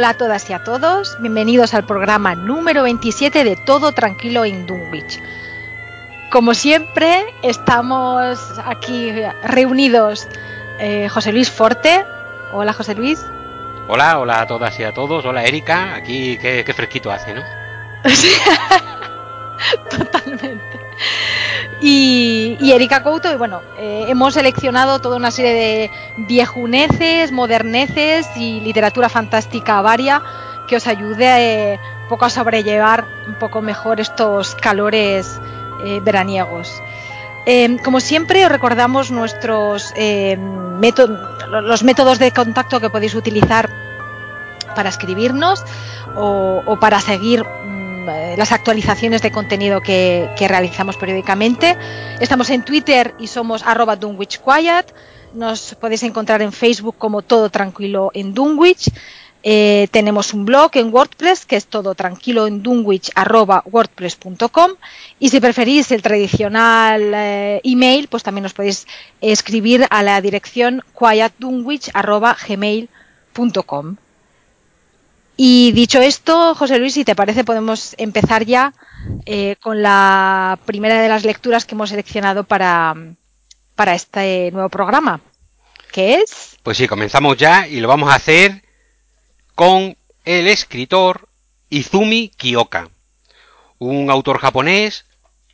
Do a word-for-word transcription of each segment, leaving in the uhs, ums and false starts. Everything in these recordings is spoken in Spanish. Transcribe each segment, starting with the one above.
Hola a todas y a todos, bienvenidos al programa número veintisiete de Todo Tranquilo en Dunwich. Como siempre, estamos aquí reunidos eh, José Luis Forte. Hola, José Luis. Hola, hola a todas y a todos. Hola, Erika. Aquí qué, qué fresquito hace, ¿no? Sí, totalmente. Y, y Erika Couto, y bueno, eh, hemos seleccionado toda una serie de viejuneces, moderneces y literatura fantástica varia que os ayude eh, un poco a sobrellevar un poco mejor estos calores eh, veraniegos. Eh, como siempre, os recordamos nuestros eh, métodos, los métodos de contacto que podéis utilizar para escribirnos o, o para seguir mmm, las actualizaciones de contenido que, que realizamos periódicamente. Estamos en Twitter y somos arroba Dunwich Quiet. Nos podéis encontrar en Facebook como Todo Tranquilo en Dunwich. Eh, tenemos un blog en WordPress que es todo tranquilo en Dunwich arroba wordpress punto com, y si preferís el tradicional eh, email, pues también nos podéis escribir a la dirección quietdunwich arroba gmail punto com. Y dicho esto, José Luis, si te parece, podemos empezar ya eh, con la primera de las lecturas que hemos seleccionado para, para este nuevo programa, que es... Pues sí, comenzamos ya y lo vamos a hacer con el escritor Izumi Kioka, un autor japonés.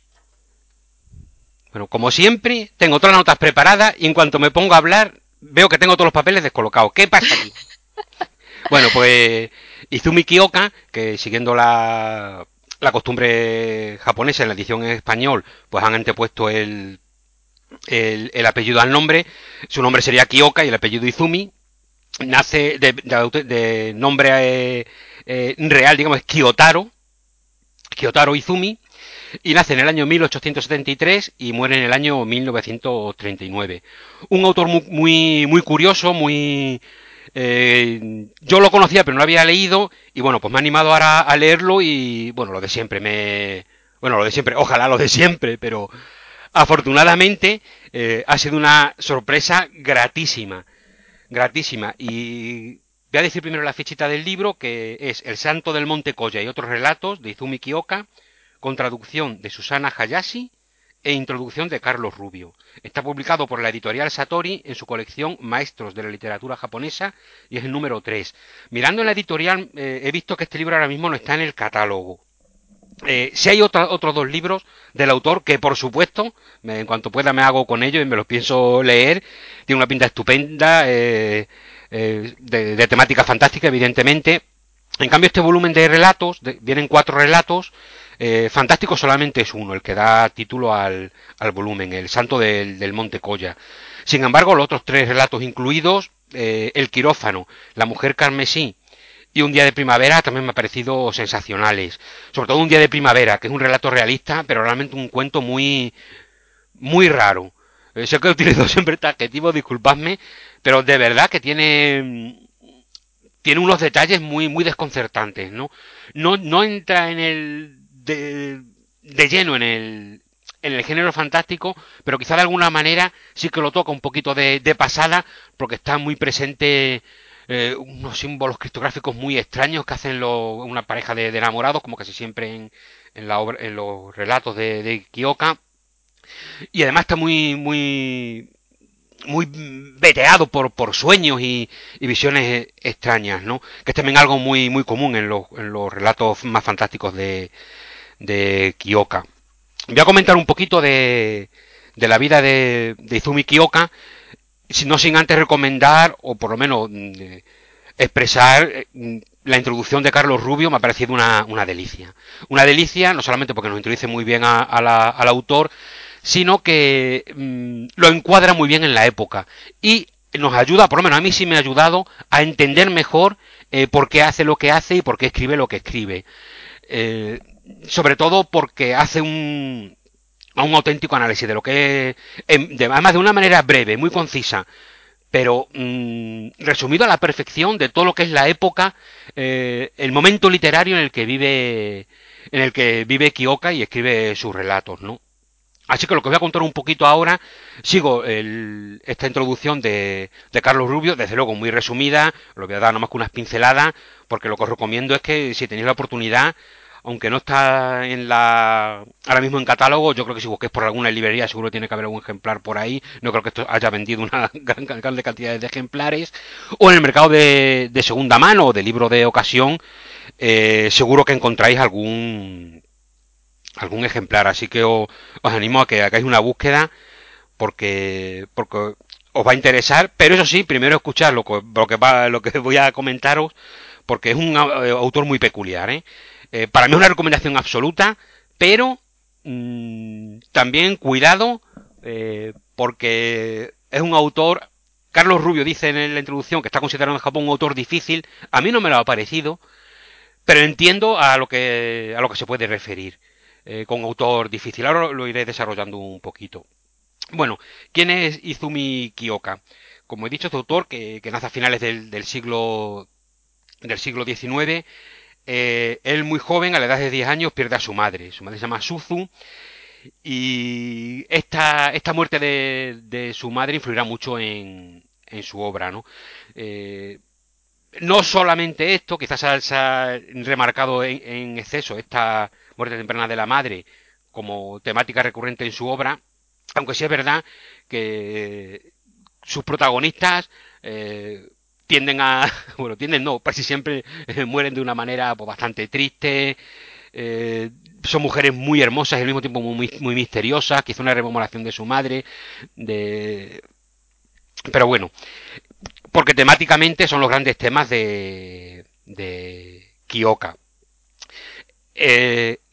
Bueno, como siempre, tengo todas las notas preparadas y en cuanto me pongo a hablar, veo que tengo todos los papeles descolocados. ¿Qué pasa aquí? Bueno, pues Izumi Kioka, que siguiendo la, la costumbre japonesa en la edición en español, pues han antepuesto el, el, el apellido al nombre. Su nombre sería Kioka y el apellido Izumi. Nace de, de, de nombre eh, eh, real, digamos, es Kiyotaro, Kiyotaro Izumi, y nace en el año mil ochocientos setenta y tres y muere en el año mil novecientos treinta y nueve. Un autor muy, muy, muy curioso, muy... Eh, yo lo conocía pero no lo había leído y bueno, pues me ha animado ahora a leerlo y bueno, lo de siempre me... Bueno, lo de siempre, ojalá lo de siempre, pero afortunadamente eh, ha sido una sorpresa gratísima, gratísima. Y voy a decir primero la fichita del libro, que es El Santo del Monte Koya y otros relatos, de Izumi Kioka, con traducción de Susana Hayashi e introducción de Carlos Rubio. Está publicado por la editorial Satori en su colección Maestros de la Literatura Japonesa y es el número tres. Mirando en la editorial eh, he visto que este libro ahora mismo no está en el catálogo. Eh, si hay otra, otros dos libros del autor que, por supuesto, me, en cuanto pueda me hago con ellos y me los pienso leer. Tiene una pinta estupenda, eh, eh, de, de temática fantástica, evidentemente. En cambio, este volumen de relatos, de, vienen cuatro relatos, eh, fantástico solamente es uno, el que da título al, al volumen, El Santo del, del Monte Koya. Sin embargo, los otros tres relatos incluidos, eh, El Quirófano, La Mujer Carmesí y Un Día de Primavera, también me ha parecido sensacionales. Sobre todo Un Día de Primavera, que es un relato realista, pero realmente un cuento muy, muy raro. Eh, sé que he utilizado siempre este adjetivo, disculpadme, pero de verdad que tiene tiene unos detalles muy muy desconcertantes, ¿no? No, no entra en el de, de lleno en el en el género fantástico, pero quizá de alguna manera sí que lo toca un poquito de, de pasada, porque está muy presente eh, unos símbolos criptográficos muy extraños que hacen lo, una pareja de, de enamorados, como casi siempre en, en, la obra, en los relatos de, de Kioka. Y además está muy muy muy veteado por, por sueños y, y visiones extrañas, ¿no? Que es también algo muy, muy común en los, en los relatos más fantásticos de, de Kioka. Voy a comentar un poquito de, de la vida de, de Izumi Kioka, no sin antes recomendar, o por lo menos eh, expresar eh, la introducción de Carlos Rubio. Me ha parecido una, una delicia. Una delicia, no solamente porque nos introduce muy bien a, a la, al autor, sino que mmm, lo encuadra muy bien en la época y nos ayuda, por lo menos a mí sí me ha ayudado a entender mejor eh, por qué hace lo que hace y por qué escribe lo que escribe. Eh, sobre todo porque hace un, un auténtico análisis de lo que es, de, además de una manera breve, muy concisa, pero mmm, resumido a la perfección de todo lo que es la época, eh, el momento literario en el que vive, en el que vive Kioka y escribe sus relatos, ¿no? Así que lo que os voy a contar un poquito ahora, sigo el, esta introducción de, de Carlos Rubio, desde luego muy resumida, lo voy a dar nomás que unas pinceladas, porque lo que os recomiendo es que si tenéis la oportunidad, aunque no está en la ahora mismo en catálogo, yo creo que si busquéis por alguna librería seguro tiene que haber algún ejemplar por ahí, no creo que esto haya vendido una gran, gran cantidad de ejemplares, o en el mercado de, de segunda mano o de libro de ocasión, eh, seguro que encontráis algún algún ejemplar, así que os, os animo a que hagáis una búsqueda porque porque os va a interesar, pero eso sí, primero escuchar lo que, lo que, va, lo que voy a comentaros, porque es un eh, autor muy peculiar, ¿eh? Eh, para mí es una recomendación absoluta, pero mmm, también cuidado, eh, porque es un autor, Carlos Rubio dice en la introducción que está considerado en Japón un autor difícil, a mí no me lo ha parecido, pero entiendo a lo que, a lo que se puede referir eh, con autor difícil. Ahora lo, lo iré desarrollando un poquito. Bueno, ¿quién es Izumi Kioka? Como he dicho, este autor que, que nace a finales del, del siglo del siglo diecinueve, eh, él muy joven, a la edad de diez años, pierde a su madre. Su madre se llama Suzu y esta, esta muerte de, de su madre influirá mucho en, en su obra, ¿no? Eh, no solamente esto, quizás se ha remarcado en, en exceso esta muerte temprana de la madre como temática recurrente en su obra, aunque sí es verdad que sus protagonistas eh, tienden a, bueno, tienden no, casi siempre eh, mueren de una manera pues, bastante triste, eh, son mujeres muy hermosas y al mismo tiempo muy, muy misteriosas, quizá una rememoración de su madre, de... pero bueno, porque temáticamente son los grandes temas de, de Kioka. Eh,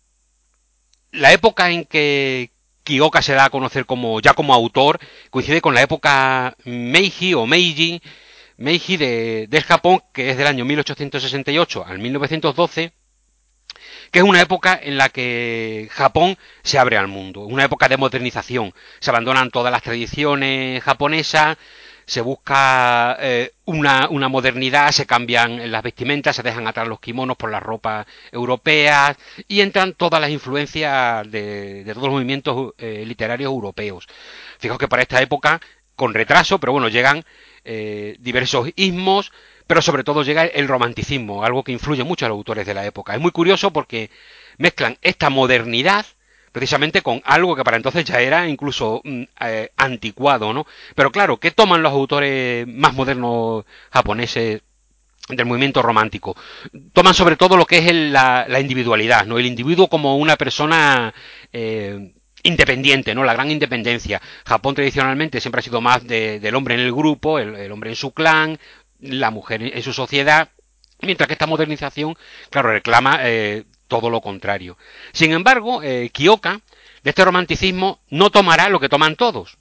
la época en que Kioka se da a conocer como ya como autor coincide con la época Meiji o Meiji, Meiji de, del Japón, que es del año mil ochocientos sesenta y ocho al mil novecientos doce, que es una época en la que Japón se abre al mundo, una época de modernización, se abandonan todas las tradiciones japonesas, se busca eh, una, una, modernidad, se cambian las vestimentas, se dejan atrás los kimonos por las ropas europeas y entran todas las influencias de, de todos los movimientos eh, literarios europeos. Fijaos que para esta época, con retraso, pero bueno, llegan eh, diversos ismos, pero sobre todo llega el romanticismo, algo que influye mucho a los autores de la época. Es muy curioso porque mezclan esta modernidad precisamente con algo que para entonces ya era incluso eh, anticuado, ¿no? Pero claro, ¿qué toman los autores más modernos japoneses del movimiento romántico? Toman sobre todo lo que es el, la, la individualidad, ¿no? El individuo como una persona eh, independiente, ¿no? La gran independencia. Japón tradicionalmente siempre ha sido más de, del hombre en el grupo, el, el hombre en su clan, la mujer en su sociedad, mientras que esta modernización, claro, reclama eh, todo lo contrario. Sin embargo, eh, Kioka, de este romanticismo, no tomará lo que toman todos,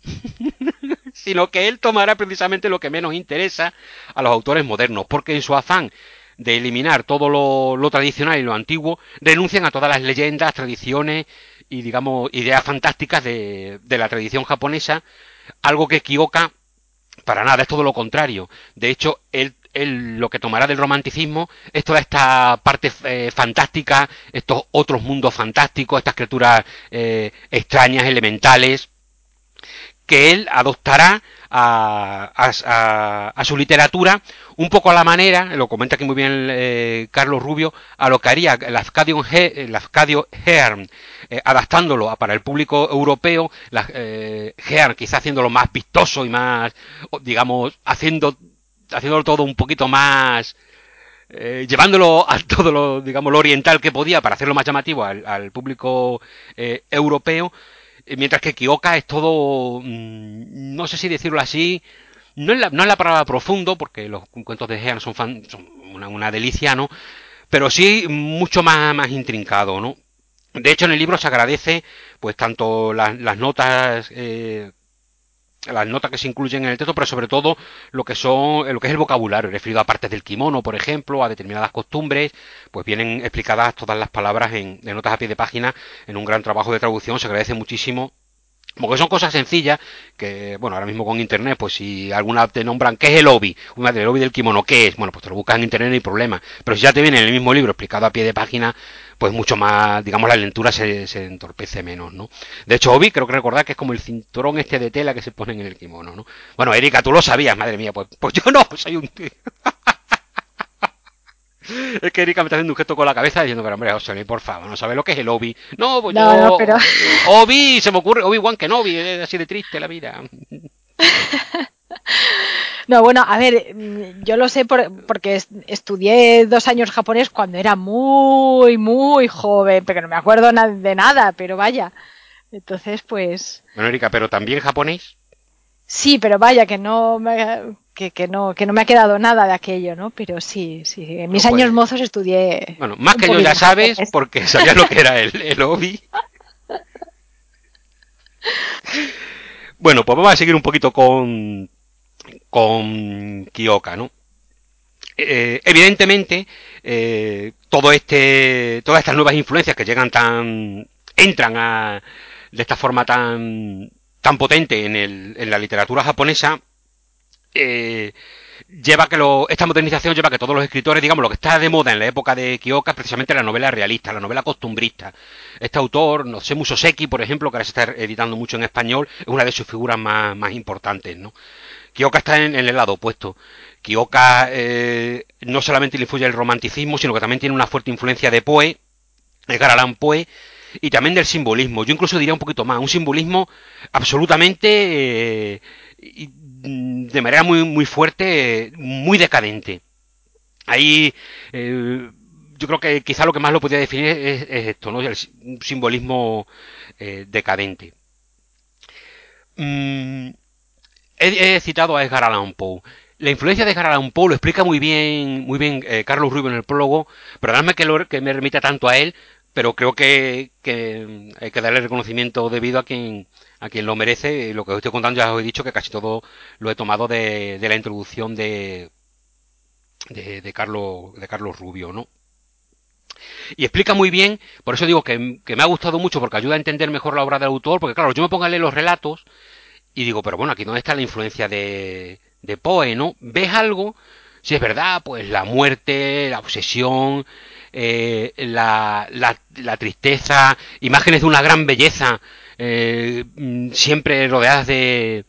sino que él tomará precisamente lo que menos interesa a los autores modernos, porque en su afán de eliminar todo lo, lo tradicional y lo antiguo, renuncian a todas las leyendas, tradiciones y, digamos, ideas fantásticas de, de la tradición japonesa, algo que Kioka para nada, es todo lo contrario. De hecho, él, él lo que tomará del romanticismo es toda esta parte eh, fantástica, estos otros mundos fantásticos, estas criaturas eh, extrañas, elementales, que él adoptará a, a, a, a, su literatura un poco a la manera, lo comenta aquí muy bien eh, Carlos Rubio, a lo que haría el Lafcadio, el Lafcadio Hearn, eh, adaptándolo a, para el público europeo, la, eh, Hearn quizá haciéndolo más vistoso y más, digamos, haciendo, haciéndolo todo un poquito más... Eh, llevándolo a todo lo, digamos, lo oriental que podía para hacerlo más llamativo al, al público eh, europeo, mientras que Kioka es todo, mmm, no sé si decirlo así, no es la, no es la palabra profundo, porque los cuentos de Hearn son, fan, son una, una, delicia, ¿no? Pero sí mucho más, más intrincado, ¿no? De hecho, en el libro se agradece, pues, tanto las, las notas... Eh, las notas que se incluyen en el texto, pero sobre todo lo que son lo que es el vocabulario, referido a partes del kimono, por ejemplo, a determinadas costumbres, pues vienen explicadas todas las palabras en, en notas a pie de página, en un gran trabajo de traducción. Se agradece muchísimo Porque son cosas sencillas que, bueno, ahora mismo con internet, pues si alguna te nombran, ¿qué es el obi? Una del obi del kimono, ¿qué es? Bueno, pues te lo buscas en internet, no hay problema. Pero si ya te viene en el mismo libro explicado a pie de página, pues mucho más, digamos, la lectura se, se entorpece menos, ¿no? De hecho, obi, creo que recordar que es como el cinturón este de tela que se ponen en el kimono, ¿no? Bueno, Erika, tú lo sabías, madre mía, pues, pues yo no, soy un tío. Es que Erika me está haciendo un gesto con la cabeza diciendo, pero hombre, José, por favor, no sabes lo que es el obi. No, pues No, no, pero yo, obi, se me ocurre, Obi-Wan Kenobi, es así de triste la vida. no, bueno, a ver, mm, yo lo sé por- porque es- estudié dos años japonés cuando era muy, muy joven, pero no me acuerdo na- de nada, pero vaya. Entonces, pues Bueno, Erika, pero también japonés. sí, pero vaya que no me, que, que no que no me ha quedado nada de aquello, ¿no? Pero sí, sí, en No, mis años pues, mozos estudié bueno, más un que yo poquito ya de sabes, japonés. porque sabías lo que era el, el obi. Bueno, pues vamos a seguir un poquito con, con Kyoka, ¿no? Eh, evidentemente, eh, todo este, todas estas nuevas influencias que llegan tan, entran a, de esta forma tan, tan potente en, el, en la literatura japonesa, eh, lleva que lo, esta modernización lleva a que todos los escritores, digamos, lo que está de moda en la época de Kyoka es precisamente la novela realista, la novela costumbrista. Este autor, no sé, Musoseki, por ejemplo, que ahora se está editando mucho en español, es una de sus figuras más, más importantes, ¿no? Kyoka está en, en el lado opuesto. Kyoka eh, no solamente le influye el romanticismo, sino que también tiene una fuerte influencia de Poe, Edgar Allan Poe, y también del simbolismo. Yo incluso diría un poquito más, un simbolismo absolutamente eh, de manera muy, muy fuerte, muy decadente. Ahí eh, yo creo que quizá lo que más lo podría definir es, es esto, ¿no? El simbolismo eh, decadente. Mm, he, he, citado a Edgar Allan Poe. La influencia de Edgar Allan Poe lo explica muy bien, muy bien eh, Carlos Rubio en el prólogo. Perdóname que, lo, que me remita tanto a él, pero creo que, que hay que darle reconocimiento debido a quien, a quien lo merece. Lo que os estoy contando ya os he dicho que casi todo lo he tomado de, de la introducción de, de, de, Carlos, de Carlos Rubio, ¿no? Y explica muy bien, por eso digo que, que me ha gustado mucho porque ayuda a entender mejor la obra del autor, porque claro, yo me pongo a leer los relatos y digo, pero bueno, aquí dónde está la influencia de, de Poe, ¿no? ¿Ves algo? Si es verdad, pues la muerte, la obsesión, eh, la, la, la, tristeza, imágenes de una gran belleza, eh, siempre rodeadas de,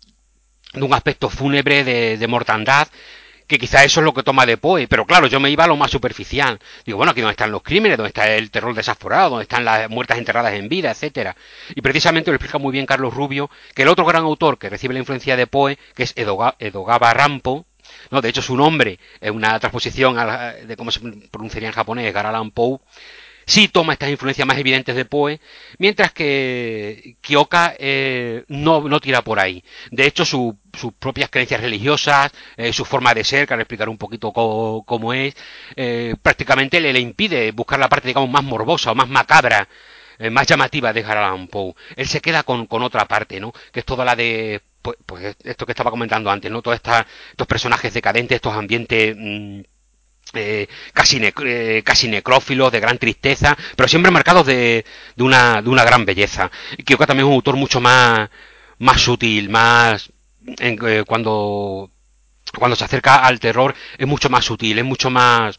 de un aspecto fúnebre, de, de mortandad, que quizá eso es lo que toma de Poe, pero claro, yo me iba a lo más superficial. Digo, bueno, aquí donde están los crímenes, donde está el terror desaforado, donde están las muertas enterradas en vida, etcétera. Y precisamente lo explica muy bien Carlos Rubio, que el otro gran autor que recibe la influencia de Poe, que es Edoga, Edogawa Rampo, no, de hecho su nombre es una transposición a la, de cómo se pronunciaría en japonés, Edgar Allan Poe, sí toma estas influencias más evidentes de Poe, mientras que Kyoka eh, no, no tira por ahí. De hecho, su, sus propias creencias religiosas, eh, su forma de ser, que ahora explicaré un poquito cómo, cómo es, eh, prácticamente le, le impide buscar la parte, digamos, más morbosa o más macabra, eh, más llamativa de Edgar Allan Poe. Él se queda con, con otra parte, ¿no? Que es toda la de pues, pues esto que estaba comentando antes, ¿no? Todos estos personajes decadentes, estos ambientes mmm, eh, casi, ne eh, casi necrófilos, de gran tristeza, pero siempre marcados de, de, una, de una gran belleza. Y Kyoka también es un autor mucho más, más sutil, más... En, eh, cuando, cuando se acerca al terror es mucho más sutil, es mucho más...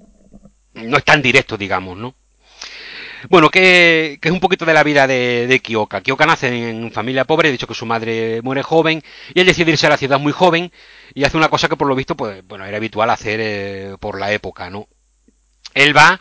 No es tan directo, digamos, ¿no? Bueno, que, que, es un poquito de la vida de, de Kyoka. Kyoka nace en familia pobre, he dicho que su madre muere joven, y él decide irse a la ciudad muy joven, y hace una cosa que por lo visto, pues, bueno, era habitual hacer eh, por la época, ¿no? Él va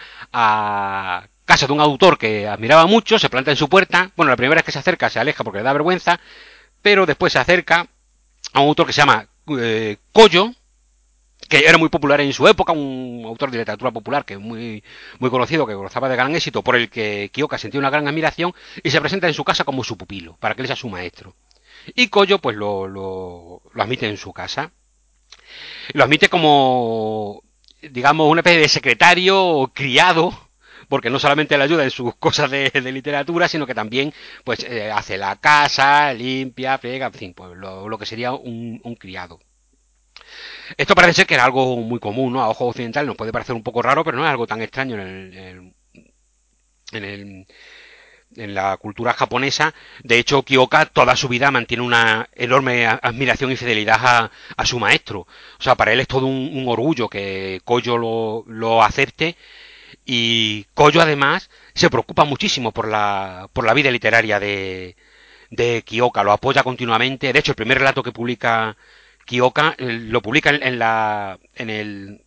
a casa de un autor que admiraba mucho, se planta en su puerta, bueno, la primera vez que se acerca se aleja porque le da vergüenza, pero después se acerca a un autor que se llama eh, Koyo, que era muy popular en su época, un autor de literatura popular que es muy, muy conocido, que gozaba de gran éxito, por el que Kyoka sentía una gran admiración, y se presenta en su casa como su pupilo, para que él sea su maestro. Y Koyo pues lo, lo, lo admite en su casa. Lo admite como, digamos, una especie de secretario o criado, porque no solamente le ayuda en sus cosas de, de literatura, sino que también pues eh, hace la casa, limpia, friega, en fin, pues lo, lo que sería un, un criado. Esto parece ser que era algo muy común, ¿no? A ojo occidental nos puede parecer un poco raro, pero no es algo tan extraño en el, en el, en el en la cultura japonesa. De hecho, Kyoka toda su vida mantiene una enorme admiración y fidelidad a, a su maestro. O sea, para él es todo un, un orgullo que Koyo lo, lo acepte. Y Koyo además se preocupa muchísimo por la, por la vida literaria de, de Kyoka, lo apoya continuamente. De hecho, el primer relato que publica Kyoka eh, lo publica en, en la en el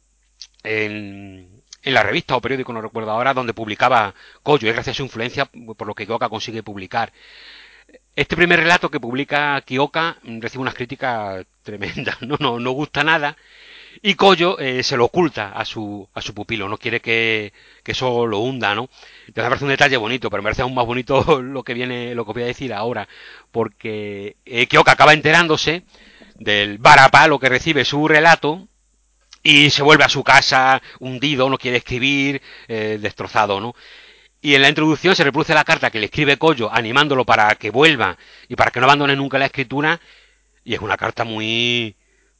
en, en la revista o periódico, no recuerdo ahora, donde publicaba Koyo. Es gracias a su influencia por lo que Kyoka consigue publicar. Este primer relato que publica Kyoka recibe unas críticas tremendas, no, no, no gusta nada. Y Koyo eh, se lo oculta a su, a su pupilo, no quiere que, que eso lo hunda, ¿no? Entonces me parece un detalle bonito, pero me parece aún más bonito lo que viene, lo que voy a decir ahora, porque eh, Kyoka acaba enterándose del varapalo que recibe su relato y se vuelve a su casa hundido, no quiere escribir, eh, destrozado, ¿no? Y en la introducción se reproduce la carta que le escribe Koyo animándolo para que vuelva y para que no abandone nunca la escritura, y es una carta muy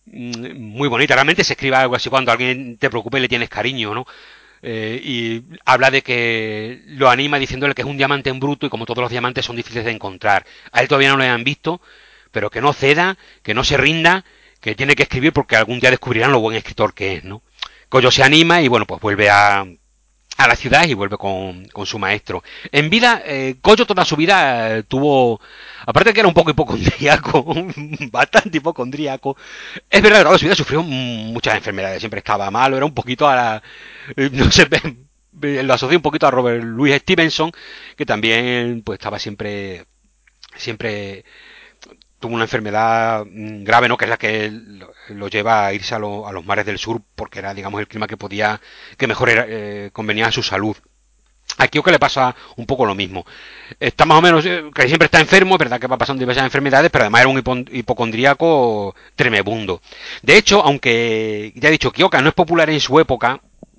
muy bonita. Realmente se escribe algo así cuando alguien te preocupa y le tienes cariño, ¿no? Eh, y habla de que lo anima diciéndole que es un diamante en bruto y como todos los diamantes son difíciles de encontrar. A él todavía no lo han visto, pero que no ceda, que no se rinda, que tiene que escribir porque algún día descubrirán lo buen escritor que es, ¿no? Koyo se anima y bueno, pues vuelve a, a la ciudad y vuelve con, con su maestro. En vida, eh, Koyo toda su vida eh, tuvo, aparte de que era un poco hipocondríaco, bastante hipocondríaco, es verdad que toda su vida sufrió muchas enfermedades, siempre estaba malo, era un poquito a la, eh, no sé, lo asocio un poquito a Robert Louis Stevenson, que también pues estaba siempre, siempre tuvo una enfermedad grave, ¿no? Que es la que lo, lo lleva a irse a, lo, a los mares del sur, porque era, digamos, el clima que podía, que mejor era, eh, convenía a su salud. Aquí o que le pasa un poco lo mismo. Está más o menos, eh, que siempre está enfermo, es verdad que va pasando diversas enfermedades, pero además era un hipo hipocondríaco tremebundo. De hecho, aunque ya he dicho, Kyoka no es popular en su época,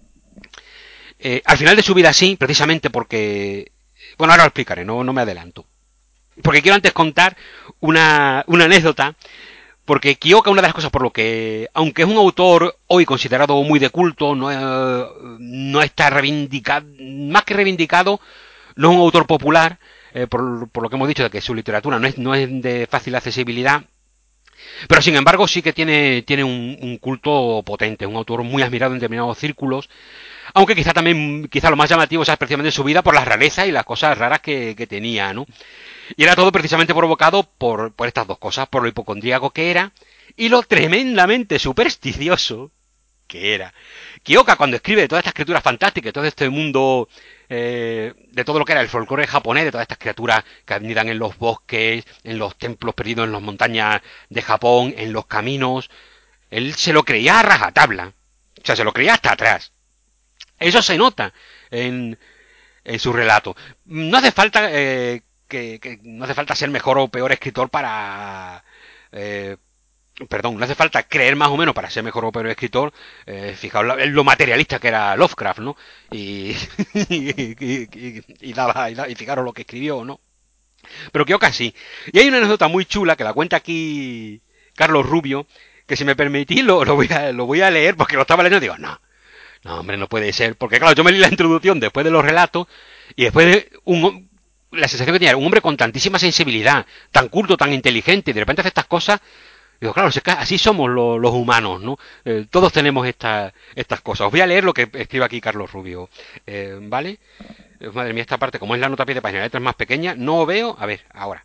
eh, al final de su vida sí, precisamente porque... Bueno, ahora lo explicaré, no, no me adelanto. Porque quiero antes contar una, una anécdota, porque Kyoka, una de las cosas por lo que, aunque es un autor hoy considerado muy de culto, no, eh, no está reivindicado, más que reivindicado, no es un autor popular, eh, por, por lo que hemos dicho de que su literatura no es, no es de fácil accesibilidad, pero sin embargo sí que tiene, tiene un, un culto potente, un autor muy admirado en determinados círculos, aunque quizá también, quizá lo más llamativo sea precisamente su vida por las rarezas y las cosas raras que, que tenía, ¿no? Y era todo precisamente provocado por, por estas dos cosas, por lo hipocondríaco que era y lo tremendamente supersticioso que era. Kyoka, cuando escribe toda esta escritura fantástica, todo este mundo, eh, de todo lo que era el folclore japonés, de todas estas criaturas que anidan en los bosques, en los templos perdidos en las montañas de Japón, en los caminos, él se lo creía a rajatabla. O sea, se lo creía hasta atrás. Eso se nota en, en su relato. No hace falta eh, que, que no hace falta ser mejor o peor escritor para eh, perdón, no hace falta creer más o menos para ser mejor o peor escritor. Eh, fijaos lo materialista que era Lovecraft, ¿no? Y y, y, y, y, daba, y, daba, y fijaros lo que escribió, ¿no? Pero creo que sí. Y hay una anécdota muy chula que la cuenta aquí Carlos Rubio, que si me permitís lo, lo, voy, a, lo voy a leer porque lo estaba leyendo y digo, no, no, hombre, no puede ser. Porque claro, yo me leí la introducción después de los relatos y después de un, la sensación que tenía, un hombre con tantísima sensibilidad, tan culto, tan inteligente, y de repente hace estas cosas. Digo, claro, así somos los, los humanos, ¿no? Eh, todos tenemos esta, estas cosas. Os voy a leer lo que escribe aquí Carlos Rubio, eh, ¿vale? Eh, madre mía, esta parte, como es la nota a pie de página, la letra es más pequeña, no veo... A ver, ahora.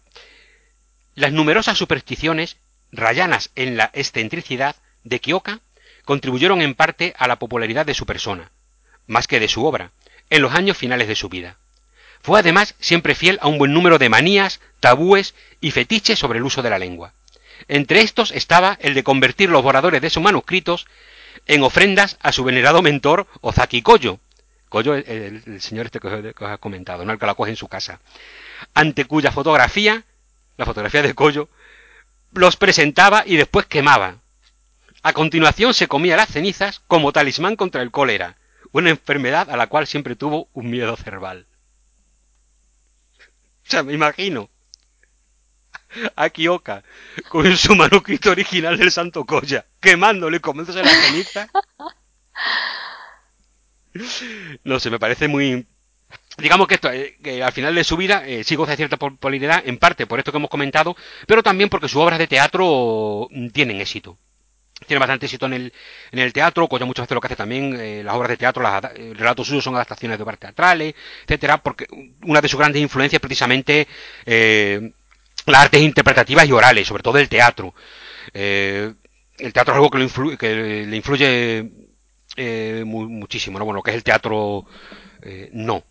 Las numerosas supersticiones, rayanas en la excentricidad de Kyoka, contribuyeron en parte a la popularidad de su persona, más que de su obra, en los años finales de su vida. Fue además siempre fiel a un buen número de manías, tabúes y fetiches sobre el uso de la lengua. Entre estos estaba el de convertir los borradores de sus manuscritos en ofrendas a su venerado mentor Ozaki Koyo. Koyo, el, el, el señor este que os, que os he comentado, ¿no? El que la coge en su casa. Ante cuya fotografía, la fotografía de Koyo, los presentaba y después quemaba. A continuación se comía las cenizas como talismán contra el cólera, una enfermedad a la cual siempre tuvo un miedo cerval. O sea, me imagino a Kyoka con su manuscrito original del Santo Koya, quemándole y comiéndose la ceniza. No sé, me parece muy digamos que, esto, eh, que al final de su vida eh, sí goza de cierta popularidad, en parte por esto que hemos comentado, pero también porque sus obras de teatro mm, tienen éxito. Tiene bastante éxito en el, en el teatro, Goya muchas veces lo que hace también, eh, las obras de teatro, las, eh, relatos suyos son adaptaciones de obras teatrales, etcétera, porque una de sus grandes influencias es precisamente eh, las artes interpretativas y orales, sobre todo el teatro. Eh, el teatro es algo que, lo influ que le influye eh, mu muchísimo, ¿no? Bueno, lo que es el teatro, eh, no.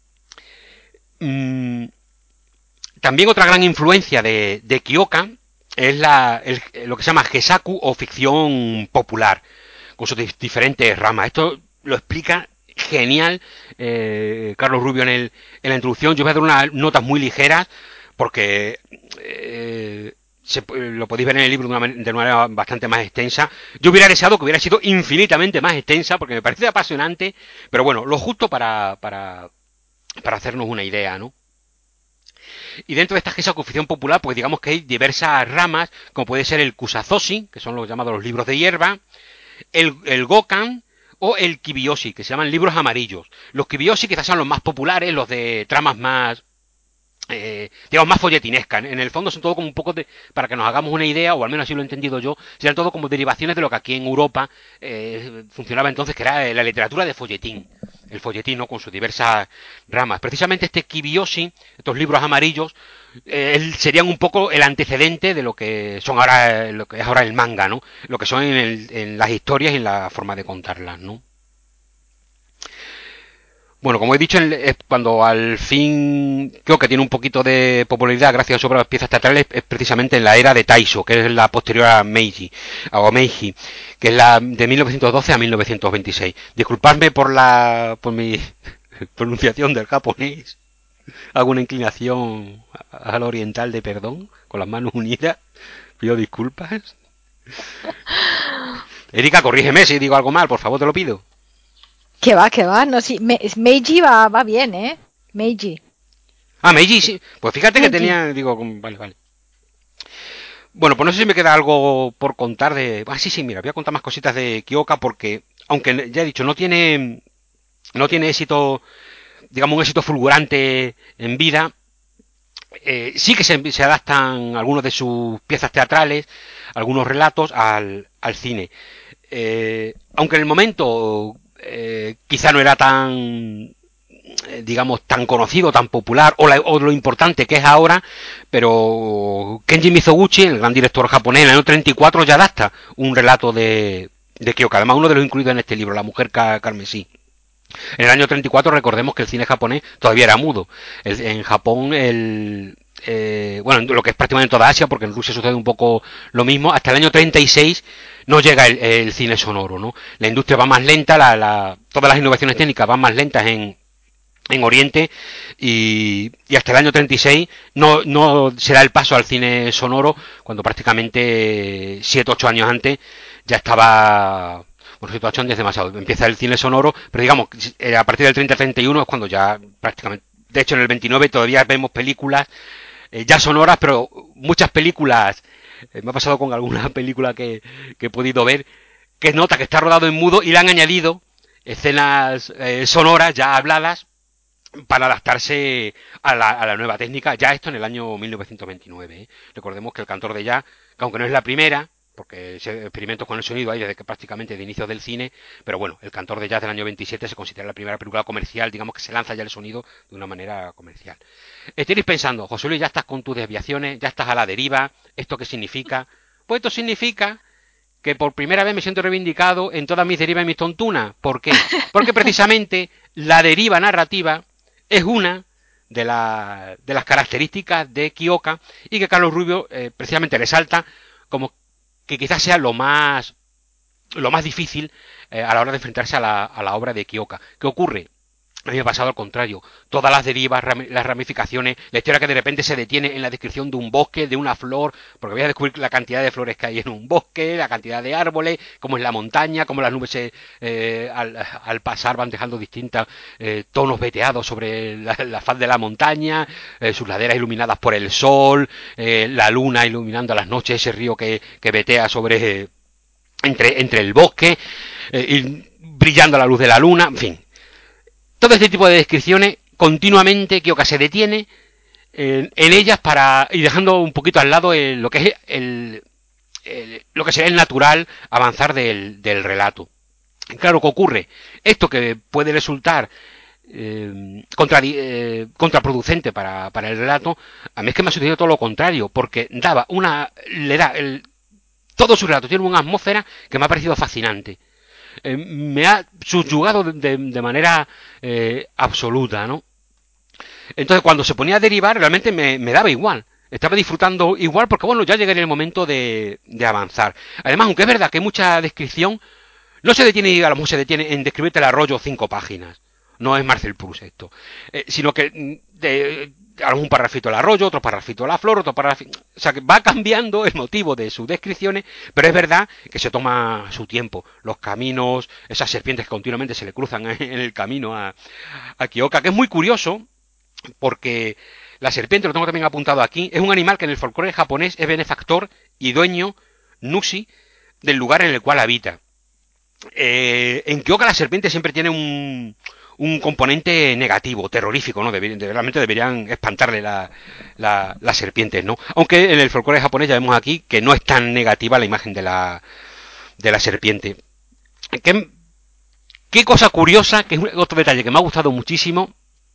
Mm, también otra gran influencia de, de Kioka es la, el, lo que se llama Gesaku o ficción popular, con sus diferentes ramas. Esto lo explica genial eh, Carlos Rubio en, el, en la introducción. Yo voy a dar unas notas muy ligeras porque eh, se, lo podéis ver en el libro de una, de una manera bastante más extensa. Yo hubiera deseado que hubiera sido infinitamente más extensa porque me parece apasionante, pero bueno, lo justo para, para, para hacernos una idea, ¿no? Y dentro de esta gesacuficción popular, pues digamos que hay diversas ramas, como puede ser el kusazoshi, que son los llamados los libros de hierba, el, el gokan o el kibioshi, que se llaman libros amarillos. Los kibioshi quizás son los más populares, los de tramas más, eh, digamos, más folletinescas. En el fondo son todo como un poco de, para que nos hagamos una idea, o al menos así lo he entendido yo, sean todo como derivaciones de lo que aquí en Europa eh, funcionaba entonces, que era la literatura de folletín. El folletín, ¿no? Con sus diversas ramas. Precisamente este Kibioshi, estos libros amarillos, eh, serían un poco el antecedente de lo que son ahora, lo que es ahora el manga, ¿no? Lo que son en, el, en las historias y en la forma de contarlas, ¿no? Bueno, como he dicho, es cuando al fin creo que tiene un poquito de popularidad gracias a las piezas teatrales, es precisamente en la era de Taisho, que es la posterior a Meiji, o Meiji, que es la de mil novecientos doce a mil novecientos veintiséis. Disculpadme por la por mi pronunciación del japonés. Hago una inclinación al oriental de perdón, con las manos unidas. Pido disculpas. Erika, corrígeme si digo algo mal, por favor, te lo pido. Que va, que va. No, sí, Me, Meiji va, va bien, ¿eh? Meiji. Ah, Meiji, sí. Pues fíjate que Meiji. tenía, digo, vale, vale. Bueno, pues no sé si me queda algo por contar de... Ah, sí, sí, mira, voy a contar más cositas de Kyoka porque, aunque ya he dicho, no tiene, no tiene éxito, digamos, un éxito fulgurante en vida, eh, sí que se, se, adaptan algunos de sus piezas teatrales, algunos relatos al, al cine. Eh, aunque en el momento eh, quizá no era tan digamos, tan conocido, tan popular, o, la, o, lo importante que es ahora, pero Kenji Mizoguchi, el gran director japonés, en el año treinta y cuatro ya adapta un relato de, de Kyoka, además uno de los incluidos en este libro, La mujer carmesí. En el año treinta y cuatro recordemos que el cine japonés todavía era mudo. El, en Japón, el, eh, bueno, lo que es prácticamente toda Asia, porque en Rusia sucede un poco lo mismo, hasta el año treinta y seis no llega el, el cine sonoro, ¿no? La industria va más lenta, la, la, todas las innovaciones técnicas van más lentas en, en Oriente y, y hasta el año treinta y seis no, no se da el paso al cine sonoro cuando prácticamente siete ocho años antes ya estaba, bueno, siete ocho años es demasiado, empieza el cine sonoro, pero digamos a partir del treinta treinta y uno es cuando ya prácticamente, de hecho en el veintinueve todavía vemos películas eh, ya sonoras, pero muchas películas, eh, me ha pasado con alguna película que, que he podido ver, que nota que está rodado en mudo y le han añadido escenas eh, sonoras ya habladas para adaptarse a la, a la nueva técnica, ya esto en el año mil novecientos veintinueve. ¿eh? Recordemos que el cantor de jazz, que aunque no es la primera, porque experimentos con el sonido hay desde que prácticamente de inicios del cine, pero bueno, el cantor de jazz del año veintisiete se considera la primera película comercial, digamos que se lanza ya el sonido de una manera comercial. Estaréis pensando, José Luis, ya estás con tus desviaciones, ya estás a la deriva, ¿esto qué significa? Pues esto significa que por primera vez me siento reivindicado en todas mis derivas y mis tontunas. ¿Por qué? Porque precisamente la deriva narrativa es una de, la, de las características de Kyoka y que Carlos Rubio eh, precisamente resalta como que quizás sea lo más lo más difícil eh, a la hora de enfrentarse a la, a la obra de Kyoka. ¿Qué ocurre? A mí me ha pasado al contrario. Todas las derivas, las ramificaciones, la historia que de repente se detiene en la descripción de un bosque, de una flor, porque voy a descubrir la cantidad de flores que hay en un bosque, la cantidad de árboles, cómo es la montaña, cómo las nubes se, eh, al, al, pasar van dejando distintos eh, tonos veteados sobre la, la, faz de la montaña, eh, sus laderas iluminadas por el sol, eh, la luna iluminando a las noches, ese río que, que vetea sobre eh, entre, entre el bosque, eh, y brillando a la luz de la luna, en fin. Todo este tipo de descripciones continuamente Kyoka se detiene en, en ellas para y dejando un poquito al lado el, lo que es el, el, lo que sería el natural avanzar del, del relato. Claro, ¿qué ocurre? Esto que puede resultar eh, contra, eh, contraproducente para, para el relato, a mí es que me ha sucedido todo lo contrario, porque daba una, le da el, todo su relato tiene una atmósfera que me ha parecido fascinante. Eh, me ha subyugado de, de, de manera eh, absoluta, ¿no? Entonces, cuando se ponía a derivar, realmente me, me daba igual. Estaba disfrutando igual porque, bueno, ya llegaría el momento de, de avanzar. Además, aunque es verdad que hay mucha descripción, no se detiene, a lo mejor se detiene en describirte el arroyo cinco páginas. No es Marcel Proust esto. Eh, sino que de, algún parrafito el arroyo, otro parrafito la flor, otro parrafito... O sea, que va cambiando el motivo de sus descripciones, pero es verdad que se toma su tiempo. Los caminos, esas serpientes que continuamente se le cruzan en el camino a, a Kyoka, que es muy curioso, porque la serpiente, lo tengo también apuntado aquí, es un animal que en el folclore japonés es benefactor y dueño, nushi, del lugar en el cual habita. Eh, en Kyoka la serpiente siempre tiene un, un componente negativo, terrorífico, ¿no? Deber, de, realmente deberían espantarle la, la, las serpientes, ¿no? Aunque en el folclore japonés ya vemos aquí que no es tan negativa la imagen de la, de la serpiente. ¿Qué, qué cosa curiosa, que es otro detalle que me ha gustado muchísimo,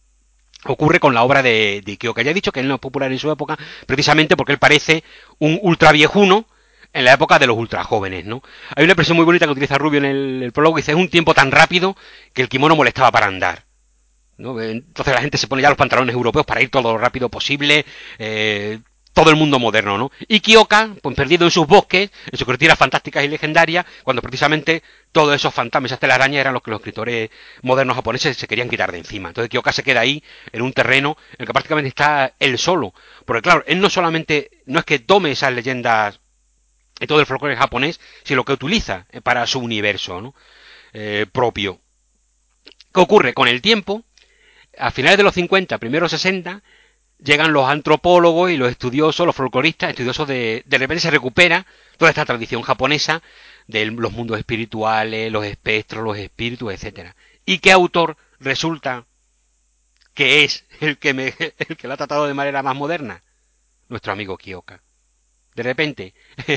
ocurre con la obra de, de Kyoka. Ya he dicho que él no es popular en su época, precisamente porque él parece un ultra viejuno en la época de los ultra jóvenes, ¿no? Hay una expresión muy bonita que utiliza Rubio en el, el prólogo, que dice, es un tiempo tan rápido que el kimono molestaba para andar, ¿no? Entonces la gente se pone ya los pantalones europeos para ir todo lo rápido posible, eh, todo el mundo moderno, ¿no? Y Kyoka, pues perdido en sus bosques, en sus criaturas fantásticas y legendarias, cuando precisamente todos esos fantasmas, esas telarañas eran los que los escritores modernos japoneses se querían quitar de encima. Entonces Kyoka se queda ahí, en un terreno en el que prácticamente está él solo. Porque claro, él no solamente, no es que tome esas leyendas y todo el folclore japonés, sino lo que utiliza para su universo, ¿no? Eh, propio. ¿Qué ocurre? Con el tiempo, a finales de los cincuenta, primeros sesenta, llegan los antropólogos y los estudiosos, los folcloristas, estudiosos de... De repente se recupera toda esta tradición japonesa de los mundos espirituales, los espectros, los espíritus, etcétera. ¿Y qué autor resulta que es el que, me, el que lo ha tratado de manera más moderna? Nuestro amigo Kyoka. De repente,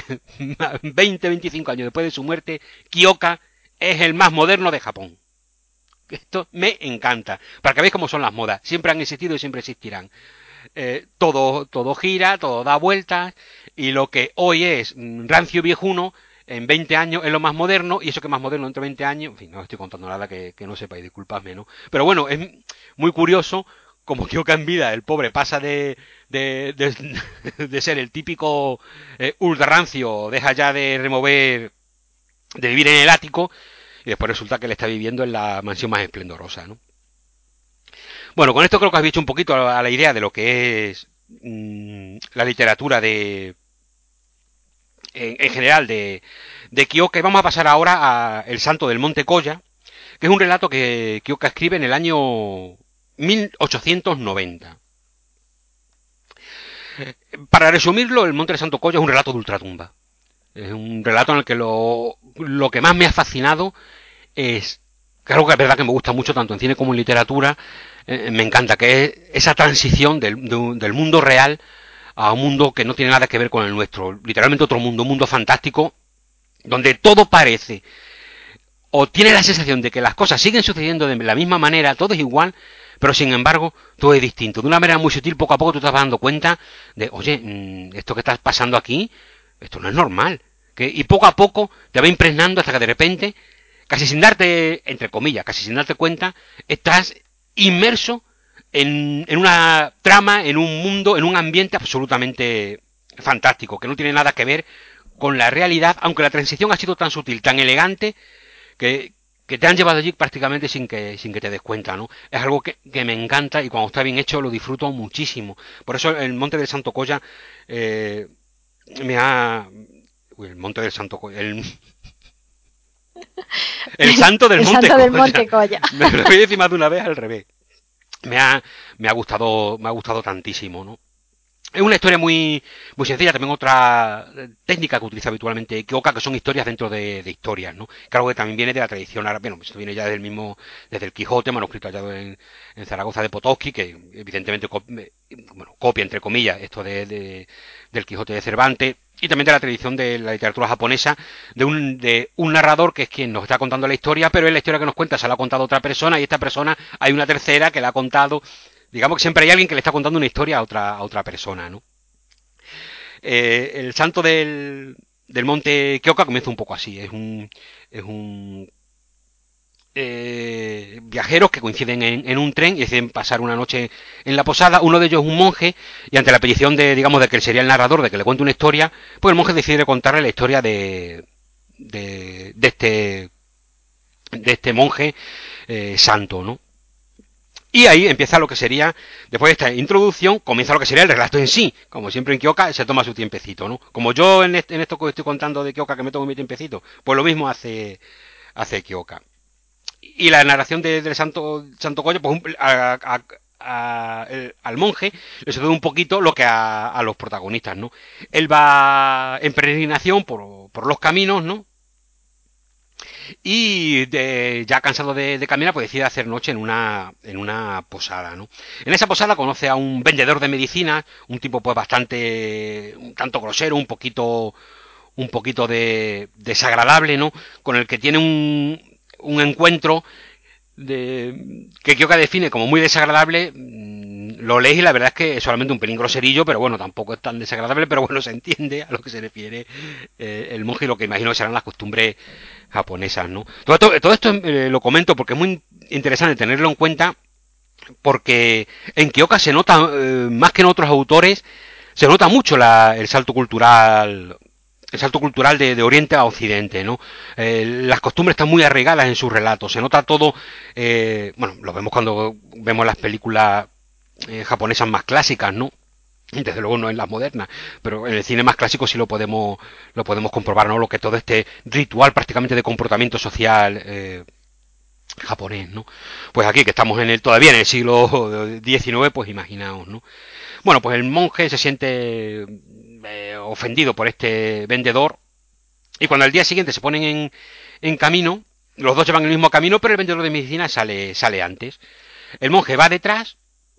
veinte, veinticinco años después de su muerte, Kyoka es el más moderno de Japón. Esto me encanta. Para que veáis cómo son las modas. Siempre han existido y siempre existirán. Eh, todo, todo gira, todo da vueltas, y lo que hoy es rancio viejuno, en veinte años es lo más moderno, y eso que es más moderno dentro de veinte años, en fin, no estoy contando nada que, que no sepáis, disculpadme, ¿no? Pero bueno, es muy curioso como Kyoka en vida, el pobre pasa de, de, de, de ser el típico eh, ultra rancio, deja ya de remover, de vivir en el ático, y después resulta que él está viviendo en la mansión más esplendorosa, ¿no? Bueno, con esto creo que has visto un poquito a la idea de lo que es mmm, la literatura de en, en general de, de Kyoka. Y vamos a pasar ahora a El Santo del Monte Koya, que es un relato que Kyoka escribe en el año mil ochocientos noventa. Para resumirlo, El Monte del Santo Koya es un relato de ultratumba. Es un relato en el que lo, lo que más me ha fascinado es, claro que es verdad que me gusta mucho tanto en cine como en literatura, eh, me encanta, que es esa transición del, de, del mundo real a un mundo que no tiene nada que ver con el nuestro, literalmente otro mundo, un mundo fantástico, donde todo parece, o tiene la sensación de que las cosas siguen sucediendo de la misma manera, todo es igual, pero sin embargo todo es distinto. De una manera muy sutil, poco a poco tú te vas dando cuenta de, oye, mmm, esto que está pasando aquí, esto no es normal. Que, y poco a poco te va impregnando hasta que de repente, casi sin darte, entre comillas, casi sin darte cuenta, estás inmerso en, en una trama, en un mundo, en un ambiente absolutamente fantástico, que no tiene nada que ver con la realidad, aunque la transición ha sido tan sutil, tan elegante, que, que te han llevado allí prácticamente sin que, sin que te des cuenta, ¿no? Es algo que, que me encanta y cuando está bien hecho lo disfruto muchísimo. Por eso el Monte del Santo Koya eh, me ha... Uy, el Monte del Santo Koya... El, el Santo del El Monte Santo del Koya. Monte Koya. Me lo voy a decir más de una vez al revés. Me ha, me ha gustado, me ha gustado tantísimo, ¿no? Es una historia muy, muy sencilla, también otra técnica que utiliza habitualmente Kyoka, que son historias dentro de, de historias, ¿no? Claro que también viene de la tradición árabe, bueno, esto viene ya del mismo, desde el Quijote, manuscrito hallado en, en Zaragoza de Potosí, que evidentemente co bueno, copia, entre comillas, esto de, de, del Quijote de Cervantes, y también de la tradición de la literatura japonesa, de un, de un narrador que es quien nos está contando la historia, pero es la historia que nos cuenta se la ha contado otra persona, y esta persona hay una tercera que la ha contado. Digamos que siempre hay alguien que le está contando una historia a otra, a otra persona, ¿no? Eh, el santo del, del monte Kyoka comienza un poco así. Es un, es un eh, viajeros que coinciden en, en, un tren y deciden pasar una noche en la posada. Uno de ellos es un monje y ante la petición de, digamos, de que él sería el narrador, de que le cuente una historia, pues el monje decide contarle la historia de, de, de este, de este monje eh, santo, ¿no? Y ahí empieza lo que sería, después de esta introducción, comienza lo que sería el relato en sí. Como siempre en Kyoka se toma su tiempecito, ¿no? Como yo en, este, en esto que estoy contando de Kyoka que me tomo mi tiempecito, pues lo mismo hace, hace Kyoka. Y la narración de, del Santo, Santo Goyo, pues a, a, a, el, al monje le sucede un poquito lo que a, a los protagonistas, ¿no? Él va en peregrinación por, por los caminos, ¿no? Y de, ya cansado de, de, caminar, pues decide hacer noche en una, en una posada, ¿no? En esa posada conoce a un vendedor de medicinas, un tipo pues bastante, un tanto grosero, un poquito, un poquito de, desagradable, ¿no? Con el que tiene un, un encuentro de, que Kyoka define como muy desagradable. Lo lees y la verdad es que es solamente un pelín groserillo, pero bueno, tampoco es tan desagradable, pero bueno, se entiende a lo que se refiere eh, el monje y lo que imagino que serán las costumbres japonesas, ¿no? Todo esto, todo esto eh, lo comento porque es muy interesante tenerlo en cuenta, porque en Kyoka se nota, eh, más que en otros autores, se nota mucho la, el salto cultural, el salto cultural de, de Oriente a Occidente, ¿no? Eh, las costumbres están muy arraigadas en sus relatos, se nota todo, eh, bueno, lo vemos cuando vemos las películas eh, japonesas más clásicas, ¿no? Desde luego no en las modernas, pero en el cine más clásico sí lo podemos, lo podemos comprobar, ¿no? Lo que todo este ritual prácticamente de comportamiento social eh, japonés, ¿no? Pues aquí que estamos en el todavía en el siglo diecinueve, pues imaginaos, ¿no? Bueno, pues el monje se siente eh, ofendido por este vendedor y cuando al día siguiente se ponen en, en camino, los dos llevan el mismo camino, pero el vendedor de medicina sale, sale antes. El monje va detrás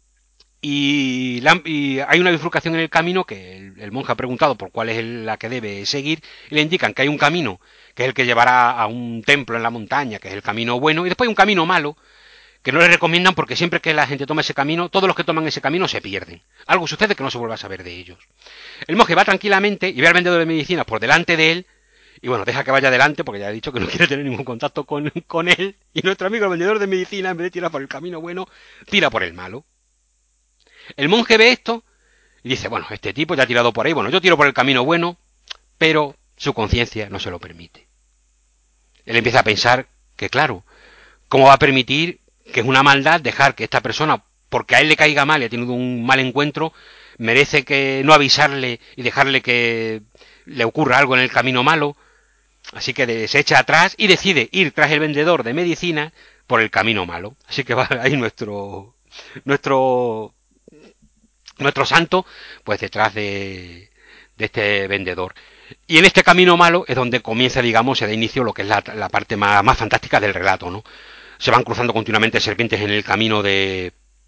y, la, y, hay una bifurcación en el camino que el, el, monje ha preguntado por cuál es la que debe seguir y le indican que hay un camino que es el que llevará a un templo en la montaña, que es el camino bueno, y después hay un camino malo que no le recomiendan porque siempre que la gente toma ese camino, todos los que toman ese camino se pierden. Algo sucede que no se vuelve a saber de ellos. El monje va tranquilamente y ve al vendedor de medicinas por delante de él y bueno, deja que vaya adelante porque ya ha dicho que no quiere tener ningún contacto con, con él y nuestro amigo el vendedor de medicina, en vez de tirar por el camino bueno, tira por el malo. El monje ve esto y dice, bueno, este tipo ya ha tirado por ahí, bueno, yo tiro por el camino bueno, pero su conciencia no se lo permite. Él empieza a pensar que, claro, ¿cómo va a permitir que es una maldad dejar que esta persona, porque a él le caiga mal y ha tenido un mal encuentro, merece que no avisarle y dejarle que le ocurra algo en el camino malo? Así que se echa atrás y decide ir tras el vendedor de medicina por el camino malo. Así que va ahí nuestro nuestro nuestro santo, pues detrás de, de este vendedor. Y en este camino malo es donde comienza, digamos, se da inicio lo que es la, la parte más, más fantástica del relato, ¿no? Se van cruzando continuamente serpientes en el camino de,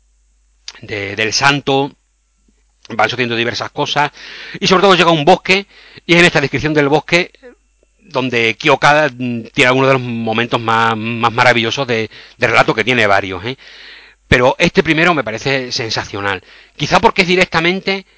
de del santo, van sucediendo diversas cosas, y sobre todo llega a un bosque, y es en esta descripción del bosque donde Kyoka tiene uno de los momentos más, más maravillosos de, de relato, que tiene varios, ¿eh? Pero este primero me parece sensacional. Quizá porque es directamente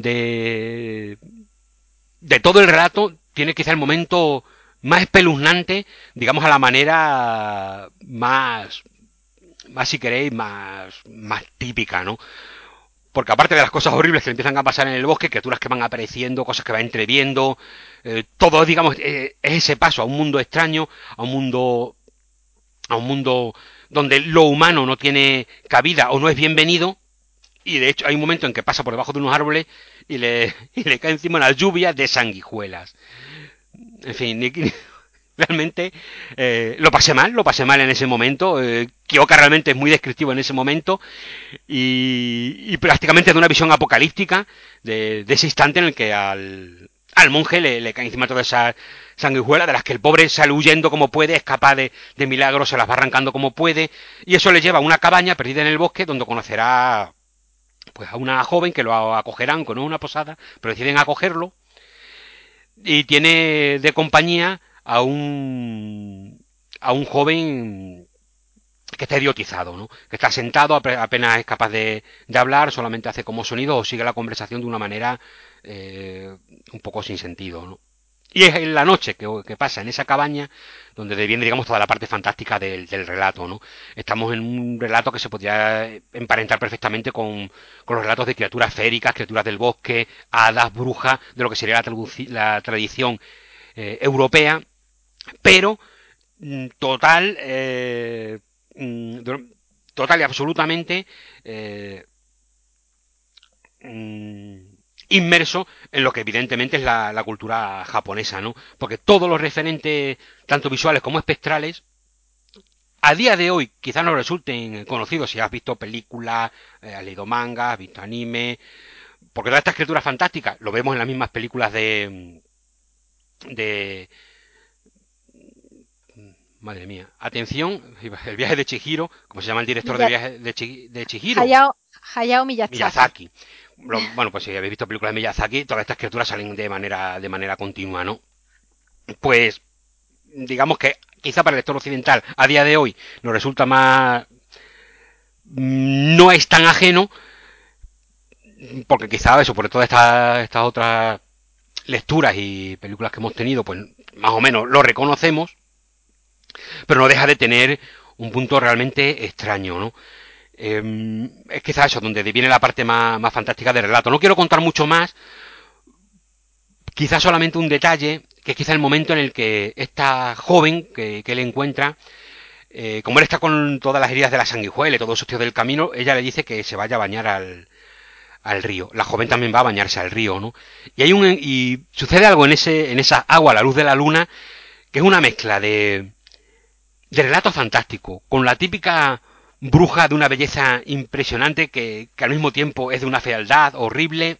de, de todo el relato, tiene quizá el momento más espeluznante, digamos a la manera más, más si queréis, más, más típica, ¿no? Porque aparte de las cosas horribles que le empiezan a pasar en el bosque, criaturas que van apareciendo, cosas que va entreviendo, eh, todo, digamos, eh, es ese paso a un mundo extraño, a un mundo, a un mundo donde lo humano no tiene cabida o no es bienvenido. Y de hecho hay un momento en que pasa por debajo de unos árboles y le, y le cae encima una lluvia de sanguijuelas. En fin, ni, realmente eh, lo pasé mal, lo pasé mal en ese momento. Eh, Kyoka realmente es muy descriptivo en ese momento y, y prácticamente de una visión apocalíptica de, de, ese instante en el que al, al monje le, le cae encima toda esa sanguijuela de las que el pobre sale huyendo como puede, es capaz de, de milagro, se las va arrancando como puede y eso le lleva a una cabaña perdida en el bosque donde conocerá pues a una joven que lo acogerán con una posada, pero deciden acogerlo y tiene de compañía a un a un joven que está idiotizado, ¿no? Que está sentado, apenas es capaz de, de hablar, solamente hace como sonido o sigue la conversación de una manera eh, un poco sin sentido, ¿no? Y es en la noche que, que pasa en esa cabaña donde viene, digamos, toda la parte fantástica del, del relato, ¿no? Estamos en un relato que se podría emparentar perfectamente con, con los relatos de criaturas féricas, criaturas del bosque, hadas, brujas, de lo que sería la, la tradición eh, europea, pero mm, total, eh, mm, total y absolutamente eh, mm, inmerso en lo que evidentemente es la, la cultura japonesa, ¿no? Porque todos los referentes, tanto visuales como espectrales, a día de hoy quizás no resulten conocidos si has visto películas, eh, has leído mangas, has visto anime, porque todas estas criaturas fantásticas lo vemos en las mismas películas de de madre mía, atención, el viaje de Chihiro, como se llama el director de Miya- viaje de, Chi, de Chihiro, Hayao, Hayao Miyazaki. Miyazaki. Bueno, pues si habéis visto películas de Miyazaki, todas estas criaturas salen de manera de manera continua, ¿no? Pues digamos que quizá para el lector occidental a día de hoy nos resulta más no es tan ajeno porque quizá eso por todas estas estas otras lecturas y películas que hemos tenido pues más o menos lo reconocemos pero no deja de tener un punto realmente extraño, ¿no? Eh, es quizá eso donde viene la parte más, más fantástica del relato. No quiero contar mucho más, quizá solamente un detalle, que es quizá el momento en el que esta joven que, que él encuentra, eh, como él está con todas las heridas de la sanguijuela y todos esos tíos del camino, ella le dice que se vaya a bañar al, al río. La joven también va a bañarse al río, ¿no? Y hay un y sucede algo en ese en esa agua a la luz de la luna que es una mezcla de de relato fantástico con la típica bruja de una belleza impresionante que, que al mismo tiempo es de una fealdad horrible,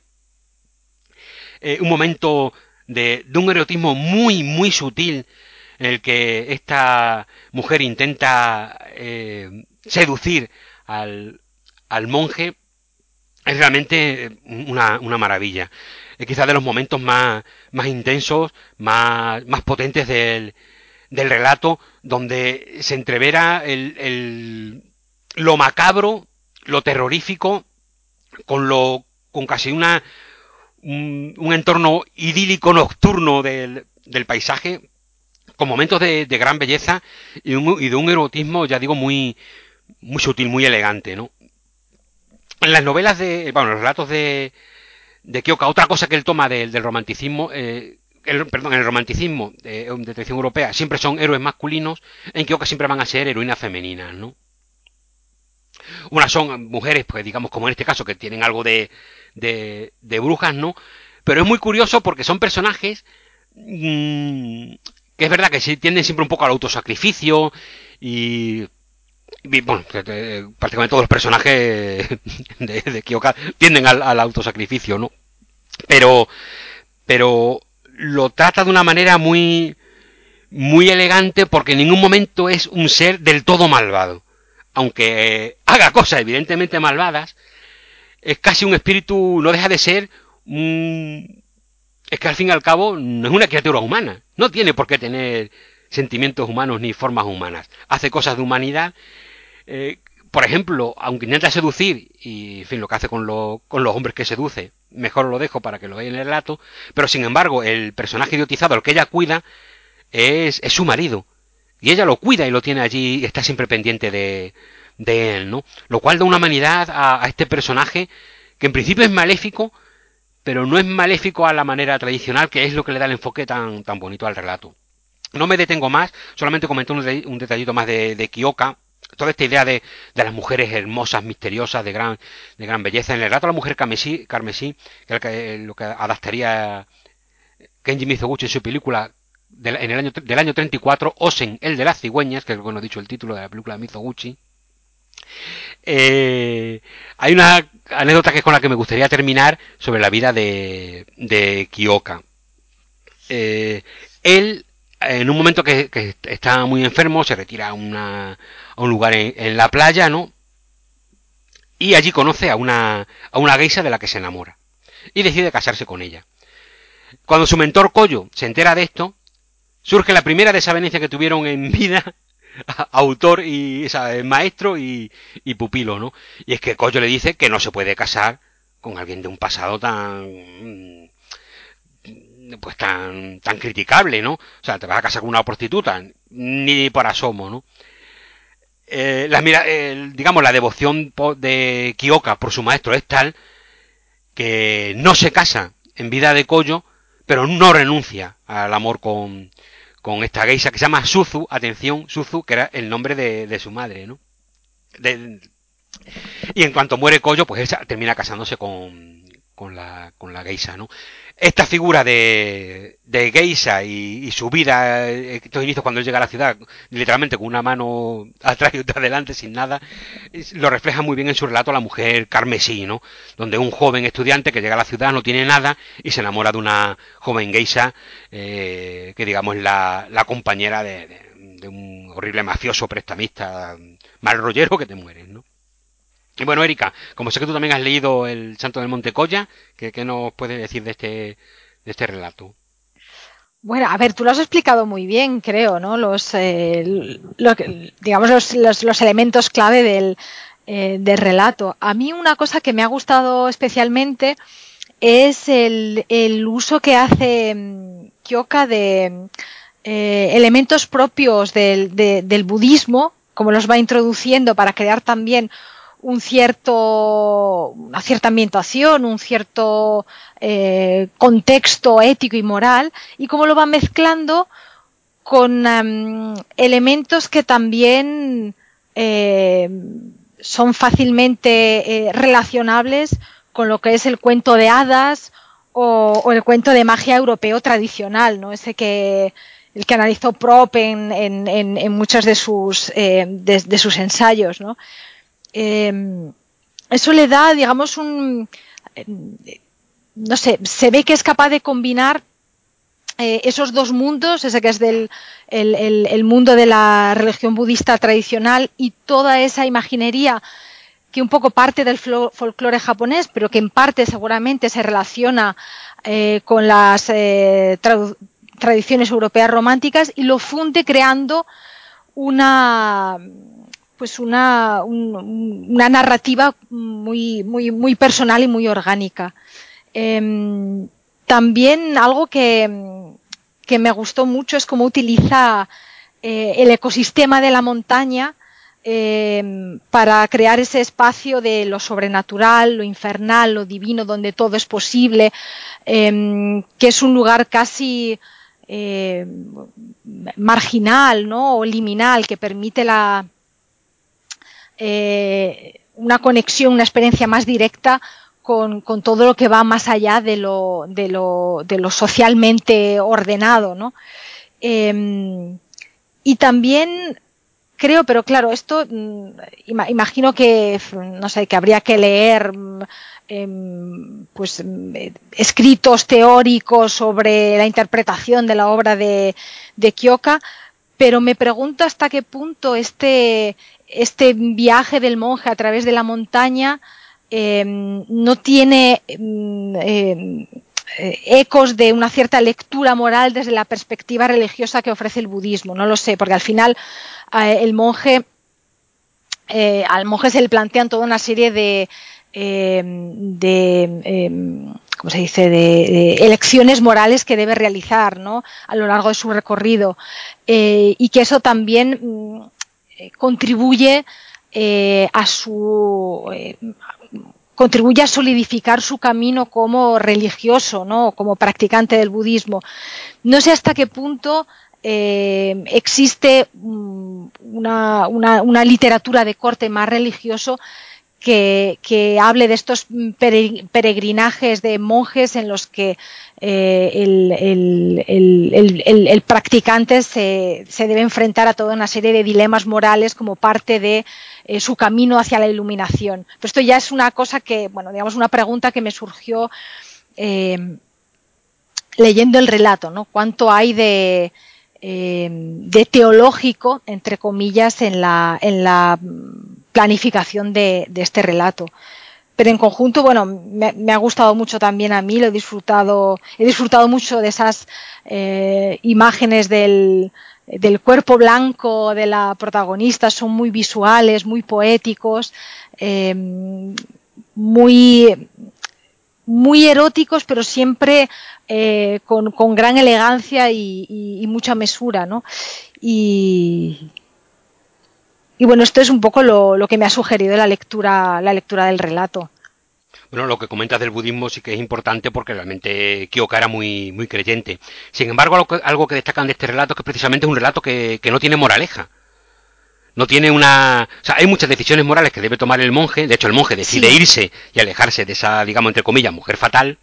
eh, un momento de, de un erotismo muy muy sutil en el que esta mujer intenta eh, seducir al, al monje es realmente una, una maravilla. Es quizás de los momentos más, más intensos, más, más potentes del, del relato, donde se entrevera el, el, lo macabro, lo terrorífico, con lo con casi una un, un entorno idílico nocturno del, del paisaje, con momentos de, de gran belleza y, un, y de un erotismo, ya digo, muy, muy sutil, muy elegante, ¿no? En las novelas de, bueno, los relatos de, de Kyoka, otra cosa que él toma del, del romanticismo, eh, el, perdón, en el romanticismo de, de tradición europea siempre son héroes masculinos, en Kyoka siempre van a ser heroínas femeninas, ¿no? Unas son mujeres, pues digamos como en este caso, que tienen algo de, de, de brujas, ¿no? Pero es muy curioso porque son personajes mmm, que es verdad que sí tienden siempre un poco al autosacrificio y y, bueno, prácticamente todos los personajes de, de Kyoka tienden al, al autosacrificio, ¿no? Pero, pero lo trata de una manera muy, muy elegante porque en ningún momento es un ser del todo malvado. Aunque eh, haga cosas evidentemente malvadas, es casi un espíritu, no deja de ser un... Es que al fin y al cabo no es una criatura humana, no tiene por qué tener sentimientos humanos ni formas humanas. Hace cosas de humanidad. Eh, por ejemplo, aunque intenta seducir, y en fin, lo que hace con, lo, con los hombres que seduce, mejor lo dejo para que lo veáis en el relato, pero sin embargo, el personaje idiotizado al que ella cuida es, es su marido. Y ella lo cuida y lo tiene allí y está siempre pendiente de, de él, ¿no? Lo cual da una humanidad a, a este personaje que en principio es maléfico, pero no es maléfico a la manera tradicional, que es lo que le da el enfoque tan, tan bonito al relato. No me detengo más, solamente comento un, un detallito más de, de Kyoka. Toda esta idea de, de las mujeres hermosas, misteriosas, de gran, de gran belleza. En el relato de la mujer carmesí, carmesí que es lo que, lo que adaptaría Kenji Mizoguchi en su película, del, en el año, del año treinta y cuatro, Osen, el de las cigüeñas, que es, bueno, dicho el título de la película de Mizoguchi. Eh, hay una anécdota que es con la que me gustaría terminar sobre la vida de, de Kyoka. Eh, él, en un momento que, que, está muy enfermo, se retira a, una, a un lugar en, en la playa, ¿no? Y allí conoce a una, a una geisha de la que se enamora. Y decide casarse con ella. Cuando su mentor Koyo se entera de esto, surge la primera desavenencia que tuvieron en vida, autor y o sea, maestro y, y pupilo, ¿no? Y es que Koyo le dice que no se puede casar con alguien de un pasado tan pues tan tan criticable, ¿no? O sea, te vas a casar con una prostituta, ni por asomo, ¿no? Eh, la, mira, eh, digamos, la devoción de Kyoka por su maestro es tal que no se casa en vida de Koyo, pero no renuncia al amor con, con esta geisha que se llama Suzu, atención, Suzu, que era el nombre de, de su madre, ¿no? De, y en cuanto muere Koyo, pues ella termina casándose con, con, la, con la geisha, ¿no? Esta figura de, de geisha y, y su vida, estos inicios cuando él llega a la ciudad, literalmente con una mano atrás y otra adelante, sin nada, lo refleja muy bien en su relato La mujer carmesí, ¿no? Donde un joven estudiante que llega a la ciudad no tiene nada y se enamora de una joven geisha eh, que digamos es la, la compañera de, de, de un horrible mafioso prestamista mal rollero que te mueres, ¿no? Y bueno, Erika, como sé que tú también has leído El Santo del Monte Colla, ¿qué, qué nos puedes decir de este, de este relato? Bueno, a ver, tú lo has explicado muy bien, creo, ¿no? Los, eh, lo, digamos, los, los, los elementos clave del, eh, del relato. A mí una cosa que me ha gustado especialmente es el, el uso que hace um, Kyoka de eh, elementos propios del, de, del budismo, como los va introduciendo para crear también un cierto, una cierta ambientación, un cierto eh, contexto ético y moral, y cómo lo va mezclando con um, elementos que también eh, son fácilmente eh, relacionables con lo que es el cuento de hadas o, o el cuento de magia europeo tradicional, ¿no? Ese que el que analizó Prop en, en, en, en muchos de sus, eh, de, de sus ensayos, ¿no? Eh, eso le da, digamos, un... Eh, no sé, se ve que es capaz de combinar eh, esos dos mundos, ese que es del el, el, el mundo de la religión budista tradicional y toda esa imaginería que un poco parte del folclore japonés, pero que en parte seguramente se relaciona eh, con las eh, tra tradiciones europeas románticas y lo funde creando una pues una, un, una narrativa muy, muy, muy personal y muy orgánica. Eh, también algo que, que me gustó mucho es cómo utiliza eh, el ecosistema de la montaña eh, para crear ese espacio de lo sobrenatural, lo infernal, lo divino, donde todo es posible, eh, que es un lugar casi eh, marginal, ¿no? O liminal, que permite la eh, una conexión, una experiencia más directa con, con todo lo que va más allá de lo, de lo, de lo socialmente ordenado, ¿no? Eh, y también creo, pero claro, esto mmm, imagino que, no sé, que habría que leer eh, pues eh, escritos teóricos sobre la interpretación de la obra de, de Kyoka, pero me pregunto hasta qué punto este, este viaje del monje a través de la montaña eh, no tiene eh, ecos de una cierta lectura moral desde la perspectiva religiosa que ofrece el budismo. No lo sé, porque al final eh, el monje, eh, al monje se le plantean toda una serie de, eh, de eh, ¿cómo se dice?, de, de elecciones morales que debe realizar, ¿no?, a lo largo de su recorrido, eh, y que eso también eh, contribuye eh, a su eh, contribuye a solidificar su camino como religioso, ¿no?, como practicante del budismo. No sé hasta qué punto eh, existe una, una, una literatura de corte más religioso que, que hable de estos peregrinajes de monjes en los que eh, el, el, el, el, el practicante se, se debe enfrentar a toda una serie de dilemas morales como parte de eh, su camino hacia la iluminación. Pero esto ya es una cosa que, bueno, digamos, una pregunta que me surgió eh, leyendo el relato, ¿no? ¿Cuánto hay de, eh, de teológico, entre comillas, en la, en la planificación de, de este relato? Pero en conjunto, bueno, me, me, ha gustado mucho también a mí, lo he disfrutado, he disfrutado mucho de esas eh, imágenes del, del cuerpo blanco de la protagonista, son muy visuales, muy poéticos, eh, muy, muy eróticos, pero siempre eh, con, con gran elegancia y, y, y mucha mesura, ¿no? Y, y bueno, esto es un poco lo, lo que me ha sugerido la lectura, la lectura del relato. Bueno, lo que comentas del budismo sí que es importante porque realmente Kyoka era muy, muy creyente. Sin embargo, algo que, algo que destacan de este relato es que precisamente es un relato que, que no tiene moraleja. No tiene una... O sea, hay muchas decisiones morales que debe tomar el monje. De hecho, el monje decide Sí. irse y alejarse de esa, digamos, entre comillas, mujer fatal.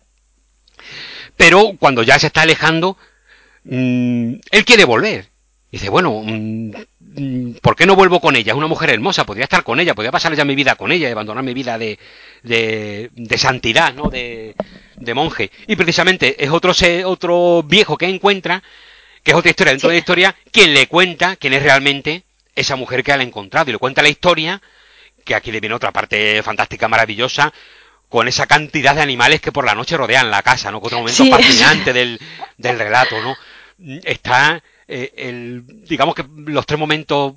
Pero cuando ya se está alejando, mmm, él quiere volver. Dice, bueno, mmm, ¿por qué no vuelvo con ella? Es una mujer hermosa, podría estar con ella, podría pasar ya mi vida con ella y abandonar mi vida de, de, de santidad, ¿no? De, de monje. Y precisamente es otro, otro viejo que encuentra, que es otra historia dentro Sí. de la historia, quien le cuenta quién es realmente esa mujer que él ha encontrado. Y le cuenta la historia, que aquí le viene otra parte fantástica, maravillosa, con esa cantidad de animales que por la noche rodean la casa, ¿no? Otro momento Sí. fascinante del, del relato, ¿no? Está eh, el, digamos que los tres momentos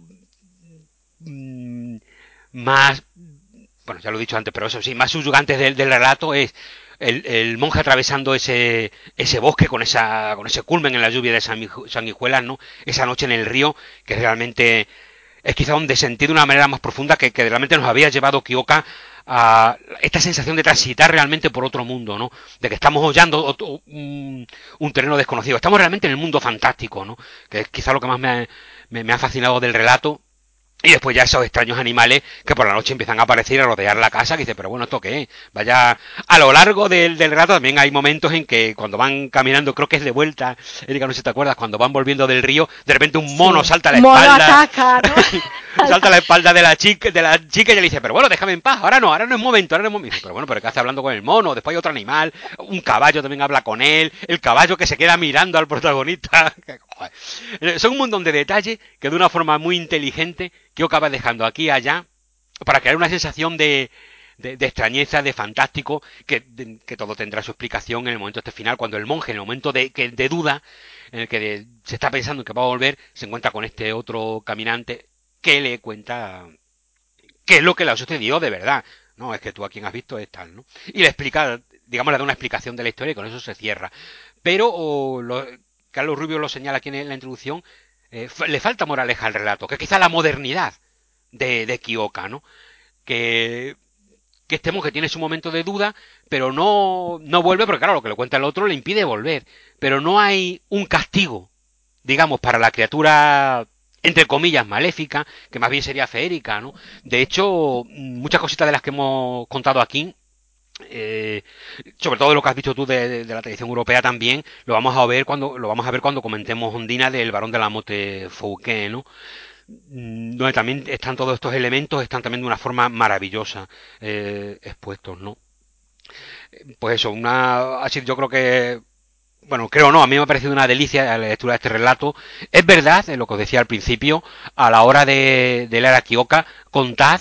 mmm, más, bueno, ya lo he dicho antes, pero eso sí, más subyugantes del, del relato es el, el, monje atravesando ese, ese bosque con esa con ese culmen en la lluvia de sanguijuelas, ¿no? Esa noche en el río, que realmente es quizá donde sentí de una manera más profunda que, que realmente nos había llevado Kyoka a esta sensación de transitar realmente por otro mundo, ¿no? De que estamos hollando un, un terreno desconocido. Estamos realmente en el mundo fantástico, ¿no? Que es quizá lo que más me, me, me ha fascinado del relato. Y después ya esos extraños animales que por la noche empiezan a aparecer y a rodear la casa, que dice, pero bueno, ¿esto qué es? Vaya, a lo largo del, del rato también hay momentos en que cuando van caminando, creo que es de vuelta, Erika, no sé si te acuerdas, cuando van volviendo del río, de repente un mono Sí. salta a la Mono espalda, ataca, ¿no? salta a la espalda de la chica, de la chica y le dice, pero bueno, déjame en paz, ahora no, ahora no es momento, ahora no es momento. Dice, pero bueno, pero ¿qué hace hablando con el mono? Después hay otro animal, un caballo también habla con él, el caballo que se queda mirando al protagonista. Son un montón de detalles que de una forma muy inteligente que acaba dejando aquí y allá para crear una sensación de, de, de extrañeza, de fantástico, que, de, que todo tendrá su explicación en el momento este final, cuando el monje, en el momento de, que, de duda, en el que de, se está pensando en que va a volver, se encuentra con este otro caminante que le cuenta qué es lo que le ha sucedido de verdad. No, es que tú a quien has visto es tal, ¿no? Y le explica, digamos, le da una explicación de la historia y con eso se cierra. Pero o lo, Carlos Rubio lo señala aquí en la introducción, eh, le falta moraleja al relato, que quizá la modernidad de, de Kyoka, ¿no? Que, que este monje tiene su momento de duda, pero no, no vuelve, porque claro, lo que le cuenta el otro le impide volver. Pero no hay un castigo, digamos, para la criatura, entre comillas, maléfica, que más bien sería feérica, ¿no? De hecho, muchas cositas de las que hemos contado aquí, eh, sobre todo lo que has dicho tú de, de, de la tradición europea también, lo vamos a ver cuando lo vamos a ver cuando comentemos Ondina del Barón de la Motte Fouquet, ¿no? Donde también están todos estos elementos, están también de una forma maravillosa eh, expuestos, ¿no? Pues eso, una así yo creo que bueno, creo no, a mí me ha parecido una delicia la lectura de este relato. Es verdad, en lo que os decía al principio, a la hora de, de leer a Kyoka, contad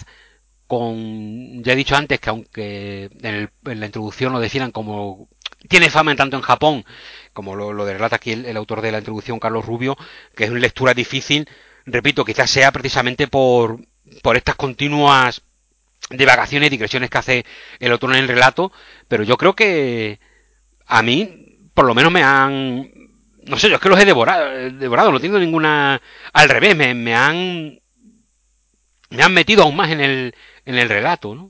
con, ya he dicho antes que aunque en, el, en la introducción lo definan como, tiene fama tanto en Japón, como lo, lo relata aquí el, el autor de la introducción, Carlos Rubio, que es una lectura difícil, repito, quizás sea precisamente por, por estas continuas divagaciones y digresiones que hace el autor en el relato, pero yo creo que a mí, por lo menos me han, no sé, yo es que los he devorado, devorado no tengo ninguna, al revés, me, me han, me han metido aún más en el, en el relato, ¿no?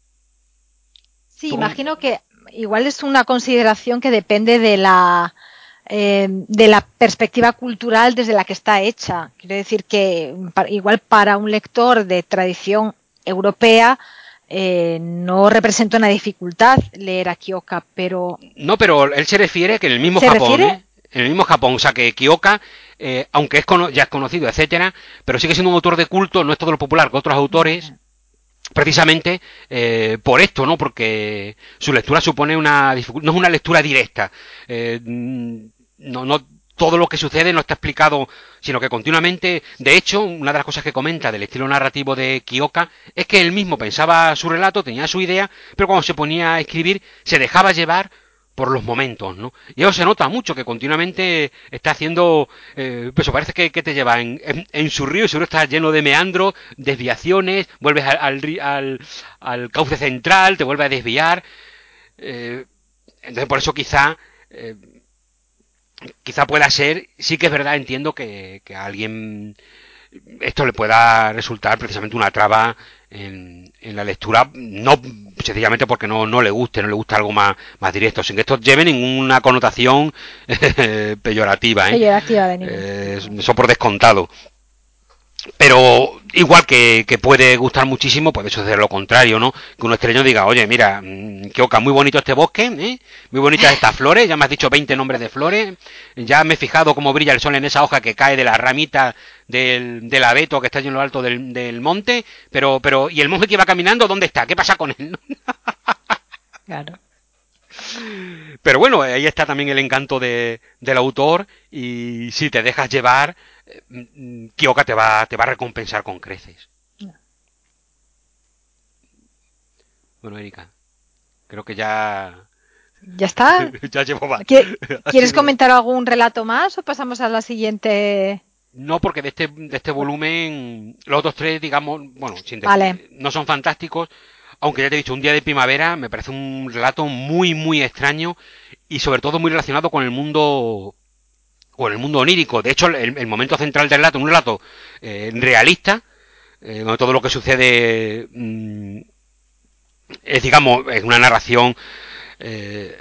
Sí, ¿Tú cómo? imagino que igual es una consideración que depende de la eh, de la perspectiva cultural desde la que está hecha. Quiero decir que para, igual para un lector de tradición europea eh, no representa una dificultad leer a Kyoka, pero... No, pero él se refiere que en el mismo ¿Se Japón, refiere? ¿eh? En el mismo Japón, o sea que Kyoka, eh, aunque es cono ya es conocido, etcétera, pero sigue siendo un autor de culto, no es todo lo popular que otros autores, Vale. precisamente eh, por esto, ¿no? Porque su lectura supone una dificultad, no es una lectura directa, eh, no, no todo lo que sucede no está explicado, sino que continuamente, de hecho, una de las cosas que comenta del estilo narrativo de Kyoka es que él mismo pensaba su relato, tenía su idea, pero cuando se ponía a escribir se dejaba llevar por los momentos, ¿no? Y eso se nota mucho, que continuamente está haciendo, eh, pues parece que, que te lleva en, en, en, su río, y su río está lleno de meandros, desviaciones, vuelves al, al, al, al cauce central, te vuelve a desviar, eh, entonces por eso quizá, eh, quizá pueda ser, sí que es verdad, entiendo que, que a alguien esto le pueda resultar precisamente una traba en, en la lectura, no sencillamente porque no, no le guste, no le gusta algo más, más directo, sin que esto lleve ninguna connotación eh, peyorativa, ¿eh? Peyorativa de ningún Eh, tipo. eso por descontado. Pero igual que, que puede gustar muchísimo, puede suceder lo contrario, ¿no? Que un extraño diga, oye, mira, mmm, Kyoka, muy bonito este bosque, ¿eh? Muy bonitas estas flores, ya me has dicho veinte nombres de flores, ya me he fijado cómo brilla el sol en esa hoja que cae de la ramita del, del abeto que está allí en lo alto del, del monte, pero, pero, ¿y el monje que iba caminando, dónde está? ¿Qué pasa con él? Claro. Pero bueno, ahí está también el encanto de, del autor, y si te dejas llevar, Kyoka te va, te va a recompensar con creces. Bueno, Erika, creo que ya... ¿Ya está? ya llevo va. Ha ¿Quieres sido... comentar algún relato más o pasamos a la siguiente? No, porque de este, de este volumen, los otros tres, digamos, bueno, sin Vale. decir, no son fantásticos, aunque ya te he dicho, Un día de primavera me parece un relato muy, muy extraño y sobre todo muy relacionado con el mundo, con el mundo onírico. De hecho, el, el momento central del relato, un relato eh, realista, eh, donde todo lo que sucede mmm, es, digamos, es una narración, eh,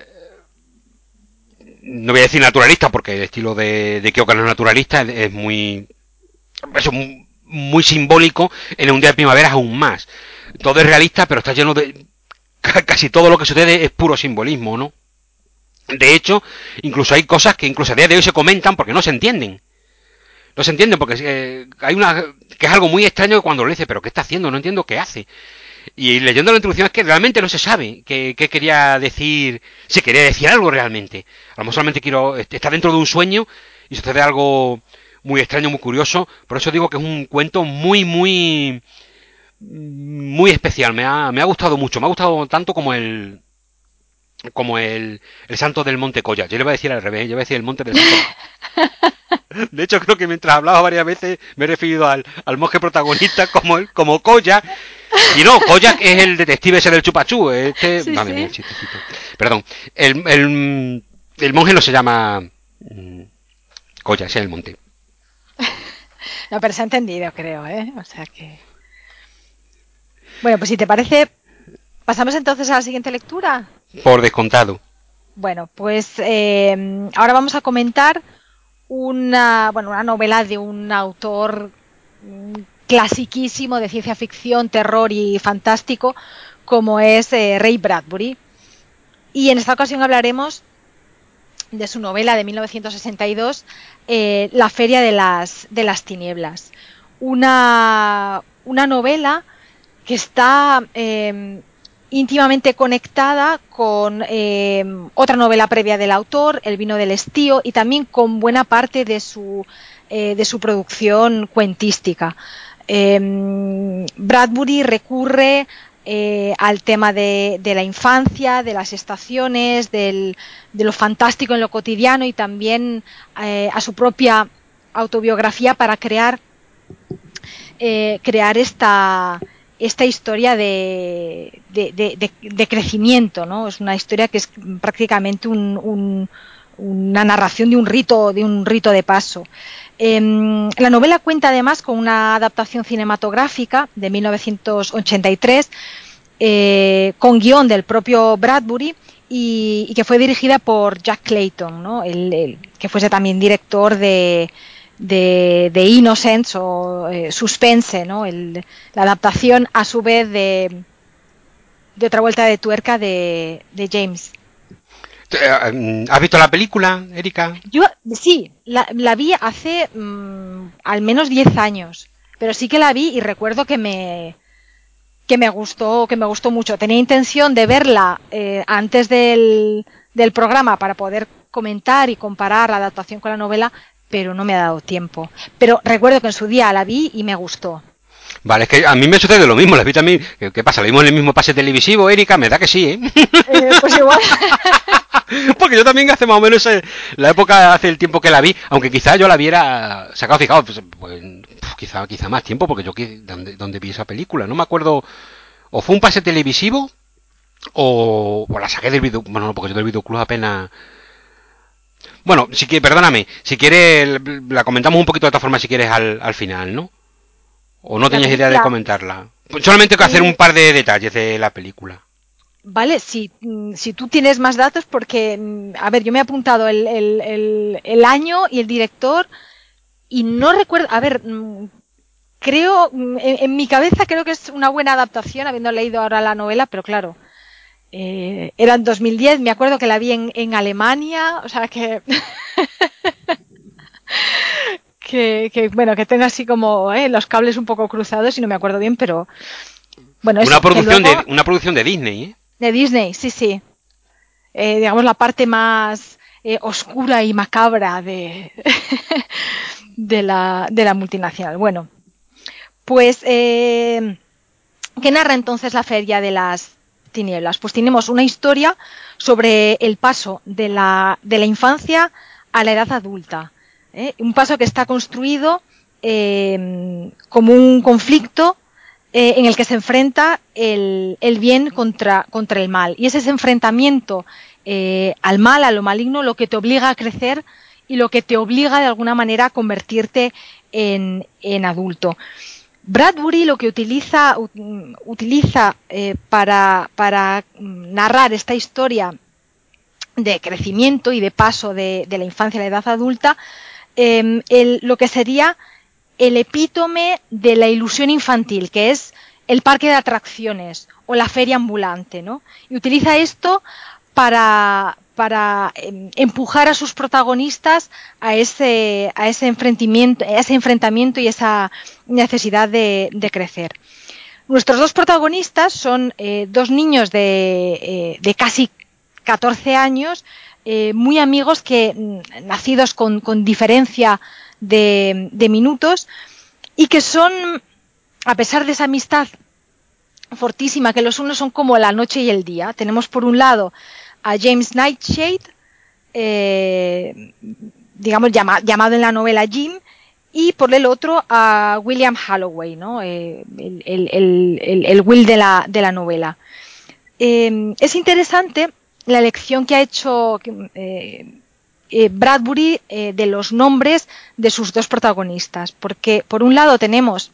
no voy a decir naturalista, porque el estilo de, de Kyoka no es naturalista, es, es muy, eso, muy, muy simbólico. En Un día de primavera aún más. Todo es realista, pero está lleno de, casi todo lo que sucede es puro simbolismo, ¿no? De hecho, incluso hay cosas que incluso a día de hoy se comentan porque no se entienden. No se entienden porque eh, hay una que es algo muy extraño, que cuando lo dice, pero ¿qué está haciendo? No entiendo qué hace. Y leyendo la introducción es que realmente no se sabe qué, qué quería decir, si quería decir algo realmente. A lo mejor solamente quiero, está dentro de un sueño y sucede algo muy extraño, muy curioso. Por eso digo que es un cuento muy, muy, muy especial. Me ha, me ha gustado mucho. Me ha gustado tanto como el, como el, el Santo del Monte Colla. Yo le voy a decir al revés, yo le voy a decir el Monte del Santo. De hecho, creo que mientras hablaba varias veces me he referido al, al monje protagonista como, el, como Koyak. Y no, Koyak es el detective ese del chupachú. Este, Sí, madre mía, sí. el chistecito. Perdón. El, el, el monje no se llama mmm, Koyak, ese es el monte. No, pero se ha entendido, creo, ¿eh? O sea que... Bueno, pues si te parece, pasamos entonces a la siguiente lectura. Por descontado. Bueno, pues eh, ahora vamos a comentar una, bueno, una novela de un autor mm, clasiquísimo de ciencia ficción, terror y fantástico, como es eh, Ray Bradbury. Y en esta ocasión hablaremos de su novela de mil novecientos sesenta y dos, eh, La Feria de las, de las Tinieblas. Una, una novela que está eh, íntimamente conectada con eh, otra novela previa del autor, El vino del estío, y también con buena parte de su, eh, de su producción cuentística. Eh, Bradbury recurre eh, al tema de, de, la infancia, de las estaciones, del, de lo fantástico en lo cotidiano y también eh, a su propia autobiografía para crear, eh, crear esta, esta historia de, de, de, de, crecimiento, ¿no? Es una historia que es prácticamente un, un, una narración de un rito, de un rito de paso. Eh, la novela cuenta además con una adaptación cinematográfica de mil novecientos ochenta y tres eh, con guión del propio Bradbury y, y que fue dirigida por Jack Clayton, ¿no? el, el, que fuese también director de, de, de Innocence o eh, Suspense, ¿no? El, la adaptación a su vez de, de otra vuelta de tuerca de, de James. ¿Has visto la película, Erika? Yo sí, la, la vi hace mmm, al menos diez años, pero sí que la vi y recuerdo que me que me gustó, que me gustó mucho. Tenía intención de verla eh, antes del, del programa para poder comentar y comparar la adaptación con la novela, pero no me ha dado tiempo. Pero recuerdo que en su día la vi y me gustó. Vale, es que a mí me sucede lo mismo, la vi también. ¿Qué, qué pasa? ¿La vimos en el mismo pase televisivo, Erika? Me da que sí, ¿eh? Eh, pues igual. Porque yo también hace más o menos eh, la época, hace el tiempo que la vi, aunque quizá yo la viera sacado, fijaos, pues, pues, quizá, quizá más tiempo, porque yo donde, donde vi esa película, no me acuerdo, o fue un pase televisivo, o, o la saqué del video, bueno, no, porque yo del videoclub apenas... Bueno, si quieres, perdóname, si quieres, la comentamos un poquito de esta forma si quieres al, al final, ¿no? ¿O no La tenías idea de película. comentarla? Pues solamente que hacer un Eh, par de detalles de la película. vale, si, si tú tienes más datos, porque, a ver, yo me he apuntado el, el, el, el año y el director y no recuerdo, a ver, creo, en, en mi cabeza creo que es una buena adaptación, habiendo leído ahora la novela, pero claro, eh, era en dos mil diez, me acuerdo que la vi en, en Alemania, o sea que, que, que, bueno, que tengo así como eh, los cables un poco cruzados y no me acuerdo bien, pero bueno, Una eso, que producción luego de una producción de Disney, ¿eh? de Disney, sí, sí, eh, digamos la parte más eh, oscura y macabra de, de, la, de la multinacional. Bueno, pues, eh, ¿qué narra entonces la Feria de las Tinieblas? Pues tenemos una historia sobre el paso de la, de la infancia a la edad adulta. ¿eh? Un paso que está construido eh, como un conflicto eh, en el que se enfrenta el, el bien contra, contra, el mal. Y es ese enfrentamiento eh, al mal, a lo maligno, lo que te obliga a crecer y lo que te obliga de alguna manera a convertirte en, en adulto. Bradbury lo que utiliza, utiliza eh, para, para narrar esta historia de crecimiento y de paso de, de la infancia a la edad adulta, eh, el, lo que sería el epítome de la ilusión infantil, que es el parque de atracciones o la feria ambulante, ¿no? Y utiliza esto para, para eh, empujar a sus protagonistas a ese, a ese enfrentamiento, a ese enfrentamiento y esa necesidad de, de crecer. Nuestros dos protagonistas son eh, dos niños de, eh, de casi catorce años, eh, muy amigos que nacidos con, con diferencia de, de minutos y que son, a pesar de esa amistad fortísima, que los unos son como la noche y el día. Tenemos por un lado a James Nightshade, eh, digamos llama, llamado en la novela Jim, y por el otro a William Holloway, ¿no? eh, el, el, el, el, Will de la, de la novela. Eh, es interesante la elección que ha hecho eh, eh, Bradbury eh, de los nombres de sus dos protagonistas, porque por un lado tenemos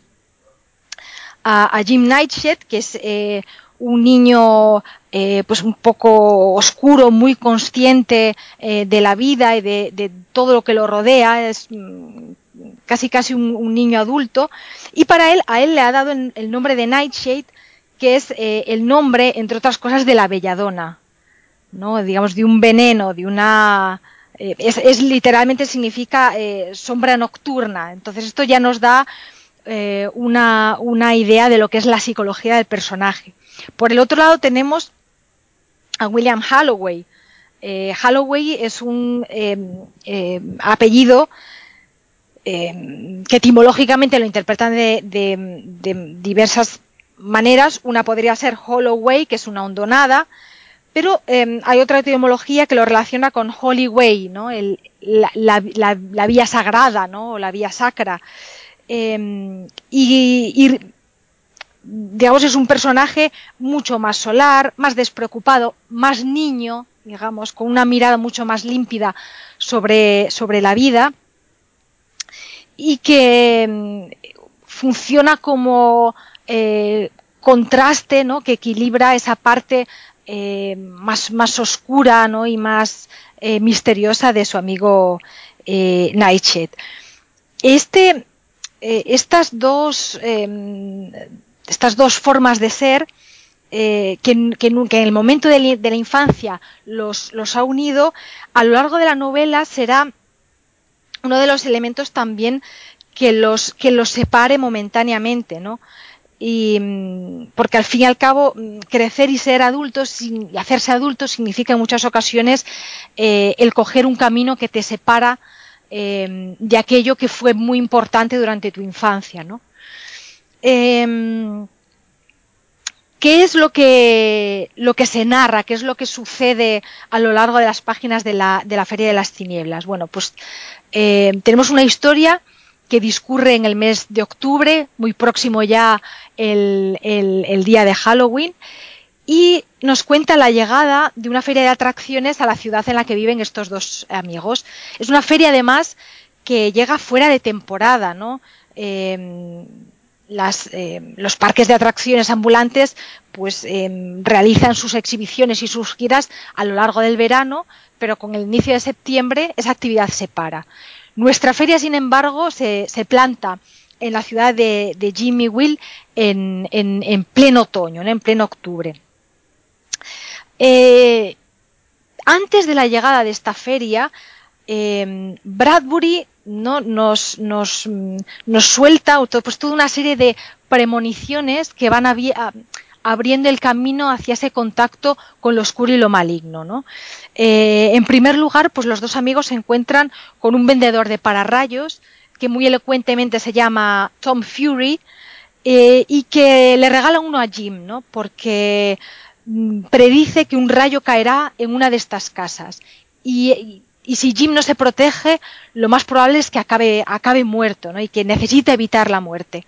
a, a Jim Nightshade, que es eh, un niño eh, pues un poco oscuro, muy consciente eh, de la vida y de, de todo lo que lo rodea, es mm, casi casi un, un niño adulto, y para él, a él le ha dado el, el nombre de Nightshade, que es eh, el nombre, entre otras cosas, de la belladona, ¿no? Digamos, de un veneno, de una... Eh, es, es literalmente significa eh, sombra nocturna. Entonces esto ya nos da eh, una, una idea de lo que es la psicología del personaje. Por el otro lado tenemos a William Holloway. Eh, Holloway es un eh, eh, apellido eh, que etimológicamente lo interpretan de, de, de diversas maneras. Una podría ser Holloway, que es una hondonada, pero eh, hay otra etimología que lo relaciona con Holy Way, ¿no? El, la, la, la, la vía sagrada, ¿no? O la vía sacra. Eh, y, y digamos es un personaje mucho más solar, más despreocupado, más niño, digamos, con una mirada mucho más límpida sobre, sobre la vida y que eh, funciona como eh, contraste, ¿no? Que equilibra esa parte eh, más, más oscura, ¿no? Y más eh, misteriosa de su amigo eh, Nightshade. Este, eh, estas dos eh, estas dos formas de ser eh, que, que, que en el momento de, de la infancia los, los ha unido, a lo largo de la novela será uno de los elementos también que los, que los separe momentáneamente, ¿no? Y porque al fin y al cabo crecer y ser adultos y hacerse adultos significa en muchas ocasiones eh, el coger un camino que te separa eh, de aquello que fue muy importante durante tu infancia, ¿no? Eh, ¿Qué es lo que, lo que se narra? ¿Qué es lo que sucede a lo largo de las páginas de la, de la Feria de las Tinieblas? Bueno, pues eh, tenemos una historia que discurre en el mes de octubre, muy próximo ya el, el, el día de Halloween, y nos cuenta la llegada de una feria de atracciones a la ciudad en la que viven estos dos amigos. Es una feria, además, que llega fuera de temporada, ¿no? Eh, las, eh, los parques de atracciones ambulantes pues eh, realizan sus exhibiciones y sus giras a lo largo del verano, pero con el inicio de septiembre esa actividad se para. Nuestra feria, sin embargo, se, se planta en la ciudad de, de Jimmyville en, en, en pleno otoño, ¿no? En pleno octubre. Eh, antes de la llegada de esta feria, eh, Bradbury ¿no? nos, nos, nos suelta pues, toda una serie de premoniciones que van a, a, abriendo el camino hacia ese contacto con lo oscuro y lo maligno, ¿no? Eh, en primer lugar, pues los dos amigos se encuentran con un vendedor de pararrayos que muy elocuentemente se llama Tom Fury eh, y que le regala uno a Jim, ¿no? Porque mmm, predice que un rayo caerá en una de estas casas y, y Y si Jim no se protege, lo más probable es que acabe, acabe muerto, ¿no? Y que necesita evitar la muerte.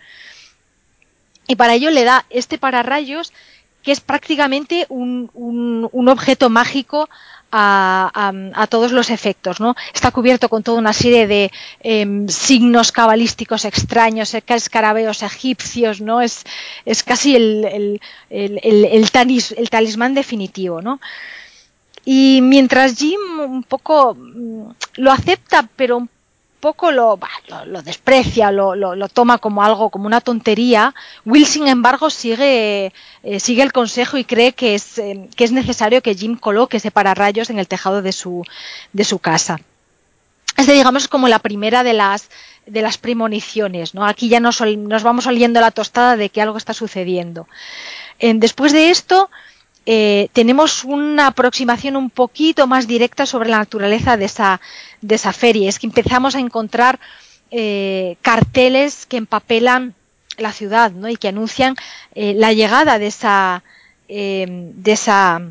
Y para ello le da este pararrayos, que es prácticamente un, un, un objeto mágico a, a, a todos los efectos, ¿no? Está cubierto con toda una serie de eh, signos cabalísticos extraños, escarabeos egipcios, ¿no? Es, es casi el, el, el, el, el, talis, el talismán definitivo, ¿no? Y mientras Jim un poco lo acepta, pero un poco lo, lo, lo desprecia, lo, lo, lo toma como algo, como una tontería, Will, sin embargo, sigue, eh, sigue el consejo y cree que es, eh, que es necesario que Jim coloque ese pararrayos en el tejado de su, de su casa. Este, digamos, es como la primera de las, de las premoniciones, ¿no? Aquí ya nos, nos vamos oliendo la tostada de que algo está sucediendo. Eh, después de esto, Eh, tenemos una aproximación un poquito más directa sobre la naturaleza de esa, de esa feria. Es que empezamos a encontrar eh, carteles que empapelan la ciudad, ¿no? Y que anuncian eh, la llegada de esa, eh, de esa,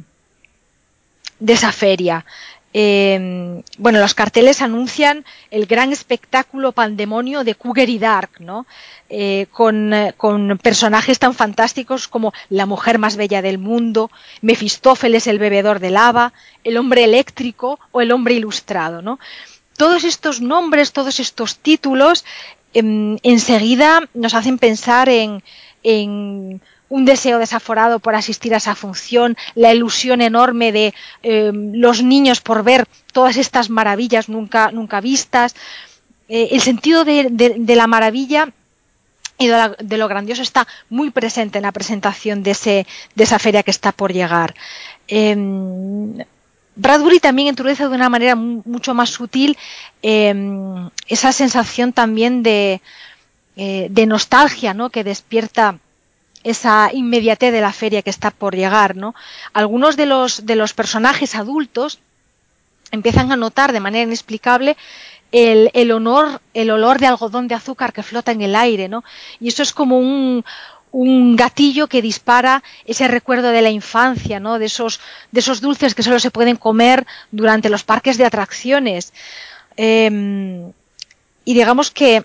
de esa feria. Eh, bueno, los carteles anuncian el gran espectáculo pandemonio de Cougar y Dark, ¿no? Eh, con, con personajes tan fantásticos como la mujer más bella del mundo, Mefistófeles el bebedor de lava, el hombre eléctrico o el hombre ilustrado, ¿no? Todos estos nombres, todos estos títulos, eh, enseguida nos hacen pensar en, en un deseo desaforado por asistir a esa función, la ilusión enorme de eh, los niños por ver todas estas maravillas nunca, nunca vistas, eh, el sentido de, de, de la maravilla y de, la, de lo grandioso está muy presente en la presentación de, ese, de esa feria que está por llegar. Eh, Bradbury también introduce de una manera mucho más sutil eh, esa sensación también de, eh, de nostalgia, ¿no? Que despierta esa inmediatez de la feria que está por llegar, ¿no? Algunos de los, de los personajes adultos empiezan a notar de manera inexplicable el, el, honor, el olor de algodón de azúcar que flota en el aire, ¿no? Y eso es como un, un gatillo que dispara ese recuerdo de la infancia, ¿no? De esos, de esos dulces que solo se pueden comer durante los parques de atracciones. Eh, y digamos que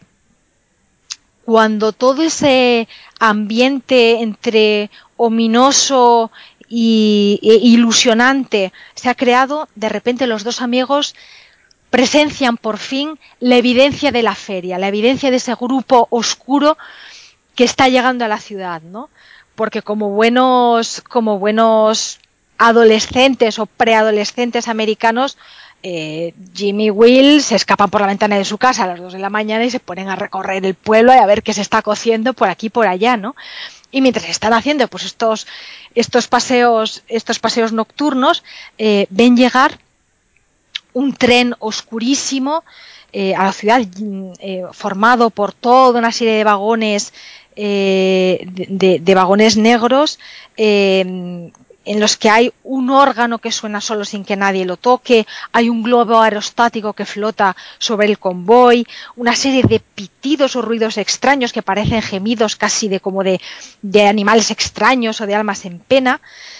cuando todo ese ambiente entre ominoso y, e ilusionante se ha creado, de repente los dos amigos presencian por fin la evidencia de la feria, la evidencia de ese grupo oscuro que está llegando a la ciudad, ¿no? Porque como buenos, como buenos adolescentes o preadolescentes americanos, eh, Jimmy y Will se escapan por la ventana de su casa a las dos de la mañana y se ponen a recorrer el pueblo y a ver qué se está cociendo por aquí y por allá, ¿no? Y mientras están haciendo pues estos, estos paseos, estos paseos nocturnos, eh, ven llegar un tren oscurísimo eh, a la ciudad, eh, formado por toda una serie de vagones, eh, de, de, de vagones negros, eh, en los que hay un órgano que suena solo sin que nadie lo toque, hay un globo aerostático que flota sobre el convoy, una serie de pitidos o ruidos extraños que parecen gemidos casi de como de, de animales extraños o de almas en pena,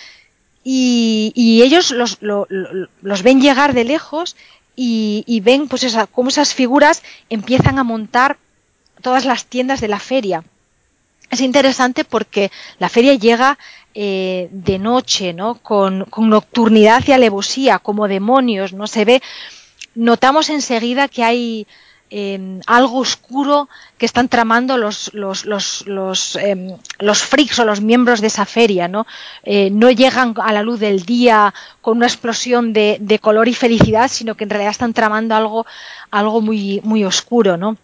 y, y ellos los, lo, lo, los ven llegar de lejos y, y ven pues esa, cómo esas figuras empiezan a montar todas las tiendas de la feria. Es interesante porque la feria llega eh, de noche, ¿no? Con, con nocturnidad y alevosía, como demonios, ¿no? Se ve, notamos enseguida que hay eh, algo oscuro que están tramando los los los los, eh, los freaks o los miembros de esa feria, ¿no? Eh, no llegan a la luz del día con una explosión de, de color y felicidad, sino que en realidad están tramando algo algo muy muy oscuro, ¿no?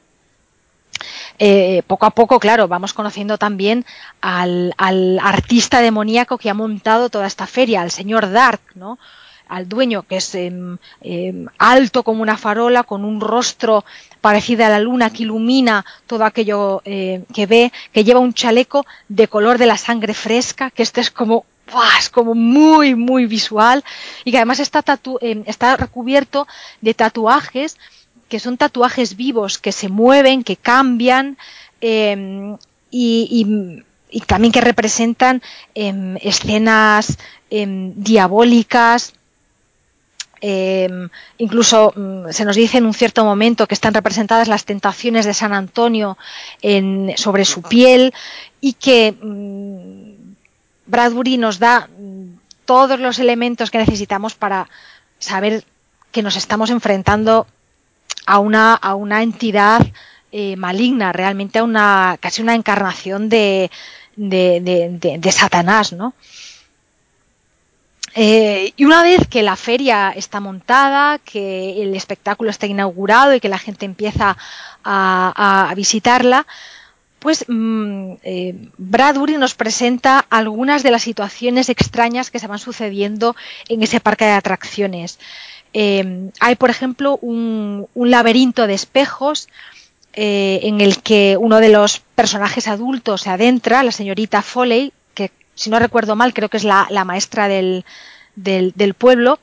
Eh, poco a poco, claro, vamos conociendo también al, al artista demoníaco que ha montado toda esta feria, al señor Dark, ¿no? Al dueño, que es eh, eh, alto como una farola, con un rostro parecido a la luna que ilumina todo aquello eh, que ve, que lleva un chaleco de color de la sangre fresca, que este es como, ¡buah!, es como muy, muy visual, y que además está, tatu eh, está recubierto de tatuajes que son tatuajes vivos, que se mueven, que cambian, eh, y, y, y también que representan eh, escenas eh, diabólicas. Eh, incluso mm, se nos dice en un cierto momento que están representadas las tentaciones de San Antonio en, sobre su piel, y que mmm, Bradbury nos da mmm, todos los elementos que necesitamos para saber que nos estamos enfrentando a una, a una entidad eh, maligna, realmente a una casi una encarnación de, de, de, de, de Satanás, ¿no? Eh, y una vez que la feria está montada, que el espectáculo está inaugurado y que la gente empieza a, a visitarla, pues mmm, eh, Bradbury nos presenta algunas de las situaciones extrañas que se van sucediendo en ese parque de atracciones. Eh, hay, por ejemplo, un, un laberinto de espejos eh, en el que uno de los personajes adultos se adentra, la señorita Foley, que si no recuerdo mal creo que es la, la maestra del, del, del pueblo,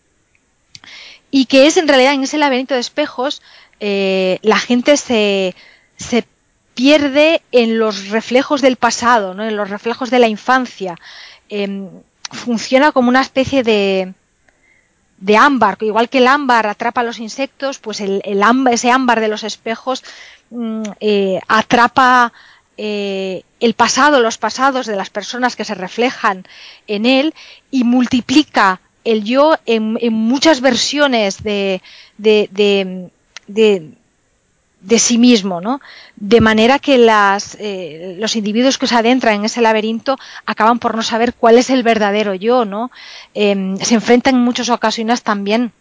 y que es en realidad en ese laberinto de espejos eh, la gente se, se pierde en los reflejos del pasado, ¿no? En los reflejos de la infancia. Eh, funciona como una especie de de ámbar, igual que el ámbar atrapa a los insectos, pues el, el ámbar, ese ámbar de los espejos mmm, eh, atrapa eh, el pasado, los pasados de las personas que se reflejan en él, y multiplica el yo en, en muchas versiones de, de, de, de de sí mismo, ¿no? De manera que las, eh, los individuos que se adentran en ese laberinto acaban por no saber cuál es el verdadero yo, ¿no? Eh, se enfrentan en muchas ocasiones también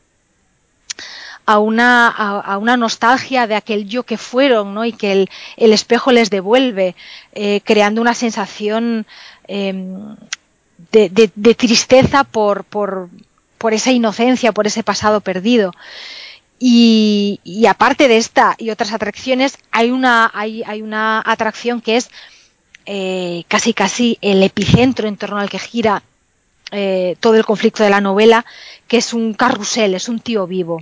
a una, a, a una nostalgia de aquel yo que fueron, ¿no? Y que el, el espejo les devuelve, eh, creando una sensación eh, de, de, de tristeza por, por, por esa inocencia, por ese pasado perdido. Y, y aparte de esta y otras atracciones, hay una, hay, hay una atracción que es eh, casi casi el epicentro en torno al que gira eh, todo el conflicto de la novela, que es un carrusel, es un tío vivo.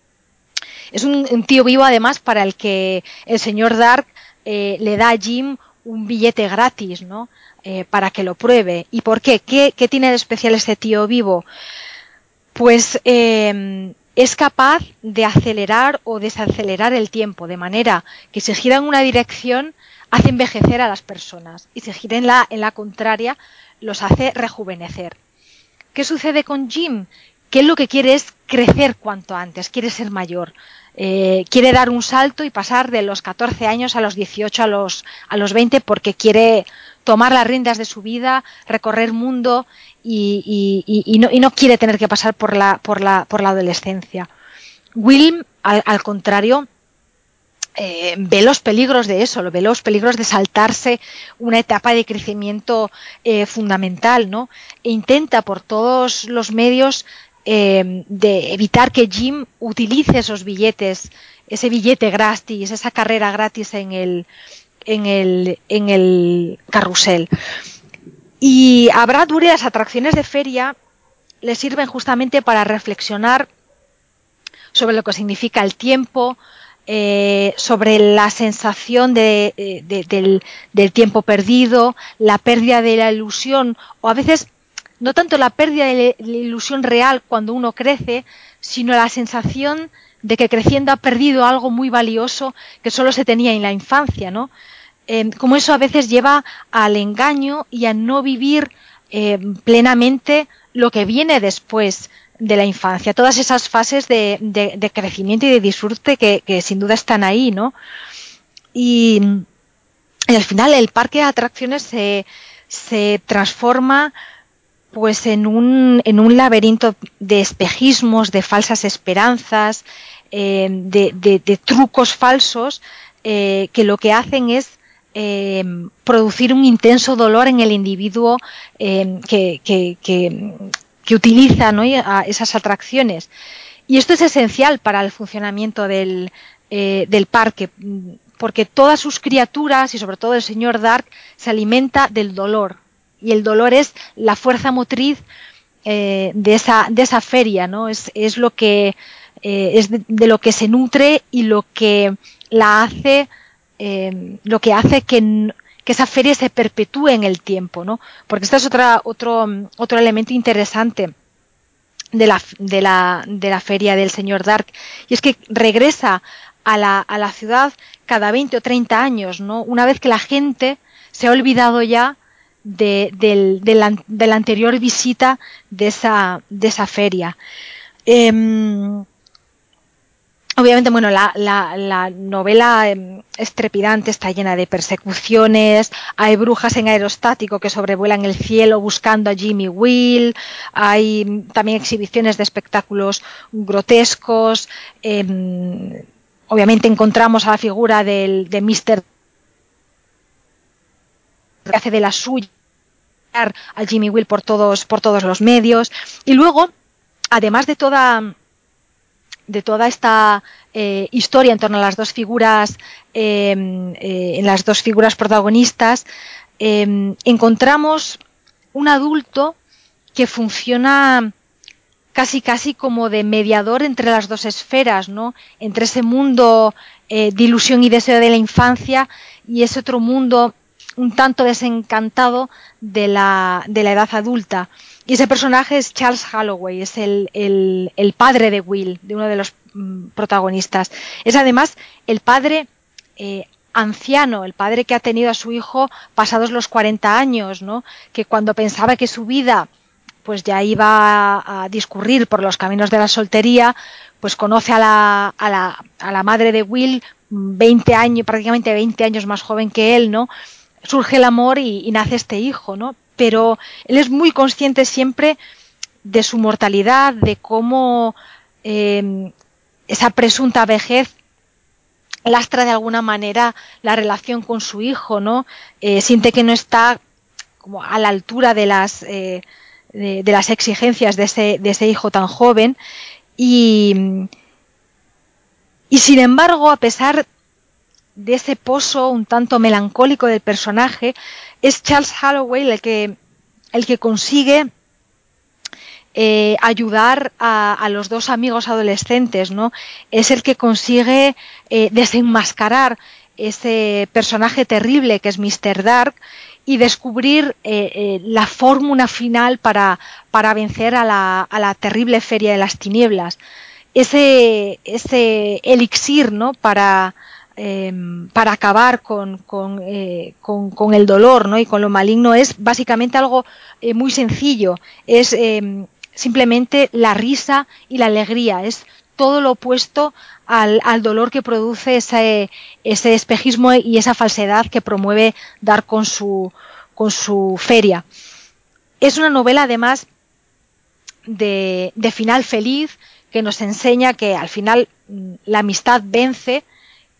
Es un, un tío vivo además para el que el señor Dark eh, le da a Jim un billete gratis, ¿no? Eh, para que lo pruebe. ¿Y por qué? ¿Qué, qué tiene de especial este tío vivo? Pues eh, es capaz de acelerar o desacelerar el tiempo, de manera que si gira en una dirección hace envejecer a las personas, y si gira en la, en la contraria los hace rejuvenecer. ¿Qué sucede con Jim? Que él lo que quiere es crecer cuanto antes, quiere ser mayor, eh, quiere dar un salto y pasar de los catorce años a los dieciocho, a los, a los veinte, porque quiere tomar las riendas de su vida, recorrer mundo, y, y, y, no, y no quiere tener que pasar por la, por la, por la adolescencia. Will, al, al contrario, eh, ve los peligros de eso, ve los peligros de saltarse una etapa de crecimiento eh, fundamental, ¿no? E intenta por todos los medios eh, de evitar que Jim utilice esos billetes, ese billete gratis, esa carrera gratis en el, en el, en el carrusel. Y a Bradbury las atracciones de feria le sirven justamente para reflexionar sobre lo que significa el tiempo, eh, sobre la sensación de, de, del, del tiempo perdido, la pérdida de la ilusión, o a veces no tanto la pérdida de la ilusión real cuando uno crece, sino la sensación de que creciendo ha perdido algo muy valioso que solo se tenía en la infancia, ¿no? Eh, como eso a veces lleva al engaño y a no vivir eh, plenamente lo que viene después de la infancia, todas esas fases de, de, de crecimiento y de disfrute que, que sin duda están ahí, ¿no? Y, y al final el parque de atracciones se, se transforma pues en un, en un laberinto de espejismos, de falsas esperanzas, eh, de, de, de trucos falsos eh, que lo que hacen es Eh, producir un intenso dolor en el individuo eh, que, que, que, que utiliza, ¿no?, a esas atracciones. Y esto es esencial para el funcionamiento del, eh, del parque, porque todas sus criaturas, y sobre todo el señor Dark, se alimenta del dolor. Y el dolor es la fuerza motriz eh, de, esa, de esa feria, ¿no? Es, es, lo que, eh, es de, de lo que se nutre y lo que la hace... Eh, lo que hace que, que esa feria se perpetúe en el tiempo, ¿no? Porque este es otra, otro, otro elemento interesante de la, de, la, de la feria del señor Dark, y es que regresa a la, a la ciudad cada veinte o treinta años, ¿no? Una vez que la gente se ha olvidado ya de, de, de, la, de la anterior visita de esa, de esa feria. Eh, Obviamente, bueno, la, la, la novela eh, es trepidante, está llena de persecuciones, hay brujas en aerostático que sobrevuelan el cielo buscando a Jimmy Will, hay también exhibiciones de espectáculos grotescos, eh, obviamente encontramos a la figura del, de míster que hace de la suya a Jimmy Will por todos, por todos los medios, y luego, además de toda... de toda esta eh, historia en torno a las dos figuras, eh, eh, en las dos figuras protagonistas, eh, encontramos un adulto que funciona casi casi como de mediador entre las dos esferas, ¿no? Entre ese mundo eh, de ilusión y deseo de la infancia y ese otro mundo un tanto desencantado de la, de la edad adulta. Y ese personaje es Charles Holloway, es el, el, el padre de Will, de uno de los mm, protagonistas. Es además el padre eh, anciano, el padre que ha tenido a su hijo pasados los cuarenta años, ¿no? Que cuando pensaba que su vida pues ya iba a, a discurrir por los caminos de la soltería, pues conoce a la, a la, a la madre de Will, veinte años, prácticamente veinte años más joven que él, ¿no? Surge el amor y, y nace este hijo, ¿no? Pero él es muy consciente siempre de su mortalidad, de cómo eh, esa presunta vejez lastra de alguna manera la relación con su hijo, ¿no? Eh, siente que no está como a la altura de las eh, de, de las exigencias de ese, de ese hijo tan joven y, y sin embargo, a pesar de ese pozo un tanto melancólico del personaje, es Charles Holloway el que, el que consigue eh, ayudar a, a los dos amigos adolescentes, ¿no? Es el que consigue eh, desenmascarar ese personaje terrible que es míster Dark y descubrir eh, eh, la fórmula final para, para vencer a la, a la terrible feria de las tinieblas. Ese, ese elixir, ¿no? Para, eh, para acabar con, con, eh, con, con el dolor, ¿no? Y con lo maligno es básicamente algo eh, muy sencillo. Es eh, simplemente la risa y la alegría. Es todo lo opuesto al, al dolor que produce ese, ese espejismo y esa falsedad que promueve Dark con su, con su feria. Es una novela, además, de, de final feliz, que nos enseña que al final la amistad vence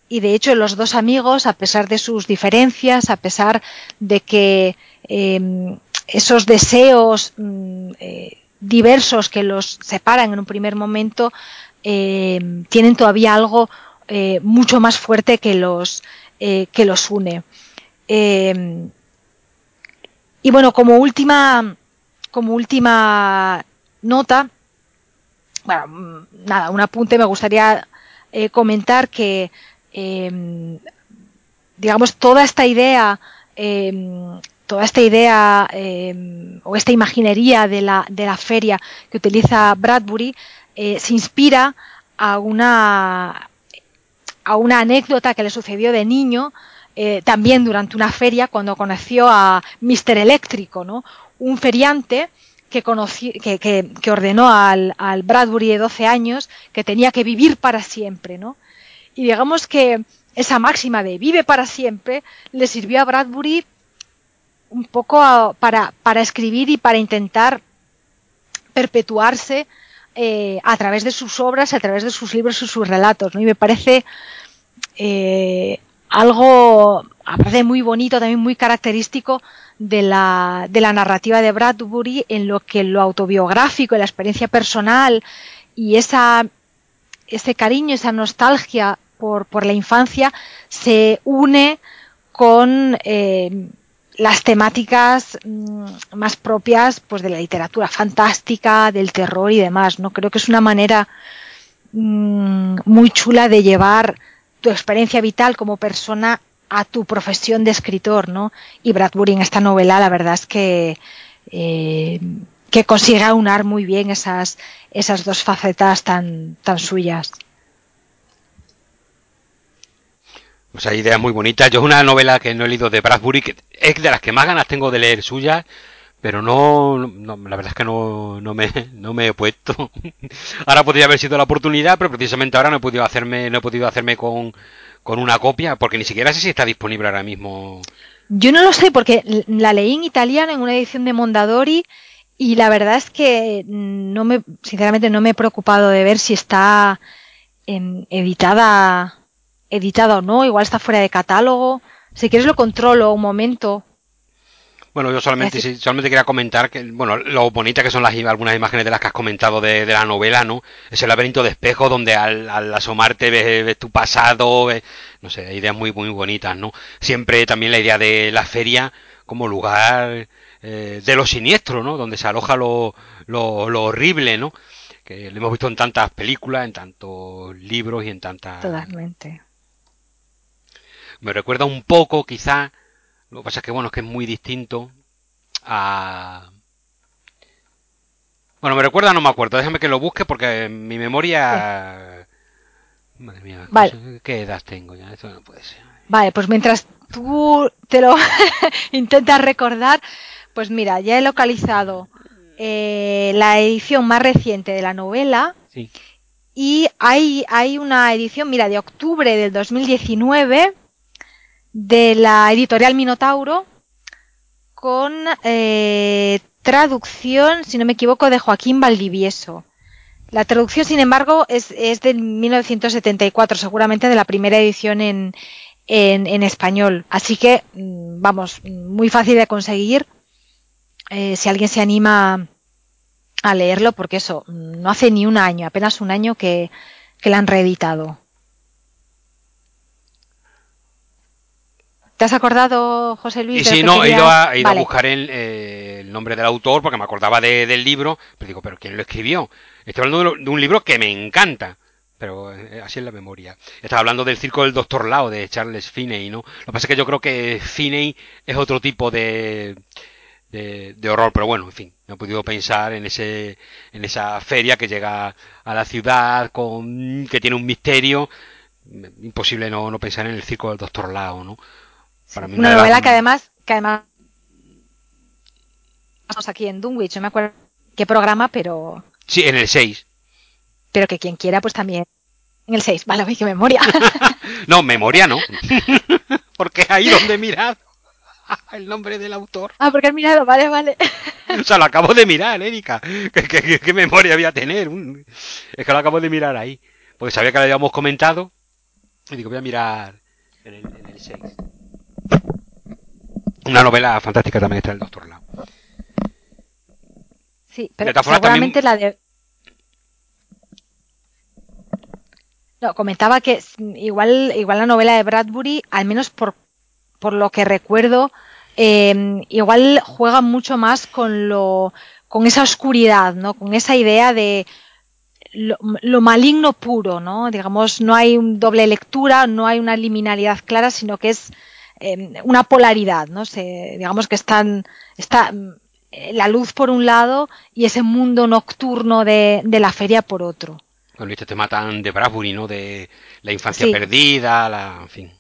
y de hecho los dos amigos, a pesar de sus diferencias, a pesar de que eh, esos deseos mm, eh, diversos que los separan en un primer momento, eh, tienen todavía algo eh, mucho más fuerte que los, eh, que los une. Eh, y bueno, como última, como última nota, bueno, nada, un apunte, me gustaría eh, comentar que eh, digamos toda esta idea eh, toda esta idea eh, o esta imaginería de la, de la feria que utiliza Bradbury eh, se inspira a una a una anécdota que le sucedió de niño eh, también durante una feria cuando conoció a míster Eléctrico, ¿no? Un feriante que, conocí, que, que, que ordenó al, al Bradbury de doce años que tenía que vivir para siempre, ¿no? Y digamos que esa máxima de vive para siempre le sirvió a Bradbury un poco a, para, para escribir y para intentar perpetuarse eh, a través de sus obras, a través de sus libros y sus relatos, ¿no? Y me parece eh, algo, aparte muy bonito, también muy característico de la, de la narrativa de Bradbury, en lo que lo autobiográfico, en la experiencia personal y esa, ese cariño, esa nostalgia por, por la infancia se une con eh, las temáticas mmm, más propias pues de la literatura fantástica, del terror y demás, ¿no? Creo que es una manera mmm, muy chula de llevar tu experiencia vital como persona a tu profesión de escritor, ¿no? Y Bradbury en esta novela, la verdad es que eh, que consigue aunar muy bien esas esas dos facetas tan tan suyas. O sea, ideas muy bonitas. Yo es una novela que no he leído de Bradbury, que es de las que más ganas tengo de leer suyas, pero no, no la verdad es que no, no, me, no me he puesto. Ahora podría haber sido la oportunidad, pero precisamente ahora no he podido hacerme, no he podido hacerme con, con una copia, porque ni siquiera sé si está disponible ahora mismo. Yo no lo sé porque la leí en italiano en una edición de Mondadori y la verdad es que no me, sinceramente no me he preocupado de ver si está en, editada, editada o no, igual está fuera de catálogo. Si quieres lo controlo un momento. Bueno, yo solamente, sí, solamente quería comentar que, bueno, lo bonita que son las algunas imágenes de las que has comentado de, de la novela, ¿no? Ese laberinto de espejos donde al, al asomarte ves, ves, tu pasado, ves, no sé, ideas muy, muy bonitas, ¿no? Siempre también la idea de la feria como lugar eh, de lo siniestro, ¿no? Donde se aloja lo, lo, lo horrible, ¿no? Que lo hemos visto en tantas películas, en tantos libros y en tantas... Totalmente. Me recuerda un poco, quizá, lo que pasa es que, bueno, es que es muy distinto a... Bueno, me recuerda, no me acuerdo. Déjame que lo busque porque mi Sí. memoria... Madre mía, Vale, ¿qué edad tengo ya? Esto no puede ser. vale, pues mientras tú te lo intentas recordar, pues mira, ya he localizado eh, la edición más reciente de la novela Sí. y hay, hay una edición, mira, de octubre del dos mil diecinueve de la editorial Minotauro con eh, traducción, si no me equivoco, de Joaquín Valdivieso. La traducción, sin embargo, es, es de mil novecientos setenta y cuatro, seguramente de la primera edición en, en, en español. Así que, vamos, muy fácil de conseguir eh, si alguien se anima a leerlo, porque eso, no hace ni un año, apenas un año que, que la han reeditado. ¿Te has acordado, José Luis, Y de lo si que no, he ido querías? a, he ido a Vale. buscar el, eh, el nombre del autor porque me acordaba de, del libro, pero digo, ¿pero quién lo escribió? Estoy hablando de, lo, de un libro que me encanta, pero eh, así es la memoria. Estaba hablando del Circo del Doctor Lao de Charles Finney, ¿no? Lo que pasa es que yo creo que Finney es otro tipo de, de, de horror, pero bueno, en fin, no he podido pensar en ese en esa feria que llega a la ciudad con que tiene un misterio, imposible no, no pensar en el Circo del Doctor Lao, ¿no? Para Sí. mí una Una de las... novela que además, que además estamos aquí en Dunwich, no me acuerdo qué programa, pero Sí, en el seis. pero que quien quiera, pues también. En el seis, vale, uy, qué memoria. No, memoria no, porque es ahí donde he mirado el nombre del autor. Ah, porque has mirado, vale, vale. O sea, lo acabo de mirar, Erika. ¿Qué, qué, qué memoria voy a tener? Es que lo acabo de mirar ahí. Porque sabía que lo habíamos comentado. Y digo, voy a mirar en el, en el seis. Una novela fantástica también está el Doctor Lao. Sí, pero seguramente también... la de... No, comentaba que igual, igual la novela de Bradbury, al menos por, por lo que recuerdo, eh, igual juega mucho más con lo, con esa oscuridad, ¿no? Con esa idea de lo, lo maligno puro, ¿no? Digamos, no hay un doble lectura, no hay una liminalidad clara, sino que es eh, una polaridad, ¿no? Se, digamos que están, está la luz por un lado y ese mundo nocturno de, de la feria por otro. Bueno, este tema tan de Bradbury, ¿no? De la infancia sí. perdida, la, en fin.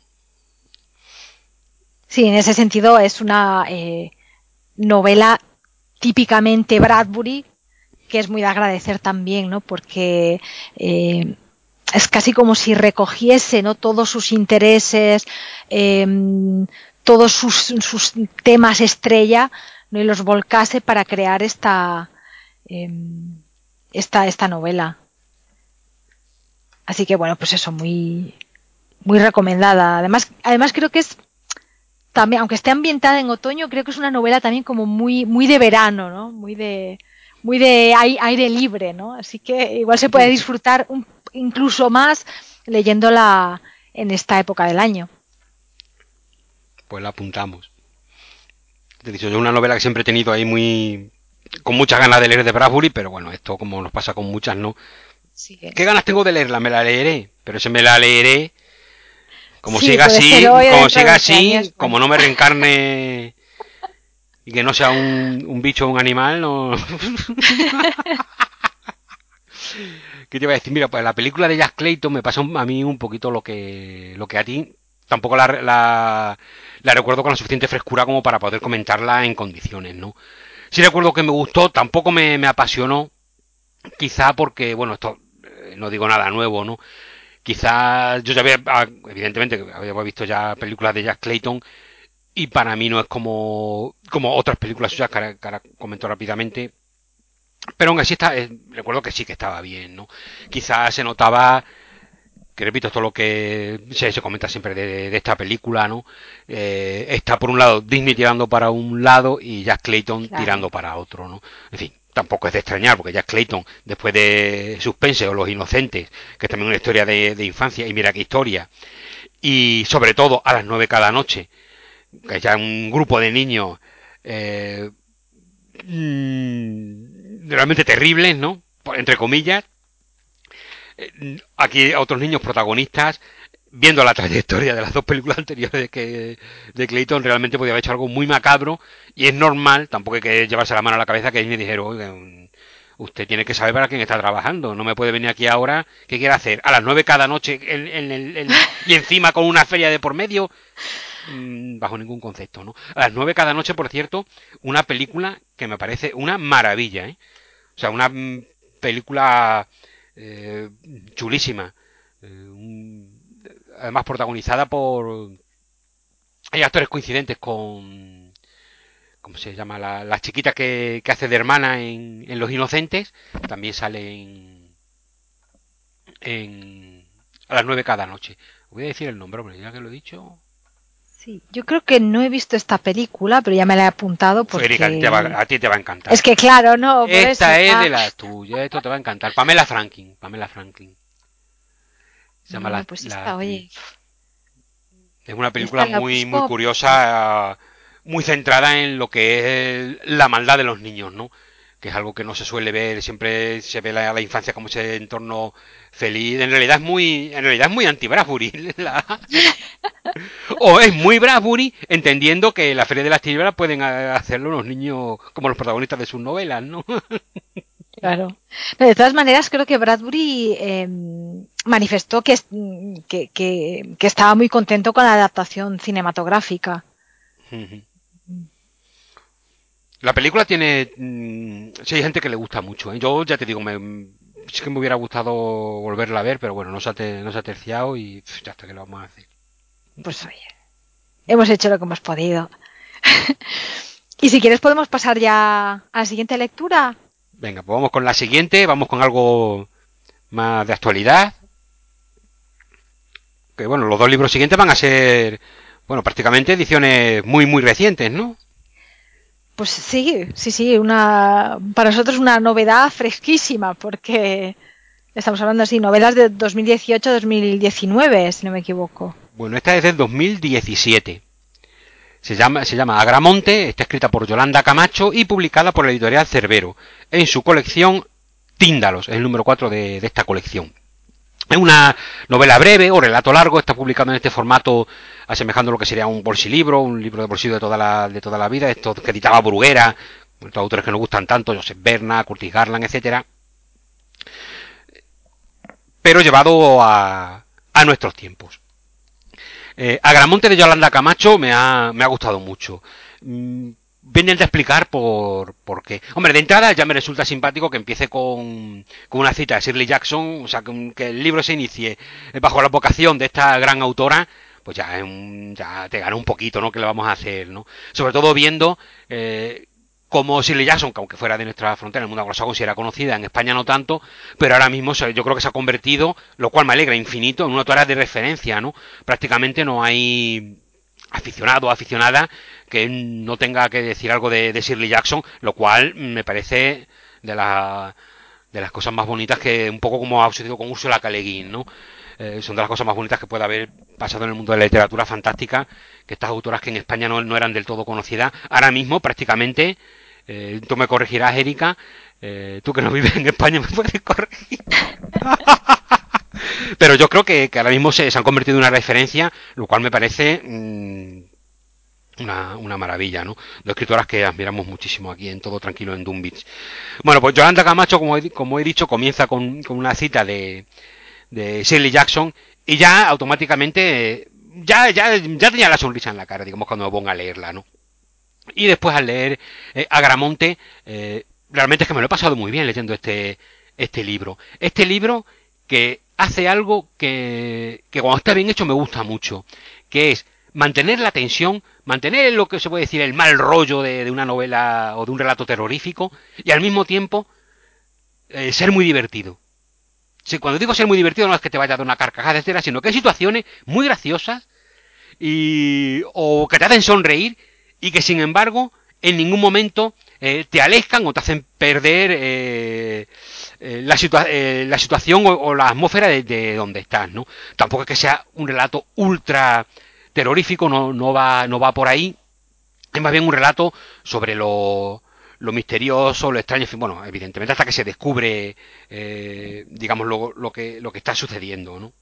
Sí, en ese sentido es una eh, novela típicamente Bradbury, que es muy de agradecer también, ¿no? Porque eh, es casi como si recogiese, ¿no? Todos sus intereses, eh, todos sus, sus temas estrella, ¿no? Y los volcase para crear esta, eh, esta, esta novela. Así que bueno, pues eso, muy, muy recomendada. Además, además creo que es también, aunque esté ambientada en otoño, creo que es una novela también como muy, muy de verano, ¿no? Muy de, muy de aire libre, ¿no? Así que igual se puede disfrutar un, incluso más leyéndola en esta época del año. Pues la apuntamos. Te he dicho, yo una novela que siempre he tenido ahí muy con muchas ganas de leer de Bradbury, pero bueno, esto como nos pasa con muchas, ¿no? Sí. ¿Qué ganas tengo de leerla? Me la leeré, pero se me la leeré como sí, siga así, como siga así, años, como bueno. no me reencarne y que no sea un, un bicho o un animal, no. ¿Qué te iba a decir? Mira, pues la película de Jack Clayton me pasa a mí un poquito lo que lo que a ti. Tampoco la, la, la recuerdo con la suficiente frescura como para poder comentarla en condiciones, ¿no? Sí recuerdo que me gustó, tampoco me, me apasionó, quizá porque, bueno, esto eh, no digo nada nuevo, ¿no? Quizá yo ya había, evidentemente, había visto ya películas de Jack Clayton y para mí no es como, como otras películas suyas que ahora, que ahora comento rápidamente. Pero aún así está, eh, recuerdo que sí que estaba bien, ¿no? Quizás se notaba, que repito, esto es lo que se, se comenta siempre de, de, esta película, ¿no? Eh, está por un lado Disney tirando para un lado y Jack Clayton Claro. tirando para otro, ¿no? En fin, tampoco es de extrañar, porque Jack Clayton, después de Suspense o Los Inocentes, que es también una historia de, de infancia, y mira qué historia, y sobre todo a las nueve cada noche, que ya un grupo de niños eh, mmm, realmente terribles, ¿no? Entre comillas. Aquí otros niños protagonistas, viendo la trayectoria de las dos películas anteriores de, que, de Clayton, realmente podía haber hecho algo muy macabro y es normal, tampoco hay que llevarse la mano a la cabeza que Disney dijera, oiga, usted tiene que saber para quién está trabajando, no me puede venir aquí ahora, ¿qué quiere hacer? A las nueve cada noche en, en, en, en, y encima con una feria de por medio, mmm, bajo ningún concepto, ¿no? A las nueve cada noche, por cierto, una película que me parece una maravilla, ¿eh? O sea, una mmm, película eh, chulísima. Eh, un, además protagonizada por... Hay actores coincidentes con... ¿Cómo se llama? La, la chiquita que, que hace de hermana en, en Los Inocentes. También sale en, en... A las nueve cada noche. Voy a decir el nombre, porque ya que lo he dicho... Sí, yo creo que no he visto esta película, pero ya me la he apuntado porque... Erika, te va, a ti te va a encantar. Es que claro, no, por eso. Esta es Ya... de las tuyas, esto te va a encantar. Pamela Franklin, Pamela Franklin. Se llama Bueno, la, pues la esta, actriz. oye... Es una película Esta la muy, muy busco porque... curiosa, muy centrada en lo que es la maldad de los niños, ¿no? Que es algo que no se suele ver, siempre se ve la, la infancia como ese entorno feliz. En realidad es muy, en realidad es muy anti-Bradbury. La... o es muy Bradbury, entendiendo que la Feria de las Tinieblas pueden hacerlo los niños como los protagonistas de sus novelas, ¿no? Claro. De todas maneras, creo que Bradbury eh, manifestó que, que, que, que estaba muy contento con la adaptación cinematográfica. La película tiene... Mmm, sí, hay gente que le gusta mucho. ¿eh? Yo ya te digo, me, es que me hubiera gustado volverla a ver, pero bueno, no se ha, te, no se ha terciado y pff, ya está que lo vamos a hacer. Pues oye, hemos hecho lo que hemos podido. Y si quieres podemos pasar ya a la siguiente lectura. Venga, pues vamos con la siguiente, vamos con algo más de actualidad. que bueno, los dos libros siguientes van a ser, bueno, prácticamente ediciones muy, muy recientes, ¿no? Pues sí, sí, sí, una para nosotros una novedad fresquísima, porque estamos hablando así, novelas de dos mil dieciocho a dos mil diecinueve, si no me equivoco. Bueno, esta es del dos mil diecisiete. Se llama, se llama Agramonte, está escrita por Yolanda Camacho y publicada por la editorial Cerbero, en su colección Tíndalos, es el número cuatro de, de esta colección. Es una novela breve o relato largo, está publicado en este formato asemejando lo que sería un bolsilibro, un libro de bolsillo de toda la, de toda la vida, esto que editaba Bruguera, estos autores que nos gustan tanto, Joseph Berna, Curtis Garland, etcétera, pero llevado a, a nuestros tiempos. Eh, Agramonte de Yolanda Camacho me ha, me ha gustado mucho. Mm, Vienen a explicar por, por qué. Hombre, de entrada ya me resulta simpático que empiece con, con una cita de Shirley Jackson, o sea, que, que el libro se inicie bajo la vocación de esta gran autora, pues ya, es un, ya te gana un poquito, ¿no? ¿Qué le vamos a hacer, no? Sobre todo viendo eh, como Shirley Jackson, que aunque fuera de nuestra frontera, en el mundo anglosajón sí era conocida, en España no tanto, pero ahora mismo yo creo que se ha convertido, lo cual me alegra infinito, en una autora de referencia, ¿no? Prácticamente no hay aficionado o aficionada que no tenga que decir algo de, de Shirley Jackson, lo cual me parece de, la, de las cosas más bonitas, que un poco como ha sucedido con Ursula K. Le Guin, ¿no? Eh, son de las cosas más bonitas que puede haber pasado en el mundo de la literatura fantástica, que estas autoras que en España no, no eran del todo conocidas, ahora mismo prácticamente, eh, tú me corregirás, Erika, eh, tú que no vives en España me puedes corregir. Pero yo creo que, que ahora mismo se, se, han convertido en una referencia, lo cual me parece mmm, una, una maravilla, ¿no? De escritoras que admiramos muchísimo aquí en Todo Tranquilo en Dunwich. Bueno, pues Yolanda Camacho, como he, como he dicho, comienza con, con una cita de, de Shirley Jackson y ya automáticamente ya, ya, ya tenía la sonrisa en la cara, digamos, cuando me pongo a leerla, ¿no? Y después al leer eh, Agramonte, eh, realmente es que me lo he pasado muy bien leyendo este, este libro. Este libro que hace algo que, que cuando está bien hecho me gusta mucho, que es mantener la tensión, mantener lo que se puede decir el mal rollo de, de una novela o de un relato terrorífico, y al mismo tiempo eh, ser muy divertido. Sí, cuando digo ser muy divertido no es que te vaya a dar una carcajada, etcétera, sino que hay situaciones muy graciosas y o que te hacen sonreír y que sin embargo en ningún momento eh, te alejan o te hacen perder eh, eh, la, situa eh, la situación o, o la atmósfera de, de donde estás, ¿no? Tampoco es que sea un relato ultra terrorífico, no, no, va, no va por ahí, es más bien un relato sobre lo, lo misterioso, lo extraño, en fin, bueno, evidentemente hasta que se descubre, eh, digamos, lo, lo, que, lo que está sucediendo, ¿no?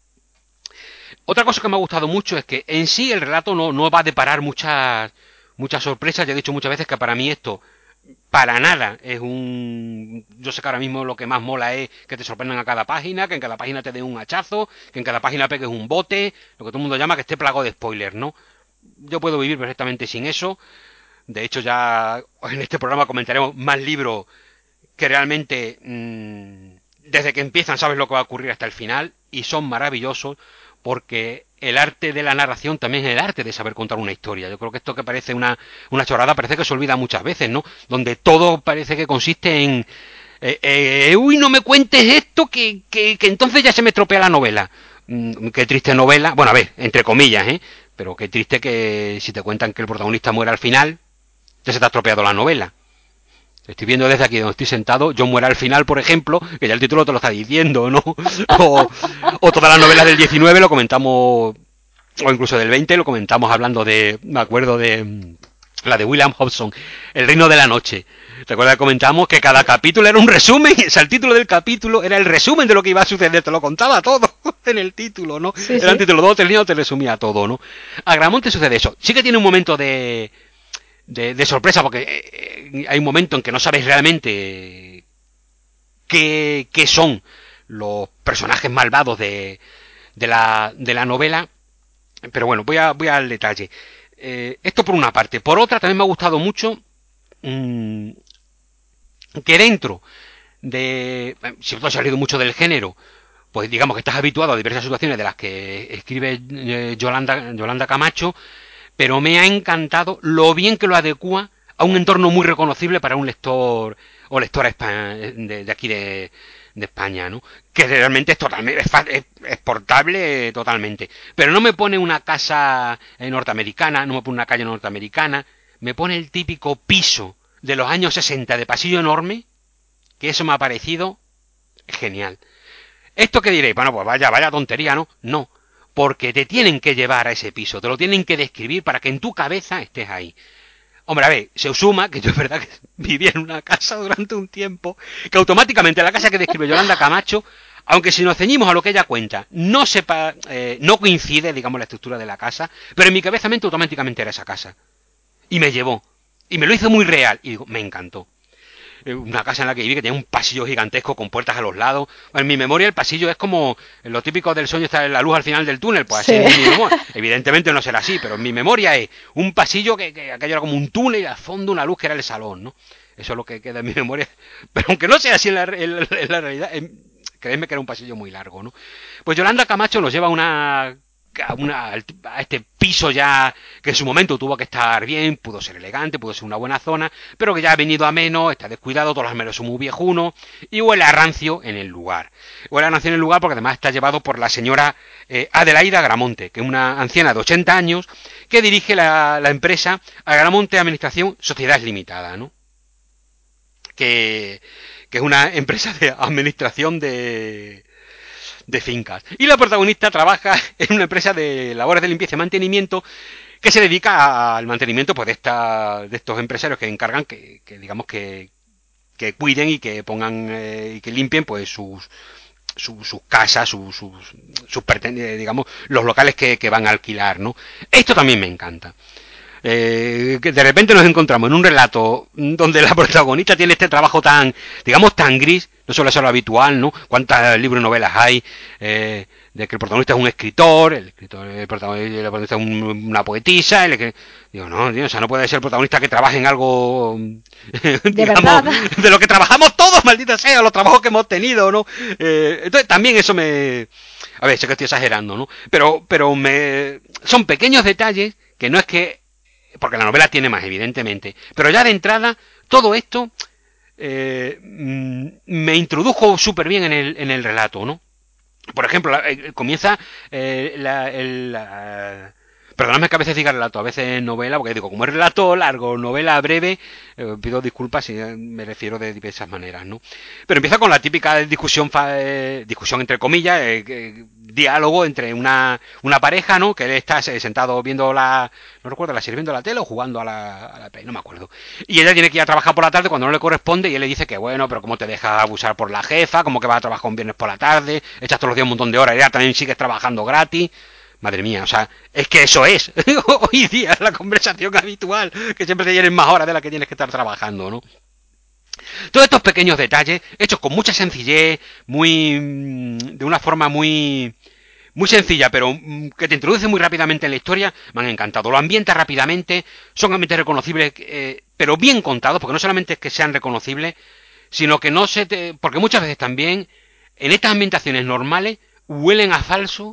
Otra cosa que me ha gustado mucho es que en sí el relato no, no va a deparar muchas, muchas sorpresas. Ya he dicho muchas veces que para mí esto, para nada, es un... Yo sé que ahora mismo lo que más mola es que te sorprendan a cada página, que en cada página te den un hachazo, que en cada página pegues un bote, lo que todo el mundo llama que esté plagado de spoilers, ¿no? Yo puedo vivir perfectamente sin eso. De hecho, ya en este programa comentaremos más libros que realmente mmm, desde que empiezan sabes lo que va a ocurrir hasta el final y son maravillosos porque el arte de la narración también es el arte de saber contar una historia. Yo creo que esto que parece una, una chorrada parece que se olvida muchas veces, ¿no? Donde todo parece que consiste en eh, eh, uy, no me cuentes esto que, que, que entonces ya se me estropea la novela. Mm, qué triste novela, bueno, a ver, entre comillas, ¿eh? Pero qué triste que si te cuentan que el protagonista muere al final, ya se te ha estropeado la novela. Estoy viendo desde aquí donde estoy sentado, Yo muera al final, por ejemplo, que ya el título te lo está diciendo, ¿no? O, o todas las novelas del diecinueve lo comentamos, o incluso del veinte lo comentamos hablando de, me acuerdo de la de William Hobson, El reino de la noche. ¿Recuerdas que comentamos que cada capítulo era un resumen? O sea, el título del capítulo era el resumen de lo que iba a suceder, te lo contaba todo en el título, ¿no? Sí, Era el sí. título dos, te, te resumía todo, ¿no? A Gramonte sucede eso. Sí que tiene un momento de de, de sorpresa, porque eh, hay un momento en que no sabes realmente qué, qué son los personajes malvados de, de, la, de la novela, pero bueno, voy, a, voy al detalle. Eh, esto por una parte. Por otra, también me ha gustado mucho mmm, que dentro de... Si tú has salido mucho del género, pues digamos que estás habituado a diversas situaciones de las que escribe eh, Yolanda, Yolanda Camacho, pero me ha encantado lo bien que lo adecua a un entorno muy reconocible para un lector o lectora de, de aquí de, de España, ¿no? Que realmente es totalmente, es, es exportable totalmente. Pero no me pone una casa norteamericana, no me pone una calle norteamericana, me pone el típico piso de los años sesenta de pasillo enorme, que eso me ha parecido genial. ¿Esto qué diréis? Bueno, pues vaya, vaya tontería, ¿no? No, porque te tienen que llevar a ese piso, te lo tienen que describir para que en tu cabeza estés ahí. Hombre, a ver, se suma que yo es verdad que viví en una casa durante un tiempo, que automáticamente la casa que describe Yolanda Camacho, aunque si nos ceñimos a lo que ella cuenta, no sepa, eh, no coincide, digamos, la estructura de la casa, pero en mi cabeza mente automáticamente era esa casa. Y me llevó. Y me lo hizo muy real. Y digo, me encantó. Una casa en la que viví que tenía un pasillo gigantesco con puertas a los lados. En mi memoria el pasillo es como lo típico del sueño, está la luz al final del túnel, pues así Sí. es en mi memoria. Evidentemente no será así, pero en mi memoria es un pasillo que, que aquello era como un túnel y al fondo una luz que era el salón, ¿no? Eso es lo que queda en mi memoria. Pero aunque no sea así en la, en, en la realidad, en, créeme que era un pasillo muy largo, ¿no? Pues Yolanda Camacho nos lleva a una a, una, a este piso ya que en su momento tuvo que estar bien, pudo ser elegante, pudo ser una buena zona, pero que ya ha venido a menos, está descuidado, todos los armarios son muy viejunos y huele a rancio en el lugar. Huele a rancio en el lugar porque además está llevado por la señora eh, Adelaida Agramonte, que es una anciana de ochenta años que dirige la, la empresa Agramonte Administración Sociedad Limitada, ¿no? Que, que es una empresa de administración de de fincas. Y la protagonista trabaja en una empresa de labores de limpieza y mantenimiento que se dedica al mantenimiento pues de esta, de estos empresarios que encargan que, que digamos que, que cuiden y que pongan eh, y que limpien pues sus sus, sus casas, sus, sus, sus digamos los locales que, que van a alquilar, ¿no? Esto también me encanta. Eh, que de repente nos encontramos en un relato donde la protagonista tiene este trabajo tan, digamos, tan gris, no suele ser lo habitual, ¿no? ¿Cuántas libros y novelas hay eh, de que el protagonista es un escritor, el escritor, el protagonista, el protagonista es un, una poetisa, el que, digo, no, tío, o sea, no puede ser el protagonista que trabaje en algo, De digamos, verdad. de lo que trabajamos todos, maldita sea, los trabajos que hemos tenido, ¿no? Eh, entonces también eso me, a ver, sé que estoy exagerando, ¿no? Pero, pero me, son pequeños detalles que no es que porque la novela tiene más, evidentemente. Pero ya de entrada, todo esto eh, me introdujo súper bien en el, en el relato, ¿no? Por ejemplo, eh, comienza eh, la, el, la, perdóname que a veces diga relato, a veces novela, porque digo, como es relato largo, novela breve, eh, pido disculpas si me refiero de diversas maneras, ¿no? Pero empieza con la típica discusión, eh, discusión entre comillas, eh, eh, diálogo entre una, una pareja, ¿no? Que él está sentado viendo la, no recuerdo, la sirviendo la tele o jugando a la, a la play, no me acuerdo. Y ella tiene que ir a trabajar por la tarde cuando no le corresponde y él le dice que bueno, pero cómo te dejas abusar por la jefa, como que vas a trabajar un viernes por la tarde, echas todos los días un montón de horas y ya también sigues trabajando gratis. Madre mía, o sea, es que eso es hoy día la conversación habitual, que siempre te tienen más horas de las que tienes que estar trabajando, ¿no? Todos estos pequeños detalles, hechos con mucha sencillez, muy de una forma muy muy sencilla, pero que te introduce muy rápidamente en la historia, me han encantado. Lo ambienta rápidamente, son ambientes reconocibles, eh, pero bien contados, porque no solamente es que sean reconocibles, sino que no se te... Porque muchas veces también, en estas ambientaciones normales, huelen a falso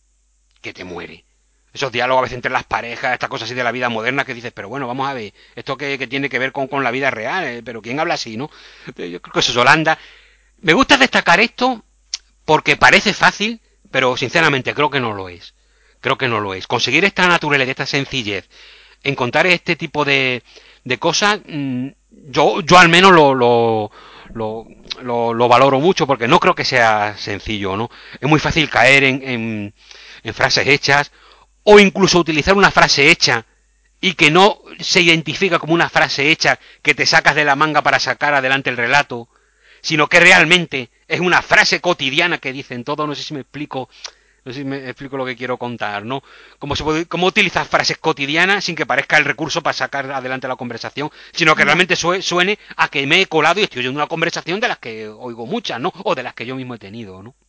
que te muere. Esos diálogos a veces entre las parejas, estas cosas así de la vida moderna que dices, pero bueno, vamos a ver, esto que, que tiene que ver con, con la vida real, eh, pero ¿quién habla así, no? Yo creo que eso es Holanda. Me gusta destacar esto porque parece fácil, pero sinceramente creo que no lo es. Creo que no lo es. Conseguir esta naturaleza, esta sencillez, encontrar este tipo de, de cosas, mmm, yo, yo al menos lo, lo, lo, lo, lo valoro mucho porque no creo que sea sencillo, ¿no? Es muy fácil caer en, en, en frases hechas o incluso utilizar una frase hecha y que no se identifica como una frase hecha que te sacas de la manga para sacar adelante el relato, sino que realmente es una frase cotidiana que dicen todo, no sé si me explico, no sé si me explico lo que quiero contar, ¿no? Cómo, se puede, cómo utilizar frases cotidianas sin que parezca el recurso para sacar adelante la conversación, sino que Ya. realmente suene a que me he colado y estoy oyendo una conversación de las que oigo muchas, ¿no? O de las que yo mismo he tenido, ¿no?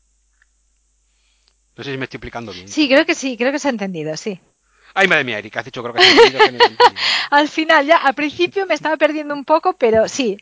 No sé si me estoy explicando bien. Sí, creo que sí, creo que se ha entendido, sí. Ay, madre mía, Erika, has dicho creo que se ha entendido, que no se ha entendido, ¿no? Al final, ya, al principio me estaba perdiendo un poco, pero sí.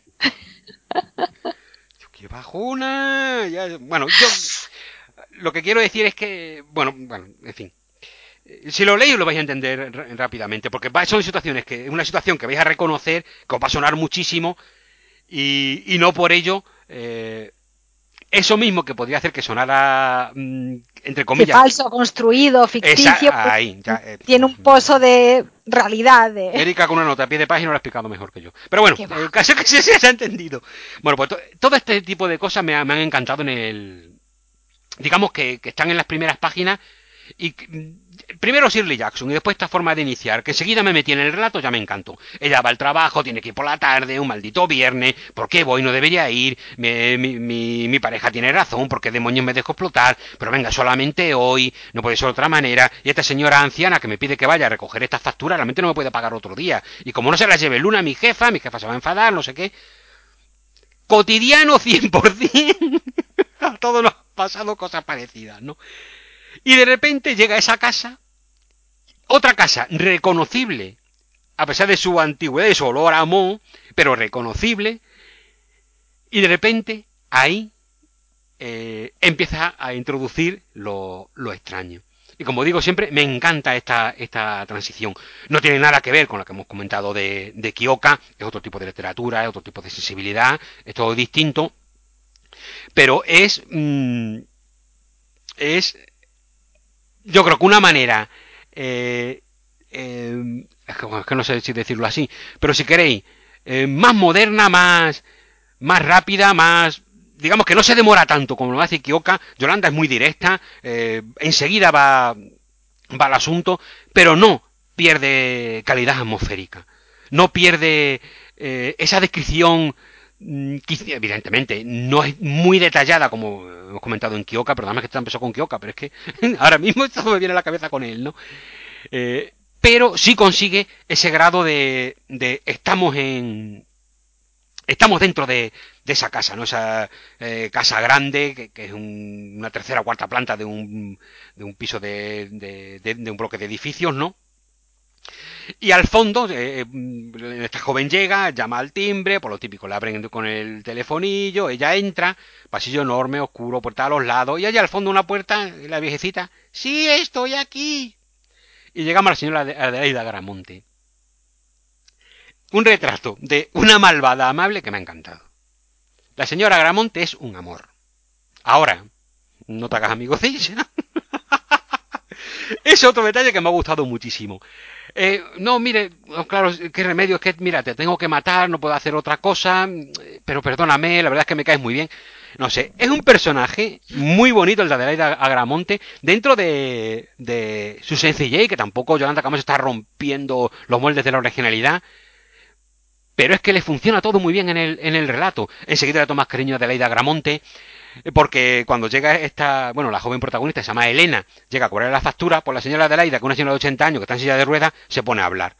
¡Qué bajona! Ya, bueno, yo lo que quiero decir es que, bueno, bueno, en fin. Si lo leéis lo vais a entender rápidamente, porque son situaciones que, una situación que vais a reconocer, que os va a sonar muchísimo, y, y no por ello, eh, eso mismo que podría hacer que sonara, mmm, entre Sí, comillas... falso, construido, ficticio, Esa, ahí, ya, pues, eh, tiene un pozo de realidad. De... Erika con una nota a pie de página lo ha explicado mejor que yo. Pero bueno, ¿Qué va? el caso es que sí se ha entendido. Bueno, pues to todo este tipo de cosas me, ha, me han encantado en el... Digamos que, que están en las primeras páginas. Y primero Shirley Jackson y después esta forma de iniciar, que enseguida me metí en el relato, ya me encantó. Ella va al trabajo, tiene que ir por la tarde, un maldito viernes, ¿por qué voy? No debería ir, mi, mi, mi, mi pareja tiene razón, porque demonios me dejo explotar, pero venga, solamente hoy, no puede ser de otra manera, y esta señora anciana que me pide que vaya a recoger estas facturas, realmente no me puede pagar otro día, y como no se las lleve el lunes a mi jefa, mi jefa se va a enfadar, no sé qué. Cotidiano cien por ciento. A todos nos han pasado cosas parecidas, ¿no? Y de repente llega a esa casa, otra casa reconocible, a pesar de su antigüedad y su olor a moho, pero reconocible, y de repente ahí eh, empieza a introducir lo, lo extraño. Y como digo siempre, me encanta esta, esta transición. No tiene nada que ver con lo que hemos comentado de, de Kioka, es otro tipo de literatura, es otro tipo de sensibilidad, es todo distinto, pero es... Mmm, es yo creo que una manera... Eh, eh, es que no sé si decirlo así, pero si queréis, eh, más moderna, más, más rápida, más... Digamos que no se demora tanto como lo hace Kioka. Yolanda es muy directa, eh, enseguida va, va al asunto, pero no pierde calidad atmosférica. No pierde eh, esa descripción, mmm, que evidentemente no es muy detallada como hemos comentado en Kioka, perdóname que esto empezó con Kioka, pero es que ahora mismo esto me viene a la cabeza con él, ¿no? Eh, pero sí consigue ese grado de, de estamos en estamos dentro de, de esa casa, ¿no? Esa eh, casa grande, que, que es un, una tercera o cuarta planta de un, de un piso de, de, de, de un bloque de edificios, ¿no? Y al fondo, eh, esta joven llega, llama al timbre, por lo típico, le abren con el telefonillo, ella entra, pasillo enorme, oscuro, puerta a los lados, y allá al fondo una puerta, la viejecita, sí, estoy aquí. Y llegamos a la señora Adelaida Gramonte. Un retrato de una malvada amable que me ha encantado. La señora Gramonte es un amor. Ahora, no te hagas amigo de ella. Es otro detalle que me ha gustado muchísimo. Eh, no, mire, claro, qué remedio, es que, mira, te tengo que matar, no puedo hacer otra cosa, pero perdóname, la verdad es que me caes muy bien. No sé, es un personaje muy bonito el de Adelaida Agramonte, dentro de, de su sencillez, que tampoco Yolanda Camós está rompiendo los moldes de la originalidad, pero es que le funciona todo muy bien en el, en el relato. Enseguida le tomas cariño a Adelaida Agramonte, porque cuando llega esta, bueno, la joven protagonista se llama Elena, llega a cobrar la factura, pues la señora Adelaida, que es una señora de ochenta años que está en silla de ruedas, se pone a hablar.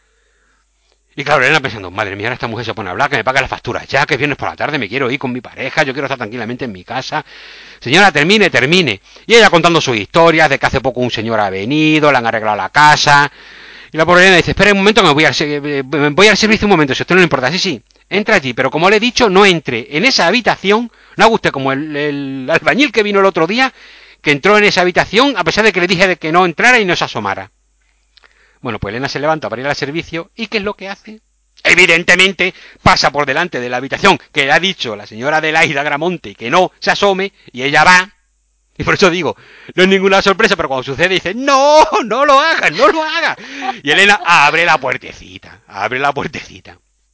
Y claro, Elena pensando, madre mía, ahora esta mujer se pone a hablar, que me paga la factura ya, que es viernes por la tarde, me quiero ir con mi pareja, yo quiero estar tranquilamente en mi casa. Señora, termine, termine. Y ella contando sus historias, de que hace poco un señor ha venido, le han arreglado la casa. Y la pobre Elena dice, espera un momento, que me voy al, me voy al servicio un momento, si a usted no le importa. Sí, sí, entra allí, pero como le he dicho, no entre en esa habitación, no haga usted como el, el albañil que vino el otro día, que entró en esa habitación, a pesar de que le dije de que no entrara y no se asomara. Bueno, pues Elena se levanta para ir al servicio, ¿y qué es lo que hace? Evidentemente pasa por delante de la habitación que le ha dicho la señora Adelaida Gramonte que no se asome, y ella va. Y por eso digo, no es ninguna sorpresa, pero cuando sucede dice, no, no lo hagas, no lo hagas. Y Elena abre la puertecita, abre la puertecita.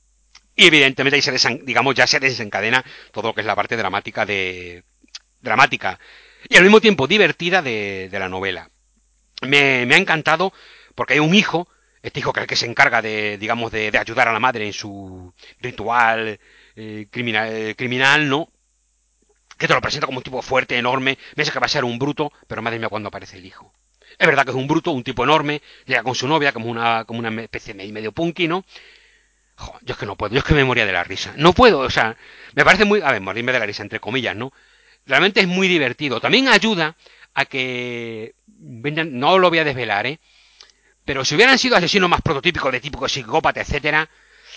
Y evidentemente ahí se desen, digamos, ya se desencadena todo lo que es la parte dramática de dramática y al mismo tiempo divertida de, de la novela. Me, me ha encantado porque hay un hijo, este hijo que es el que se encarga de, digamos, de, de ayudar a la madre en su ritual eh, criminal, eh, criminal, ¿no? Que te lo presenta como un tipo fuerte, enorme, piensa que va a ser un bruto, pero madre mía cuando aparece el hijo. Es verdad que es un bruto, un tipo enorme, llega con su novia como una, como una especie de medio punky, ¿no? Jo, yo es que no puedo, yo es que me moría de la risa. No puedo, o sea, me parece muy... A ver, morirme de la risa, entre comillas, ¿no? Realmente es muy divertido. También ayuda a que... No lo voy a desvelar, ¿eh? Pero si hubieran sido asesinos más prototípicos de tipo psicópata, etcétera,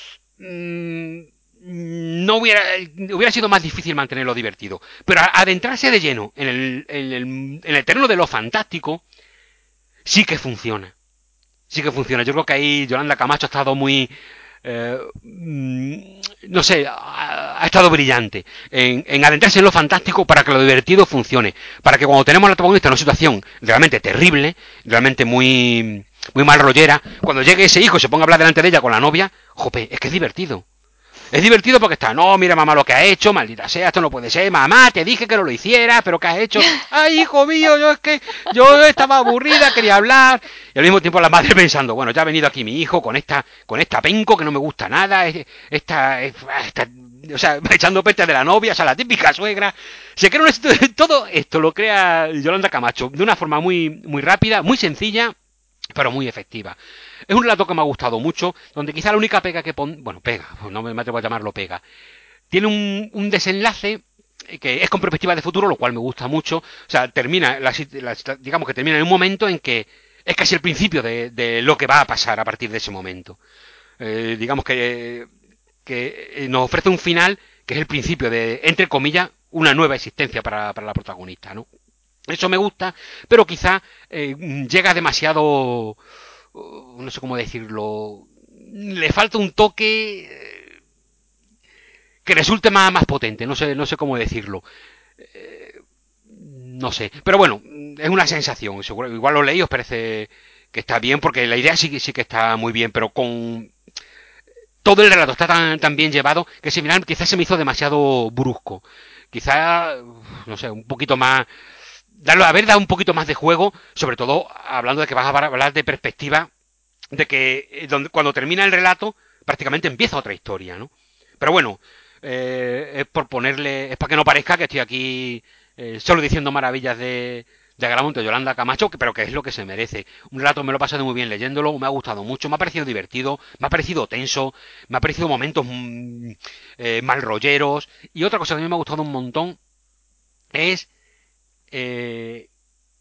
mmm, no hubiera, hubiera sido más difícil mantenerlo divertido. Pero adentrarse de lleno en el, en el, en el terreno de lo fantástico, sí que funciona. Sí que funciona. Yo creo que ahí Yolanda Camacho ha estado muy, eh, no sé, ha, ha estado brillante en, en adentrarse en lo fantástico para que lo divertido funcione, para que cuando tenemos al protagonista en una situación realmente terrible, realmente muy muy mal rollera, cuando llegue ese hijo y se ponga a hablar delante de ella con la novia, jope, es que es divertido. Es divertido porque está, no, mira mamá lo que ha hecho, maldita sea, esto no puede ser, mamá, te dije que no lo hicieras, pero ¿qué has hecho? Ay, hijo mío, yo es que yo estaba aburrida, quería hablar. Y al mismo tiempo la madre pensando, bueno, ya ha venido aquí mi hijo con esta con esta penco que no me gusta nada, esta, esta, o sea, echando peste de la novia, o sea, la típica suegra. Se crea un, todo esto lo crea Yolanda Camacho de una forma muy, muy rápida, muy sencilla, pero muy efectiva. Es un relato que me ha gustado mucho, donde quizá la única pega que pon... Bueno, pega, no me atrevo a llamarlo pega. Tiene un, un desenlace que es con perspectiva de futuro, lo cual me gusta mucho. O sea, termina, la, la, digamos que termina en un momento en que es casi el principio de, de lo que va a pasar a partir de ese momento. Eh, digamos que, que nos ofrece un final que es el principio de, entre comillas, una nueva existencia para, para la protagonista, ¿no? Eso me gusta, pero quizá eh, llega demasiado, no sé cómo decirlo, le falta un toque que resulte más, más potente, no sé, no sé cómo decirlo. Eh, no sé, pero bueno, es una sensación, seguro, igual lo leí, os parece que está bien, porque la idea sí, sí que está muy bien, pero con todo el relato está tan, tan bien llevado que ese final quizás se me hizo demasiado brusco. Quizá, no sé, un poquito más darlo, haber dado un poquito más de juego, sobre todo hablando de que vas a hablar de perspectiva, de que donde, cuando termina el relato, prácticamente empieza otra historia, ¿no? Pero bueno, eh, es por ponerle, es para que no parezca que estoy aquí eh, solo diciendo maravillas de, de Agramonte, Yolanda Camacho, pero que es lo que se merece. Un relato me lo he pasado muy bien leyéndolo, me ha gustado mucho, me ha parecido divertido, me ha parecido tenso, me ha parecido momentos mmm, eh, mal rolleros. Y otra cosa que a mí me ha gustado un montón es eh,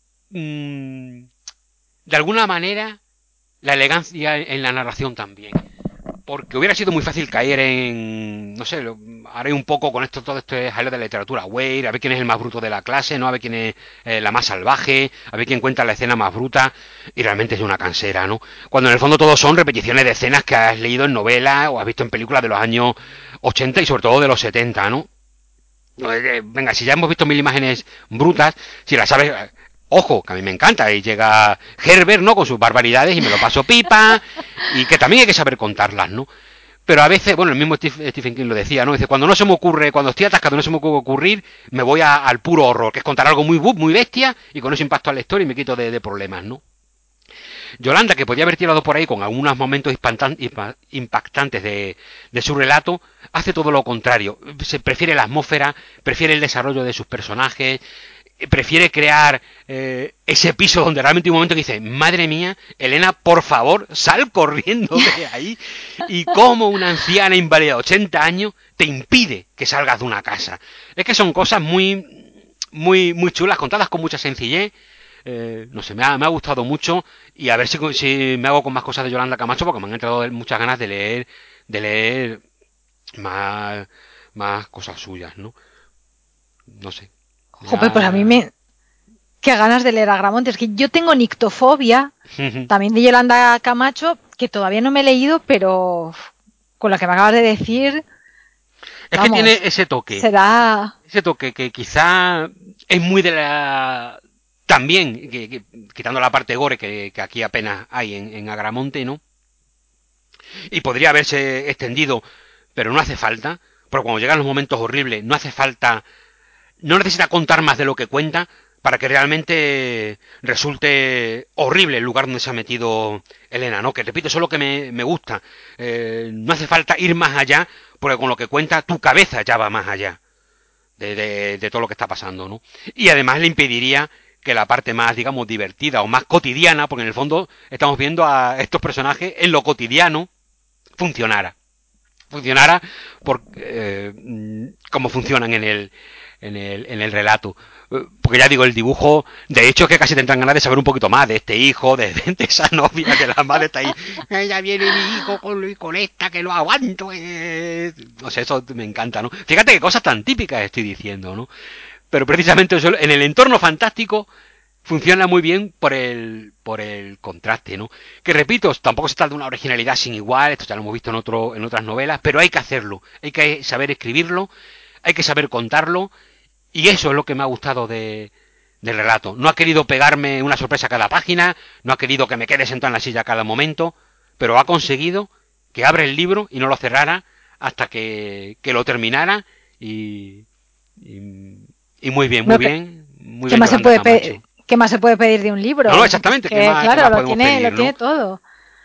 mmm, de alguna manera la elegancia en la narración también. Porque hubiera sido muy fácil caer en, no sé, lo, haré un poco con esto, todo este jaleo de la literatura, Weir, a ver quién es el más bruto de la clase, ¿no? A ver quién es eh, la más salvaje, a ver quién cuenta la escena más bruta, y realmente es una cansera, ¿no? Cuando en el fondo todos son repeticiones de escenas que has leído en novelas o has visto en películas de los años ochenta y sobre todo de los setenta, ¿no? Venga, si ya hemos visto mil imágenes brutas, si las sabes, ojo, que a mí me encanta, y llega Herbert, ¿no? Con sus barbaridades y me lo paso pipa, y que también hay que saber contarlas, ¿no? Pero a veces, bueno, el mismo Stephen King lo decía, ¿no? Dice, cuando no se me ocurre, cuando estoy atascado, no se me ocurre ocurrir, me voy a, al puro horror, que es contar algo muy muy bestia, y con eso impacto a la historia y me quito de, de problemas, ¿no? Yolanda, que podía haber tirado por ahí con algunos momentos impactantes de, de su relato, hace todo lo contrario. Se prefiere la atmósfera, prefiere el desarrollo de sus personajes, prefiere crear eh, ese piso donde realmente hay un momento que dice, madre mía, Elena, por favor, sal corriendo de ahí. Y como una anciana inválida de ochenta años te impide que salgas de una casa. Es que son cosas muy, muy, muy chulas, contadas con mucha sencillez. Eh, no sé, me ha, me ha gustado mucho y a ver si, si me hago con más cosas de Yolanda Camacho porque me han entrado muchas ganas de leer, de leer más, más cosas suyas, ¿no? No sé. Jope, pues a mí Ya... me... Qué ganas de leer a Gramonte. Es que yo tengo nictofobia, también de Yolanda Camacho, que todavía no me he leído, pero con lo que me acabas de decir, Es que tiene vamos, ese toque, será... ese toque que quizá es muy de la... También, que, que, quitando la parte gore que, que aquí apenas hay en, en Agramonte, ¿no? Y podría haberse extendido, pero no hace falta, porque cuando llegan los momentos horribles, no hace falta, no necesita contar más de lo que cuenta para que realmente resulte horrible el lugar donde se ha metido Elena, ¿no? Que repito, eso es lo que me, me gusta. Eh, no hace falta ir más allá, porque con lo que cuenta tu cabeza ya va más allá de, de, de todo lo que está pasando, ¿no? Y además le impediría que la parte más, digamos, divertida o más cotidiana, porque en el fondo estamos viendo a estos personajes en lo cotidiano, funcionara. Funcionara por eh, como funcionan en el, en el, en el relato. Porque ya digo, el dibujo, de hecho es que casi tendrán ganas de saber un poquito más de este hijo, de, de esa novia, que la madre está ahí, ya viene mi hijo con, con esta que lo aguanto. Eh. No sé, eso me encanta, ¿no? Fíjate qué cosas tan típicas estoy diciendo, ¿no? Pero precisamente eso, en el entorno fantástico funciona muy bien por el por el contraste, ¿no? Que repito, tampoco se trata de una originalidad sin igual, esto ya lo hemos visto en otro en otras novelas, pero hay que hacerlo, hay que saber escribirlo, hay que saber contarlo, y eso es lo que me ha gustado de del relato. No ha querido pegarme una sorpresa a cada página, no ha querido que me quede sentado en la silla a cada momento, pero ha conseguido que abra el libro y no lo cerrara hasta que, que lo terminara, y, y, y muy bien, muy Bueno, ¿qué, bien, muy qué bien más se Yolanda puede pedir? Camacho. ¿Qué más se puede pedir de un No, no, libro? Es exactamente, ¿qué que, más, qué claro, más lo podemos tiene, lo pedir, tiene no? todo.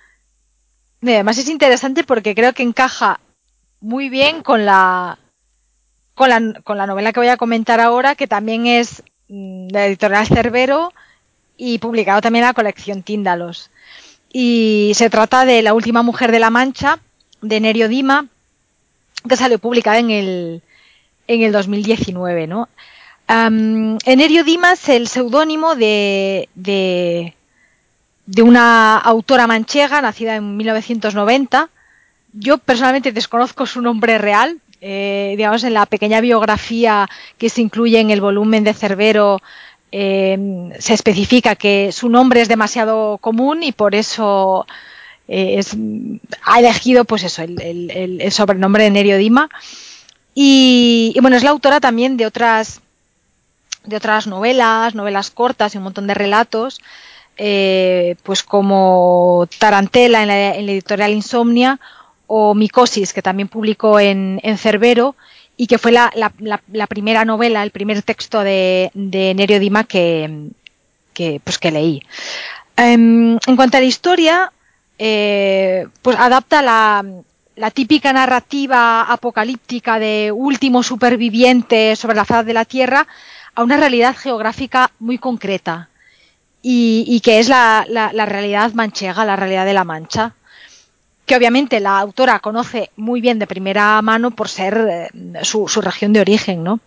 Y además es interesante porque creo que encaja muy bien con la, con la, con la novela que voy a comentar ahora, que también es mm, de la editorial Cerbero y publicado también en la colección Tíndalos. Y se trata de La última mujer de la Mancha, de Nerio Dima, que salió publicada en el, en el dos mil diecinueve, ¿no? Um, Enerio Dima es el seudónimo de, de, de una autora manchega nacida en mil novecientos noventa. Yo personalmente desconozco su nombre real. Eh, digamos, en la pequeña biografía que se incluye en el volumen de Cerbero eh, se especifica que su nombre es demasiado común y por eso eh, es, ha elegido pues eso, el, el, el sobrenombre de Nerio Dima. Y, y bueno, es la autora también de otras de otras novelas, novelas cortas y un montón de relatos, eh, pues como Tarantela en la, en la editorial Insomnia, o Micosis, que también publicó en, en Cerbero, y que fue la, la, la, la primera novela, el primer texto de, de Nerio Dima que, que, pues que leí. Um, en cuanto a la historia, eh, pues adapta la, la típica narrativa apocalíptica de último superviviente sobre la faz de la Tierra a una realidad geográfica muy concreta y, y que es la, la, la realidad manchega, la realidad de la Mancha, que obviamente la autora conoce muy bien de primera mano por ser eh, su, su región de origen, ¿no?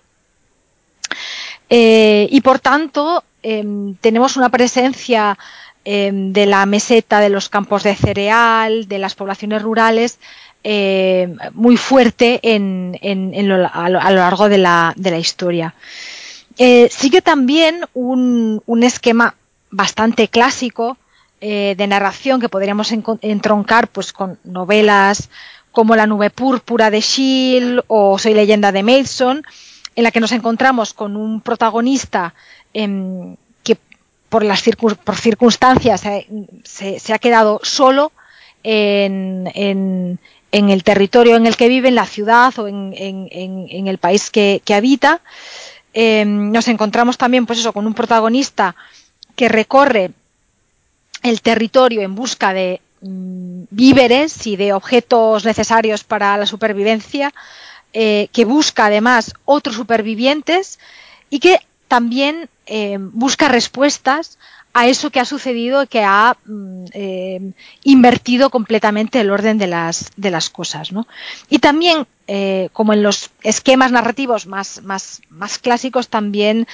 Eh, y por tanto eh, tenemos una presencia eh, de la meseta, de los campos de cereal, de las poblaciones rurales eh, muy fuerte en, en, en lo, a, lo, a lo largo de la, de la historia. Eh, sigue también un, un esquema bastante clásico eh, de narración que podríamos entroncar pues, con novelas como La nube púrpura de Schill o Soy leyenda de Mason, en la que nos encontramos con un protagonista eh, que por las circun por circunstancias eh, se, se ha quedado solo en, en, en el territorio en el que vive, en la ciudad o en, en, en, en el país que, que habita. Eh, nos encontramos también pues eso, con un protagonista que recorre el territorio en busca de mmm, víveres y de objetos necesarios para la supervivencia, eh, que busca además otros supervivientes y que también eh, busca respuestas a eso que ha sucedido y que ha eh, invertido completamente el orden de las, de las cosas, ¿no? Y también, eh, como en los esquemas narrativos más, más, más clásicos, también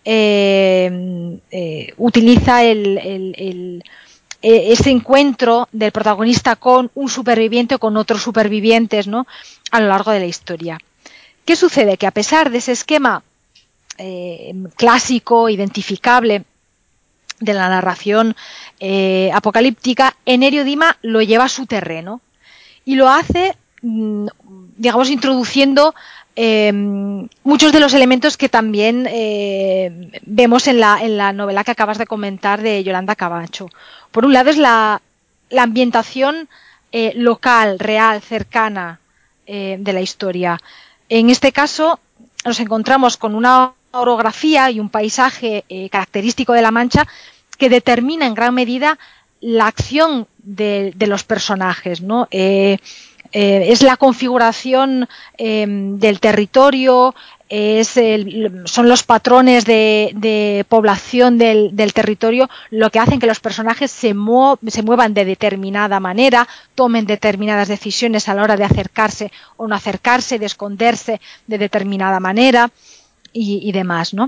eh, eh, utiliza el, el, el ese encuentro del protagonista con un superviviente o con otros supervivientes, ¿no?, a lo largo de la historia. ¿Qué sucede? Que a pesar de ese esquema eh, clásico, identificable de la narración eh, apocalíptica, Enerio Dima lo lleva a su terreno y lo hace, digamos, introduciendo eh, muchos de los elementos que también eh, vemos en la, en la novela que acabas de comentar de Yolanda Camacho. Por un lado es la, la ambientación eh, local, real, cercana eh, de la historia. En este caso nos encontramos con una orografía y un paisaje eh, característico de La Mancha que determina en gran medida la acción de, de los personajes, ¿no? Eh, eh, es la configuración eh, del territorio, es el, son los patrones de, de población del, del territorio lo que hacen que los personajes se, muev, se muevan de determinada manera, tomen determinadas decisiones a la hora de acercarse o no acercarse, de esconderse de determinada manera y, y demás, ¿no?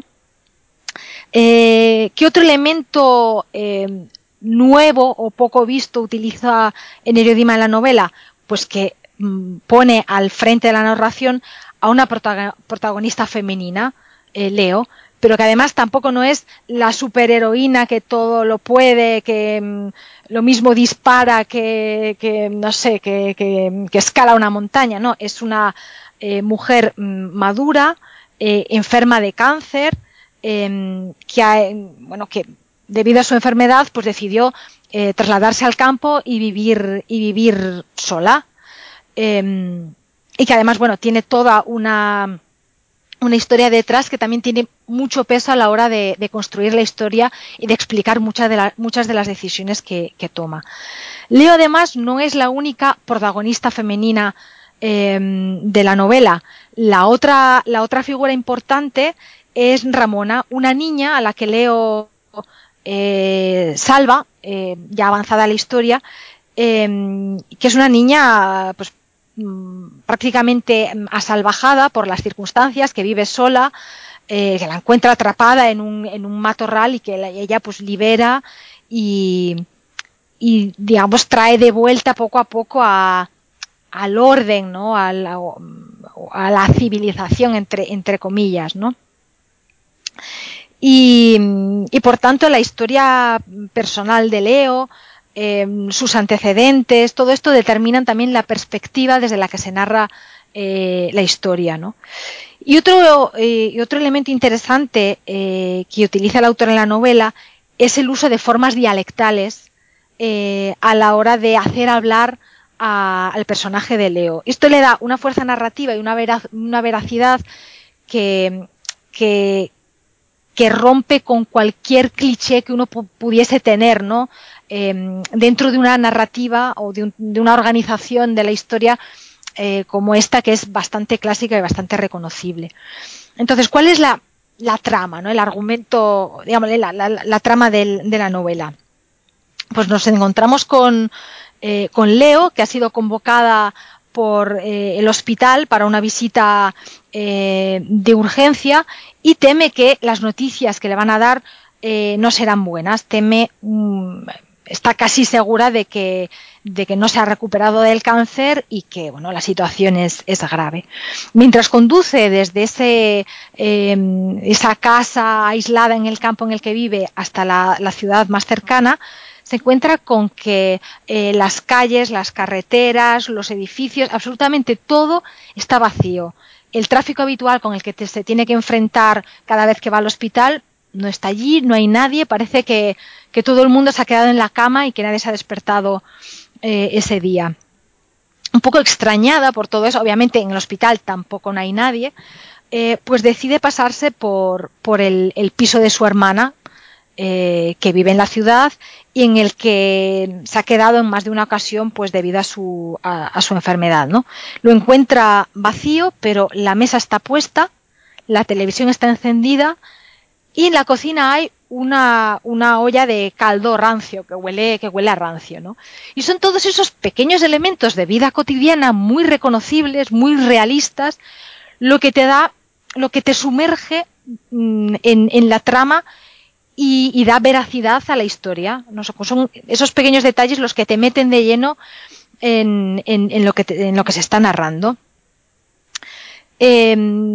Eh, ¿Qué otro elemento eh, nuevo o poco visto utiliza Enerio Dima en la novela? Pues que mmm, pone al frente de la narración a una prota protagonista femenina, eh, Leo, pero que además tampoco no es la superheroína que todo lo puede, que mmm, lo mismo dispara que, que no sé, que, que, que escala una montaña, no, es una eh, mujer mmm, madura, eh, enferma de cáncer, eh, que, ha, bueno, que debido a su enfermedad pues decidió eh, trasladarse al campo y vivir, y vivir sola. Eh, y que además, bueno, tiene toda una... una historia detrás que también tiene mucho peso a la hora de, de construir la historia y de explicar muchas de, la, muchas de las decisiones que, que toma. Leo además no es la única protagonista femenina eh, de la novela. La otra, la otra figura importante es Ramona, una niña a la que Leo eh, salva, eh, ya avanzada la historia, eh, que es una niña pues prácticamente asalvajada por las circunstancias, que vive sola, eh, que la encuentra atrapada en un, en un matorral y que la, ella pues libera y, y digamos trae de vuelta poco a poco a, al orden, ¿no? a, la, a la civilización entre, entre comillas, ¿no? Y, y por tanto la historia personal de Leo, eh, sus antecedentes, todo esto determinan también la perspectiva desde la que se narra eh, la historia, ¿no? Y otro, eh, y otro elemento interesante eh, que utiliza el autor en la novela es el uso de formas dialectales eh, a la hora de hacer hablar a, al personaje de Leo. Esto le da una fuerza narrativa y una, veraz, una veracidad que, que, que rompe con cualquier cliché que uno pudiese tener, ¿no? Eh, dentro de una narrativa o de, un, de una organización de la historia eh, como esta, que es bastante clásica y bastante reconocible. Entonces, ¿cuál es la, la trama, ¿no? El argumento, digamos, la, la, la trama del, de la novela? Pues nos encontramos con, eh, con Leo, que ha sido convocada por eh, el hospital para una visita eh, de urgencia y teme que las noticias que le van a dar eh, no serán buenas. Teme, um, está casi segura de que, de que no se ha recuperado del cáncer y que bueno, la situación es, es grave. Mientras conduce desde ese, eh, esa casa aislada en el campo en el que vive hasta la, la ciudad más cercana, se encuentra con que eh, las calles, las carreteras, los edificios, absolutamente todo está vacío. El tráfico habitual con el que te, se tiene que enfrentar cada vez que va al hospital no está allí, no hay nadie, parece que, que todo el mundo se ha quedado en la cama y que nadie se ha despertado eh, ese día. Un poco extrañada por todo eso, obviamente en el hospital tampoco no hay nadie, eh, pues decide pasarse por, por el, el piso de su hermana, Eh, que vive en la ciudad y en el que se ha quedado en más de una ocasión pues debido a su, a, a su enfermedad, ¿no? Lo encuentra vacío, pero la mesa está puesta, la televisión está encendida y en la cocina hay una, una olla de caldo rancio que huele, que huele a rancio, ¿no? Y son todos esos pequeños elementos de vida cotidiana muy reconocibles, muy realistas, lo que te da, lo que te sumerge en, en la trama Y, y da veracidad a la historia. ¿No? Son esos pequeños detalles los que te meten de lleno en, en, en, lo, que te, en lo que se está narrando. Eh,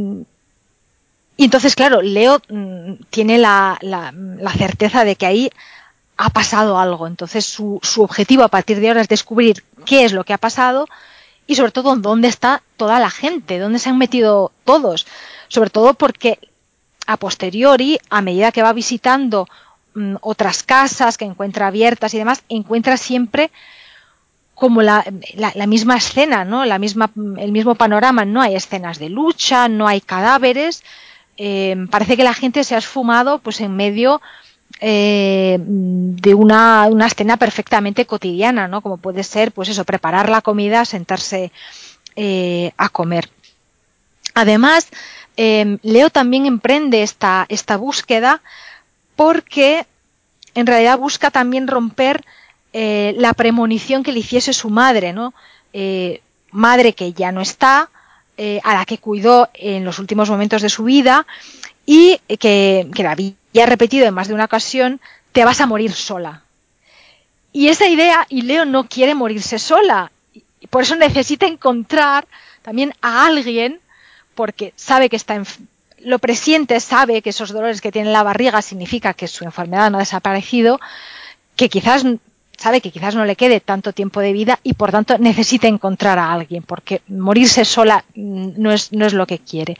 y entonces, claro, Leo mmm, tiene la, la, la certeza de que ahí ha pasado algo. Entonces, su, su objetivo a partir de ahora es descubrir qué es lo que ha pasado y, sobre todo, dónde está toda la gente, dónde se han metido todos. Sobre todo porque a posteriori, a medida que va visitando mmm, otras casas que encuentra abiertas y demás, encuentra siempre como la, la, la misma escena, ¿no? La misma, el mismo panorama. No hay escenas de lucha, no hay cadáveres. Eh, parece que la gente se ha esfumado pues en medio eh, de una, una escena perfectamente cotidiana, ¿no? Como puede ser, pues eso, preparar la comida, sentarse eh, a comer. Además, eh, Leo también emprende esta, esta búsqueda porque en realidad busca también romper eh, la premonición que le hiciese su madre, ¿no? Eh, madre que ya no está, eh, a la que cuidó en los últimos momentos de su vida y que, que la había repetido en más de una ocasión: te vas a morir sola. Y esa idea, y Leo no quiere morirse sola, y por eso necesita encontrar también a alguien, porque sabe que está en, lo presiente, sabe que esos dolores que tiene en la barriga significa que su enfermedad no ha desaparecido, que quizás sabe que quizás no le quede tanto tiempo de vida y por tanto necesita encontrar a alguien, porque morirse sola no es, no es lo que quiere.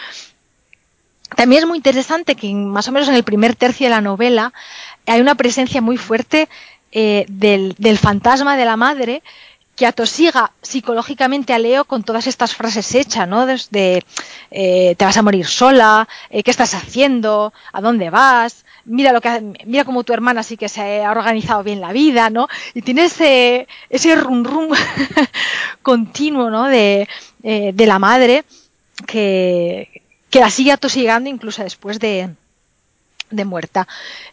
También es muy interesante que más o menos en el primer tercio de la novela hay una presencia muy fuerte eh, del, del fantasma de la madre, que atosiga psicológicamente a Leo con todas estas frases hechas, ¿no? Desde eh, te vas a morir sola, eh, ¿qué estás haciendo? ¿A dónde vas? Mira lo que mira cómo tu hermana sí que se ha organizado bien la vida, ¿no? Y tiene ese ese rum rum continuo, ¿no? De, eh, de la madre que, que la sigue atosigando incluso después de, de muerta.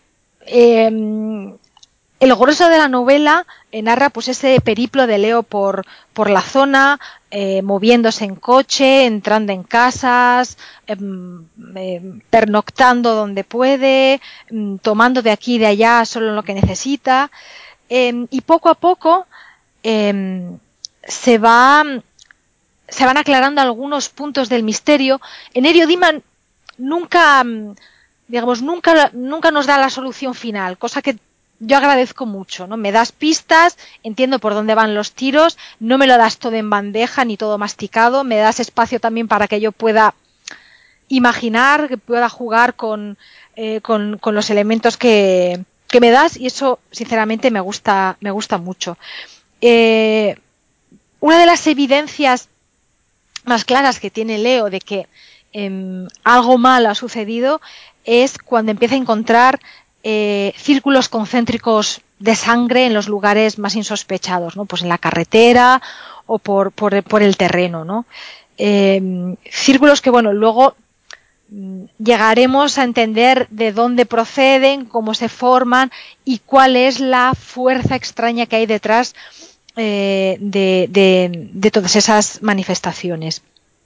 Eh, El grueso de la novela eh, narra pues ese periplo de Leo por, por la zona, eh, moviéndose en coche, entrando en casas, eh, eh, pernoctando donde puede, eh, tomando de aquí y de allá solo lo que necesita, eh, y poco a poco eh, se va se van aclarando algunos puntos del misterio. Enerio Diman nunca digamos nunca nunca nos da la solución final, cosa que yo agradezco mucho, ¿no? Me das pistas, entiendo por dónde van los tiros, no me lo das todo en bandeja ni todo masticado, me das espacio también para que yo pueda imaginar, que pueda jugar con, eh, con, con los elementos que, que me das, y eso sinceramente me gusta, me gusta mucho. Eh, una de las evidencias más claras que tiene Leo de que eh, algo malo ha sucedido es cuando empieza a encontrar eh, círculos concéntricos de sangre en los lugares más insospechados, ¿no? Pues en la carretera o por, por, por el terreno, ¿no? Eh, círculos que, bueno, luego llegaremos a entender de dónde proceden, cómo se forman y cuál es la fuerza extraña que hay detrás eh, de, de, de todas esas manifestaciones.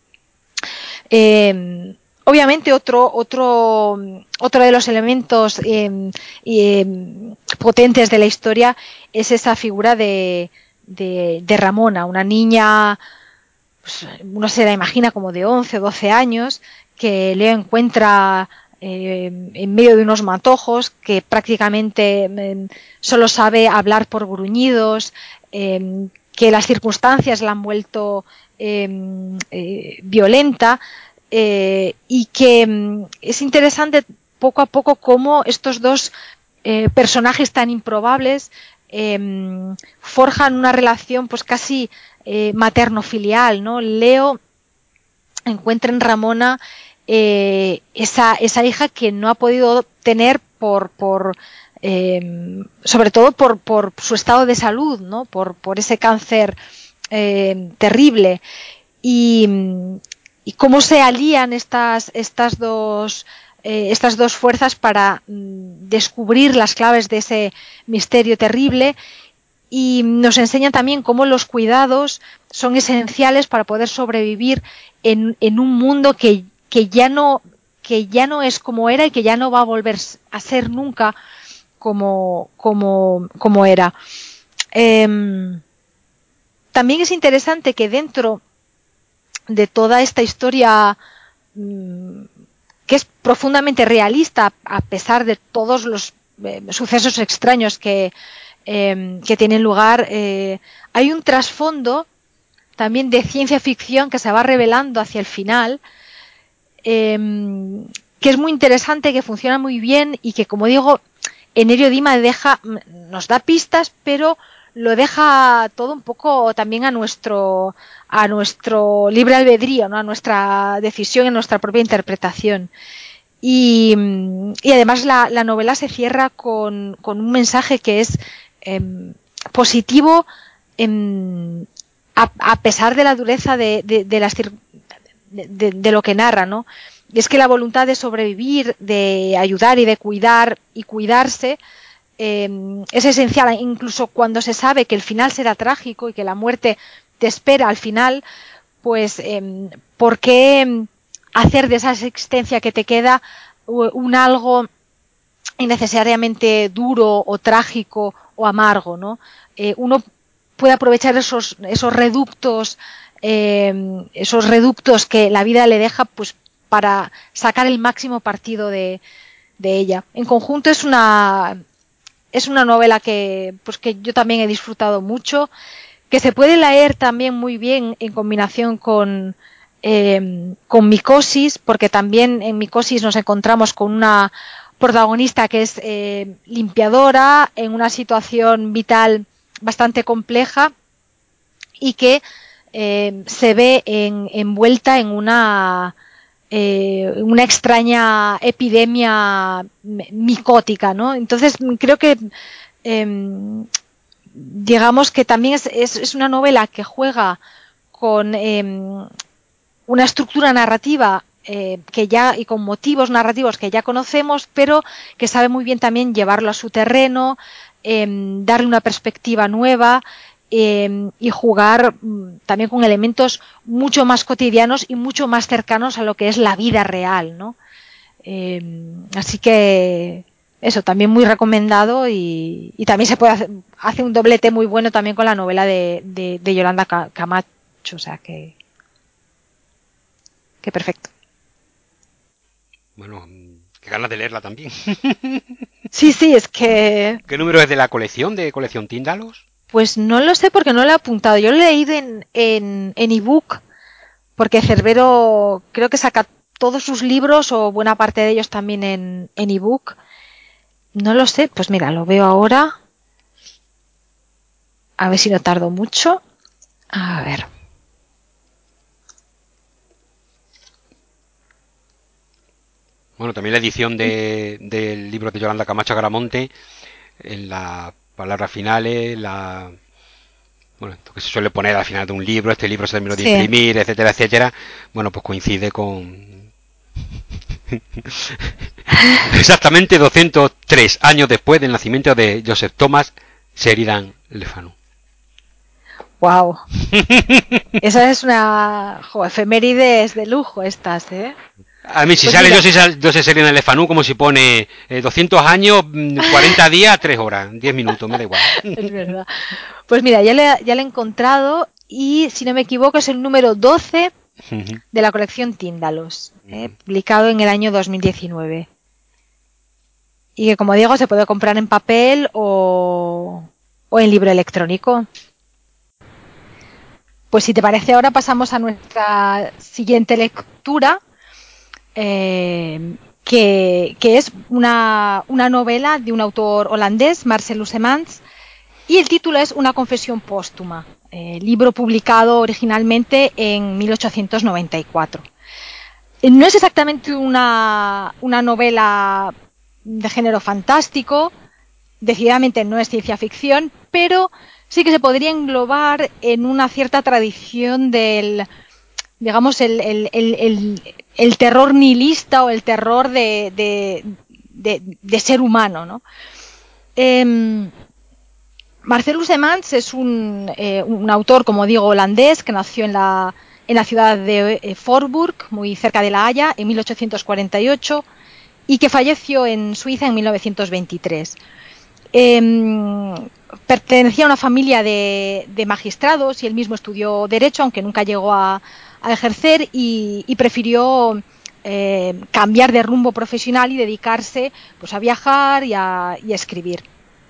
Eh, obviamente otro otro otro de los elementos eh, eh, potentes de la historia es esa figura de, de, de Ramona, una niña, pues, uno se la imagina como de once o doce años, que Leo encuentra eh, en medio de unos matojos, que prácticamente eh, solo sabe hablar por gruñidos, eh, que las circunstancias la han vuelto eh, eh, violenta, eh, y que eh, es interesante poco a poco cómo estos dos eh, personajes tan improbables eh, forjan una relación pues casi eh, materno-filial, ¿no? Leo encuentra en Ramona eh, esa, esa hija que no ha podido tener por, por eh, sobre todo por, por su estado de salud, ¿no? Por, por ese cáncer eh, terrible, y, y cómo se alían estas, estas dos eh, estas dos fuerzas para mm, descubrir las claves de ese misterio terrible. Y nos enseñan también cómo los cuidados son esenciales para poder sobrevivir en, en un mundo que, que ya no que ya no es como era y que ya no va a volver a ser nunca como, como, como era. Eh, también es interesante que dentro de toda esta historia mmm, que es profundamente realista a pesar de todos los eh, sucesos extraños que Eh, que tienen lugar, eh, hay un trasfondo también de ciencia ficción que se va revelando hacia el final, eh, que es muy interesante, que funciona muy bien y que, como digo, Enerio Dima deja, nos da pistas, pero lo deja todo un poco también a nuestro a nuestro libre albedrío, ¿no? A nuestra decisión, a nuestra propia interpretación. Y, y además la, la novela se cierra con, con un mensaje que es eh, positivo eh, a, a pesar de la dureza de, de, de, las, de, de, de lo que narra, ¿no? Y es que la voluntad de sobrevivir, de ayudar y de cuidar y cuidarse eh, es esencial, incluso cuando se sabe que el final será trágico y que la muerte te espera al final, pues eh, ¿por qué hacer de esa existencia que te queda un algo innecesariamente duro o trágico o amargo, ¿no? Eh, uno puede aprovechar esos, esos reductos, eh, esos reductos que la vida le deja, pues para sacar el máximo partido de, de ella. En conjunto es una, es una novela que, pues que yo también he disfrutado mucho, que se puede leer también muy bien en combinación con, eh, con Micosis, porque también en Micosis nos encontramos con una protagonista que es eh, limpiadora en una situación vital bastante compleja y que eh, se ve en, envuelta en una, eh, una extraña epidemia micótica, ¿no? Entonces creo que eh, digamos que también es, es, es una novela que juega con eh, una estructura narrativa eh, que ya y con motivos narrativos que ya conocemos, pero que sabe muy bien también llevarlo a su terreno, eh, darle una perspectiva nueva eh, y jugar mm, también con elementos mucho más cotidianos y mucho más cercanos a lo que es la vida real, ¿no? Eh, así que eso, también muy recomendado y, y también se puede hacer, hace un doblete muy bueno también con la novela de, de, de Yolanda Camacho, o sea que, que perfecto. Bueno, qué ganas de leerla también. Sí, sí, es que... ¿Qué número es de la colección, de colección Tíndalos? Pues no lo sé porque no lo he apuntado. Yo lo he leído en, en, en ebook, porque Cerbero creo que saca todos sus libros o buena parte de ellos también en, en ebook. No lo sé, pues mira, lo veo ahora. A ver si no tardo mucho. A ver. Bueno, también la edición de, del libro de Yolanda Camacho Gramonte, en las palabras finales, la, bueno, esto que se suele poner al final de un libro, este libro se terminó de Sí. imprimir, etcétera, etcétera, bueno, pues coincide con exactamente doscientos tres años después del nacimiento de Joseph Thomas Sheridan Le Fanu. Wow. Esa es una jo, efemérides de lujo estas, ¿eh? A mí si Pues sale mira, Joseph Sheridan Le Fanu como si pone eh, doscientos años, cuarenta días, tres horas, diez minutos, me da igual. es verdad. Pues mira, ya le, ya le he encontrado y si no me equivoco es el número doce de la colección Tíndalos, ¿eh? Publicado en el año dos mil diecinueve. Y que como digo se puede comprar en papel o, o en libro electrónico. Pues si te parece ahora pasamos a nuestra siguiente lectura, eh, que, que es una, una novela de un autor holandés, Marcel Husemans, y el título es Una confesión póstuma, eh, libro publicado originalmente en mil ochocientos noventa y cuatro. No es exactamente una, una novela de género fantástico, decididamente no es ciencia ficción, pero sí que se podría englobar en una cierta tradición del, digamos, el, el, el, el, el terror nihilista o el terror de, de, de, de ser humano, ¿no? Eh, Marcel Husemans es un, eh, un autor, como digo, holandés, que nació en la, en la ciudad de eh, Voorburg, muy cerca de La Haya, en mil ochocientos cuarenta y ocho, y que falleció en Suiza en mil novecientos veintitrés. Eh, pertenecía a una familia de, de magistrados y él mismo estudió Derecho, aunque nunca llegó a, a ejercer, y, y prefirió eh, cambiar de rumbo profesional y dedicarse pues, a viajar y a, y a escribir.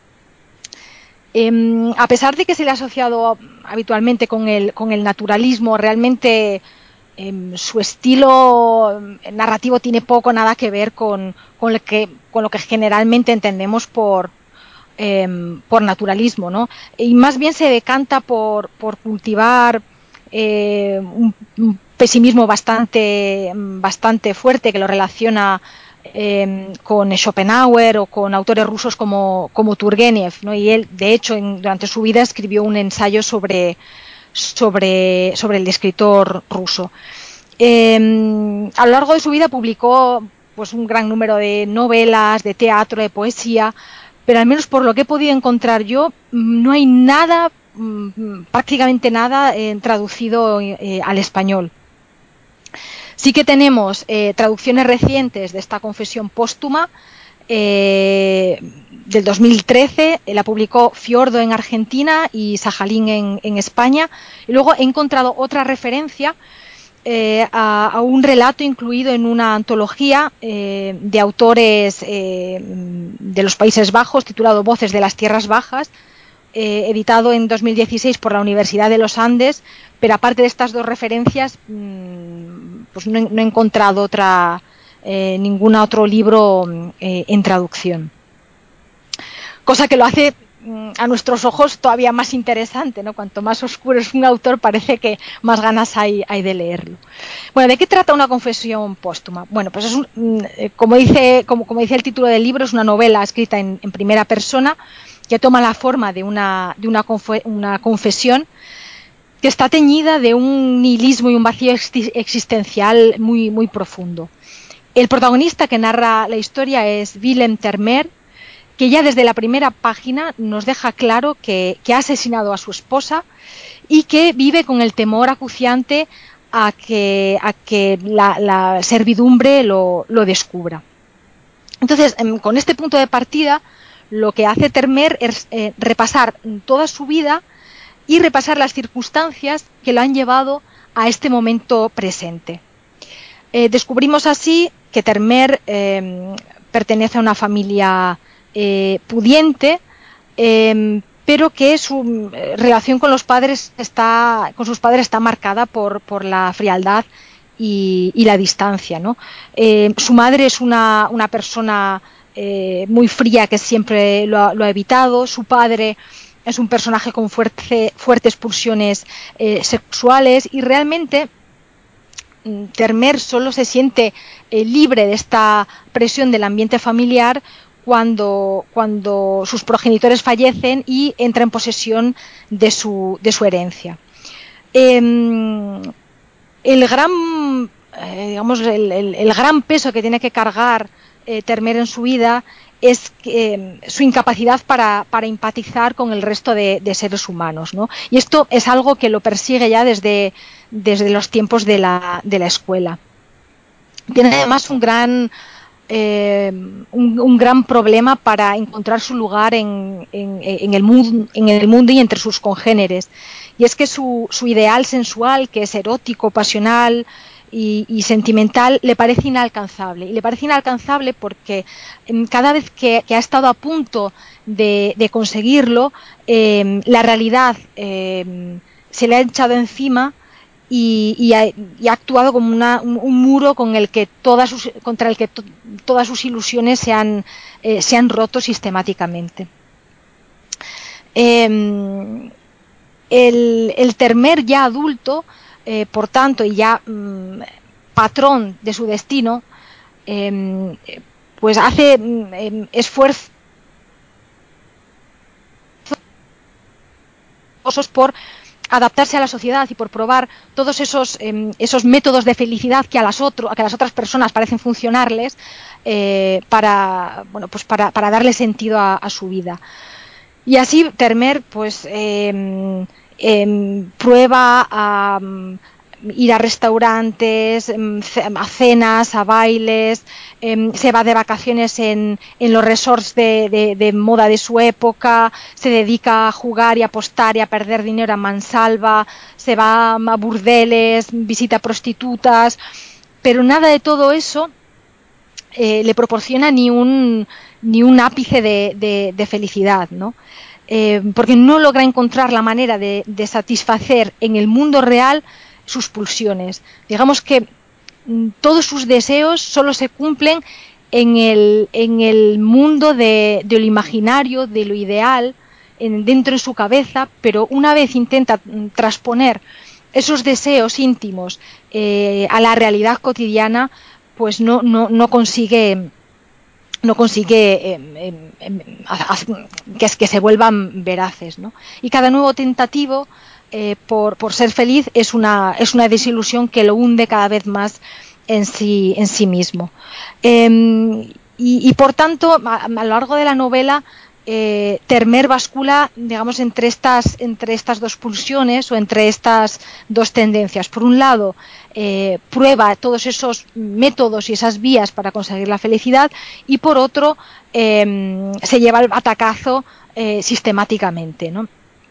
Eh, a pesar de que se le ha asociado habitualmente con el, con el naturalismo, realmente eh, su estilo narrativo tiene poco nada que ver con, con, lo, que, con lo que generalmente entendemos por, eh, por naturalismo, ¿no? Y más bien se decanta por, por cultivar eh, un, un pesimismo bastante, bastante fuerte que lo relaciona eh, con Schopenhauer o con autores rusos como, como Turgenev, ¿no? Y él, de hecho, en, durante su vida escribió un ensayo sobre, sobre, sobre el escritor ruso. Eh, a lo largo de su vida publicó pues, un gran número de novelas, de teatro, de poesía, pero al menos por lo que he podido encontrar yo, no hay nada, prácticamente nada, eh, traducido eh, al español. Sí que tenemos eh, traducciones recientes de esta confesión póstuma, eh, del dos mil trece, la publicó Fiordo en Argentina y Sajalín en, en España, y luego he encontrado otra referencia eh, a, a un relato incluido en una antología eh, de autores eh, de los Países Bajos titulado Voces de las Tierras Bajas, eh, editado en dos mil dieciséis por la Universidad de los Andes, pero aparte de estas dos referencias, mmm, pues no, no he encontrado otra, eh, ningún otro libro eh, en traducción. Cosa que lo hace a nuestros ojos todavía más interesante, ¿no? Cuanto más oscuro es un autor, parece que más ganas hay, hay de leerlo. Bueno, ¿de qué trata Una confesión póstuma? Bueno, pues es un, como dice, como, como dice el título del libro, es una novela escrita en, en primera persona que toma la forma de una, de una, confe, una confesión que está teñida de un nihilismo y un vacío existencial muy, muy profundo. El protagonista que narra la historia es Willem Termer, que ya desde la primera página nos deja claro que, que ha asesinado a su esposa y que vive con el temor acuciante a que, a que la, la servidumbre lo, lo descubra. Entonces, con este punto de partida, lo que hace Termer es eh, repasar toda su vida y repasar las circunstancias que lo han llevado a este momento presente. Eh, descubrimos así que Termer eh, pertenece a una familia Eh, pudiente, eh, pero que su eh, relación con los padres está, con sus padres está marcada por, por la frialdad y, y la distancia, ¿no? Eh, su madre es una, una persona eh, muy fría que siempre lo ha, lo ha evitado. Su padre es un personaje con fuerte, fuertes pulsiones eh, sexuales y realmente Termer solo se siente eh, libre de esta presión del ambiente familiar cuando, cuando sus progenitores fallecen y entra en posesión de su, de su herencia. Eh, el gran, eh, digamos, el, el, el gran peso que tiene que cargar eh, Termer en su vida es eh, su incapacidad para, para empatizar con el resto de, de seres humanos, ¿no? Y esto es algo que lo persigue ya desde, desde los tiempos de la, de la escuela. Tiene además un gran, eh, un, un gran problema para encontrar su lugar en, en, en, el mundo, en el mundo y entre sus congéneres. Y es que su, su ideal sensual, que es erótico, pasional y, y sentimental, le parece inalcanzable. Y le parece inalcanzable porque cada vez que, que ha estado a punto de, de conseguirlo, eh, la realidad eh, se le ha echado encima y, y, ha, y ha actuado como una, un, un muro con el que todas sus, contra el que to, todas sus ilusiones se han, eh, se han roto sistemáticamente. Eh, el, el Termer ya adulto, eh, por tanto, y ya mmm, patrón de su destino, eh, pues hace eh, esfuerzos por adaptarse a la sociedad y por probar todos esos, eh, esos métodos de felicidad que a las, otro, a que a las otras personas parecen funcionarles eh, para, bueno, pues para, para darle sentido a, a su vida. Y así Termer pues eh, eh, prueba a um, ir a restaurantes, a cenas, a bailes, eh, se va de vacaciones en, en los resorts de, de, de moda de su época, se dedica a jugar y apostar y a perder dinero a mansalva, se va a burdeles, visita prostitutas, pero nada de todo eso eh, le proporciona ni un, ni un ápice de, de, de felicidad, ¿no? Eh, porque no logra encontrar la manera de, de satisfacer en el mundo real sus pulsiones. Digamos que mm, todos sus deseos solo se cumplen en el, en el mundo de, de lo imaginario, de lo ideal, en, dentro de su cabeza, pero una vez intenta mm, transponer esos deseos íntimos eh, a la realidad cotidiana, pues no, no, no consigue no consigue eh, eh, eh, que, que se vuelvan veraces, ¿no? Y cada nuevo tentativo eh, por, por ser feliz es una, es una desilusión que lo hunde cada vez más en sí, en sí mismo. Eh, y, y por tanto, a, a lo largo de la novela, eh, Termer bascula, digamos, entre estas, entre estas dos pulsiones o entre estas dos tendencias. Por un lado, eh, prueba todos esos métodos y esas vías para conseguir la felicidad y por otro, eh, se lleva el batacazo eh, sistemáticamente, ¿no?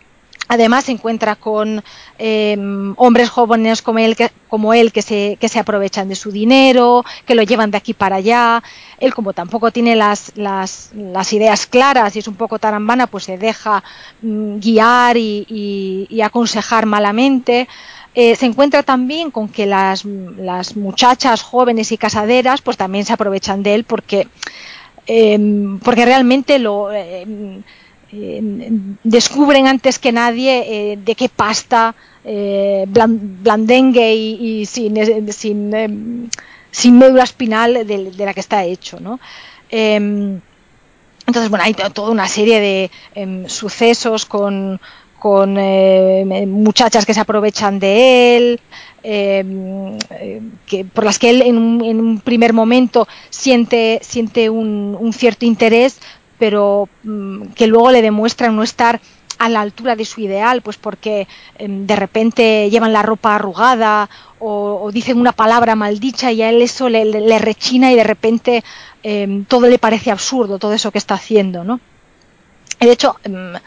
Además se encuentra con eh, hombres jóvenes como él, que, como él que, se, que se aprovechan de su dinero, que lo llevan de aquí para allá. Él, como tampoco tiene las, las, las ideas claras y es un poco tarambana, pues se deja mm, guiar y, y, y aconsejar malamente. Eh, se encuentra también con que las, las muchachas jóvenes y casaderas pues también se aprovechan de él porque, eh, porque realmente lo... Eh, Eh, descubren antes que nadie eh, de qué pasta eh, blandengue y, y sin, sin, eh, sin médula espinal de, de la que está hecho, ¿no? Eh, entonces, bueno, hay toda una serie de eh, sucesos con, con eh, muchachas que se aprovechan de él, eh, que, por las que él en un, en un primer momento siente, siente un, un cierto interés, pero mmm, que luego le demuestran no estar a la altura de su ideal, pues porque eh, de repente llevan la ropa arrugada o, o dicen una palabra maldicha y a él eso le, le, le rechina y de repente eh, todo le parece absurdo, todo eso que está haciendo, ¿no? De hecho, eh,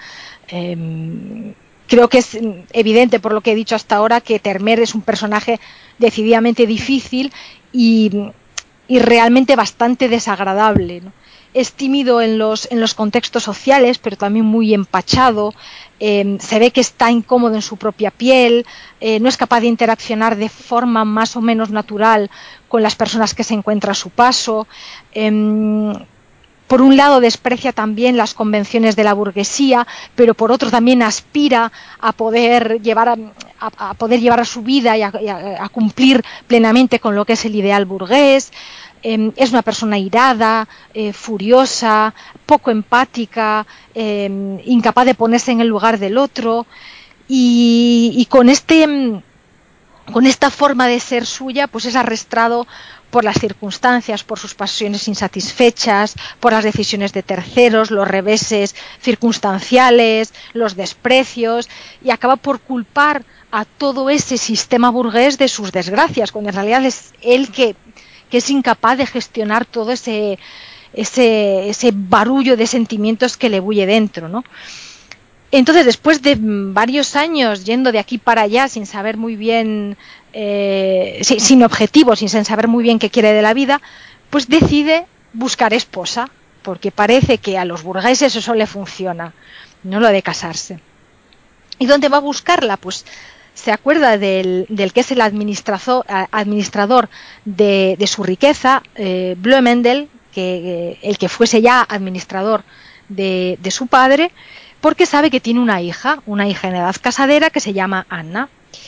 eh, creo que es evidente por lo que he dicho hasta ahora que Termer es un personaje decididamente difícil y, y realmente bastante desagradable, ¿no? Es tímido en los, en los contextos sociales, pero también muy empachado. Eh, se ve que está incómodo en su propia piel, eh, no es capaz de interaccionar de forma más o menos natural con las personas que se encuentra a su paso. Eh, por un lado desprecia también las convenciones de la burguesía, pero por otro también aspira a poder llevar a, a, a poder llevar a su vida y a, y a, a cumplir plenamente con lo que es el ideal burgués. Eh, es una persona irada, eh, furiosa, poco empática, eh, incapaz de ponerse en el lugar del otro y, y con este con esta forma de ser suya, pues es arrastrado por las circunstancias, por sus pasiones insatisfechas, por las decisiones de terceros, los reveses circunstanciales, los desprecios, y acaba por culpar a todo ese sistema burgués de sus desgracias, cuando en realidad es él que, que es incapaz de gestionar todo ese, ese, ese barullo de sentimientos que le bulle dentro, ¿no? Entonces, después de varios años yendo de aquí para allá sin saber muy bien, eh, sin, sin objetivos, sin saber muy bien qué quiere de la vida, pues decide buscar esposa, porque parece que a los burgueses eso le funciona, no lo de casarse. ¿Y dónde va a buscarla? Pues se acuerda del, del que es el administrador, administrador de, de su riqueza, eh, Bloemendel, que, eh, el que fuese ya administrador de, de su padre, porque sabe que tiene una hija, una hija en edad casadera que se llama Anna.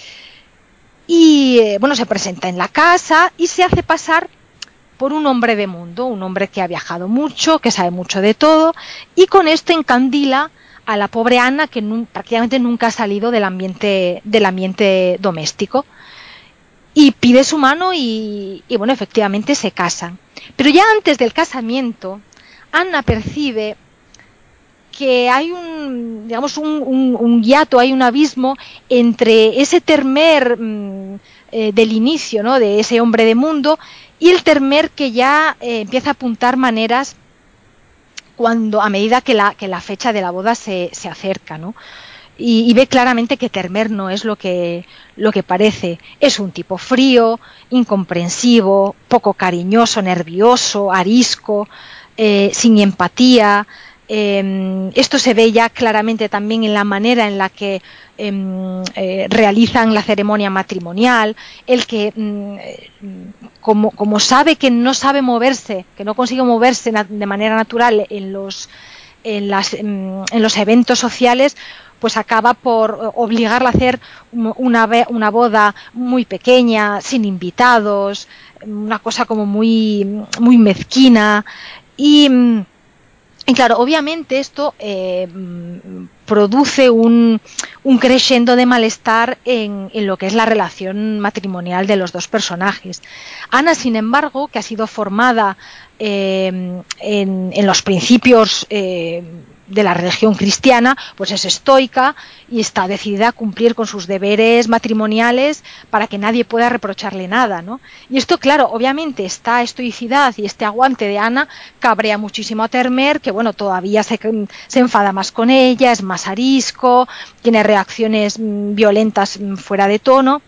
Y eh, bueno, se presenta en la casa y se hace pasar por un hombre de mundo, un hombre que ha viajado mucho, que sabe mucho de todo, y con esto encandila a la pobre Anna, que nu- prácticamente nunca ha salido del ambiente, del ambiente doméstico. Y pide su mano y, y bueno, efectivamente se casan. Pero ya antes del casamiento, Anna percibe que hay un, digamos, un, un, un hiato, hay un abismo entre ese Termer mmm, eh, del inicio, ¿no?, de ese hombre de mundo, y el Termer que ya eh, empieza a apuntar maneras cuando, a medida que la, que la fecha de la boda se, se acerca, ¿no? Y, y ve claramente que Termer no es lo que, lo que parece. Es un tipo frío, incomprensivo, poco cariñoso, nervioso, arisco, eh, sin empatía. Eh, esto se ve ya claramente también en la manera en la que eh, eh, realizan la ceremonia matrimonial, el que eh, como, como sabe que no sabe moverse, que no consigue moverse de manera natural en los, en las, en los eventos sociales, pues acaba por obligarla a hacer una, una boda muy pequeña, sin invitados, una cosa como muy, muy mezquina. Y, y claro, obviamente esto eh, produce un, un crescendo de malestar en, en lo que es la relación matrimonial de los dos personajes. Ana, sin embargo, que ha sido formada eh, en, en los principios eh, de la religión cristiana, pues es estoica y está decidida a cumplir con sus deberes matrimoniales para que nadie pueda reprocharle nada, ¿no? Y esto, claro, obviamente esta estoicidad y este aguante de Ana cabrea muchísimo a Termer, que bueno, todavía se, se enfada más con ella, es más arisco, tiene reacciones mmm, violentas mmm, fuera de tono.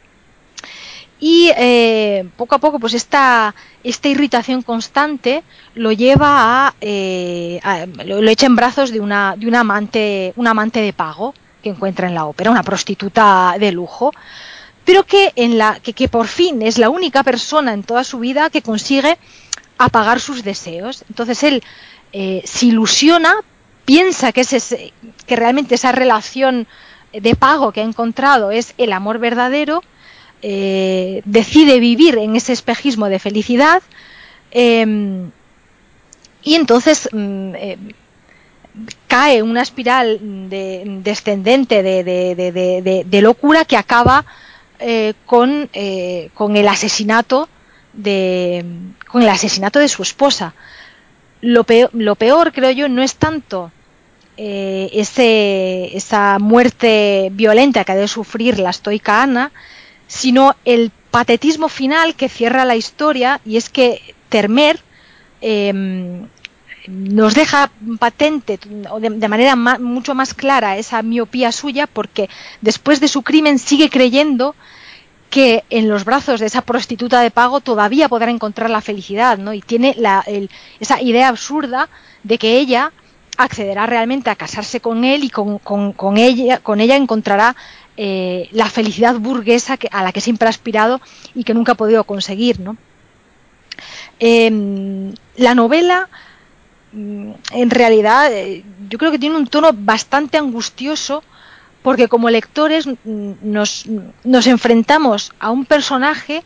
Y eh, poco a poco, pues esta, esta irritación constante lo lleva a, eh, a lo, lo echa en brazos de una, de una amante, una amante de pago que encuentra en la ópera, una prostituta de lujo, pero que en la que, que por fin es la única persona en toda su vida que consigue apagar sus deseos. Entonces él eh, se ilusiona, piensa que es ese, que realmente esa relación de pago que ha encontrado es el amor verdadero. Eh, decide vivir en ese espejismo de felicidad eh, y entonces eh, cae una espiral de, descendente de, de, de, de, de locura que acaba eh, con, eh, con el asesinato de con el asesinato de su esposa. Lo peor, lo peor creo yo, no es tanto eh, ese, esa muerte violenta que ha de sufrir la estoica Ana, sino el patetismo final que cierra la historia, y es que Termer eh, nos deja patente de, de manera ma, mucho más clara esa miopía suya, porque después de su crimen sigue creyendo que en los brazos de esa prostituta de pago todavía podrá encontrar la felicidad, ¿no? Y tiene la, el, esa idea absurda de que ella accederá realmente a casarse con él y con, con, con ella, con ella encontrará eh, la felicidad burguesa que, a la que siempre ha aspirado y que nunca ha podido conseguir, ¿no? Eh, la novela, en realidad, eh, yo creo que tiene un tono bastante angustioso, porque como lectores nos, nos enfrentamos a un personaje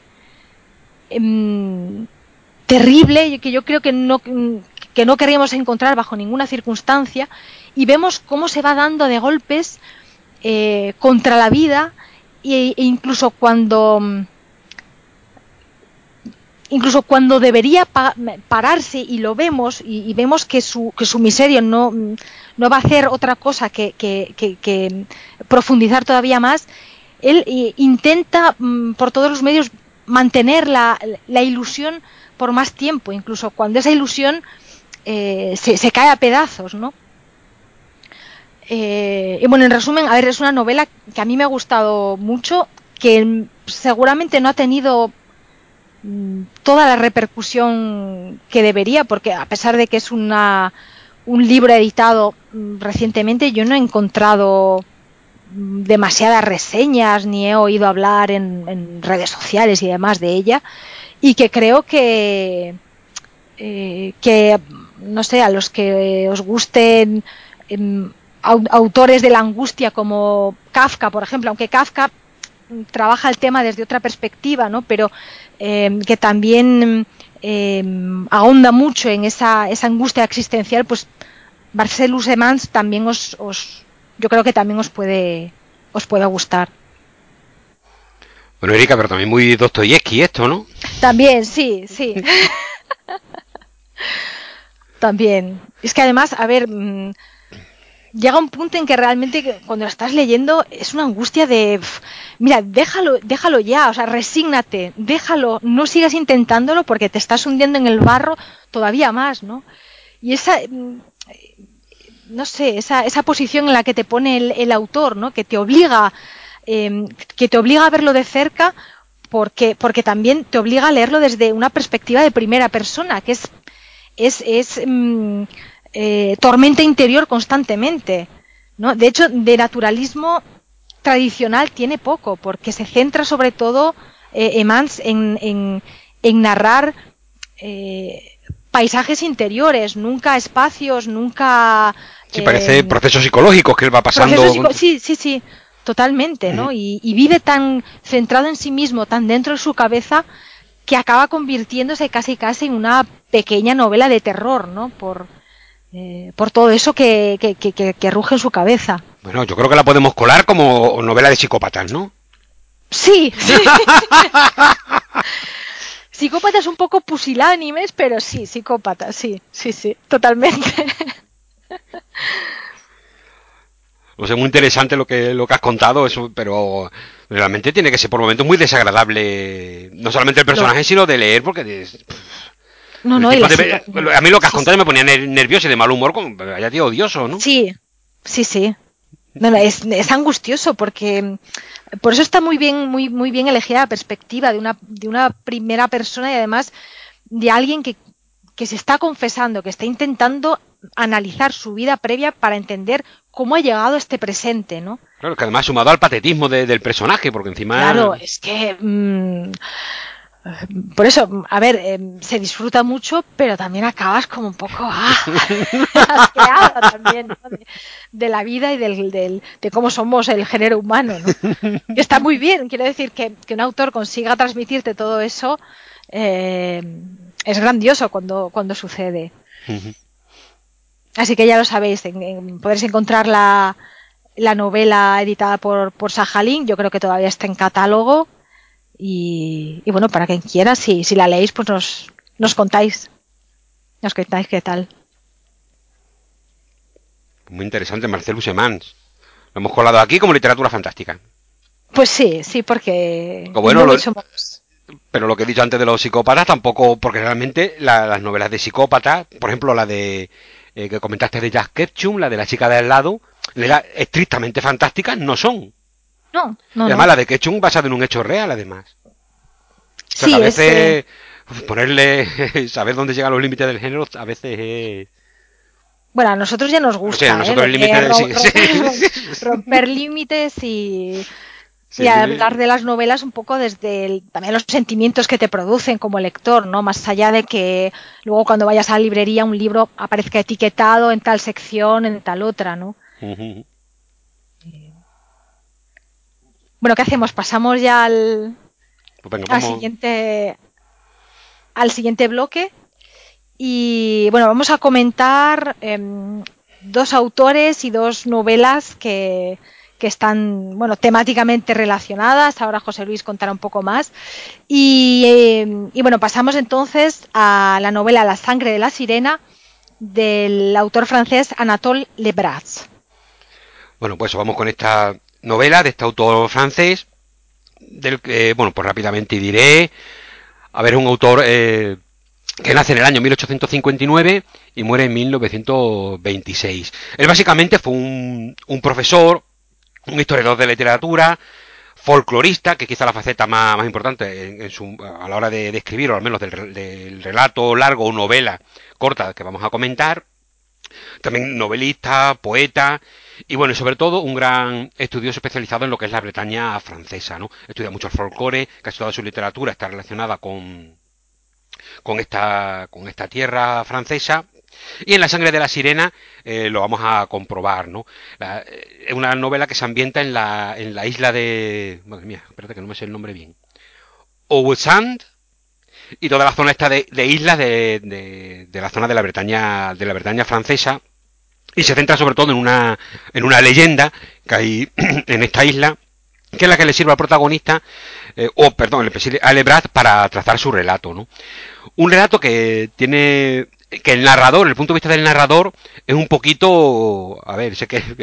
eh, terrible, que yo creo que no, que no querríamos encontrar bajo ninguna circunstancia, y vemos cómo se va dando de golpes eh, contra la vida, e, e incluso cuando incluso cuando debería pa pararse y lo vemos y, y vemos que su, que su miseria no, no va a hacer otra cosa que, que, que, que profundizar todavía más, él eh, intenta mm, por todos los medios mantener la, la ilusión por más tiempo, incluso cuando esa ilusión eh, se, se cae a pedazos, ¿no? Eh, y bueno, en resumen, a ver, es una novela que a mí me ha gustado mucho, que seguramente no ha tenido toda la repercusión que debería, porque a pesar de que es una, un libro editado recientemente, yo no he encontrado demasiadas reseñas ni he oído hablar en, en redes sociales y demás de ella, y que creo que eh, que no sé, a los que os gusten eh, autores de la angustia como Kafka, por ejemplo, aunque Kafka trabaja el tema desde otra perspectiva, ¿no? Pero eh, que también eh, ahonda mucho en esa, esa angustia existencial, pues Marcellus Hemans también os, os, yo creo que también os puede, os puede gustar. Bueno, Erika, pero también muy Dostoyevsky esto, ¿no? También, sí, sí. También. Es que además, a ver, mmm, llega un punto en que realmente cuando lo estás leyendo es una angustia de, pff, mira, déjalo, déjalo ya, o sea, resígnate, déjalo, no sigas intentándolo porque te estás hundiendo en el barro todavía más, ¿no? Y esa, no sé, esa, esa posición en la que te pone el, el autor, ¿no? Que te obliga, eh, que te obliga a verlo de cerca, porque, porque también te obliga a leerlo desde una perspectiva de primera persona, que es, es, es mmm, eh, tormenta interior constantemente, ¿no? De hecho, de naturalismo tradicional tiene poco, porque se centra sobre todo eh, Emans en, en, en narrar eh, paisajes interiores, nunca espacios, nunca Sí, parece eh, procesos psicológicos que él va pasando. procesos psico sí, sí, sí, totalmente, ¿no? Y, y vive tan centrado en sí mismo, tan dentro de su cabeza, que acaba convirtiéndose casi casi en una pequeña novela de terror, ¿no? Por, eh, por todo eso que, que, que, que ruge en su cabeza. Bueno, yo creo que la podemos colar como novela de psicópatas, ¿no? Sí, sí. Psicópatas un poco pusilánimes, pero sí, psicópatas, sí, sí, sí, totalmente. O sea, muy interesante lo que lo que has contado, eso, pero realmente tiene que ser por momentos muy desagradable, no solamente el Lo, personaje, sino de leer, porque es- no, el no, y tipo la debe, situación. a mí lo que has Sí, contado sí. me ponía ner- nervioso y de mal humor, como, vaya tío odioso, ¿no? Sí, sí, sí. No, no, es, es angustioso porque mm, por eso está muy bien, muy, muy bien elegida la perspectiva de una, de una primera persona y además de alguien que, que se está confesando, que está intentando analizar su vida previa para entender cómo ha llegado a este presente, ¿no? Claro, que además sumado al patetismo de- del personaje, porque Claro, encima, es que mm, por eso, a ver, eh, se disfruta mucho, pero también acabas como un poco ah, asqueado también, ¿no? de, de la vida y del, del, de cómo somos el género humano, ¿no? Que está muy bien, quiero decir que, que un autor consiga transmitirte todo eso eh, es grandioso cuando, cuando sucede. Así que ya lo sabéis, en, en, podréis encontrar la, la novela editada por, por Sajalín, yo creo que todavía está en catálogo y, y bueno, para quien quiera, si, si la leéis, pues nos, nos contáis, nos contáis qué tal. muy interesante, Marcelo Semans. Lo hemos colado aquí como literatura fantástica. Pues sí, sí, porque Que bueno, no lo, mucho más. pero lo que he dicho antes de los psicópatas tampoco, porque realmente la, las novelas de psicópatas, por ejemplo la de eh, que comentaste de Jack Ketchum, la de la chica de al lado, la, estrictamente fantásticas no son. No, Y no, además no. la de Ketchum basada en un hecho real, además. O sea que a Sí, es... Eh, veces ponerle, saber dónde llegan los límites del género, a veces es... bueno, a nosotros ya nos O sea, gusta, ¿eh? nosotros Lo el límite de de... ro- Sí, sí, ro- romper límites y, sí, y el hablar límite... de las novelas un poco desde el- también los sentimientos que te producen como lector, ¿no? Más allá de que luego cuando vayas a la librería un libro aparezca etiquetado en tal sección, en tal otra, ¿no? Bueno, ¿qué hacemos? Pasamos ya al, Pues venga, al vamos... siguiente al siguiente bloque y bueno, vamos a comentar eh, dos autores y dos novelas que, que están bueno temáticamente relacionadas. Ahora José Luis contará un poco más. Y, eh, y bueno, pasamos entonces a la novela La sangre de la sirena del autor francés Anatole Lebras. Bueno, pues vamos con esta novela de este autor francés, del que, bueno, pues rápidamente diré, a ver, es un autor eh, que nace en el año mil ochocientos cincuenta y nueve y muere en mil novecientos veintiséis. Él básicamente fue un, un profesor, un historiador de literatura, folclorista, que quizá la faceta más, más importante en, en su, a la hora de, de escribir, o al menos del, del relato largo o novela corta que vamos a comentar. También novelista, poeta y bueno, y sobre todo un gran estudioso especializado en lo que es la Bretaña francesa, ¿no? Estudia mucho el folclore, casi toda su literatura está relacionada con, con, esta, con esta tierra francesa. Y en La sangre de la sirena eh, lo vamos a comprobar, ¿no? La, eh, es una novela que se ambienta en la, en la isla de... Madre mía, espérate que no me sé el nombre bien. Ouessant, y toda la zona esta de, de islas de, de, de, la zona de la Bretaña, de la Bretaña francesa, y se centra sobre todo en una, en una leyenda que hay en esta isla, que es la que le sirve al protagonista, eh, o perdón, a Lebras para trazar su relato, ¿no? Un relato que tiene que el narrador, el punto de vista del narrador, es un poquito, a ver, sé que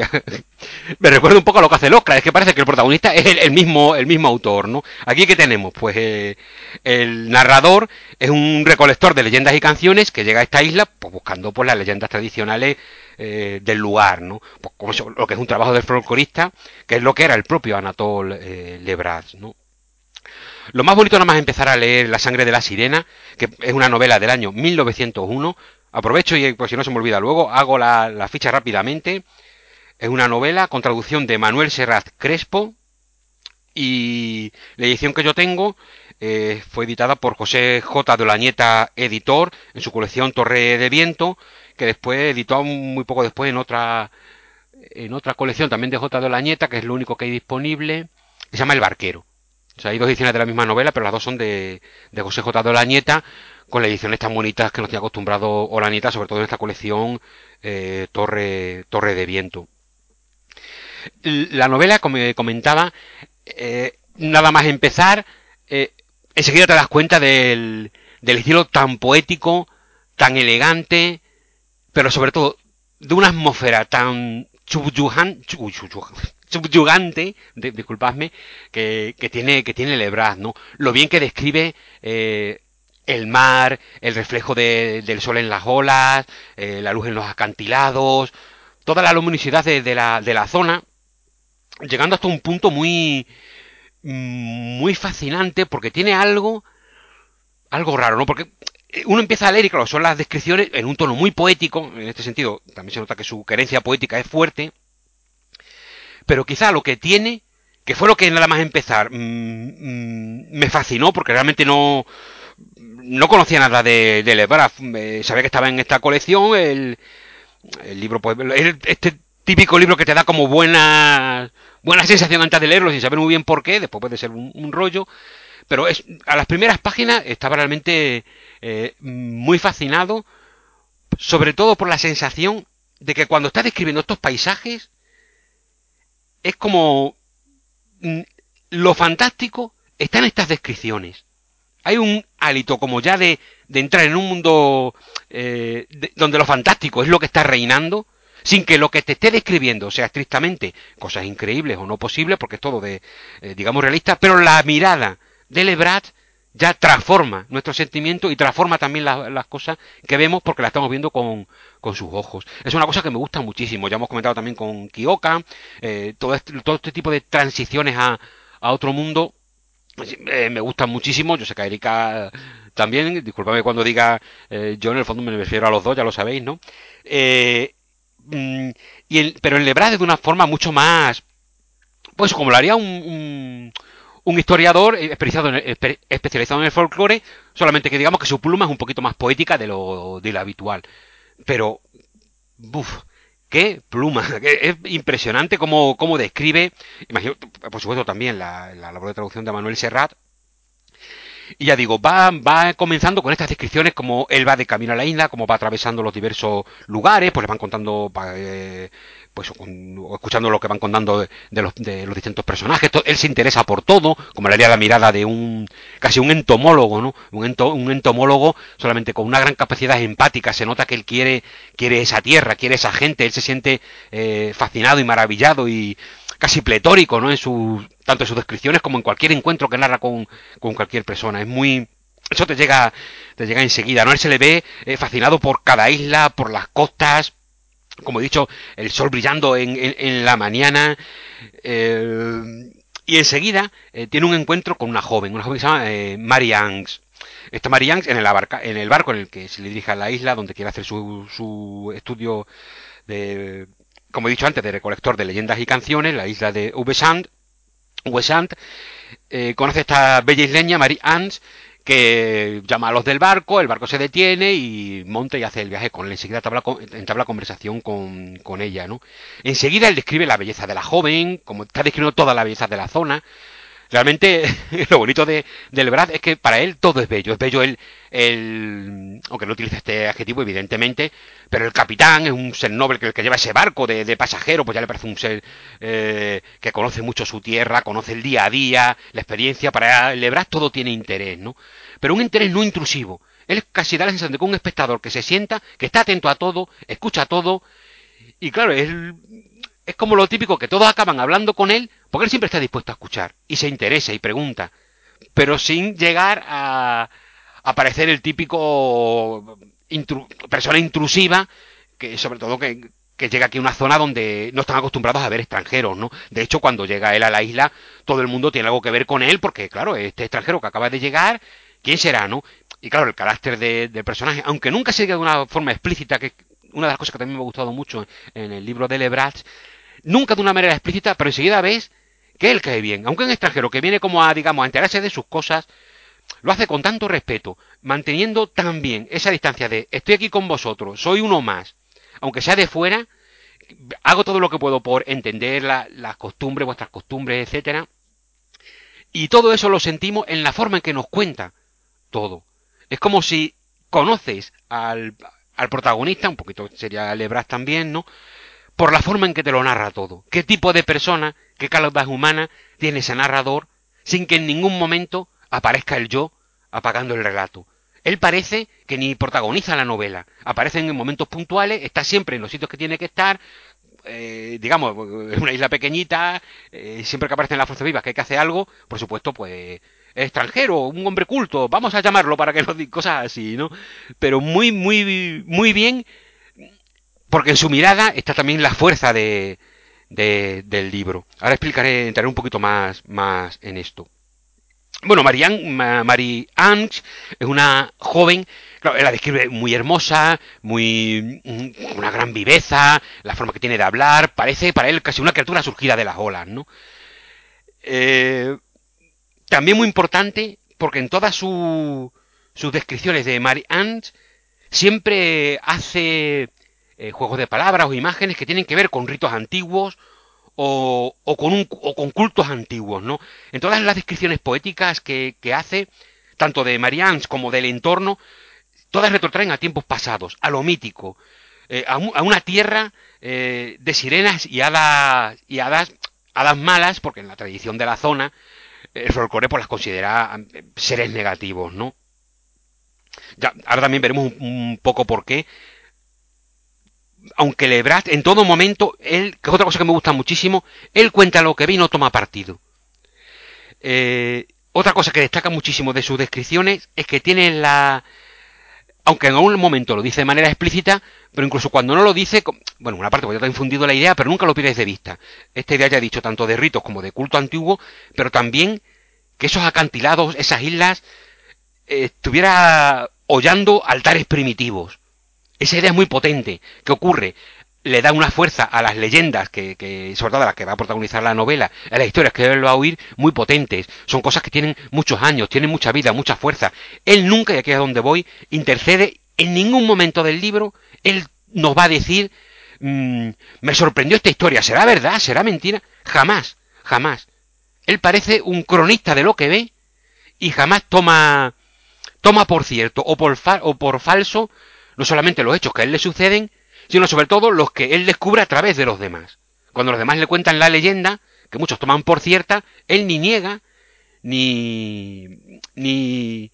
me recuerda un poco a lo que hace el Oscar, es que parece que el protagonista es el, el mismo, el mismo autor, ¿no? Aquí que tenemos, pues eh, el narrador es un recolector de leyendas y canciones que llega a esta isla, pues buscando pues las leyendas tradicionales eh, del lugar, ¿no? Pues como eso, lo que es un trabajo del folclorista, que es lo que era el propio Anatole eh, Lebras, ¿no? Lo más bonito nada más empezar a leer La sangre de la sirena, que es una novela del año mil novecientos uno. Aprovecho y, pues si no se me olvida luego, hago la, la ficha rápidamente. Es una novela con traducción de Manuel Serrat Crespo y la edición que yo tengo eh, fue editada por José J. de Olañeta, editor, en su colección Torre de Viento, que después editó muy poco después en otra, en otra colección también de J. de Olañeta, que es lo único que hay disponible, que se llama El Barquero. O sea, hay dos ediciones de la misma novela, pero las dos son de, de José J. de Olañeta, con las ediciones tan bonitas que nos tiene acostumbrado Olañeta, sobre todo en esta colección eh, Torre, Torre de Viento. La novela, como comentaba, eh, nada más empezar, eh, enseguida te das cuenta del, del estilo tan poético, tan elegante, pero sobre todo de una atmósfera tan subyugan, uy, subyugan, subyugante, de, disculpadme, que, que tiene que tiene Lebras, ¿no? Lo bien que describe eh, el mar, el reflejo de, del sol en las olas, eh, la luz en los acantilados, toda la luminosidad de, de, la, de la zona, llegando hasta un punto muy muy fascinante porque tiene algo algo raro, ¿no? Porque uno empieza a leer y claro, son las descripciones en un tono muy poético, en este sentido también se nota que su querencia poética es fuerte, pero quizá lo que tiene, que fue lo que nada más empezar, mmm, mmm, me fascinó porque realmente no no conocía nada de, de Lebras, eh, sabía que estaba en esta colección, el, el libro, pues, este típico libro que te da como buena buena sensación antes de leerlo sin saber muy bien por qué, después puede ser un, un rollo, pero es, a las primeras páginas estaba realmente eh, muy fascinado, sobre todo por la sensación de que cuando está describiendo estos paisajes es como mm, lo fantástico está en estas descripciones. Hay un hálito como ya de, de entrar en un mundo eh, de, donde lo fantástico es lo que está reinando, sin que lo que te esté describiendo sea estrictamente cosas increíbles o no posibles, porque es todo de, eh, digamos, realista, pero la mirada de Lebrat ya transforma nuestro sentimiento y transforma también la, las cosas que vemos porque la estamos viendo con, con sus ojos. Es una cosa que me gusta muchísimo. Ya hemos comentado también con Kioka, eh, todo, este, todo este tipo de transiciones a, a otro mundo eh, me gustan muchísimo. Yo sé que a Erika también, discúlpame cuando diga eh, yo en el fondo me refiero a los dos, ya lo sabéis, ¿no? Eh, mm, y el, pero en Lebras de una forma mucho más, pues como lo haría un, un, un historiador especializado en, espe, especializado en el folclore, solamente que digamos que su pluma es un poquito más poética de lo, de lo habitual. Pero, buf, qué pluma, es impresionante cómo, cómo describe, imagino, por supuesto también la, la labor de traducción de Manuel Serrat. Y ya digo, va, va comenzando con estas descripciones, como él va de camino a la isla, como va atravesando los diversos lugares, pues le van contando, eh, pues con, o escuchando lo que van contando de, de, los, de los distintos personajes. Él se interesa por todo, como le haría la mirada de un, casi un entomólogo, ¿no? Un, ento, un entomólogo solamente con una gran capacidad empática. Se nota que él quiere, quiere esa tierra, quiere esa gente, él se siente eh, fascinado y maravillado y casi pletórico, ¿no? En sus, tanto en sus descripciones como en cualquier encuentro que narra con, con cualquier persona. Es muy, eso te llega, te llega enseguida, ¿no? Él se le ve eh, fascinado por cada isla, por las costas, como he dicho, el sol brillando en, en, en la mañana, eh, y enseguida eh, tiene un encuentro con una joven, una joven que se llama eh, Mary Angst. Esta Mary Angst en el, barca, en el barco en el que se le dirige a la isla, donde quiere hacer su, su estudio de, como he dicho antes, de recolector de leyendas y canciones, la isla de Uwesant, Uwesant, eh, conoce a esta bella isleña, Marie Anne, que llama a los del barco, el barco se detiene y monta y hace el viaje con él. Enseguida entabla, entabla conversación con, con ella, ¿no? Enseguida él describe la belleza de la joven, como está describiendo toda la belleza de la zona. Realmente lo bonito de, del Brad es que para él todo es bello. Es bello el, el, aunque no utiliza este adjetivo evidentemente, pero el capitán es un ser noble que el que lleva ese barco de, de pasajero, pues ya le parece un ser eh, que conoce mucho su tierra, conoce el día a día, la experiencia. Para el Brad todo tiene interés, ¿no? Pero un interés no intrusivo. Él casi da la sensación de que un espectador que se sienta, que está atento a todo, escucha todo, y claro, él es como lo típico que todos acaban hablando con él, porque él siempre está dispuesto a escuchar, y se interesa y pregunta, pero sin llegar a, a parecer el típico intru, persona intrusiva, que sobre todo que, que llega aquí a una zona donde no están acostumbrados a ver extranjeros, ¿no? De hecho, cuando llega él a la isla, todo el mundo tiene algo que ver con él, porque claro, este extranjero que acaba de llegar, ¿quién será, no? Y claro, el carácter del de personaje, aunque nunca se diga de una forma explícita, que una de las cosas que también me ha gustado mucho en el libro de Lebras, nunca de una manera explícita, pero enseguida ves que él cae bien. Aunque un extranjero que viene como a, digamos, a enterarse de sus cosas, lo hace con tanto respeto, manteniendo también esa distancia de estoy aquí con vosotros, soy uno más. Aunque sea de fuera, hago todo lo que puedo por entender la, las costumbres, vuestras costumbres, etcétera. Y todo eso lo sentimos en la forma en que nos cuenta todo. Es como si conoces al, al protagonista, un poquito sería Lebras también, ¿no? Por la forma en que te lo narra todo. ¿Qué tipo de persona, qué calidad humana tiene ese narrador sin que en ningún momento aparezca el yo apagando el relato? Él parece que ni protagoniza la novela. Aparece en momentos puntuales, está siempre en los sitios que tiene que estar, eh, digamos, es una isla pequeñita, eh, siempre que aparecen las fuerzas vivas que hay que hacer algo, por supuesto, pues extranjero, un hombre culto, vamos a llamarlo para que nos diga cosas así, ¿no? Pero muy, muy, muy bien, porque en su mirada está también la fuerza de, de, del libro. Ahora explicaré, entraré un poquito más, más en esto. Bueno, Marianne, Ma, Marie Ange es una joven, claro, él la describe muy hermosa, muy una gran viveza, la forma que tiene de hablar, parece para él casi una criatura surgida de las olas, ¿no? Eh, también muy importante, porque en todas su, sus descripciones de Marie Ange siempre hace eh, juegos de palabras o imágenes que tienen que ver con ritos antiguos o, o, con un, o con cultos antiguos, ¿no? En todas las descripciones poéticas que, que hace, tanto de Marianne como del entorno, todas retrotraen a tiempos pasados, a lo mítico, eh, a, un, a, una tierra eh, de sirenas y hadas, y hadas, hadas malas, porque en la tradición de la zona, el folclore pues las considera seres negativos, ¿no? Ya, ahora también veremos un, un poco por qué, aunque Lebras en todo momento, él, que es otra cosa que me gusta muchísimo, él cuenta lo que ve y no toma partido. Eh, otra cosa que destaca muchísimo de sus descripciones es que tiene la... Aunque en algún momento lo dice de manera explícita, pero incluso cuando no lo dice, bueno, una parte porque ya te ha infundido la idea, pero nunca lo pierdes de vista. Esta idea ya he dicho tanto de ritos como de culto antiguo, pero también que esos acantilados, esas islas, eh, estuviera hollando altares primitivos. Esa idea es muy potente. ¿Qué ocurre? Le da una fuerza a las leyendas, que, que sobre todo a las que va a protagonizar la novela, a las historias que él va a oír, muy potentes. Son cosas que tienen muchos años, tienen mucha vida, mucha fuerza. Él nunca, y aquí es a donde voy, intercede en ningún momento del libro. Él nos va a decir, mmm, me sorprendió esta historia, ¿será verdad? ¿Será mentira? Jamás, jamás. Él parece un cronista de lo que ve y jamás toma toma por cierto o por, fa o por falso no solamente los hechos que a él le suceden, sino sobre todo los que él descubre a través de los demás. Cuando los demás le cuentan la leyenda, que muchos toman por cierta, él ni niega, ni... ni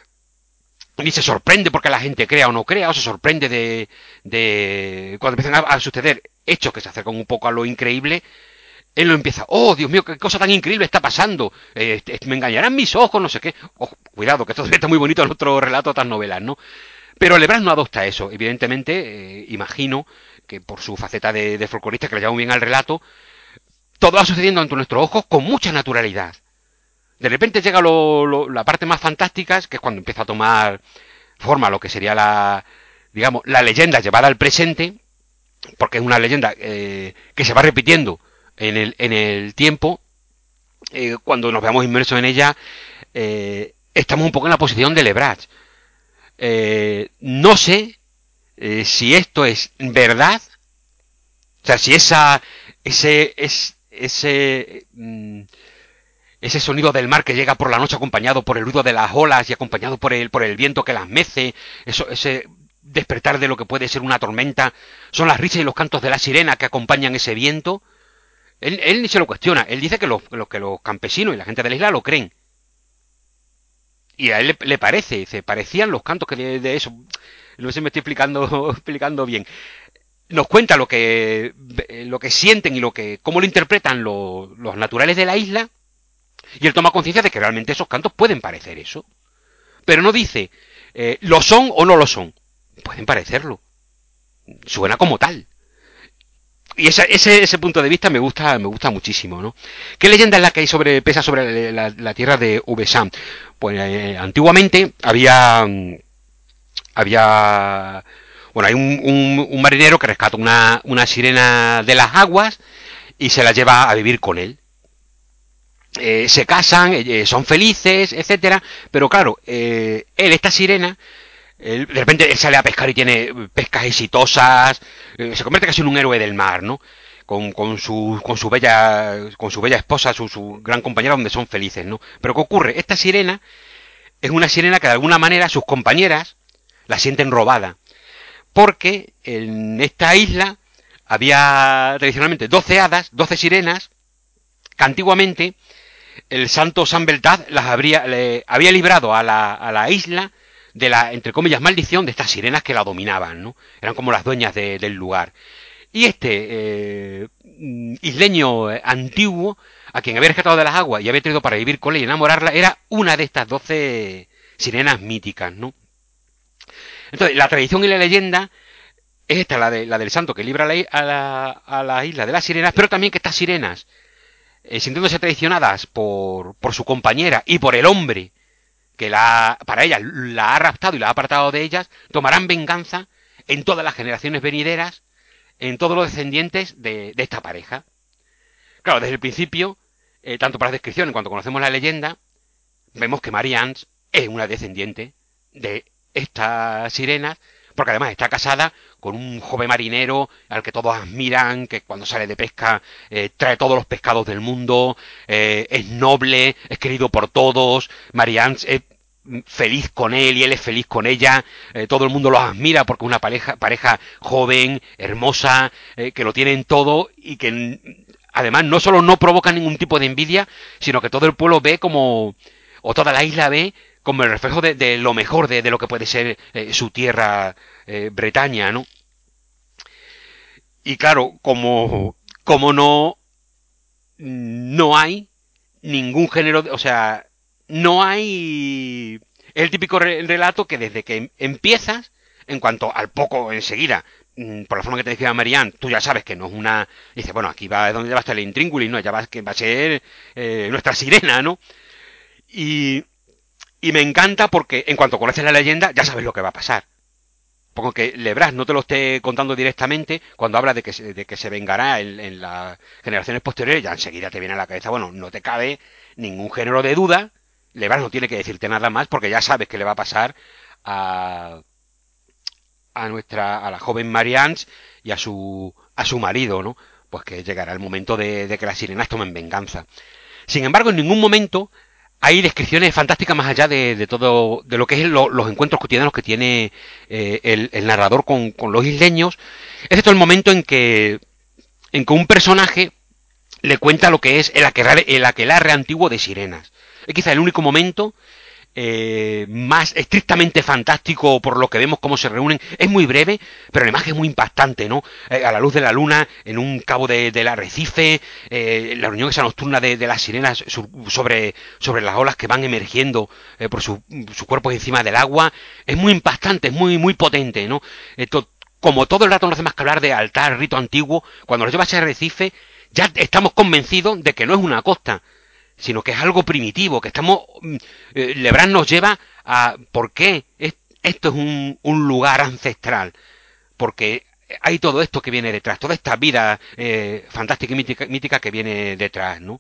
ni se sorprende porque la gente crea o no crea, o se sorprende de, de cuando empiezan a, a suceder hechos que se acercan un poco a lo increíble. Él lo empieza, oh, Dios mío, qué cosa tan increíble está pasando, eh, me engañarán mis ojos, no sé qué. Ojo, cuidado, que esto está muy bonito en otro relato, otras novelas, ¿no? Pero Lebras no adopta eso, evidentemente, eh, imagino que por su faceta de, de folclorista que le llama muy bien al relato, todo va sucediendo ante nuestros ojos con mucha naturalidad. De repente llega lo, lo, la parte más fantástica, que es cuando empieza a tomar forma lo que sería la, digamos, la leyenda llevada al presente, porque es una leyenda eh, que se va repitiendo en el, en el tiempo. Eh, cuando nos veamos inmersos en ella, eh, estamos un poco en la posición de Lebras. Eh, no sé eh, si esto es verdad, o sea, si esa, ese, es, ese, mm, ese sonido del mar que llega por la noche acompañado por el ruido de las olas y acompañado por el, por el viento que las mece, eso, ese despertar de lo que puede ser una tormenta, son las risas y los cantos de la sirena que acompañan ese viento. Él, él ni se lo cuestiona, él dice que los, que los campesinos y la gente de la isla lo creen. Y a él le, le parece, dice, parecían los cantos que de, de eso. No sé si me estoy explicando, explicando bien. Nos cuenta lo que, lo que sienten y lo que, cómo lo interpretan los, los naturales de la isla. Y él toma conciencia de que realmente esos cantos pueden parecer eso. Pero no dice, eh, lo son o no lo son. Pueden parecerlo. Suena como tal. Y esa, ese, ese punto de vista me gusta, me gusta muchísimo, ¿no? ¿Qué leyenda es la que hay sobre, pesa sobre la, la, la tierra de Uvesham? Pues eh, antiguamente había, había, bueno, hay un, un, un marinero que rescata una, una sirena de las aguas y se la lleva a vivir con él. Eh, se casan, eh, son felices, etcétera, pero claro, eh, él, esta sirena, él, de repente él sale a pescar y tiene pescas exitosas, eh, se convierte casi en un héroe del mar, ¿no? Con, con, su, con su bella con su bella esposa, su, su gran compañera, donde son felices, ¿no? Pero ¿qué ocurre? Esta sirena es una sirena que de alguna manera sus compañeras la sienten robada, porque en esta isla había tradicionalmente doce hadas, doce sirenas, que antiguamente el santo San Beltaz las habría, le, había librado a la, a la isla de la, entre comillas, maldición de estas sirenas que la dominaban, ¿no? Eran como las dueñas de, del lugar. Y este eh, isleño antiguo, a quien había rescatado de las aguas y había traído para vivir con él y enamorarla, era una de estas doce sirenas míticas, ¿no? Entonces, la tradición y la leyenda es esta, la, de, la del santo que libra a la, a, la, a la isla de las sirenas, pero también que estas sirenas, eh, sintiéndose traicionadas por, por su compañera y por el hombre que la, para ellas la ha raptado y la ha apartado de ellas, tomarán venganza en todas las generaciones venideras, en todos los descendientes de, de esta pareja. Claro, desde el principio, eh, tanto para la descripción en cuanto conocemos la leyenda, vemos que Marianne es una descendiente de estas sirenas, porque además está casada con un joven marinero al que todos admiran, que cuando sale de pesca eh, trae todos los pescados del mundo, eh, es noble, es querido por todos, Marianne es feliz con él y él es feliz con ella, eh, todo el mundo los admira porque es una pareja, pareja joven, hermosa, eh, que lo tienen todo y que además no solo no provoca ningún tipo de envidia, sino que todo el pueblo ve como, o toda la isla ve como el reflejo de, de lo mejor de, de lo que puede ser eh, su tierra eh, Bretaña, ¿no? Y claro, como, como no, no hay ningún género, de, o sea, no hay el típico re relato que desde que empiezas, en cuanto al poco enseguida, por la forma que te decía Marianne, tú ya sabes que no es una... Dice, bueno, aquí va donde va a estar el intríngulis, ¿no? Ya va, que va a ser eh, nuestra sirena, ¿no? Y, y me encanta porque en cuanto conoces la leyenda, ya sabes lo que va a pasar. Pongo que Lebras no te lo esté contando directamente, cuando habla de que se, de que se vengará en, en las generaciones posteriores, ya enseguida te viene a la cabeza, bueno, no te cabe ningún género de duda, Lebras no tiene que decirte nada más porque ya sabes que le va a pasar a, a nuestra, a la joven Marianne y a su, a su marido, ¿no? Pues que llegará el momento de, de que las sirenas tomen venganza. Sin embargo, en ningún momento hay descripciones fantásticas más allá de, de todo, de lo que es lo, los encuentros cotidianos que tiene eh, el, el narrador con, con los isleños, excepto el momento en que, en que un personaje le cuenta lo que es el aquelarre, el aquelarre antiguo de sirenas. Es quizá el único momento eh, más estrictamente fantástico por lo que vemos cómo se reúnen. Es muy breve, pero la imagen es muy impactante, ¿no? Eh, a la luz de la luna, en un cabo de, del arrecife, eh, la reunión esa nocturna de, de las sirenas sobre, sobre las olas que van emergiendo eh, por sus su cuerpos encima del agua. Es muy impactante, es muy, muy potente, ¿no? Esto, como todo el rato no hace más que hablar de altar, rito antiguo, cuando nos lleva a ese arrecife, ya estamos convencidos de que no es una costa, sino que es algo primitivo, que estamos... Eh, Lebrán nos lleva a... ¿Por qué? Es, esto es un, un lugar ancestral, porque hay todo esto que viene detrás, toda esta vida eh, fantástica y mítica, mítica que viene detrás, ¿no?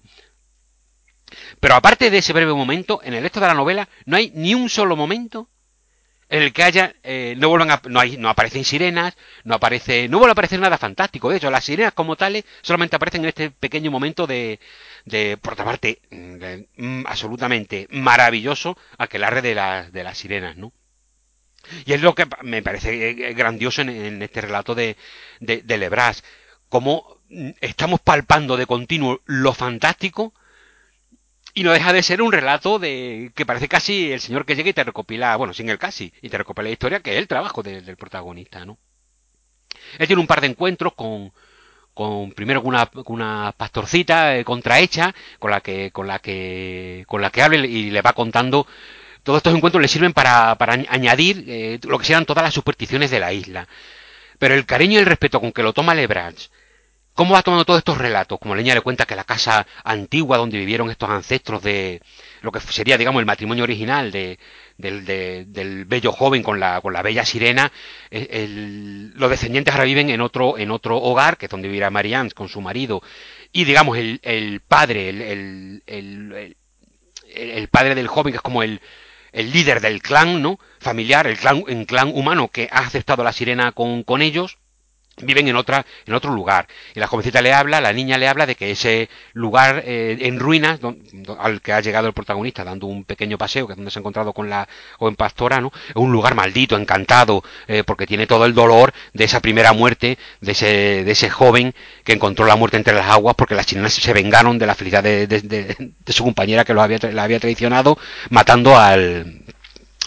Pero aparte de ese breve momento, en el resto de la novela no hay ni un solo momento en el que haya, eh, no vuelvan a, no hay, no aparecen sirenas, no aparece, no vuelve a aparecer nada fantástico. De hecho, las sirenas como tales solamente aparecen en este pequeño momento de, de por otra parte, de, mm, absolutamente maravilloso aquelarre de las, de las sirenas, ¿no? Y es lo que me parece grandioso en, en este relato de, de, de Lebras, cómo estamos palpando de continuo lo fantástico. Y no deja de ser un relato de que parece casi el señor que llega y te recopila, bueno, sin el casi, y te recopila la historia, que es el trabajo de, del protagonista, ¿no? Él tiene un par de encuentros con, con primero con una, con una pastorcita eh, contrahecha, con la que, con la que, con la que habla y le va contando. Todos estos encuentros le sirven para, para añadir eh, lo que sean todas las supersticiones de la isla. Pero el cariño y el respeto con que lo toma Lebrach, ¿cómo va tomando todos estos relatos? Como Leña le cuenta que la casa antigua donde vivieron estos ancestros de lo que sería, digamos, el matrimonio original de, del, de, del bello joven con la, con la bella sirena, el, el, los descendientes ahora viven en otro, en otro hogar, que es donde vivirá Marianne con su marido, y digamos, el, el padre, el, el, el, el, padre del joven, que es como el, el líder del clan, ¿no? Familiar, el clan, el clan humano que ha aceptado a la sirena con, con ellos, viven en otra en otro lugar y la jovencita le habla, la niña le habla de que ese lugar eh, en ruinas don, don, al que ha llegado el protagonista dando un pequeño paseo, que es donde se ha encontrado con la joven pastora, ¿no? Es un lugar maldito, encantado, eh, porque tiene todo el dolor de esa primera muerte de ese, de ese joven que encontró la muerte entre las aguas porque las sirenas se vengaron de la felicidad de, de, de, de su compañera que los había, la había traicionado matando al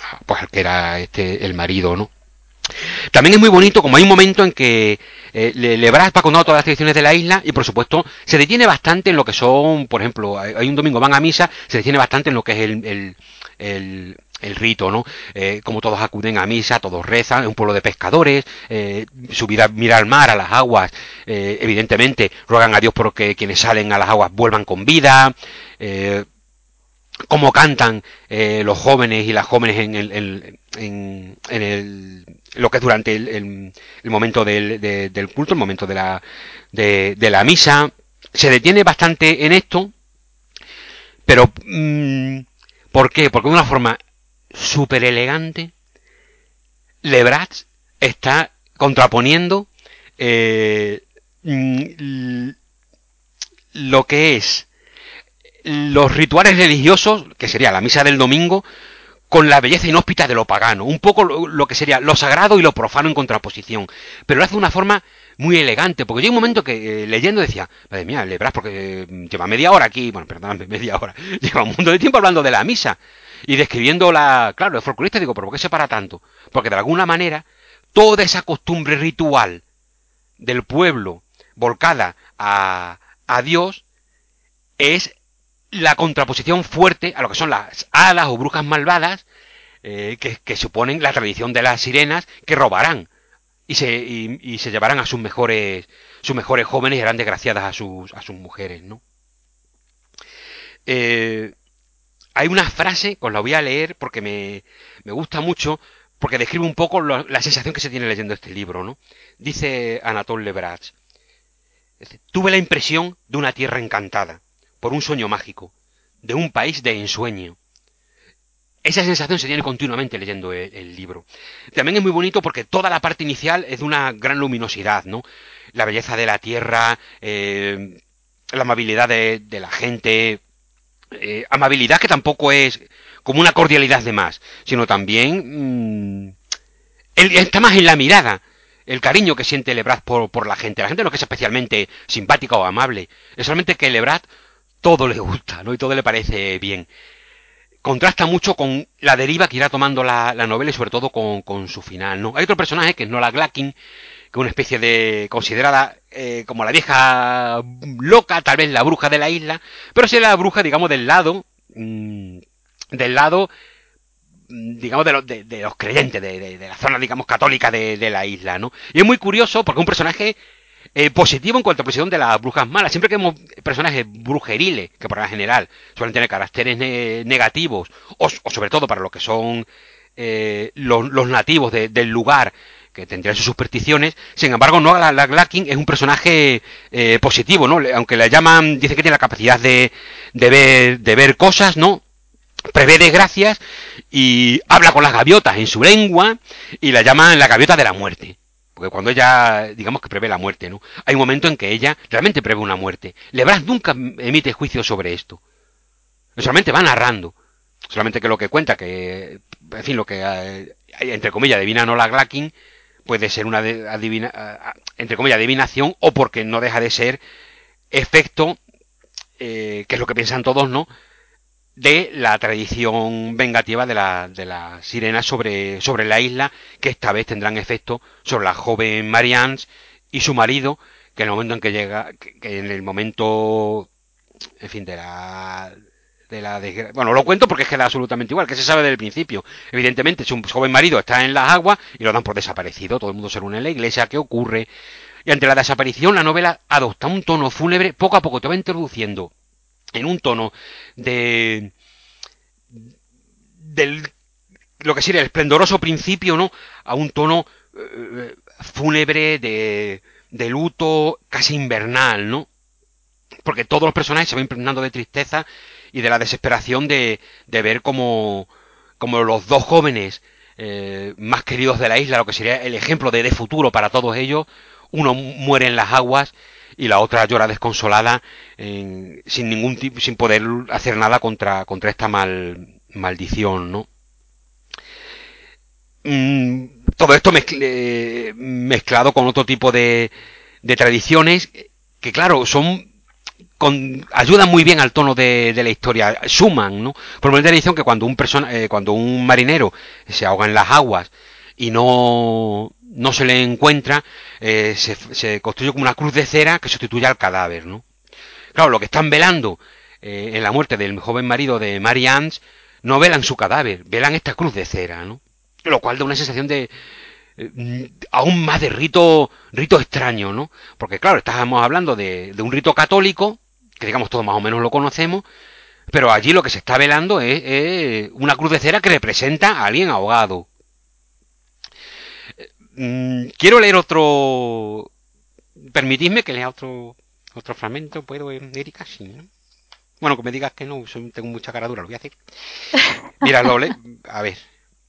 pues al que era este el marido, ¿no? También es muy bonito, como hay un momento en que eh, Lebrás va contando todas las tradiciones de la isla y, por supuesto, se detiene bastante en lo que son, por ejemplo, hay, hay un domingo van a misa, se detiene bastante en lo que es el, el, el, el rito, ¿no? Eh, como todos acuden a misa, todos rezan, es un pueblo de pescadores, eh, su vida mira al mar, a las aguas, eh, evidentemente, ruegan a Dios porque quienes salen a las aguas vuelvan con vida, eh, cómo cantan eh, los jóvenes y las jóvenes en el, en, en, en el lo que es durante el, el, el momento del, de, del culto, el momento de la, de, de la misa. Se detiene bastante en esto, pero mmm, ¿por qué? Porque de una forma súper elegante, Lebras está contraponiendo eh, lo que es los rituales religiosos, que sería la misa del domingo, con la belleza inhóspita de lo pagano, un poco lo, lo que sería lo sagrado y lo profano en contraposición, pero lo hace de una forma muy elegante, porque llega un momento que eh, leyendo decía, madre mía, Lebras, porque eh, lleva media hora aquí, bueno, perdóname, media hora, lleva un montón de tiempo hablando de la misa y describiendo la, claro, el folclorista, digo, pero ¿por qué se para tanto? Porque de alguna manera toda esa costumbre ritual del pueblo volcada a, a Dios es la contraposición fuerte a lo que son las hadas o brujas malvadas eh, que, que suponen la tradición de las sirenas que robarán y se, y, y se llevarán a sus mejores sus mejores jóvenes y harán desgraciadas a sus, a sus mujeres, ¿no? Eh, hay una frase, os la voy a leer porque me, me gusta mucho, porque describe un poco lo, la sensación que se tiene leyendo este libro, ¿no? Dice Anatole Lebras: tuve la impresión de una tierra encantada, por un sueño mágico, de un país de ensueño. Esa sensación se tiene continuamente leyendo el, el, libro. También es muy bonito porque toda la parte inicial es de una gran luminosidad, ¿no? La belleza de la tierra, eh, la amabilidad de, de la gente, eh, amabilidad que tampoco es como una cordialidad de más, sino también mmm, él está más en la mirada, el cariño que siente Lebras por, por la gente. La gente no es que sea especialmente simpática o amable, es solamente que Lebras todo le gusta, ¿no? Y todo le parece bien. Contrasta mucho con la deriva que irá tomando la, la novela y sobre todo con, con, su final, ¿no? Hay otro personaje que es Nola Glackin, que es una especie de considerada eh, como la vieja loca, tal vez la bruja de la isla, pero sí la bruja, digamos, del lado mmm, del lado digamos de los, de, de los creyentes de, de, de la zona, digamos, católica de, de la isla, ¿no? Y es muy curioso porque es un personaje eh, positivo en cuanto a posición de las brujas malas. Siempre que vemos personajes brujeriles, que por lo general suelen tener caracteres ne negativos, o, o sobre todo para lo que son eh, los, los nativos de, del lugar, que tendrían sus supersticiones, sin embargo, no, la, la Glackin es un personaje eh, positivo, ¿no? Aunque le llaman, dice que tiene la capacidad de, de, ver, de ver cosas, ¿no? Prevé desgracias y habla con las gaviotas en su lengua y la llaman la gaviota de la muerte. Porque cuando ella, digamos que prevé la muerte, ¿no? Hay un momento en que ella realmente prevé una muerte. Lebras nunca emite juicio sobre esto. Solamente va narrando. Solamente que lo que cuenta, que, en fin, lo que, eh, entre comillas, adivina Nola Glackin, puede ser una de, adivina, entre comillas, adivinación, o porque no deja de ser efecto, eh, que es lo que piensan todos, ¿no? De la tradición vengativa de la, de la sirena sobre, sobre la isla, que esta vez tendrán efecto sobre la joven Marianne y su marido, que en el momento en que llega, que, que en el momento, en fin, de la de la desgracia. Bueno, lo cuento porque es que da absolutamente igual, que se sabe desde el principio. Evidentemente, su joven marido está en las aguas y lo dan por desaparecido. Todo el mundo se reúne en la iglesia. ¿Qué ocurre? Y ante la desaparición, la novela adopta un tono fúnebre. Poco a poco te va introduciendo en un tono de del lo que sería el esplendoroso principio, ¿no? A un tono eh, fúnebre de, de luto casi invernal, ¿no? Porque todos los personajes se van impregnando de tristeza y de la desesperación de, de ver como, como los dos jóvenes eh, más queridos de la isla, lo que sería el ejemplo de, de futuro para todos ellos, uno muere en las aguas y la otra llora desconsolada en, sin ningún tipo, sin poder hacer nada contra, contra esta mal, maldición, ¿no? Mm, todo esto mezcl eh, mezclado con otro tipo de, de tradiciones que, claro, son con, ayudan muy bien al tono de, de la historia, suman, ¿no? Por ejemplo, la edición que cuando un persona, eh, cuando un marinero se ahoga en las aguas y no, no se le encuentra, eh, se, se construye como una cruz de cera que sustituye al cadáver, ¿no? Claro, lo que están velando eh, en la muerte del joven marido de Mary Ann, no velan su cadáver, velan esta cruz de cera, ¿no? Lo cual da una sensación de, eh, aún más de rito, rito extraño, ¿no? Porque claro, estábamos hablando de, de un rito católico, que digamos todos más o menos lo conocemos, pero allí lo que se está velando es, es una cruz de cera que representa a alguien ahogado. Mm, quiero leer otro... Permitidme que lea otro otro fragmento, ¿puedo, Erika? Sí, ¿no? Bueno, que me digas que no, soy, tengo mucha cara dura, lo voy a hacer. Mira, lo le... A ver.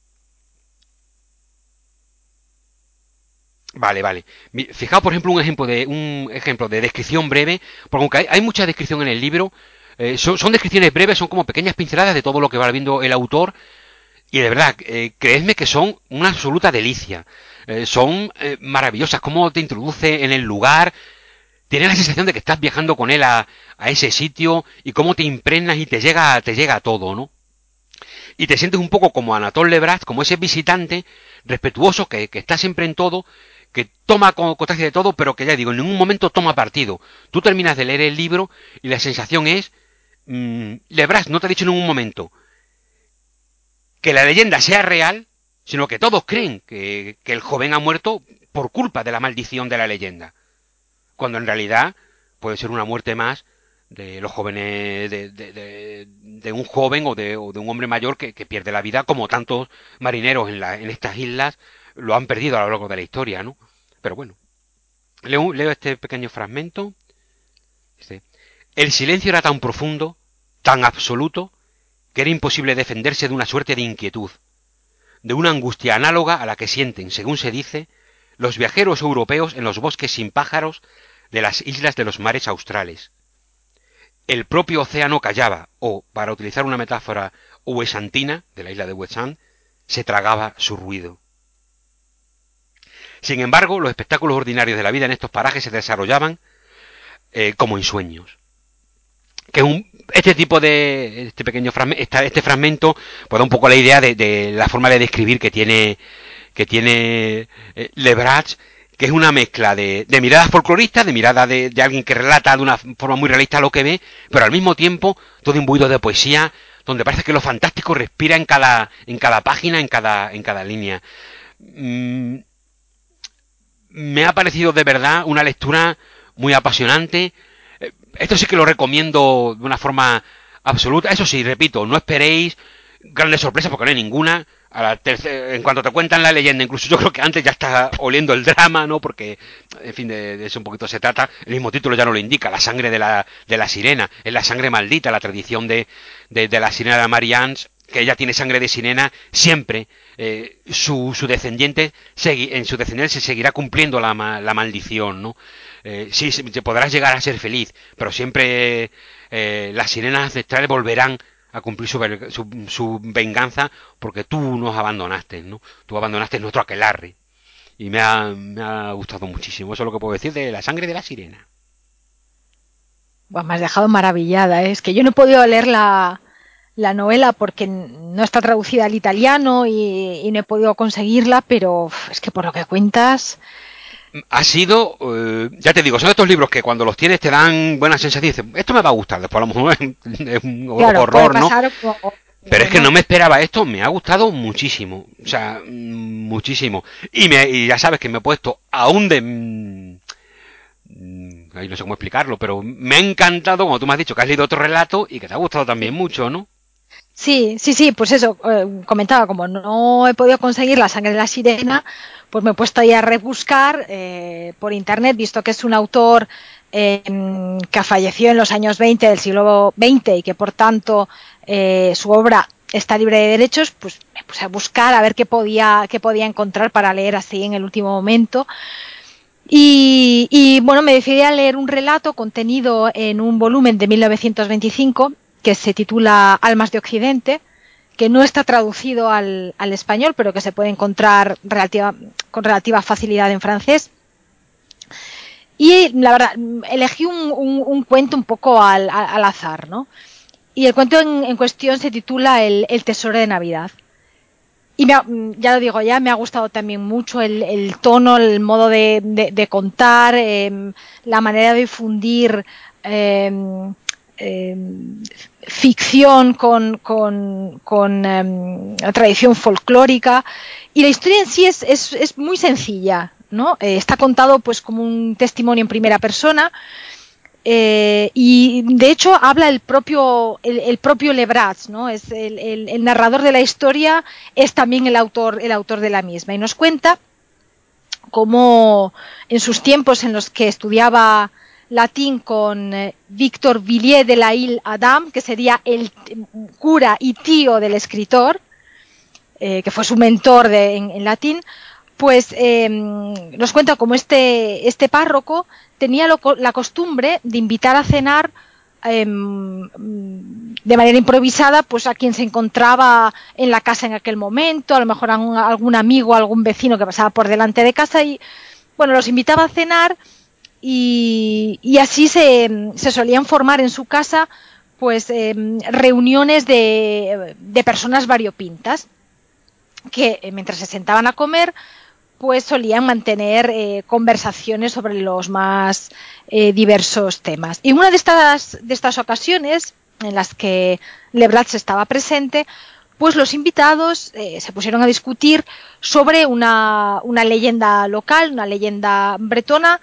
Vale, vale. Fijaos, por ejemplo, un ejemplo de un ejemplo de descripción breve, porque aunque hay, hay mucha descripción en el libro, eh, son, son descripciones breves, son como pequeñas pinceladas de todo lo que va viendo el autor, y de verdad, eh, creedme que son una absoluta delicia. Eh, son eh, maravillosas, cómo te introduce en el lugar, tienes la sensación de que estás viajando con él a, a ese sitio, y cómo te impregnas y te llega, te llega todo, ¿no? Y te sientes un poco como Anatole Lebras, como ese visitante respetuoso que, que está siempre en todo, que toma constancia de todo, pero que ya digo, en ningún momento toma partido. Tú terminas de leer el libro y la sensación es, mmm, Lebras no te ha dicho en ningún momento que la leyenda sea real, sino que todos creen que, que el joven ha muerto por culpa de la maldición de la leyenda. Cuando en realidad puede ser una muerte más de los jóvenes, de, de, de, de un joven o de, o de un hombre mayor que, que pierde la vida, como tantos marineros en, la, en estas islas lo han perdido a lo largo de la historia, ¿no? Pero bueno, leo, leo este pequeño fragmento. Dice, el silencio era tan profundo, tan absoluto, que era imposible defenderse de una suerte de inquietud, de una angustia análoga a la que sienten, según se dice, los viajeros europeos en los bosques sin pájaros de las islas de los mares australes. El propio océano callaba, o, para utilizar una metáfora huesantina, de la isla de Huesán, se tragaba su ruido. Sin embargo, los espectáculos ordinarios de la vida en estos parajes se desarrollaban eh, como en sueños. Que un, este tipo de este pequeño fragmento, este fragmento, pues da un poco la idea de, de la forma de describir que tiene que tiene eh, Lebras, que es una mezcla de, de miradas folcloristas, de mirada de, de alguien que relata de una forma muy realista lo que ve, pero al mismo tiempo todo imbuido de poesía, donde parece que lo fantástico respira en cada en cada página, en cada en cada línea. Mm, me ha parecido de verdad una lectura muy apasionante. Esto sí que lo recomiendo de una forma absoluta. Eso sí, repito, no esperéis grandes sorpresas porque no hay ninguna. A la tercera, en cuanto te cuentan la leyenda, incluso yo creo que antes ya está oliendo el drama, ¿no? Porque, en fin, de, de eso un poquito se trata. El mismo título ya no lo indica, la sangre de la, de la sirena. Es la sangre maldita, la tradición de, de, de la sirena de Mary Ann, que ella tiene sangre de sirena, siempre eh, su, su descendiente segui, en su descendencia se seguirá cumpliendo la, la maldición, ¿no? Eh, sí, podrás llegar a ser feliz, pero siempre eh, las sirenas ancestrales volverán a cumplir su, su, su venganza porque tú nos abandonaste, ¿no? Tú abandonaste nuestro aquelarre. Y me ha, me ha gustado muchísimo. Eso es lo que puedo decir de la sangre de la sirena. Bueno, me has dejado maravillada, ¿eh? Es que yo no he podido leer la, la novela porque no está traducida al italiano y, y no he podido conseguirla, pero uf, es que por lo que cuentas... Ha sido, eh, ya te digo, son estos libros que cuando los tienes te dan buena sensación y dices, esto me va a gustar, después a lo mejor es un Claro, horror, ¿no? Como, Pero es que no. no me esperaba esto, me ha gustado muchísimo, o sea, muchísimo. Y, me, y ya sabes que me he puesto aún de... Mmm, ahí no sé cómo explicarlo, pero me ha encantado, como tú me has dicho, que has leído otro relato y que te ha gustado también Sí. mucho, ¿no? Sí, sí, sí, pues eso, eh, comentaba, como no he podido conseguir la sangre de la sirena, pues me he puesto ahí a rebuscar eh, por internet, visto que es un autor eh, que falleció en los años veinte del siglo veinte y que por tanto eh, su obra está libre de derechos, pues me puse a buscar a ver qué podía, qué podía encontrar para leer así en el último momento. Y, y bueno, me decidí a leer un relato contenido en un volumen de mil novecientos veinticinco que se titula Almas de Occidente, que no está traducido al, al español, pero que se puede encontrar relativa, con relativa facilidad en francés. Y la verdad, elegí un, un, un cuento un poco al, al azar, ¿no? Y el cuento en, en cuestión se titula El, el tesoro de Navidad. Y me ha, ya lo digo, ya me ha gustado también mucho el, el tono, el modo de, de, de contar, eh, la manera de difundir eh, eh, ficción con, con, con eh, tradición folclórica. Y la historia en sí es, es, es muy sencilla, ¿no? Eh, está contado pues como un testimonio en primera persona. Eh, y de hecho habla el propio el, el propio Le Braz, ¿no? Es el, el, el narrador de la historia, es también el autor el autor de la misma y nos cuenta cómo en sus tiempos en los que estudiaba latín con eh, Víctor Villiers de la Isle Adam, que sería el cura y tío del escritor, eh, que fue su mentor de, en, en latín, pues eh, nos cuenta cómo este, este párroco tenía lo, la costumbre de invitar a cenar eh, de manera improvisada pues a quien se encontraba en la casa en aquel momento, a lo mejor a un, a algún amigo, a algún vecino que pasaba por delante de casa y bueno, los invitaba a cenar y, y así se, se solían formar en su casa pues eh, reuniones de, de personas variopintas que eh, mientras se sentaban a comer pues solían mantener eh, conversaciones sobre los más eh, diversos temas. Y una de estas, de estas ocasiones en las que Le Braz estaba presente, pues los invitados eh, se pusieron a discutir sobre una, una leyenda local, una leyenda bretona,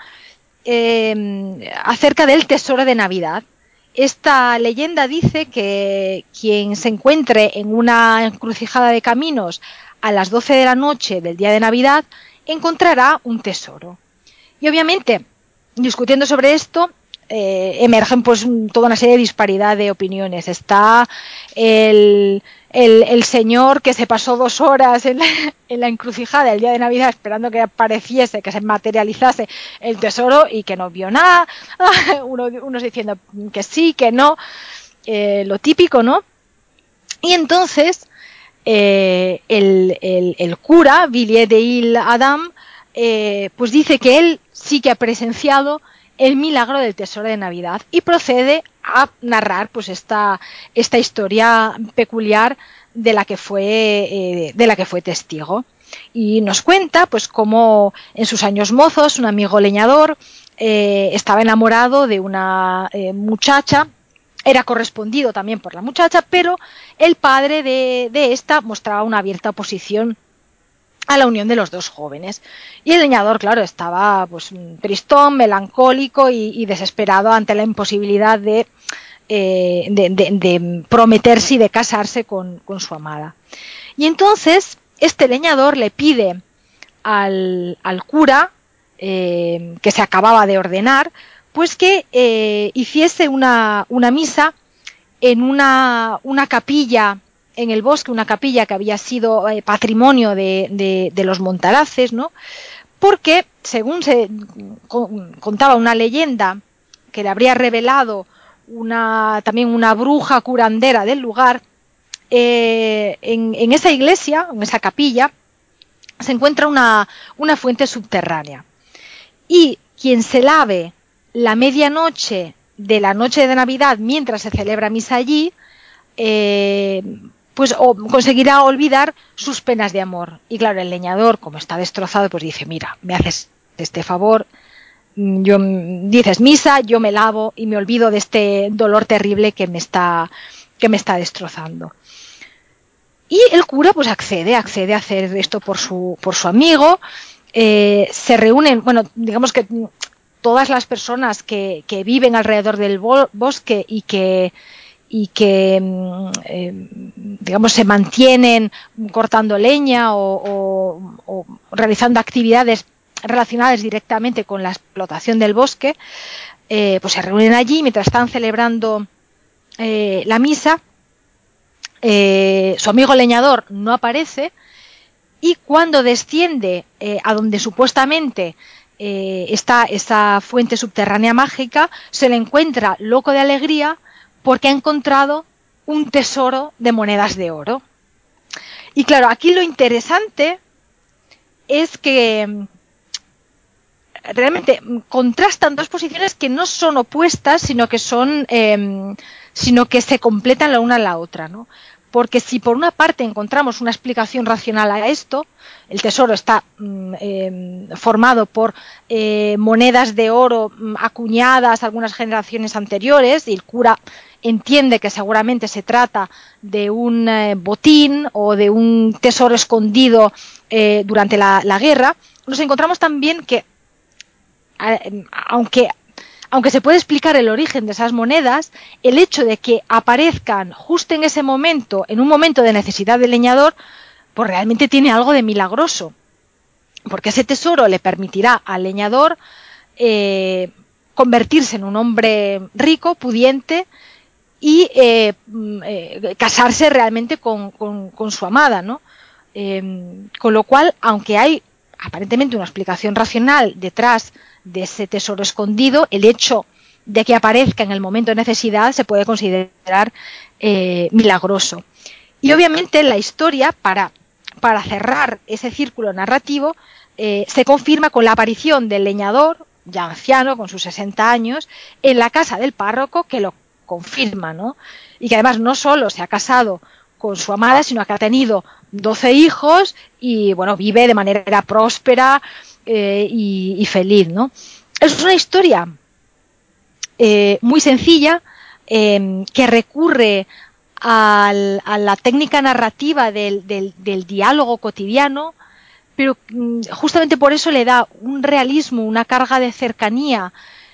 eh, acerca del tesoro de Navidad. Esta leyenda dice que quien se encuentre en una encrucijada de caminos a las doce de la noche del día de Navidad encontrará un tesoro. Y obviamente, discutiendo sobre esto, eh, emergen pues toda una serie de disparidad de opiniones. Está el, el, el señor que se pasó dos horas en la, en la encrucijada el día de Navidad esperando que apareciese, que se materializase el tesoro y que no vio nada. Uno, unos diciendo que sí, que no, eh, lo típico, ¿no? Y entonces eh, el, el, el cura, Villiers de Isle Adam, eh, pues dice que él sí que ha presenciado el milagro del tesoro de Navidad y procede a narrar pues esta, esta historia peculiar de la que fue, eh, de la que fue testigo. Y nos cuenta pues cómo en sus años mozos un amigo leñador eh, estaba enamorado de una eh, muchacha, era correspondido también por la muchacha, pero el padre de, de esta mostraba una abierta oposición a la unión de los dos jóvenes. Y el leñador, claro, estaba pues tristón, melancólico y, y desesperado ante la imposibilidad de, eh, de, de, de prometerse y de casarse con, con su amada. Y entonces este leñador le pide al, al cura, eh, que se acababa de ordenar, pues que eh, hiciese una, una misa en una, una capilla en el bosque, una capilla que había sido eh, patrimonio de, de, de los Montaraces, ¿no? Porque, según se contaba una leyenda que le habría revelado una, también una bruja curandera del lugar, eh, en, en esa iglesia, en esa capilla, se encuentra una, una fuente subterránea. Y quien se lave la medianoche de la noche de Navidad mientras se celebra misa allí, eh, pues o, conseguirá olvidar sus penas de amor. Y claro, el leñador, como está destrozado, pues dice, mira, me haces este favor, yo dices misa, yo me lavo y me olvido de este dolor terrible que me está, que me está destrozando. Y el cura pues accede, accede a hacer esto por su, por su amigo. Eh, se reúnen, bueno, digamos que todas las personas que, que viven alrededor del bo bosque y que y que eh, digamos se mantienen cortando leña o, o, o realizando actividades relacionadas directamente con la explotación del bosque, eh, pues se reúnen allí mientras están celebrando eh, la misa. Eh, su amigo leñador no aparece y cuando desciende eh, a donde supuestamente eh, está esa fuente subterránea mágica, se le encuentra loco de alegría porque ha encontrado un tesoro de monedas de oro. Y claro, aquí lo interesante es que realmente contrastan dos posiciones que no son opuestas, sino que son, eh, sino que se completan la una a la otra, ¿no? Porque si por una parte encontramos una explicación racional a esto, el tesoro está mm, eh, formado por eh, monedas de oro mm, acuñadas algunas generaciones anteriores, y el cura entiende que seguramente se trata de un eh, botín o de un tesoro escondido eh, durante la, la guerra, nos encontramos también que, eh, aunque Aunque se puede explicar el origen de esas monedas, el hecho de que aparezcan justo en ese momento, en un momento de necesidad del leñador, pues realmente tiene algo de milagroso. Porque ese tesoro le permitirá al leñador eh, convertirse en un hombre rico, pudiente, y eh, eh, casarse realmente con, con, con su amada, ¿no? Eh, con lo cual, aunque hay aparentemente una explicación racional detrás de ese tesoro escondido, el hecho de que aparezca en el momento de necesidad se puede considerar eh, milagroso. Y obviamente la historia, para, para cerrar ese círculo narrativo, eh, se confirma con la aparición del leñador, ya anciano, con sus sesenta años, en la casa del párroco, que lo confirma, ¿no? Y que además no solo se ha casado con su amada, sino que ha tenido doce hijos y, bueno, vive de manera próspera eh, y, y feliz, ¿no? Es una historia eh, muy sencilla, eh, que recurre al, a la técnica narrativa del, del, del diálogo cotidiano, pero mm, justamente por eso le da un realismo, una carga de cercanía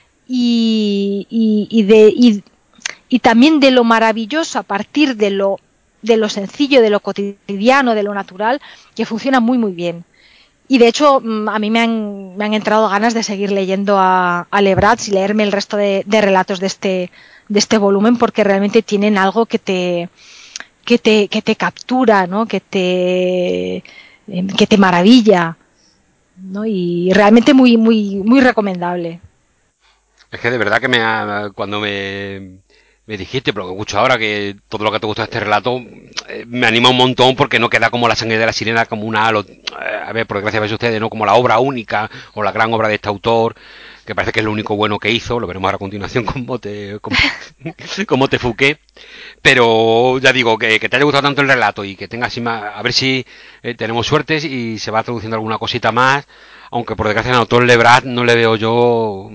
y, y, y, de, y, y también de lo maravilloso a partir de lo, de lo sencillo, de lo cotidiano, de lo natural, que funciona muy muy bien. Y de hecho, a mí me han, me han entrado ganas de seguir leyendo a, a Lebras y leerme el resto de, de relatos de este, de este volumen, porque realmente tienen algo que te, que te, que te captura, ¿no? Que te, que te maravilla, ¿no? Y realmente muy, muy, muy recomendable. Es que de verdad que me ha, cuando me, me dijiste, pero que escucho ahora, que todo lo que te gusta de este relato, eh, me anima un montón porque no queda como La sangre de la sirena, como una, lo, eh, a ver, por desgracia a ustedes, no como la obra única o la gran obra de este autor, que parece que es lo único bueno que hizo, lo veremos ahora a continuación con Mote, con, con Mote Fouquet, pero ya digo, que, que te haya gustado tanto el relato y que tenga así más, a ver si eh, tenemos suerte y se va traduciendo alguna cosita más, aunque por desgracia al autor Lebras no le veo yo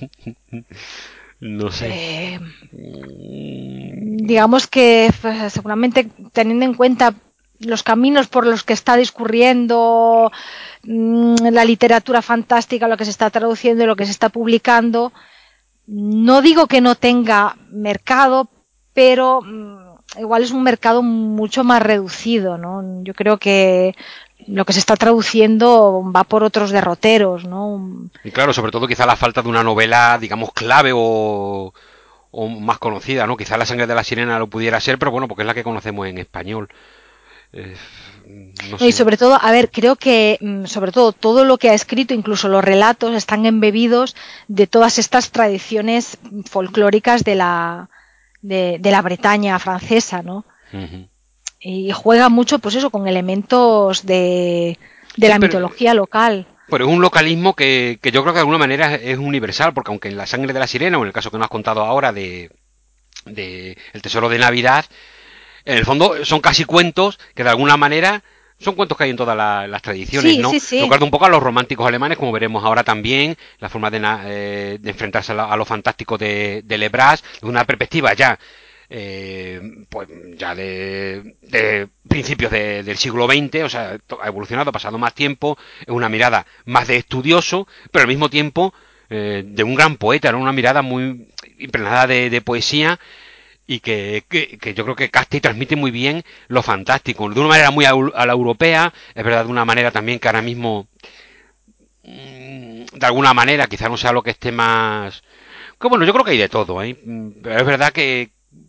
no sé. Eh, digamos que seguramente, teniendo en cuenta los caminos por los que está discurriendo mmm, la literatura fantástica, lo que se está traduciendo, lo que se está publicando, no digo que no tenga mercado, pero mmm, igual es un mercado mucho más reducido, ¿no? Yo creo que lo que se está traduciendo va por otros derroteros, ¿no? Y claro, sobre todo quizá la falta de una novela, digamos, clave o, o más conocida, ¿no? Quizá La sangre de la sirena lo pudiera ser, pero bueno, porque es la que conocemos en español. Eh, no Y sé. sobre todo, a ver, creo que sobre todo todo lo que ha escrito, incluso los relatos, están embebidos de todas estas tradiciones folclóricas de la de, de la Bretaña francesa, ¿no? Uh-huh. Y juega mucho, pues eso, con elementos de, de Sí, la pero, mitología local. pero es un localismo que, que yo creo que de alguna manera es universal, porque aunque en La sangre de la sirena, o en el caso que nos has contado ahora de, de El tesoro de Navidad, en el fondo son casi cuentos que de alguna manera son cuentos que hay en todas la, las tradiciones, Sí, ¿no? sí, sí. Recuerda un poco a los románticos alemanes, como veremos ahora también, la forma de, eh, de enfrentarse a, la, a, lo fantástico de, de Lebras, de una perspectiva ya, eh, pues ya de, de principios de, del siglo veinte, o sea, ha evolucionado, ha pasado más tiempo, es una mirada más de estudioso, pero al mismo tiempo eh, de un gran poeta, ¿no? Una mirada muy impregnada de, de poesía y que, que, que, yo creo que capta y transmite muy bien lo fantástico, de una manera muy a, a la europea, es verdad, de una manera también que ahora mismo, mmm, de alguna manera, quizá no sea lo que esté más... Que bueno, yo creo que hay de todo, ¿eh? Pero es verdad que...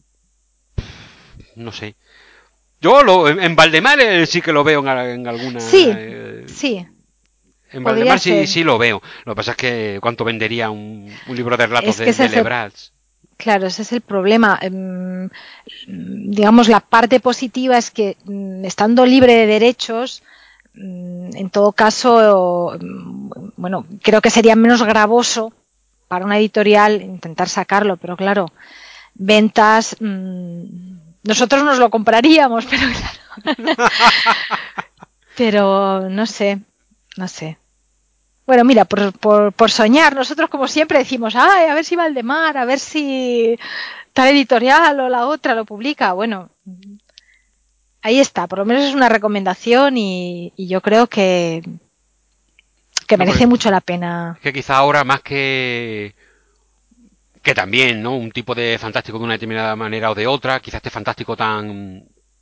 no sé. Yo lo, en, en Valdemar eh, sí que lo veo en, en alguna... Sí, Eh, sí, en podría Valdemar sí, ser. sí lo veo. Lo que pasa es que cuánto vendería un, un libro de relatos Es que de, ese de es el, Lebras. claro, ese es el problema. Um, digamos, la parte positiva es que, um, estando libre de derechos, en todo caso, bueno, creo que sería menos gravoso para una editorial intentar sacarlo, pero claro, ventas, mmm, nosotros nos lo compraríamos, pero claro. Pero no sé, no sé. Bueno, mira, por, por, por soñar, nosotros como siempre decimos, ay, a ver si Valdemar, a ver si tal editorial o la otra lo publica. Bueno, ahí está, por lo menos es una recomendación y, y yo creo que, que No, merece pues, mucho la pena. es que quizá ahora más que que también, ¿no? Un tipo de fantástico de una determinada manera o de otra, quizá este fantástico tan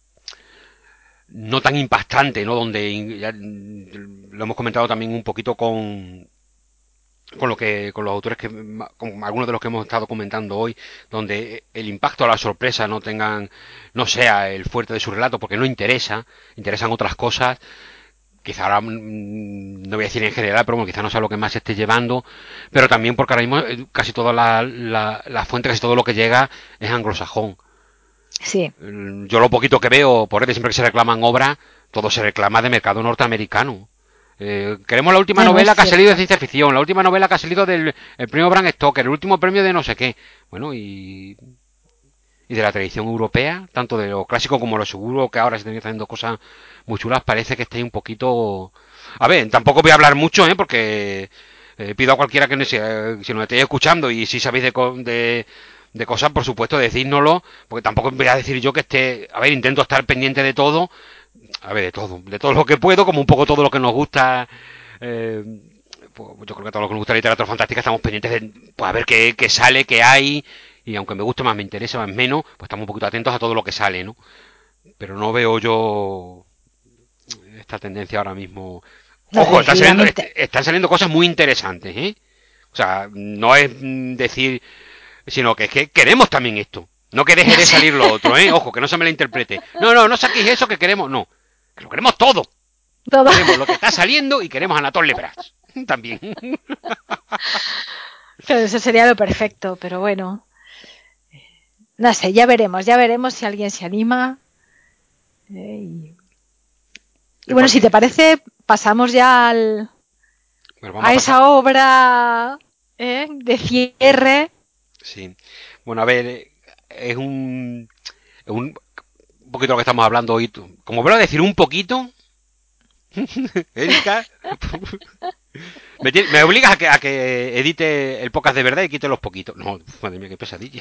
no tan impactante, ¿no? Donde ya lo hemos comentado también un poquito con con lo que con los autores que con algunos de los que hemos estado comentando hoy, donde el impacto o la sorpresa no tengan no sea el fuerte de su relato porque no interesa, interesan otras cosas. Quizá ahora no voy a decir en general, pero bueno, quizá no sea lo que más se esté llevando, pero también porque ahora mismo casi toda la, la, la fuente, casi todo lo que llega es anglosajón. Sí. Yo lo poquito que veo, por eso siempre que se reclaman obras, todo se reclama de mercado norteamericano. Eh, queremos la última No, no, es novela que ha salido de cierto. ciencia ficción, la última novela que ha salido del el premio Bram Stoker, el último premio de no sé qué. Bueno, y, y de la tradición europea, tanto de lo clásico como lo seguro, que ahora se están haciendo cosas muy chulas, parece que estáis un poquito... A ver, tampoco voy a hablar mucho, ¿eh? Porque eh, pido a cualquiera que no sea, si nos estéis escuchando y si sabéis de, de, de cosas, por supuesto, decídnoslo, porque tampoco voy a decir yo que esté... A ver, intento estar pendiente de todo, a ver, de todo, de todo lo que puedo, como un poco todo lo que nos gusta... Eh, pues yo creo que a todos los que nos gusta la literatura fantástica estamos pendientes de pues, a ver qué, qué sale, qué hay, y aunque me guste más, me interese más menos, pues estamos un poquito atentos a todo lo que sale, ¿no? Pero no veo yo esta tendencia ahora mismo. No, Ojo, están saliendo, est efectivamente. están saliendo cosas muy interesantes, ¿eh? O sea, no es decir, sino que es que queremos también esto. No que deje de Sí. salir lo otro, ¿eh? Ojo, que no se me la interprete. No, no, no saquéis eso que queremos, no. Que lo queremos todo. Todo. Queremos lo que está saliendo y queremos a Anatole Lebras. También. Claro, eso sería lo perfecto, pero bueno. No sé, ya veremos, ya veremos si alguien se anima. Eh, y, y En bueno, si te cualquier... parece, pasamos ya al, Bueno, vamos a a pasar. esa obra ¿eh? de cierre. Sí. Bueno, a ver, es un, es un, un poquito lo que estamos hablando hoy. Como vuelvo a decir un poquito, Erika, me, tiene, me obligas a que, a que edite el podcast de verdad y quite los poquitos. No, madre mía, qué pesadilla.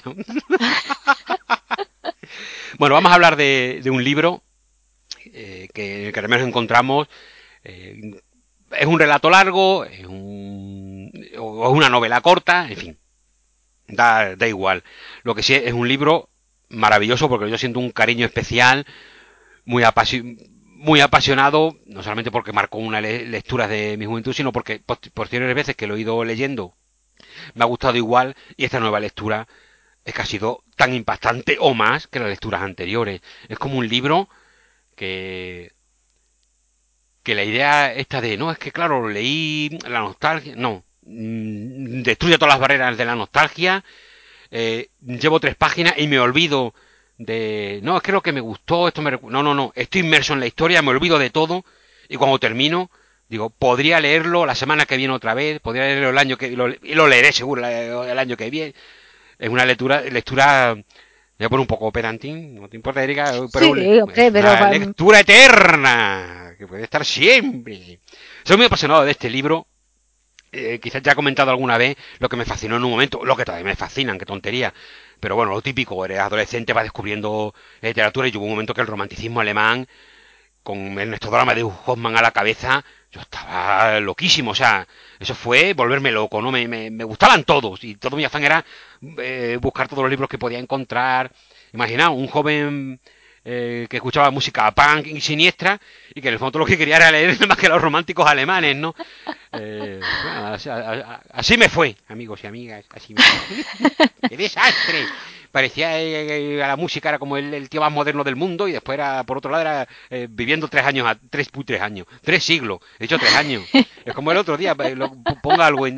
Bueno, vamos a hablar de, de un libro eh, que en el que al menos encontramos. Eh, es un relato largo, es un, o es una novela corta, en fin, da, da igual. Lo que sí es un libro maravilloso porque yo siento un cariño especial, muy, apasio muy apasionado, no solamente porque marcó una le lectura de mi juventud, sino porque posteriores veces que lo he ido leyendo me ha gustado igual y esta nueva lectura es que ha sido tan impactante o más que las lecturas anteriores. Es como un libro que que la idea esta de no es que claro lo leí la nostalgia no mm, destruye todas las barreras de la nostalgia. Eh, llevo tres páginas y me olvido de no es que lo que me gustó esto me no no no estoy inmerso en la historia, me olvido de todo y cuando termino digo podría leerlo la semana que viene otra vez, podría leerlo el año que y lo, y lo leeré seguro el año que viene. Es una lectura lectura voy a poner un poco pedantín, no te importa, Erika, pero Sí, hombre, es pero una um, lectura eterna que puede estar siempre. Soy muy apasionado de este libro. Eh, quizás ya he comentado alguna vez lo que me fascinó en un momento, lo que todavía me fascinan, qué tontería. Pero bueno, lo típico, eres adolescente, vas descubriendo literatura y hubo un momento que el romanticismo alemán, con Ernesto Drama de Hoffmann a la cabeza, yo estaba loquísimo, o sea, eso fue volverme loco, ¿no? Me, me, me gustaban todos y todo mi afán era eh, buscar todos los libros que podía encontrar. Imaginaos, un joven eh, que escuchaba música punk y siniestra y que en el fondo lo que quería era leer más que los románticos alemanes, ¿no? Eh, bueno, así, a, a, así me fue, amigos y amigas, así me fue. ¡Qué desastre! Parecía eh, a la música era como el, el, tío más moderno del mundo y después era por otro lado era eh, viviendo tres años tres tres años tres siglos he hecho tres años es como el otro día lo, ponga algo en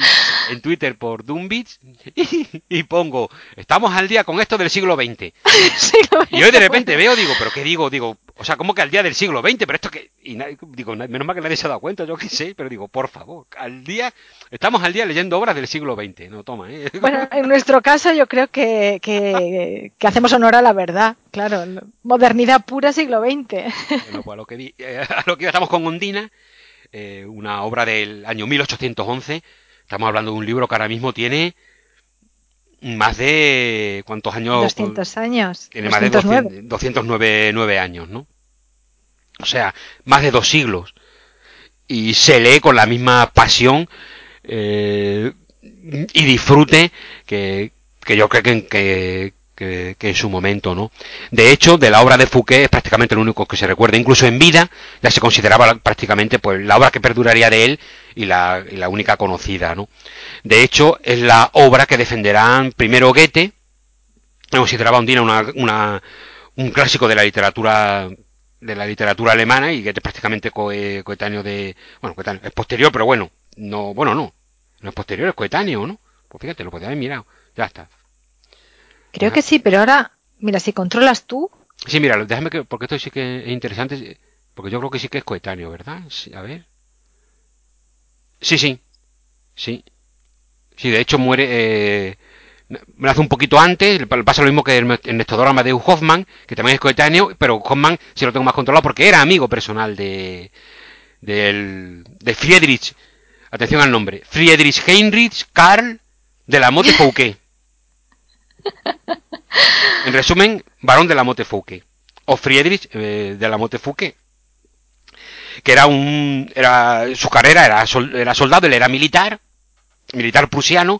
en Twitter por Doombits y, y pongo, estamos al día con esto del siglo veinte. Y hoy de repente veo, digo, ¿pero qué digo? Digo, o sea, ¿cómo que al día del siglo veinte? Pero esto que... Y nadie- digo, na- menos mal que nadie se ha dado cuenta, yo qué sé, pero digo, por favor, al día... Estamos al día leyendo obras del siglo veinte. No, toma, ¿eh? Bueno, en nuestro caso yo creo que, que, que hacemos honor a la verdad, claro, modernidad pura siglo veinte. Bueno, pues a lo que, di- eh, a lo que iba, estamos con Ondina, eh, una obra del año mil ochocientos once. Estamos hablando de un libro que ahora mismo tiene más de... ¿Cuántos años? doscientos años, Tiene más de doscientos nueve. doscientos, doscientos nueve nueve años, ¿no? O sea, más de dos siglos. Y se lee con la misma pasión eh, y disfrute que, que yo creo que, que, que, que en su momento, ¿no? De hecho, de la obra de Fouquet es prácticamente lo único que se recuerda. Incluso en vida ya se consideraba prácticamente pues la obra que perduraría de él y la, y la única conocida, ¿no? De hecho, es la obra que defenderán primero Goethe, que consideraba Undina una, una, un clásico de la literatura de la literatura alemana y que es prácticamente coe, coetáneo de... Bueno, coetáneo, es posterior, pero bueno, no, bueno, no, no es posterior, es coetáneo, ¿no? Pues fíjate, lo podía haber mirado, ya está. Creo Deja, que sí, pero ahora, mira, si controlas tú, sí, mira, déjame que, porque esto sí que es interesante, porque yo creo que sí que es coetáneo, ¿verdad? Sí, a ver. Sí, sí, sí, sí, de hecho muere... Eh, nace un poquito antes, pasa lo mismo que el Ernesto Amadeus Hoffmann, que también es coetáneo, pero Hoffmann sí lo tengo más controlado porque era amigo personal de, del, de Friedrich, atención al nombre, Friedrich Heinrich Karl de la Motte Fouquet. En resumen, varón de la Motte Fouquet. O Friedrich eh, de la Motte Fouquet. Que era un. Era, su carrera era, sol, era soldado, él era militar, militar prusiano,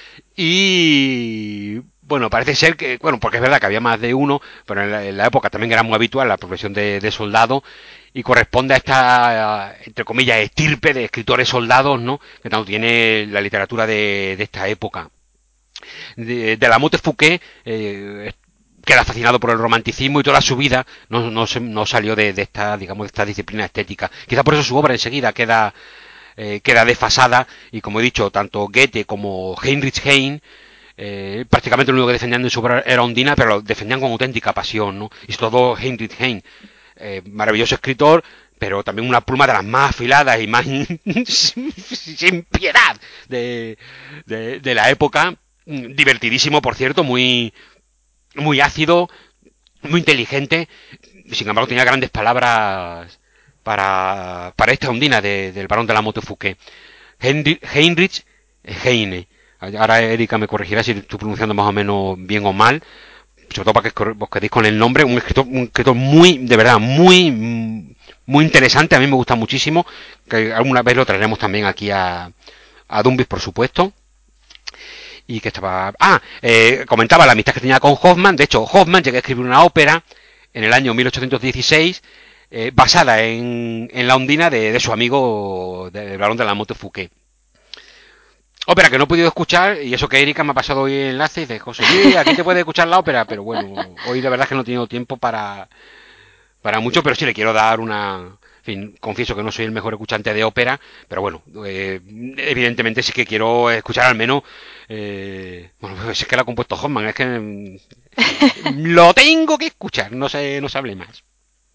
y bueno, parece ser que, bueno, porque es verdad que había más de uno, pero en la, en la época también era muy habitual la profesión de, de soldado y corresponde a esta, entre comillas, estirpe de escritores soldados, ¿no? Que tanto tiene la literatura de, de esta época. De, de la Motte Fouquet, eh, queda fascinado por el romanticismo y toda su vida no, no, no salió de, de esta, digamos, de esta disciplina estética. Quizá por eso su obra enseguida queda eh, queda desfasada y como he dicho, tanto Goethe como Heinrich Heine eh, prácticamente lo único que defendían de su obra era Ondina, pero lo defendían con auténtica pasión, ¿no? Y sobre todo Heinrich Heine, eh, maravilloso escritor, pero también una pluma de las más afiladas y más sin piedad de, de, de la época, divertidísimo, por cierto, muy, muy ácido, muy inteligente, sin embargo tenía grandes palabras para, para esta Ondina de, del barón de la Motte Fouquet. Heinrich Heine. Ahora Erika me corregirá si estoy pronunciando más o menos bien o mal, sobre todo para que os quedéis con el nombre. Un escritor, un escritor muy, de verdad, muy, muy interesante. A mí me gusta muchísimo. Que alguna vez lo traeremos también aquí a, a Dumbis, por supuesto. Y que estaba. Ah, eh, comentaba la amistad que tenía con Hoffmann. De hecho, Hoffmann llegó a escribir una ópera en el año mil ochocientos dieciséis eh, basada en, en la Ondina de, de su amigo del barón de la Motte Fouquet. Ópera que no he podido escuchar, y eso que Erika me ha pasado hoy el enlace y dice, José, sí, aquí te puedes escuchar la ópera, pero bueno, hoy la verdad es que no he tenido tiempo para, para mucho, pero sí le quiero dar una... En fin, confieso que no soy el mejor escuchante de ópera, pero bueno, eh, evidentemente sí que quiero escuchar al menos... Eh, bueno, pues es que la ha compuesto Hoffman, es que... En fin, lo tengo que escuchar, no se, no se hable más.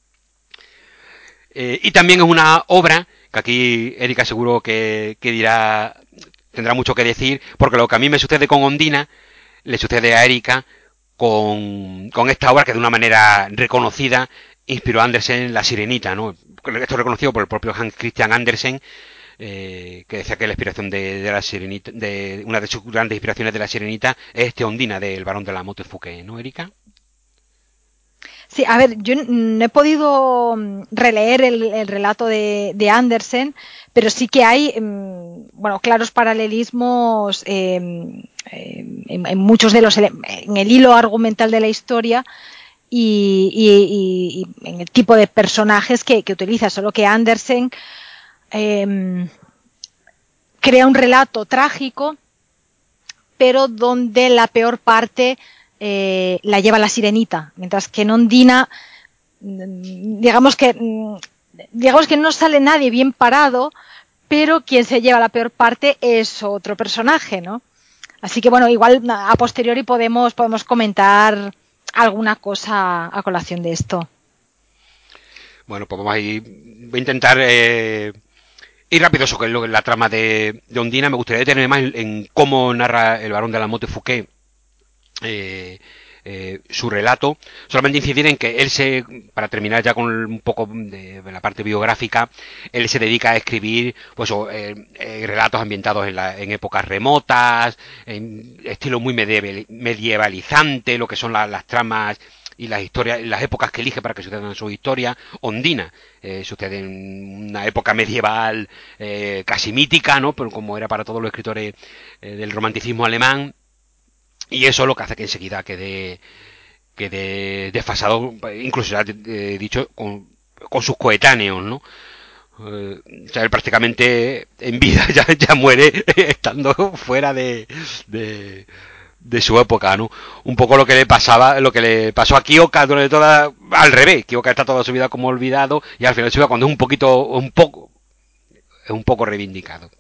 Eh, y también es una obra que aquí Erika seguro que, que dirá tendrá mucho que decir, porque lo que a mí me sucede con Ondina, le sucede a Erika con, con esta obra que de una manera reconocida inspiró a Andersen La Sirenita, ¿no? Esto es reconocido por el propio Hans Christian Andersen, eh, que decía que la inspiración de, de La Sirenita, de una de sus grandes inspiraciones de La Sirenita es este Ondina del Barón de la Motte Fouquet, ¿no, Erika? sí, a ver, yo no he podido releer el, el relato de, de, Andersen, pero sí que hay, bueno, claros paralelismos eh, en, en, muchos de los, en el hilo argumental de la historia y, y, y en el tipo de personajes que, que utiliza, solo que Andersen eh, crea un relato trágico, pero donde la peor parte eh, la lleva la sirenita, mientras que en Ondina digamos que digamos que no sale nadie bien parado, pero quien se lleva la peor parte es otro personaje, ¿no? Así que bueno, igual a posteriori podemos, podemos comentar alguna cosa a colación de esto. Bueno, pues vamos a ir, voy a intentar eh, ir rápido sobre lo, la trama de, de Ondina. Me gustaría detenerme más en, en cómo narra el Barón de la Motte Fouquet eh, eh, su relato. Solamente incidir en que él se, para terminar ya con un poco de, de la parte biográfica, él se dedica a escribir pues eh, eh, relatos ambientados en, la, en épocas remotas, en estilo muy medieval, medievalizante, lo que son la, las tramas y las historias, las épocas que elige para que sucedan en su historia. Ondina eh, sucede en una época medieval eh, casi mítica, ¿no? Pero como era para todos los escritores eh, del romanticismo alemán, y eso es lo que hace que enseguida quede, quede desfasado, incluso ya he dicho, con, con sus coetáneos, ¿no? Eh, o sea, él prácticamente en vida ya, ya muere estando fuera de, de, de su época, ¿no? Un poco lo que le pasaba, lo que le pasó a Kyoka durante toda, al revés. Kyoka está toda su vida como olvidado y al final de su vida cuando es un poquito, un poco, es un poco reivindicado.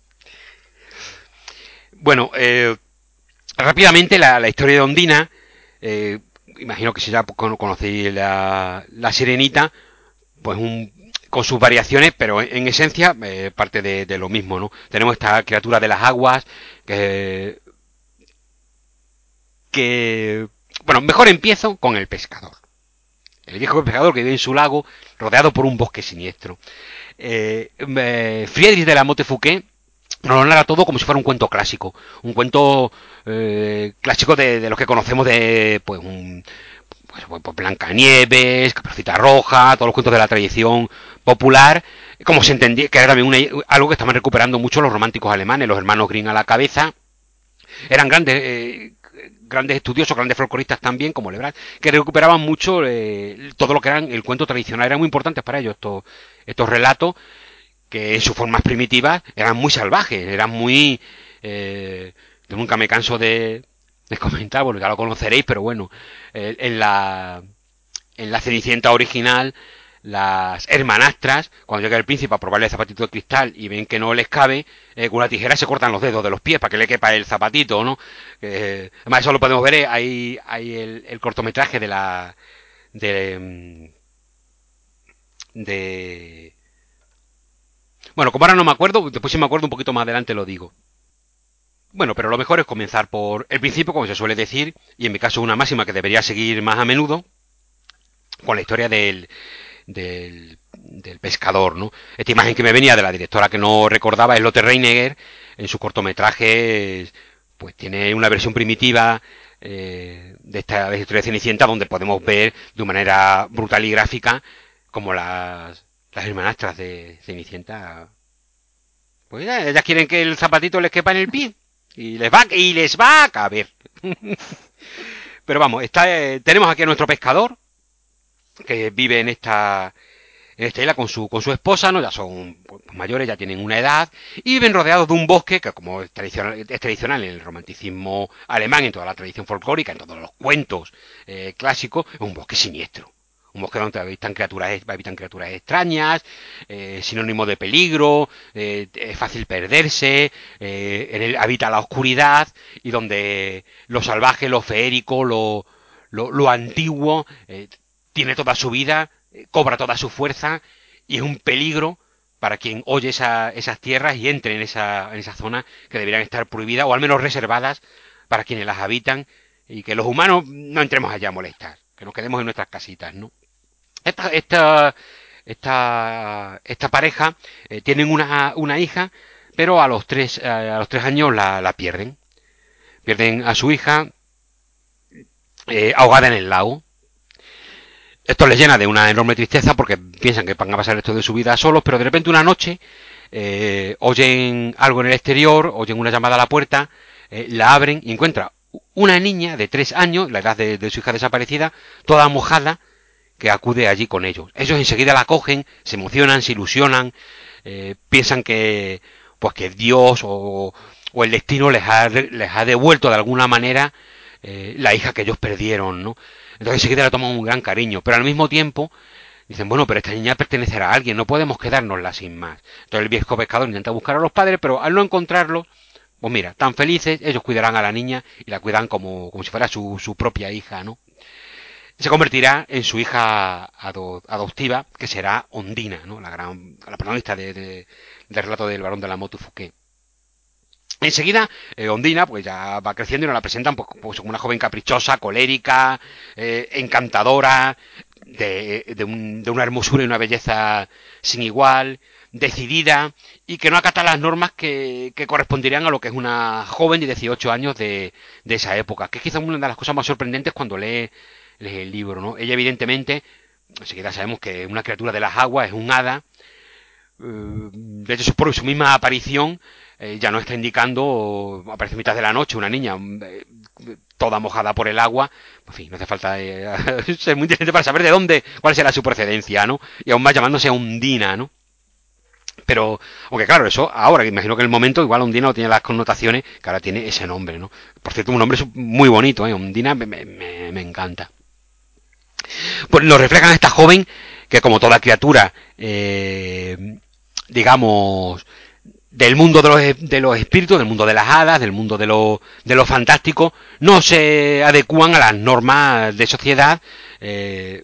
Bueno, eh, rápidamente la, la historia de Ondina, eh, imagino que si ya conocéis la, la Sirenita, pues un, con sus variaciones, pero en, en esencia eh, parte de, de lo mismo, ¿no? Tenemos esta criatura de las aguas que, que, bueno, mejor empiezo con el pescador. El viejo pescador que vive en su lago, rodeado por un bosque siniestro. Eh, eh, Friedrich de la Motte Fouquet nos lo narra todo como si fuera un cuento clásico. Un cuento eh, clásico de, de los que conocemos de, pues, un, pues, pues Blancanieves, Caperucita Roja, todos los cuentos de la tradición popular, como se entendía, que era también una, algo que estaban recuperando mucho los románticos alemanes, los hermanos Grimm a la cabeza. Eran grandes eh, grandes estudiosos, grandes folcloristas también, como Lebrun, que recuperaban mucho eh, todo lo que eran el cuento tradicional. Eran muy importantes para ellos estos, estos relatos, que en sus formas primitivas eran muy salvajes, eran muy... Eh, yo nunca me canso de, de comentar, porque ya lo conoceréis, pero bueno, eh, en la en la Cenicienta original, las hermanastras, cuando llega el príncipe a probarle el zapatito de cristal y ven que no les cabe, eh, con una tijera se cortan los dedos de los pies para que le quepa el zapatito, ¿no? Eh, además, eso lo podemos ver, eh, hay, hay el, el cortometraje de la... de... de... Bueno, como ahora no me acuerdo, después si me acuerdo un poquito más adelante lo digo. Bueno, pero lo mejor es comenzar por el principio, como se suele decir, y en mi caso una máxima que debería seguir más a menudo, con la historia del, del, del pescador, ¿no? Esta imagen que me venía de la directora que no recordaba es Lotte Reiniger, en sus cortometrajes, pues tiene una versión primitiva eh, de esta de historia de Cenicienta, donde podemos ver de una manera brutal y gráfica como las, las hermanastras de Cenicienta, pues ya, ellas quieren que el zapatito les quepa en el pie y les va y les va a caber. Pero vamos, está, eh, tenemos aquí a nuestro pescador que vive en esta en esta isla con su con su esposa, no, ya son pues, mayores, ya tienen una edad y viven rodeados de un bosque que como es tradicional, es tradicional en el romanticismo alemán, en toda la tradición folclórica, en todos los cuentos eh, clásicos, es un bosque siniestro. Un bosque donde habitan criaturas, habitan criaturas extrañas, eh, sinónimo de peligro, eh, es fácil perderse, eh, en él habita la oscuridad y donde lo salvaje, lo feérico, lo, lo, lo antiguo eh, tiene toda su vida, eh, cobra toda su fuerza y es un peligro para quien oye esa, esas tierras y entre en esa, en esa zona que deberían estar prohibidas o al menos reservadas para quienes las habitan y que los humanos no entremos allá a molestar, que nos quedemos en nuestras casitas, ¿no? Esta, esta, esta, esta pareja eh, tienen una, una hija, pero a los tres, eh, a los tres años la, la pierden. Pierden a su hija eh, ahogada en el lago. Esto les llena de una enorme tristeza porque piensan que van a pasar esto de su vida solos, pero de repente una noche eh, oyen algo en el exterior, oyen una llamada a la puerta, eh, la abren y encuentra una niña de tres años, la edad de, de su hija desaparecida, toda mojada, que acude allí con ellos. Ellos enseguida la cogen, se emocionan, se ilusionan, eh, piensan que pues que Dios o, o el destino les ha, les ha devuelto de alguna manera eh, la hija que ellos perdieron, ¿no? Entonces enseguida le toman un gran cariño, pero al mismo tiempo Dicen, bueno, pero esta niña pertenecerá a alguien, no podemos quedárnosla sin más. Entonces el viejo pescador intenta buscar a los padres, pero al no encontrarlos, pues mira, tan felices, ellos cuidarán a la niña y la cuidan como, como si fuera su, su propia hija, ¿no? Se convertirá en su hija ado, adoptiva, que será Ondina, ¿no? La gran, la protagonista de, de, del relato del Barón de la Motte Fouquet. Enseguida, eh, Ondina, pues ya va creciendo y nos la presentan pues, pues, como una joven caprichosa, colérica, eh, encantadora, de, de, un, de una hermosura y una belleza sin igual, decidida y que no acata las normas que, que corresponderían a lo que es una joven de dieciocho años de, de esa época, que es quizá una de las cosas más sorprendentes cuando lee, lee el libro, ¿no? Ella evidentemente, enseguida sabemos que es una criatura de las aguas, es un hada, de hecho por su misma aparición eh, ya no está indicando, aparece en mitad de la noche una niña eh, toda mojada por el agua, en fin, no hace falta eh, ser muy inteligente para saber de dónde, cuál será su procedencia, ¿no? Y aún más llamándose Ondina, ¿no? Pero, aunque claro, eso ahora, que imagino que en el momento igual Ondina no tiene las connotaciones que ahora tiene ese nombre, ¿no? Por cierto, un nombre muy bonito, ¿eh? Ondina me, me, me encanta. Pues nos reflejan a esta joven que como toda criatura, eh, digamos, del mundo de los, de los espíritus, del mundo de las hadas, del mundo de lo, de lo fantástico, no se adecúan a las normas de sociedad eh,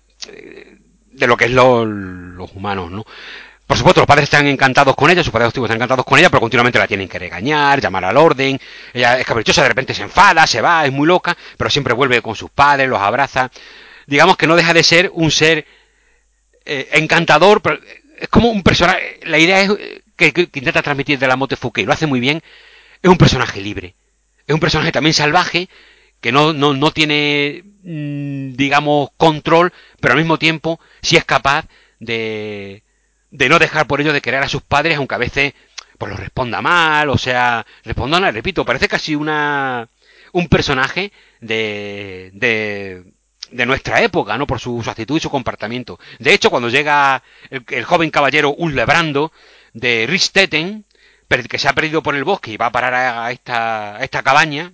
de lo que es lo, los humanos, ¿no? Por supuesto, los padres están encantados con ella, sus padres adoptivos están encantados con ella, pero continuamente la tienen que regañar, llamar al orden. Ella es caprichosa, de repente se enfada, se va, es muy loca, pero siempre vuelve con sus padres, los abraza. Digamos que no deja de ser un ser eh, encantador, pero es como un personaje. La idea es que, que, que intenta transmitir de la Motte Fouquet, lo hace muy bien. Es un personaje libre, es un personaje también salvaje, que no, no, no tiene, mmm, digamos, control, pero al mismo tiempo sí es capaz de, de no dejar por ello de querer a sus padres, aunque a veces pues lo responda mal, o sea, responda, repito, parece casi una un personaje de, de, de nuestra época, ¿no? Por su, su actitud y su comportamiento. De hecho, cuando llega el, el joven caballero Ullebrando de Ristetten, que se ha perdido por el bosque y va a parar a esta, a esta cabaña,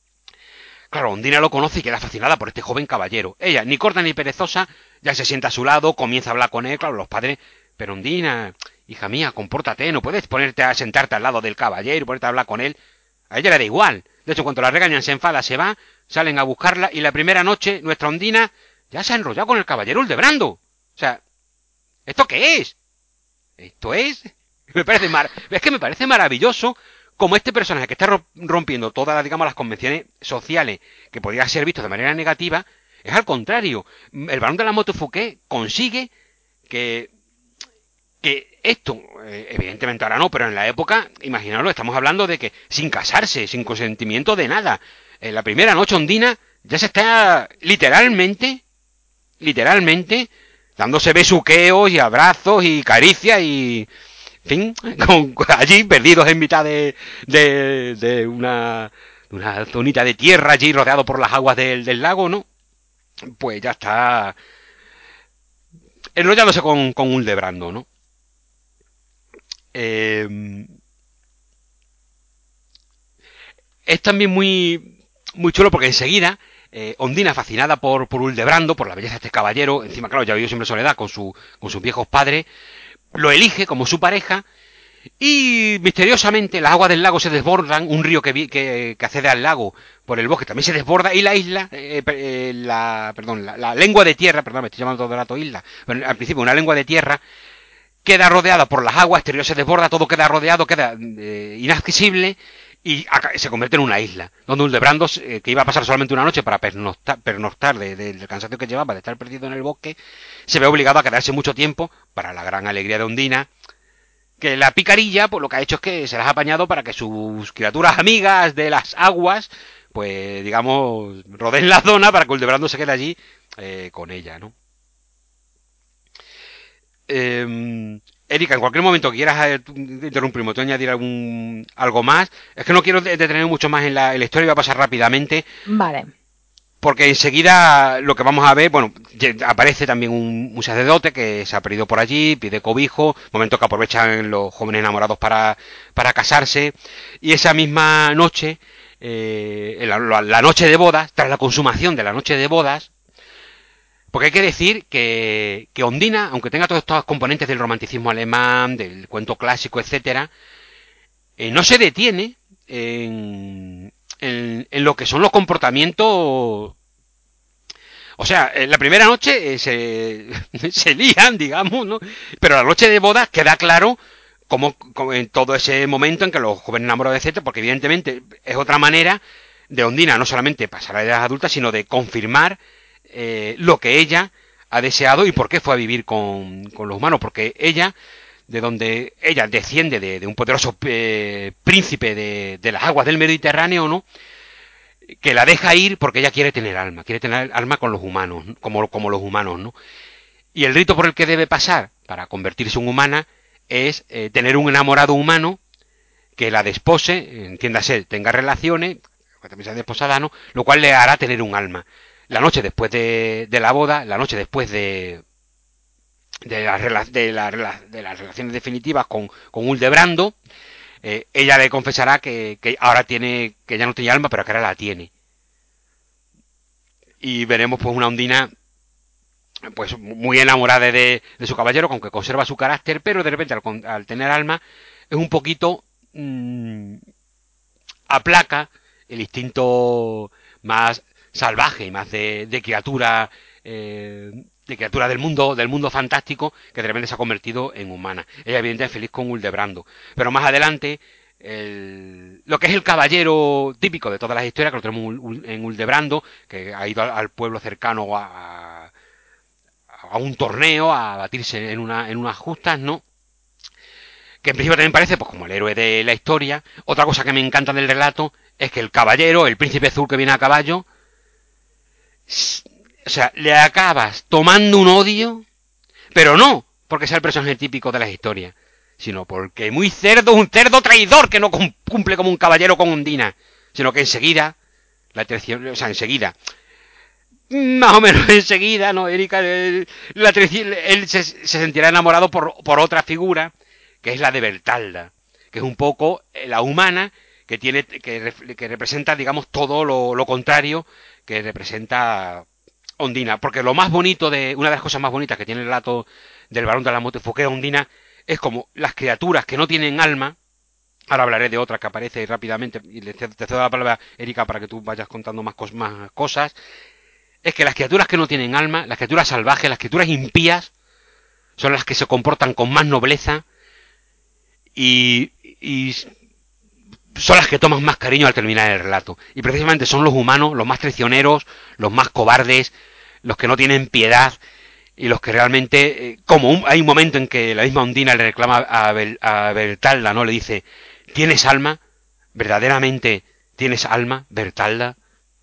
claro, Ondina lo conoce y queda fascinada por este joven caballero. Ella, ni corta ni perezosa, ya se sienta a su lado, comienza a hablar con él, claro, los padres, pero Ondina, hija mía, compórtate, no puedes ponerte a sentarte al lado del caballero y ponerte a hablar con él. A ella le da igual. De hecho, cuando la regañan, se enfada, se va, salen a buscarla y la primera noche, nuestra Ondina ya se ha enrollado con el caballero Ullebrando. O sea, ¿esto qué es? Esto es... Me parece mar... Es que me parece maravilloso como este personaje que está rompiendo todas, digamos, las convenciones sociales que podría ser visto de manera negativa, es al contrario. El Barón de la Motte Fouquet consigue que, que esto, eh, evidentemente ahora no, pero en la época, imaginaros, estamos hablando de que sin casarse, sin consentimiento de nada, en la primera noche Ondina ya se está literalmente, literalmente, dándose besuqueos y abrazos y caricias y... En fin, con, allí perdidos en mitad de, de, de una, una zonita de tierra allí rodeado por las aguas del, del lago, ¿no? Pues ya está enrollándose con, con un Lebrando, ¿no? Eh, es también muy, muy chulo porque enseguida eh, Ondina, fascinada por, por Uldebrando, por la belleza de este caballero, encima, claro, ya vivió siempre en soledad con, su, con sus viejos padres, lo elige como su pareja. Y misteriosamente las aguas del lago se desbordan, un río que, que, que accede al lago por el bosque también se desborda y la isla, eh, eh, la, perdón, la, la lengua de tierra, perdón, me estoy llamando todo el rato isla, pero al principio una lengua de tierra queda rodeada por las aguas, exterior se desborda, todo queda rodeado, queda eh, inaccesible y acá, se convierte en una isla, donde Uldebrando, eh, que iba a pasar solamente una noche para pernoctar, pernoctar de, de, del cansancio que llevaba de estar perdido en el bosque, se ve obligado a quedarse mucho tiempo, para la gran alegría de Ondina, que la picarilla, pues lo que ha hecho es que se las ha apañado para que sus criaturas amigas de las aguas, pues digamos, rodeen la zona para que Uldebrando se quede allí eh, con ella, ¿no? Eh, Erika, en cualquier momento que quieras eh, interrumpirme, te añadir algún, algo más. Es que no quiero detener mucho más en la, en la historia, voy a pasar rápidamente. Vale. Porque enseguida lo que vamos a ver, bueno, aparece también un, un sacerdote que se ha perdido por allí, pide cobijo, momento que aprovechan los jóvenes enamorados para, para casarse, y esa misma noche, eh, la, la noche de bodas, tras la consumación de la noche de bodas, Porque hay que decir que, que Ondina, aunque tenga todos estos componentes del romanticismo alemán, del cuento clásico, etcétera, eh, no se detiene en, en, en lo que son los comportamientos. O sea, en la primera noche eh, se, se lían, digamos, ¿no? Pero la noche de bodas queda claro como, como en todo ese momento en que los jóvenes enamorados, etcétera, porque evidentemente es otra manera de Ondina no solamente pasar a la edad adulta, sino de confirmar eh, lo que ella ha deseado y por qué fue a vivir con, con los humanos, porque ella, de donde ella desciende de, de un poderoso eh, príncipe de, de las aguas del Mediterráneo, ¿no? Que la deja ir porque ella quiere tener alma, quiere tener alma con los humanos, como, como los humanos, ¿no? Y el rito por el que debe pasar para convertirse en humana es eh, tener un enamorado humano que la despose, entiéndase, tenga relaciones, que también sea desposada, ¿no? Lo cual le hará tener un alma. La noche después de, de la boda, la noche después de, de, la, de, la, de las relaciones definitivas con, con Uldebrando, eh, ella le confesará que, que ahora tiene, que ya no tiene alma, pero que ahora la tiene. Y veremos pues una Ondina pues muy enamorada de, de su caballero, aunque conserva su carácter, pero de repente al, al tener alma es un poquito mmm, aplaca el instinto más salvaje y más de, de criatura eh, de criatura del mundo del mundo fantástico, que de repente se ha convertido en humana. Ella evidentemente es feliz con Uldebrando, pero más adelante el, lo que es el caballero típico de todas las historias, que lo tenemos en Uldebrando, que ha ido al, al pueblo cercano a, a, a un torneo a batirse en una en unas justas, ¿no? Que en principio también parece pues como el héroe de la historia. Otra cosa que me encanta del relato es que el caballero, el príncipe azul que viene a caballo, o sea, le acabas tomando un odio, pero no porque sea el personaje típico de las historias, sino porque muy cerdo, un cerdo traidor que no cumple como un caballero con Ondina, sino que enseguida, la traición, o sea, enseguida, más o menos enseguida, ¿no, Erika? El, la traición, él se, se sentirá enamorado por, por otra figura, que es la de Bertalda, que es un poco la humana que tiene que, que representa, digamos, todo lo, lo contrario que representa Ondina. Porque lo más bonito de, una de las cosas más bonitas que tiene el relato del Barón de la Montefouquet, Ondina, es como las criaturas que no tienen alma. Ahora hablaré de otra que aparece rápidamente y te cedo la palabra, Erika, para que tú vayas contando más, cos más cosas. Es que las criaturas que no tienen alma, las criaturas salvajes, las criaturas impías, son las que se comportan con más nobleza y, y son las que toman más cariño al terminar el relato. Y precisamente son los humanos, los más traicioneros, los más cobardes, los que no tienen piedad y los que realmente, eh, como un, hay un momento en que la misma Ondina le reclama a, Bel, a Bertalda, ¿no? Le dice, ¿tienes alma? ¿Verdaderamente tienes alma, Bertalda?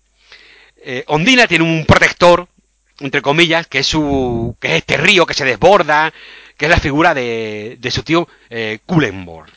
Eh, Ondina tiene un protector, entre comillas, que es su que es este río que se desborda, que es la figura de, de su tío eh, Kulenborg.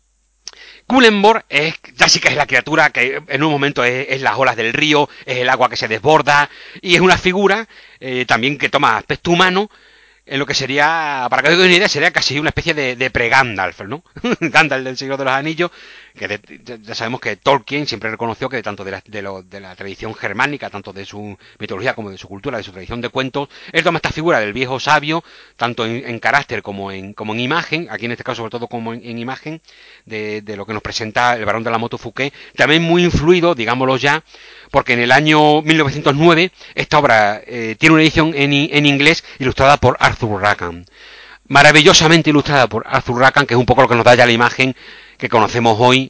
Kulenborg es, ya sí que es la criatura que en un momento es, es las olas del río, es el agua que se desborda, y es una figura eh, también que toma aspecto humano, en lo que sería, para que os una idea, sería casi una especie de, de pre-Gandalf, ¿no? Gandalf del Señor de los Anillos, que de, ya sabemos que Tolkien siempre reconoció que tanto de la, de, lo, de la tradición germánica, tanto de su mitología como de su cultura, de su tradición de cuentos, él toma esta figura del viejo sabio, tanto en, en carácter como en, como en imagen, aquí en este caso sobre todo como en, en imagen, de, de lo que nos presenta el Barón de la Montefouquet, también muy influido, digámoslo ya, porque en el año mil novecientos nueve esta obra eh, tiene una edición en, en inglés ilustrada por Arthur Rackham, maravillosamente ilustrada por Arthur Rackham, que es un poco lo que nos da ya la imagen que conocemos hoy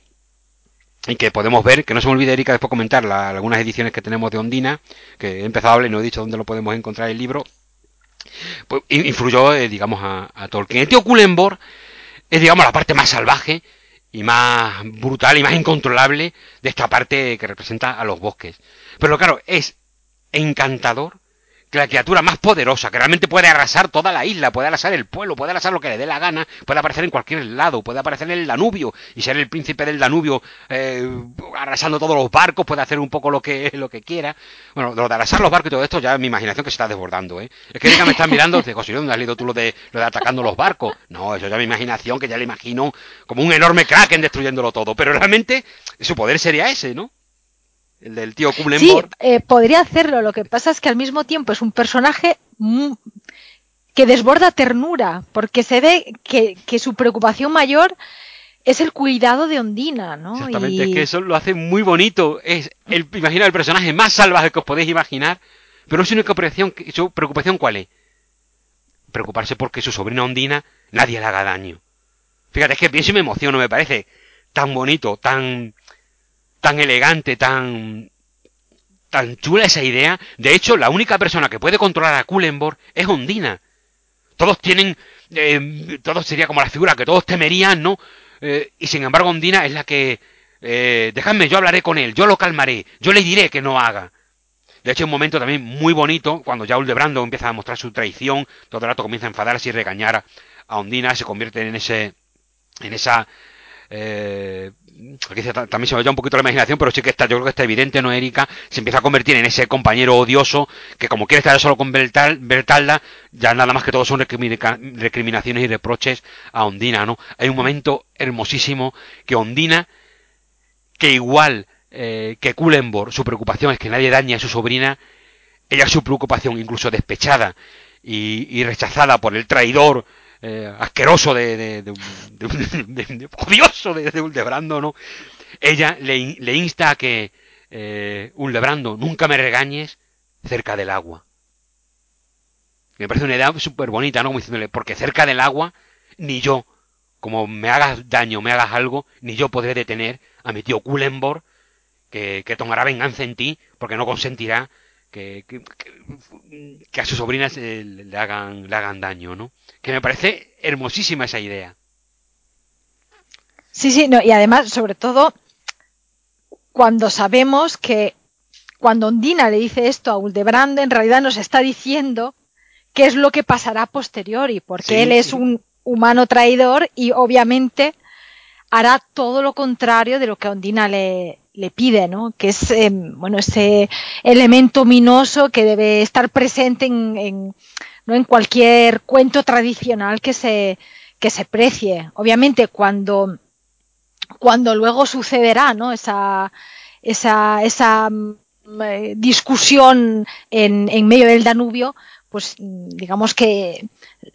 y que podemos ver, que no se me olvide, Erika, después comentar la, algunas ediciones que tenemos de Ondina, que he empezado a hablar y no he dicho dónde lo podemos encontrar el libro, pues influyó, eh, digamos, a, a Tolkien. El tío Kulenborg es, digamos, la parte más salvaje y más brutal y más incontrolable de esta parte que representa a los bosques. Pero claro, es encantador que la criatura más poderosa, que realmente puede arrasar toda la isla, puede arrasar el pueblo, puede arrasar lo que le dé la gana, puede aparecer en cualquier lado, puede aparecer en el Danubio y ser el príncipe del Danubio eh, arrasando todos los barcos, puede hacer un poco lo que lo que quiera. Bueno, lo de arrasar los barcos y todo esto ya es mi imaginación que se está desbordando, ¿eh? Es que Erika me está mirando, digo, José, ¿dónde has leído tú lo de, lo de atacando los barcos? No, eso ya es mi imaginación, que ya le imagino como un enorme kraken destruyéndolo todo, pero realmente su poder sería ese, ¿no? El del tío Sí, Kulenborg. eh, podría hacerlo. Lo que pasa es que al mismo tiempo es un personaje que desborda ternura, porque se ve que, que su preocupación mayor es el cuidado de Ondina, ¿no? Exactamente, y... es que eso lo hace muy bonito. Es el, imagina el personaje más salvaje que os podéis imaginar, pero su única preocupación, su preocupación ¿cuál es? Preocuparse porque su sobrina Ondina nadie le haga daño. Fíjate, es que pienso y me emociono, me parece tan bonito, tan tan elegante, tan tan chula esa idea. De hecho, la única persona que puede controlar a Kulenborg es Ondina. Todos tienen, eh, todos sería como la figura que todos temerían, ¿no? Eh, y sin embargo Ondina es la que, eh, dejadme, yo hablaré con él, yo lo calmaré, yo le diré que no haga. De hecho, hay un momento también muy bonito, cuando ya Uldebrando empieza a mostrar su traición, todo el rato comienza a enfadarse y regañar a Ondina, se convierte en ese, en esa, eh, aquí también se me va un poquito la imaginación, pero sí que está, yo creo que está evidente, ¿no, Erika? Se empieza a convertir en ese compañero odioso que, como quiere estar solo con Bertal, Bertalda, ya nada más que todo son recriminaciones y reproches a Ondina, ¿no? Hay un momento hermosísimo que Ondina, que igual eh, que Kulenborg, su preocupación es que nadie dañe a su sobrina, ella su preocupación, incluso despechada y, y rechazada por el traidor eh, asqueroso de, de, de, de, de, de odioso de, de Uldebrando, ¿no? Ella le, le insta a que eh, Uldebrando, nunca me regañes cerca del agua. Me parece una idea súper bonita, ¿no? Como diciéndole, porque cerca del agua, ni yo, como me hagas daño, me hagas algo, ni yo podré detener a mi tío Kulenborg, que, que tomará venganza en ti, porque no consentirá que, que, que, que a sus sobrinas eh, le, hagan, le hagan daño, ¿no? Que me parece hermosísima esa idea. Sí, sí, no, y además, sobre todo, cuando sabemos que cuando Ondina le dice esto a Uldebrand, en realidad nos está diciendo qué es lo que pasará a posteriori, porque él Sí. es un humano traidor y obviamente hará todo lo contrario de lo que Ondina le, le pide, ¿no? Que es eh, bueno, ese elemento ominoso que debe estar presente en, en, ¿no? en cualquier cuento tradicional que se, que se precie. Obviamente, cuando, cuando luego sucederá, ¿no? esa, esa, esa eh, discusión en, en medio del Danubio, pues digamos que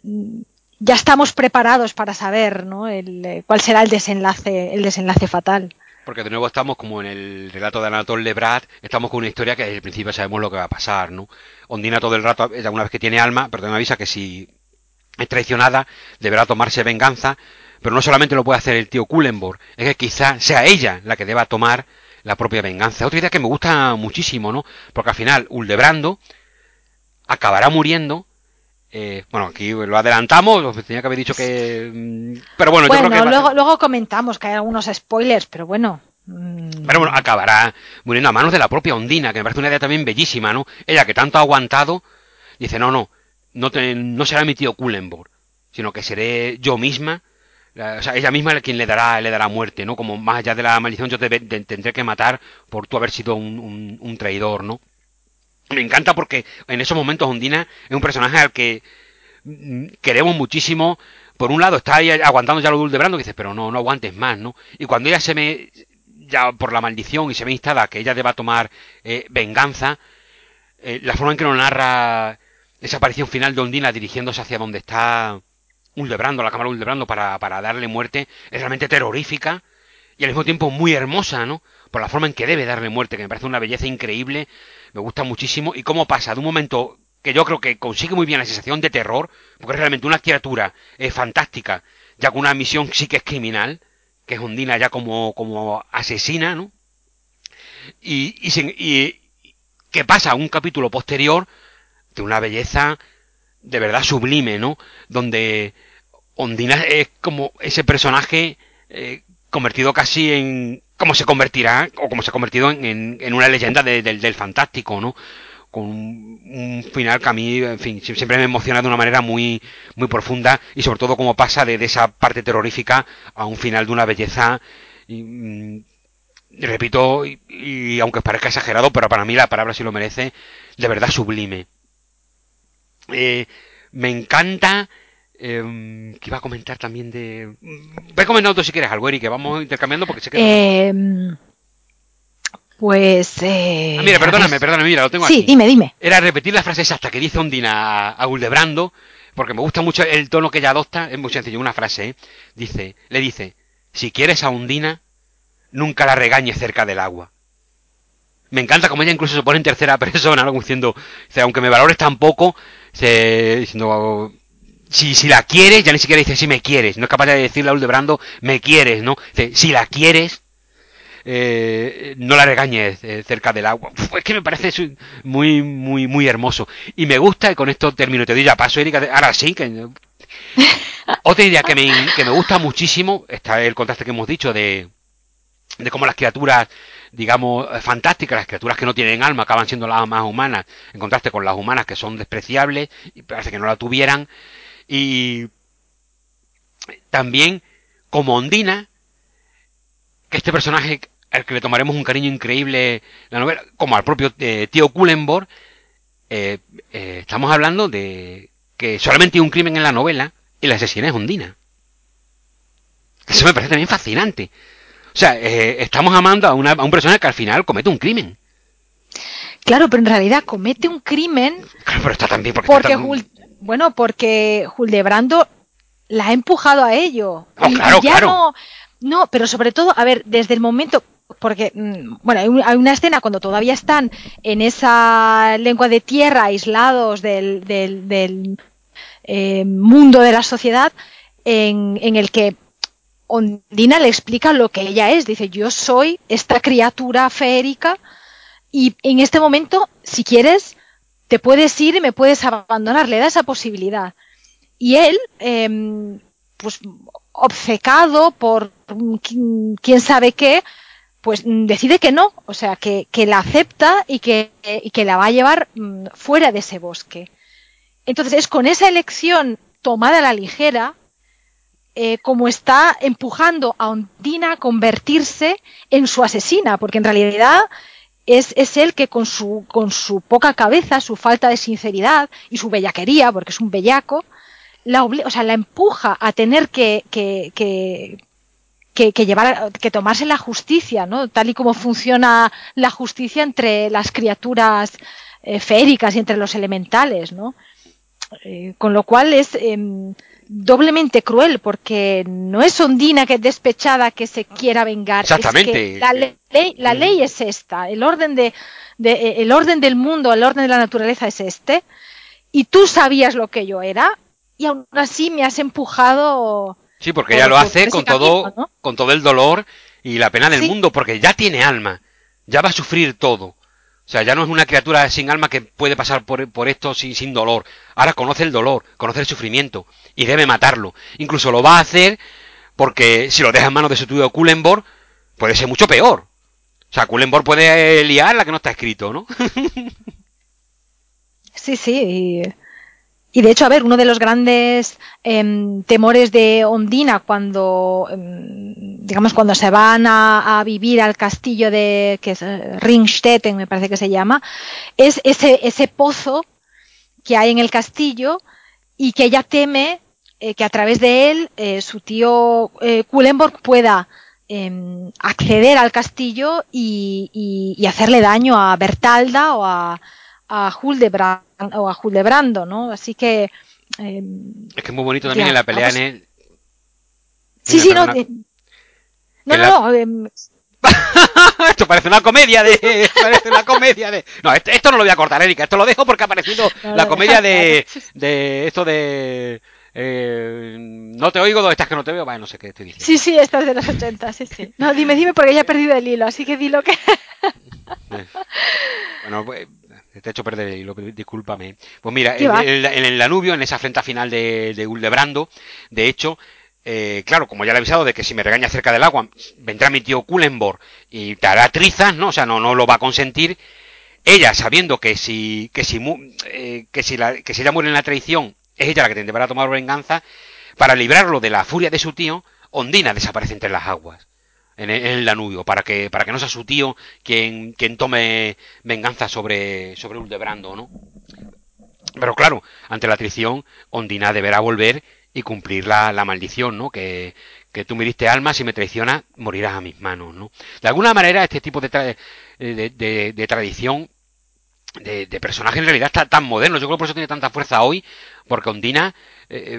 ya estamos preparados para saber, ¿no? el, cuál será el desenlace, el desenlace fatal. Porque de nuevo estamos como en el relato de Anatole Lebrat, estamos con una historia que desde el principio sabemos lo que va a pasar, ¿no? Ondina todo el rato, ella una vez que tiene alma, pero me avisa que si es traicionada, deberá tomarse venganza, pero no solamente lo puede hacer el tío Kulenborg, es que quizá sea ella la que deba tomar la propia venganza. Otra idea que me gusta muchísimo, ¿no? Porque al final Uldebrando acabará muriendo. Eh, bueno, aquí lo adelantamos, tenía que haber dicho que... Pero bueno, yo creo que Bueno, va a ser... luego, luego comentamos que hay algunos spoilers, pero bueno. Pero bueno, Mmm... acabará muriendo a manos de la propia Ondina, que me parece una idea también bellísima, ¿no? Ella que tanto ha aguantado, dice, no, no, no, te, no será mi tío Kulenborg, sino que seré yo misma, o sea, ella misma es quien le dará, le dará muerte, ¿no? Como más allá de la maldición yo te, te tendré que matar por tú haber sido un, un, un traidor, ¿no? Me encanta porque en esos momentos Ondina es un personaje al que mm, queremos muchísimo. Por un lado está ahí aguantando ya lo de Uldebrando, que dices, pero no, no aguantes más, ¿no? Y cuando ella se me, ya por la maldición y se ve instada que ella deba tomar eh, venganza, eh, la forma en que nos narra esa aparición final de Ondina dirigiéndose hacia donde está Uldebrando, la cámara de Uldebrando para, para darle muerte, es realmente terrorífica y al mismo tiempo muy hermosa, ¿no? Por la forma en que debe darle muerte, que me parece una belleza increíble, me gusta muchísimo, y cómo pasa de un momento que yo creo que consigue muy bien la sensación de terror, porque es realmente una criatura eh, fantástica, ya con una misión sí que es criminal, que es Ondina ya como, como asesina, ¿no? Y, y, sin, y que pasa a un capítulo posterior de una belleza de verdad sublime, ¿no? Donde Ondina es como ese personaje eh, convertido casi en... como se convertirá, o como se ha convertido en, en, en una leyenda de, de, del fantástico, ¿no? Con un, un, final que a mí, en fin, siempre me emociona de una manera muy, muy profunda y sobre todo cómo pasa de, de esa parte terrorífica a un final de una belleza... Y, y repito, y, y aunque parezca exagerado, pero para mí la palabra sí lo merece, de verdad sublime. Eh, me encanta. Eh, que iba a comentar también de. Ve comentando tú si quieres algo, Eri, que vamos intercambiando porque sé que. Eh, Pues... Eh, Ah, mira, a ver. perdóname, perdóname, mira, lo tengo Sí, aquí. dime, dime. Era repetir la frase exacta que dice Ondina a, a Uldebrando, porque me gusta mucho el tono que ella adopta, es muy sencillo, una frase, ¿eh? Dice, le dice, si quieres a Undina, nunca la regañes cerca del agua. Me encanta como ella incluso se pone en tercera persona, ¿no? Como diciendo, dice, aunque me valores tan poco, se, diciendo, si, si la quieres, ya ni siquiera dice si me quieres, no es capaz de decirle a Uldebrando, me quieres, ¿no? Dice, si la quieres, eh, no la regañes eh, cerca del agua. Uf, es que me parece muy, muy, muy hermoso. Y me gusta, y con esto termino, te doy ya paso, Erika, ahora sí, que... Otra idea que me, que me gusta muchísimo, está el contraste que hemos dicho de, de cómo las criaturas, digamos, fantásticas, las criaturas que no tienen alma, acaban siendo las más humanas, en contraste con las humanas que son despreciables, y parece que no la tuvieran. Y también, como Ondina, que este personaje al que le tomaremos un cariño increíble la novela, como al propio eh, tío Kulenborg, eh, eh, estamos hablando de que solamente hay un crimen en la novela y la asesina es Ondina. Eso me parece también fascinante. O sea, eh, estamos amando a, una, a un personaje que al final comete un crimen. Claro, pero en realidad comete un crimen Claro, pero está también porque está porque, tan... Jul- bueno, porque Huldebrando la ha empujado a ello. Oh, Y, y claro, ya claro. no, no, pero sobre todo, a ver, desde el momento, porque, mm, bueno, hay, un- hay una escena cuando todavía están en esa lengua de tierra, aislados del, del, del, eh, mundo de la sociedad, en, en el que Ondina le explica lo que ella es. Dice, yo soy esta criatura feérica y en este momento, si quieres, te puedes ir y me puedes abandonar. Le da esa posibilidad. Y él, eh, pues obcecado por quién sabe qué, pues decide que no, o sea, que, que la acepta y que, y que la va a llevar mmm, fuera de ese bosque. Entonces es con esa elección tomada a la ligera eh, como está empujando a Ondina a convertirse en su asesina, porque en realidad es, es él que con su, con su poca cabeza, su falta de sinceridad y su bellaquería, porque es un bellaco, la, o sea, la empuja a tener que, que, que, que, que llevar, que tomarse la justicia, ¿no? Tal y como funciona la justicia entre las criaturas eh, feéricas y entre los elementales, ¿no? Eh, con lo cual es eh, doblemente cruel, porque no es Ondina que es despechada que se quiera vengar, es que Exactamente. la ley, la ley es esta, el orden de, de, el orden del mundo, el orden de la naturaleza es este, y tú sabías lo que yo era, y aún así me has empujado Sí, porque ella por, lo por, por hace ese con camino, todo, ¿no? con todo el dolor y la pena del Sí, mundo, porque ya tiene alma, ya va a sufrir todo. O sea, ya no es una criatura sin alma que puede pasar por, por esto sin, sin dolor. Ahora conoce el dolor, conoce el sufrimiento y debe matarlo. Incluso lo va a hacer porque si lo deja en manos de su tío Kulenborg, puede ser mucho peor. O sea, Kulenborg puede liar la que no está escrito, ¿no? sí, sí. Y, y de hecho, a ver, uno de los grandes eh, temores de Ondina cuando, eh, digamos, cuando se van a, a, vivir al castillo de, que es eh, Ringstetten, me parece que se llama, es ese, ese pozo que hay en el castillo y que ella teme eh, que a través de él eh, su tío eh, Kulenborg pueda eh, acceder al castillo y, y, y, hacerle daño a Bertalda o a, a Hildebrand o a Hildebrando, ¿no? Así que eh, Es que es muy bonito también en la pelea en digamos, el... sí, Mira, sí, no, perdona. Que no, en no, la... no, eh, Esto parece una comedia de... Parece una comedia de... No, esto, esto no lo voy a cortar, Erika. Esto lo dejo porque ha aparecido no la lo comedia dejas, claro. de... De esto de... Eh, no te oigo, ¿dónde estás que no te veo? Vale, no sé qué estoy Sí, diciendo. sí, esta es de los ochenta, sí, sí. No, dime, dime, porque ya he perdido el hilo, así que di lo que... Eh, Bueno, pues, te he hecho perder el hilo, discúlpame. Pues mira, ¿Qué en va? el, en el Danubio, en esa afrenta final de, de Uldebrando, de hecho, eh, claro, como ya le he avisado de que si me regaña cerca del agua, vendrá mi tío Kulenborg y te hará trizas, ¿no? O sea, no, no lo va a consentir. Ella, sabiendo que si, que si, eh, que si, la, que si ella muere en la traición, es ella la que tendrá que tomar venganza, para librarlo de la furia de su tío, Ondina desaparece entre las aguas en el, en el Danubio, para que, para que no sea su tío quien, quien tome venganza sobre, sobre Uldebrando, ¿no? Pero claro, ante la traición, Ondina deberá volver y cumplir la, la maldición, ¿no? Que, que tú me diste alma, si me traicionas, morirás a mis manos, ¿no? De alguna manera, este tipo de, tra de, de, de tradición de, de personaje en realidad está tan moderno. Yo creo que por eso tiene tanta fuerza hoy, porque Ondina, eh,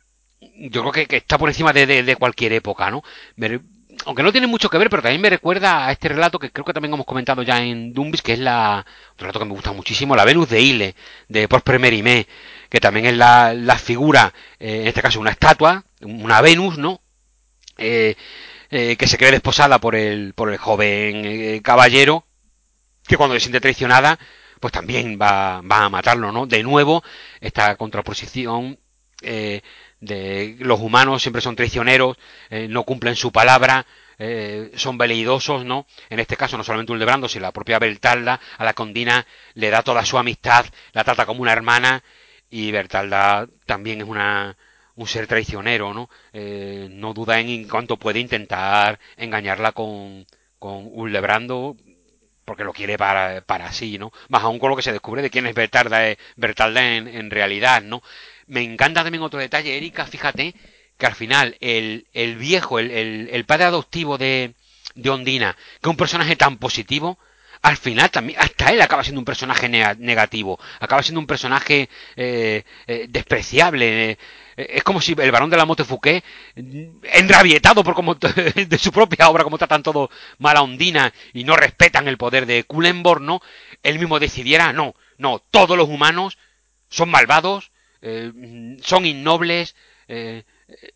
yo creo que, que, está por encima de, de, de cualquier época, ¿no? Me, aunque no tiene mucho que ver, pero también me recuerda a este relato que creo que también hemos comentado ya en Dumbis, que es la, un relato que me gusta muchísimo, la Venus de Ile, de Prosper Mérimée, que también es la, la figura, eh, en este caso una estatua, una Venus, ¿no? Eh, eh, que se cree desposada por el, por el joven eh, caballero, que cuando se siente traicionada, pues también va, va a matarlo, ¿no? De nuevo, esta contraposición eh, de los humanos siempre son traicioneros, eh, no cumplen su palabra, eh, son veleidosos, ¿no? En este caso, no solamente Uldebrando, sino la propia Bertalda, a la Condina le da toda su amistad, la trata como una hermana, y Bertalda también es una un ser traicionero, ¿no? Eh, no duda en cuanto puede intentar engañarla con, con Uldebrando, porque lo quiere para, para sí, ¿no? Más aún con lo que se descubre de quién es Bertalda, Bertalda en, en realidad, ¿no? Me encanta también otro detalle, Erika, fíjate, que al final el, el viejo, el, el, el padre adoptivo de, de Ondina, que es un personaje tan positivo, al final también, hasta él acaba siendo un personaje negativo, acaba siendo un personaje eh, eh, despreciable. Eh, es como si el barón de la Motte Fouquet, enrabietado por como de su propia obra, como tratan todo mal a Ondina y no respetan el poder de Culemborg, ¿no? Él mismo decidiera, no, no, todos los humanos son malvados, eh, son innobles, eh, eh,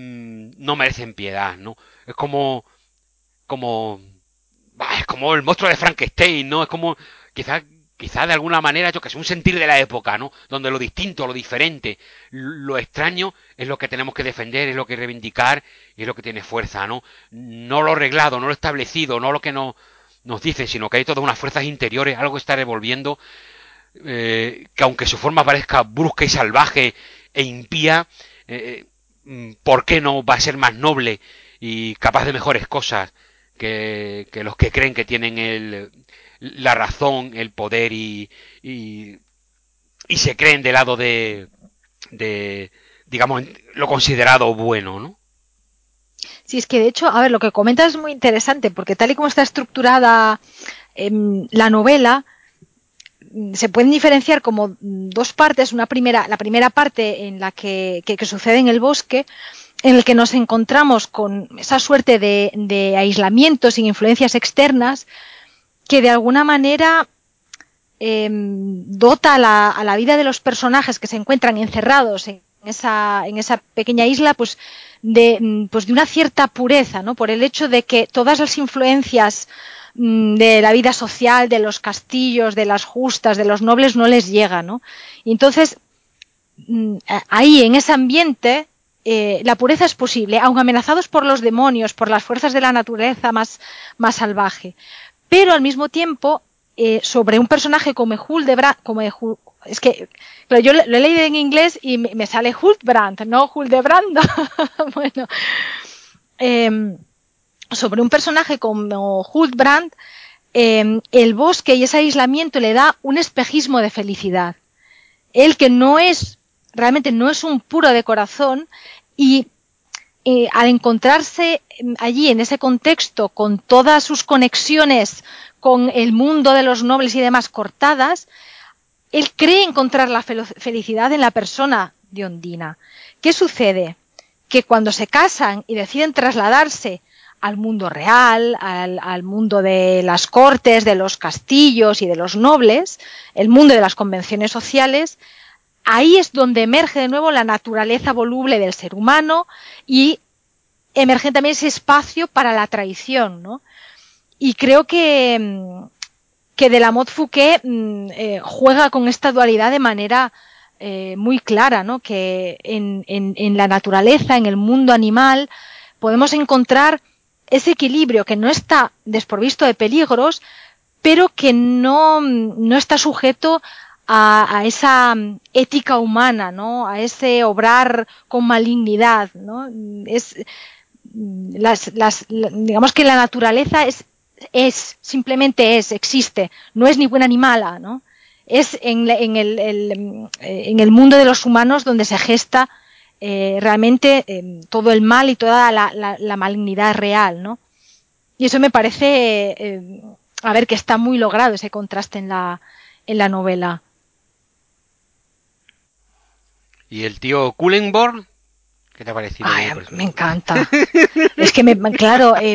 no merecen piedad, ¿no? Es como, como es como el monstruo de Frankenstein, ¿no? Es como, quizás quizá de alguna manera, yo que sé, un sentir de la época, ¿no? Donde lo distinto, lo diferente, lo extraño es lo que tenemos que defender, es lo que reivindicar y es lo que tiene fuerza, ¿no? No lo arreglado, no lo establecido, no lo que no, nos dicen, sino que hay todas unas fuerzas interiores, algo que está revolviendo, eh, que aunque su forma parezca brusca y salvaje e impía, eh, ¿por qué no va a ser más noble y capaz de mejores cosas que, que los que creen que tienen el, la razón, el poder y, y, y se creen del lado de, de, digamos, lo considerado bueno, ¿no? Sí, es que de hecho, a ver, lo que comentas es muy interesante, porque tal y como está estructurada eh, la novela, se pueden diferenciar como dos partes. Una primera, la primera parte en la que, que, que sucede en el bosque, en el que nos encontramos con esa suerte de, de aislamiento sin influencias externas, que de alguna manera eh, dota a la, a la vida de los personajes que se encuentran encerrados en esa, en esa pequeña isla, pues de, pues de una cierta pureza, ¿no? Por el hecho de que todas las influencias de la vida social, de los castillos, de las justas, de los nobles, no les llega, ¿no? Y entonces, ahí, en ese ambiente, eh, la pureza es posible, aun amenazados por los demonios, por las fuerzas de la naturaleza más, más salvaje. Pero al mismo tiempo, eh, sobre un personaje como Hildebrand, como es que pero yo lo he leído en inglés y me, me sale Huldbrand, no Hildebrand. Bueno, eh, sobre un personaje como Huldbrand, eh, el bosque y ese aislamiento le da un espejismo de felicidad. Él, que no es, realmente no es un puro de corazón, y eh, al encontrarse allí en ese contexto con todas sus conexiones con el mundo de los nobles y demás cortadas, él cree encontrar la felicidad en la persona de Ondina. ¿Qué sucede? Que cuando se casan y deciden trasladarse al mundo real, al, al mundo de las cortes, de los castillos y de los nobles, el mundo de las convenciones sociales, ahí es donde emerge de nuevo la naturaleza voluble del ser humano y emerge también ese espacio para la traición, ¿no? Y creo que, que de la Motte Fouquet eh, juega con esta dualidad de manera eh, muy clara, ¿no? Que en, en, en la naturaleza, en el mundo animal, podemos encontrar ese equilibrio que no está desprovisto de peligros, pero que no, no está sujeto a, a esa ética humana, ¿no? A ese obrar con malignidad, ¿no? Es, las, las, digamos que la naturaleza es, es, simplemente es, existe, no es ni buena ni mala, ¿no? Es en, en, el, el, en el mundo de los humanos donde se gesta eh, realmente eh, todo el mal y toda la, la, la malignidad real, ¿no? Y eso me parece, eh, a ver, que está muy logrado ese contraste en la, en la novela. ¿Y el tío Kulenborg? ¿Qué te ha parecido Ay, como me personaje? encanta. Es que, me, claro, eh,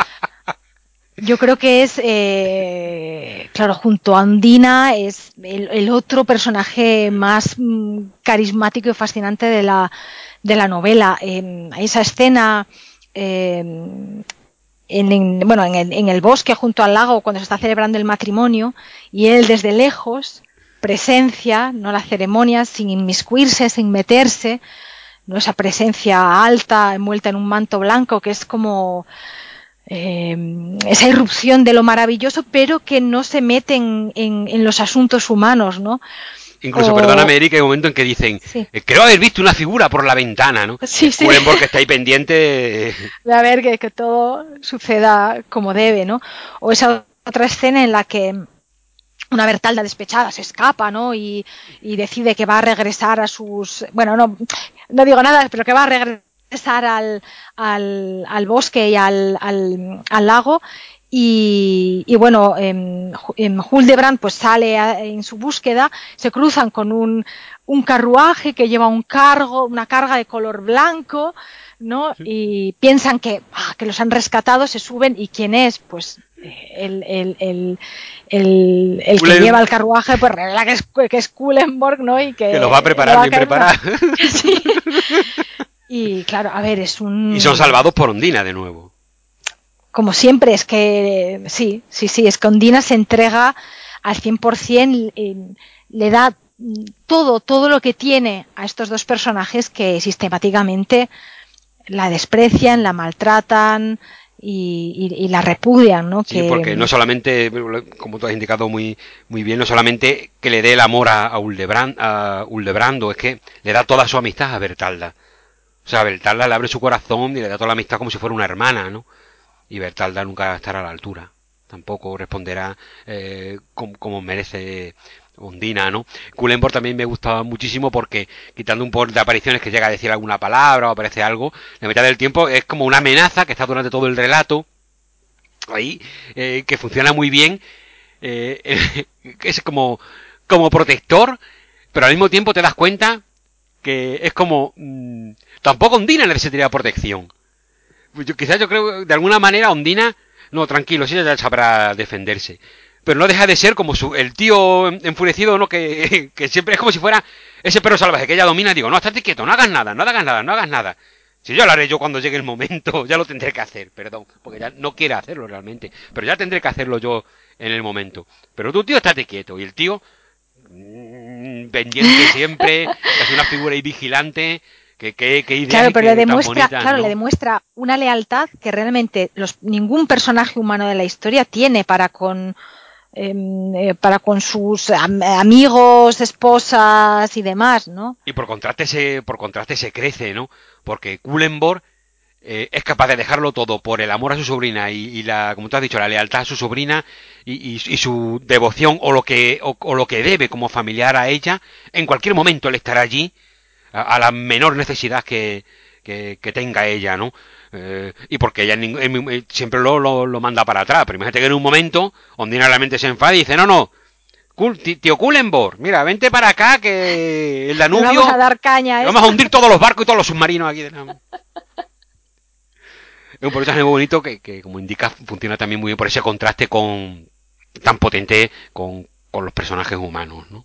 yo creo que es, eh, claro, junto a Undina, es el, el otro personaje más mm, carismático y fascinante de la, de la novela. Eh, esa escena, eh, en, en, bueno, en el, en el bosque junto al lago, cuando se está celebrando el matrimonio, y él desde lejos presencia, no la ceremonia, sin inmiscuirse, sin meterse, no esa presencia alta, envuelta en un manto blanco, que es como eh, esa irrupción de lo maravilloso, pero que no se mete en, en, en los asuntos humanos, ¿no? Incluso, O, perdóname, Eric, hay un momento en que dicen, sí, eh, creo haber visto una figura por la ventana, ¿no? Y sí, es sí, Kulenborg que está ahí pendiente. eh, de a ver que, que todo suceda como debe, ¿no? O esa otra escena en la que una Bertalda despechada se escapa, ¿no? Y, y decide que va a regresar a sus... Bueno, no, no digo nada, pero que va a regresar al, al, al bosque y al, al, al lago. Y, y bueno, eh, Hildebrand pues sale a, en su búsqueda, se cruzan con un, un carruaje que lleva un cargo, una carga de color blanco, ¿no? Y piensan que, ah, que los han rescatado, se suben y ¿quién es? Pues el, el, el, el, el que lleva Kulen, el carruaje pues revela que es, que es Kulenborg, ¿no? Y que los va a que le preparar va a bien caer una... preparados. Sí. Y claro, a ver, es Y son un... salvados por Ondina de nuevo. Como siempre, es que sí, sí, sí, es que Ondina se entrega al cien por ciento, le da todo, todo lo que tiene a estos dos personajes que sistemáticamente la desprecian, la maltratan y, y, y la repudian, ¿no? Sí, porque no Que solamente, como tú has indicado muy, muy bien, no solamente que le dé el amor a, a, Uldebrand, a Uldebrando, es que le da toda su amistad a Bertalda. O sea, Bertalda le abre su corazón y le da toda la amistad como si fuera una hermana, ¿no? Y Bertalda nunca estará a la altura. Tampoco responderá eh, como, como merece Ondina, ¿no? Kulenborg también me gustaba muchísimo porque, quitando un par de apariciones que llega a decir alguna palabra o aparece algo, la mitad del tiempo es como una amenaza que está durante todo el relato, ahí, eh, que funciona muy bien, eh, es como, como protector, pero al mismo tiempo te das cuenta que es como... Mmm, tampoco Ondina necesitaría protección. Yo, quizás yo creo de alguna manera Ondina, no, tranquilo, sí, ella ya sabrá defenderse. Pero no deja de ser como su, el tío enfurecido, ¿no? Que, que siempre es como si fuera ese perro salvaje que ella domina. Digo, no, estate quieto, no hagas nada, no hagas nada, no hagas nada. Si yo lo haré yo cuando llegue el momento, ya lo tendré que hacer, perdón, porque ya no quiere hacerlo realmente. Pero ya tendré que hacerlo yo en el momento. Pero tú, tío, estate quieto. Y el tío, mmm, pendiente siempre, que hace una figura ahí vigilante. Que, que, que ideas claro, y pero le que tan demuestra, bonitas, claro, le ¿no? demuestra una lealtad que realmente los, ningún personaje humano de la historia tiene para con eh, para con sus am amigos, esposas y demás, ¿no? Y por contraste se, por contraste se crece, ¿no? Porque Kulenborg eh, es capaz de dejarlo todo por el amor a su sobrina y, y la, como tú has dicho, la lealtad a su sobrina y, y, y su devoción o lo que o, o, lo que debe como familiar a ella. En cualquier momento él estará allí a, a la menor necesidad que, que, que tenga ella, ¿no? Eh, y porque ella en, en, en, siempre lo, lo, lo manda para atrás. Pero imagínate que en un momento Ondina realmente se enfada y dice, no, no, tío Kulenborg, mira, vente para acá que el Le vamos a Danubio, dar caña que a vamos esto. a hundir todos los barcos y todos los submarinos aquí. De la... Es un personaje muy bonito que, que, como indica, funciona también muy bien por ese contraste con tan potente con, con los personajes humanos, ¿no?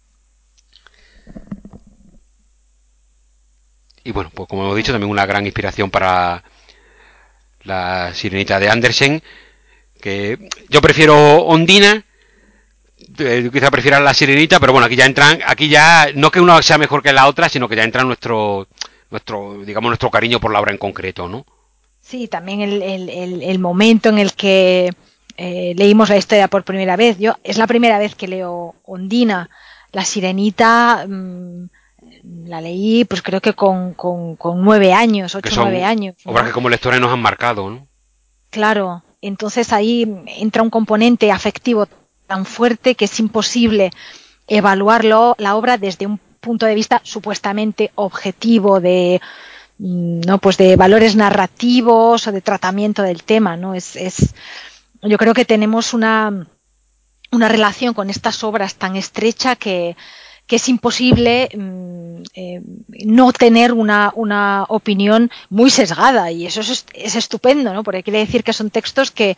Y bueno, pues como hemos dicho, también una gran inspiración para la Sirenita de Andersen, que yo prefiero Ondina, eh, quizá prefiera la Sirenita, pero bueno, aquí ya entran, aquí ya, no que uno sea mejor que la otra, sino que ya entra nuestro, nuestro, digamos, nuestro cariño por la obra en concreto, ¿no? Sí, también el, el, el, el momento en el que eh, leímos la historia por primera vez. Yo es la primera vez que leo Ondina, la Sirenita. Mmm, la leí, pues creo que con, con, con nueve años, Que ocho o son nueve años, obras ¿no? que como lectores nos han marcado, ¿no? Claro, entonces ahí entra un componente afectivo tan fuerte que es imposible evaluarlo la obra desde un punto de vista supuestamente objetivo de, no, pues de valores narrativos o de tratamiento del tema, ¿no? Es, es, yo creo que tenemos una, una relación con estas obras tan estrecha que, que es imposible eh, no tener una, una opinión muy sesgada, y eso es, es estupendo, ¿no? Porque quiere decir que son textos que,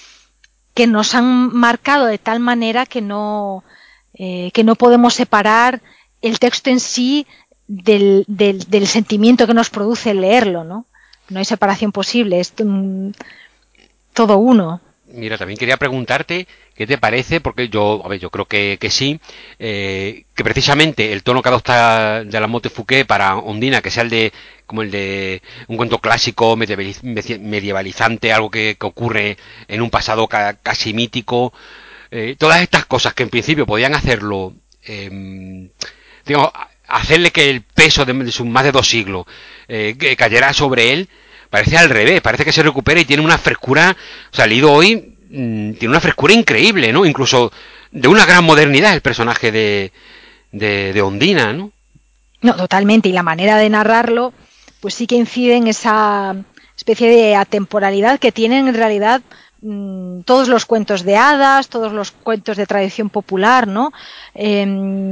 que nos han marcado de tal manera que no, eh, que no podemos separar el texto en sí del, del, del sentimiento que nos produce leerlo, ¿no? No hay separación posible, es um, todo uno. Mira, también quería preguntarte qué te parece, porque yo, a ver, yo creo que, que sí, eh, que precisamente el tono que adopta de la Montefouquet para Ondina, que sea el de, como el de un cuento clásico medievalizante, algo que, que ocurre en un pasado ca, casi mítico, eh, todas estas cosas que en principio podían hacerlo, eh, digamos, hacerle que el peso de, de sus más de dos siglos eh, que cayera sobre él, parece al revés, parece que se recupera y tiene una frescura, o sea, leído hoy, mmm, tiene una frescura increíble, ¿no? Incluso de una gran modernidad el personaje de, de, de Ondina, ¿no? No, totalmente, y la manera de narrarlo, pues sí que incide en esa especie de atemporalidad que tienen en realidad mmm, todos los cuentos de hadas, todos los cuentos de tradición popular, ¿no? Eh,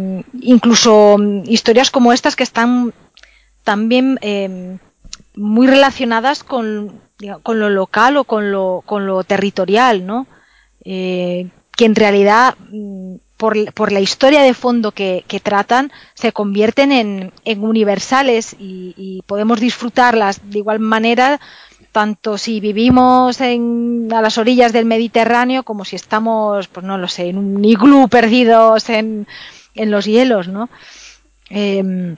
incluso historias como estas que están también eh, muy relacionadas con, digamos, con lo local o con lo, con lo territorial, ¿no? Eh, que en realidad, por, por la historia de fondo que, que tratan, se convierten en, en universales y, y podemos disfrutarlas de igual manera, tanto si vivimos en, a las orillas del Mediterráneo como si estamos, pues no lo sé, en un iglú perdidos en, en los hielos, ¿no? Eh,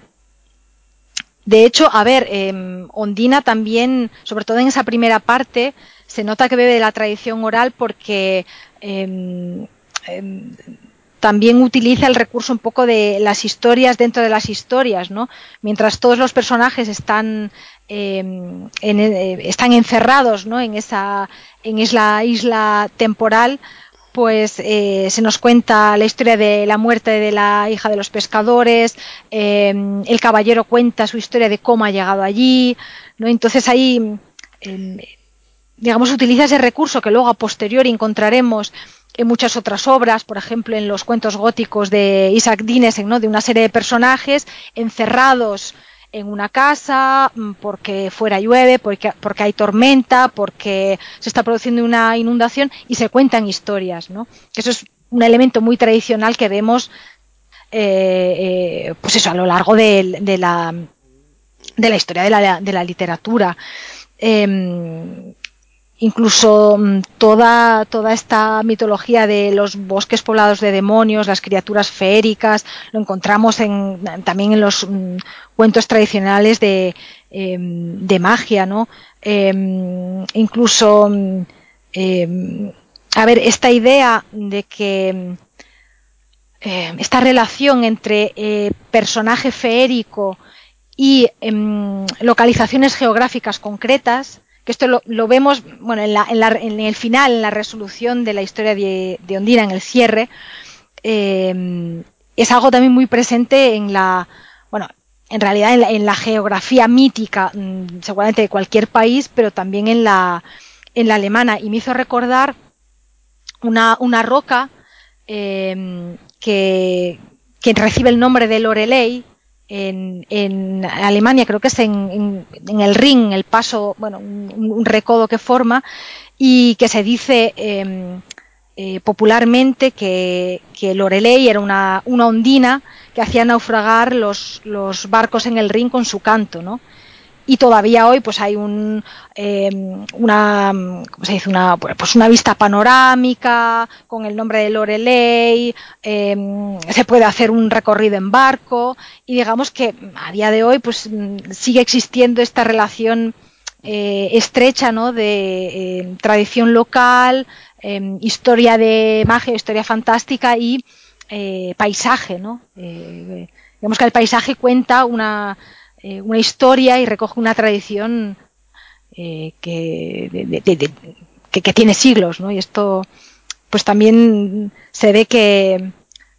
De hecho, a ver, eh, Ondina también, sobre todo en esa primera parte, se nota que bebe de la tradición oral porque eh, eh, también utiliza el recurso un poco de las historias dentro de las historias, ¿no? Mientras todos los personajes están, eh, en, eh, están encerrados, ¿no? en esa en esa isla temporal, pues eh, se nos cuenta la historia de la muerte de la hija de los pescadores, eh, el caballero cuenta su historia de cómo ha llegado allí, ¿no? Entonces ahí, eh, digamos, utiliza ese recurso que luego a posteriori encontraremos en muchas otras obras, por ejemplo en los cuentos góticos de Isaac Dinesen, ¿no? De una serie de personajes encerrados en una casa porque fuera llueve, porque, porque hay tormenta, porque se está produciendo una inundación y se cuentan historias, ¿no? Eso es un elemento muy tradicional que vemos eh, eh, pues eso, a lo largo de, de, la, de la historia de la, de la literatura. Eh, Incluso toda, toda esta mitología de los bosques poblados de demonios, las criaturas feéricas, lo encontramos en, también en los um, cuentos tradicionales de, eh, de magia, ¿no? Eh, incluso, eh, a ver, esta idea de que eh, esta relación entre eh, personaje feérico y eh, localizaciones geográficas concretas, que esto lo, lo vemos bueno, en, la, en, la, en el final, en la resolución de la historia de, de Ondina, en el cierre, eh, es algo también muy presente en la, bueno, en realidad en la, en la geografía mítica, seguramente de cualquier país, pero también en la, en la alemana, y me hizo recordar una, una roca eh, que, que recibe el nombre de Loreley, En, en Alemania, creo que es en, en, en el Rin, el paso, bueno, un, un recodo que forma, y que se dice eh, eh, popularmente que, que Loreley era una, una ondina que hacía naufragar los, los barcos en el Rin con su canto, ¿no? Y todavía hoy pues hay un eh, una ¿cómo se dice? una pues una vista panorámica con el nombre de Loreley, eh, se puede hacer un recorrido en barco y digamos que a día de hoy pues sigue existiendo esta relación eh, estrecha, ¿no? de eh, tradición local, eh, historia de magia, historia fantástica y eh, paisaje, ¿no? Eh, digamos que el paisaje cuenta una Eh, una historia y recoge una tradición eh, que, de, de, de, que, que tiene siglos, ¿no? Y esto pues también se ve que,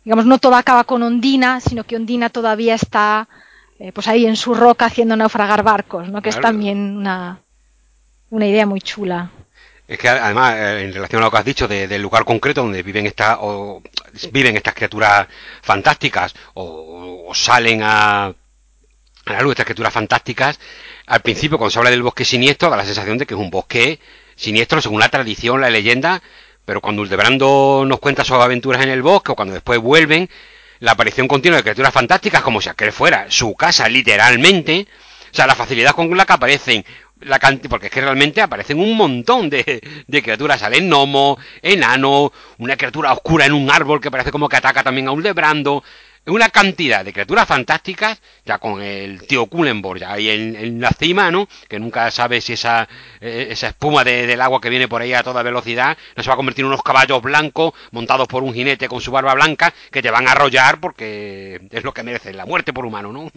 digamos, no todo acaba con Ondina, sino que Ondina todavía está eh, pues ahí en su roca haciendo naufragar barcos, ¿no? Que es Claro. también una, una idea muy chula. Es que además, eh, en relación a lo que has dicho de, del lugar concreto donde viven estas o viven estas criaturas fantásticas o, o salen a, a la luz estas criaturas fantásticas, al principio cuando se habla del bosque siniestro da la sensación de que es un bosque siniestro según la tradición, la leyenda, pero cuando Uldebrando nos cuenta sus aventuras en el bosque o cuando después vuelven, la aparición continua de criaturas fantásticas como si aquel fuera su casa literalmente, o sea, la facilidad con la que aparecen, la cantidad, porque es que realmente aparecen un montón de, de criaturas, salen gnomos, enanos, una criatura oscura en un árbol que parece como que ataca también a Uldebrando, una cantidad de criaturas fantásticas, ya con el tío Kulenborg ya ahí en, en la cima, ¿no? Que nunca sabe si esa, eh, esa espuma de, del agua que viene por ahí a toda velocidad no se va a convertir en unos caballos blancos montados por un jinete con su barba blanca que te van a arrollar porque es lo que merece la muerte por humano, ¿no?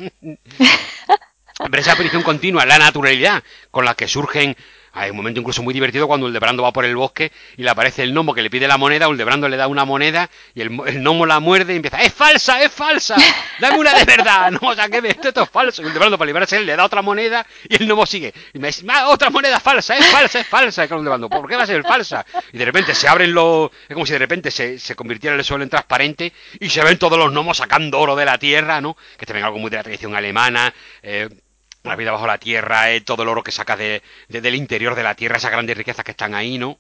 Pero esa aparición continua, la naturalidad con la que surgen. Hay un momento incluso muy divertido cuando Uldebrando va por el bosque y le aparece el gnomo que le pide la moneda, Uldebrando le da una moneda y el, el gnomo la muerde y empieza, ¡es falsa, es falsa! ¡Dame una de verdad! No, o sea, que esto, esto es falso. Y Uldebrando para librarse él le da otra moneda y el gnomo sigue. Y me dice, ¡ah, otra moneda falsa, es falsa, es falsa! Y Uldebrando, ¿por qué va a ser falsa? Y de repente se abren los... Es como si de repente se, se convirtiera el suelo en transparente y se ven todos los gnomos sacando oro de la tierra, ¿no? Que también algo muy de la tradición alemana, eh, la vida bajo la tierra, eh, todo el oro que sacas de, de, del interior de la tierra, esas grandes riquezas que están ahí, ¿no?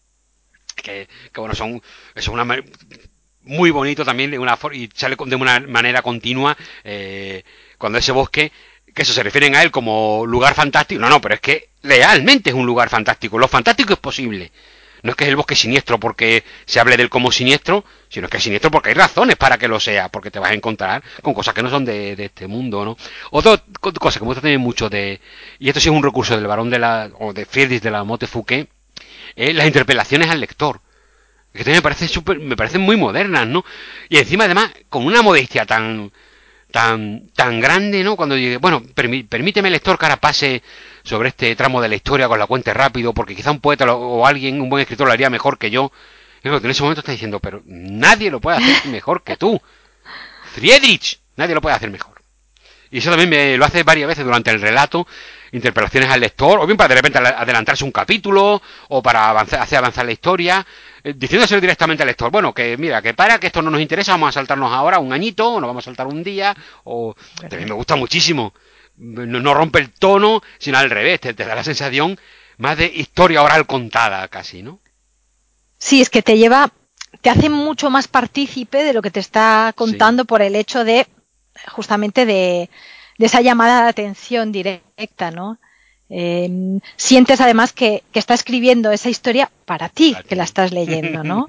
Que, que bueno, son, es una muy bonito también de una y sale de una manera continua eh, cuando ese bosque, que eso se refieren a él como lugar fantástico, no, no, pero es que realmente es un lugar fantástico, lo fantástico es posible. No es que es el bosque siniestro porque se hable del como siniestro, sino que es siniestro porque hay razones para que lo sea, porque te vas a encontrar con cosas que no son de, de este mundo, ¿no? Otra cosa que me gusta también mucho de, y esto sí es un recurso del varón de la, o de Friedrich de la Motte Fouquet, es las interpelaciones al lector. Que también me parece super, me parecen muy modernas, ¿no? Y encima además con una modestia tan tan tan grande, ¿no? Cuando llegue, bueno, permí, permíteme lector que ahora pase sobre este tramo de la historia con la cuenta rápido, porque quizá un poeta lo, o alguien, un buen escritor lo haría mejor que yo. Y en ese momento está diciendo, pero nadie lo puede hacer mejor que tú. Friedrich, nadie lo puede hacer mejor. Y eso también me lo hace varias veces durante el relato, interpelaciones al lector, o bien para de repente adelantarse un capítulo, o para avanzar, hacer avanzar la historia, eh, diciéndoselo directamente al lector. Bueno, que mira, que para, que esto no nos interesa, vamos a saltarnos ahora un añito, o nos vamos a saltar un día, o también me gusta muchísimo. No, no rompe el tono, sino al revés, te, te da la sensación más de historia oral contada casi, ¿no? Sí, es que te lleva, te hace mucho más partícipe de lo que te está Sí. contando por el hecho de, justamente de, de esa llamada de atención directa, ¿no? Eh, sientes además que, que, está escribiendo esa historia para ti, Para que la ti. estás leyendo, ¿no?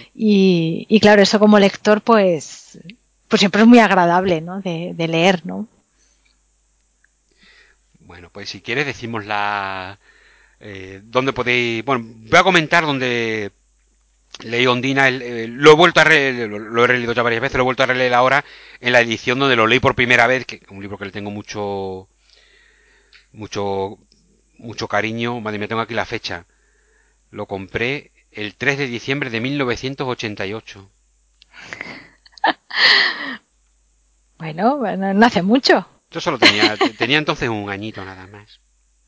Y, y claro, eso como lector, pues, pues siempre es muy agradable, ¿no? De, de leer, ¿no? Bueno, pues si quieres decimos la... Eh, dónde podéis... Bueno, voy a comentar dónde leí Ondina, el, el, lo he vuelto a releer, lo, lo he releído ya varias veces, lo he vuelto a releer ahora en la edición donde lo leí por primera vez, que es un libro que le tengo mucho, mucho, mucho cariño. Madre mía, tengo aquí la fecha. Lo compré el tres de diciembre de mil novecientos ochenta y ocho. Bueno, bueno, no hace mucho. Yo solo tenía, tenía entonces un añito nada más.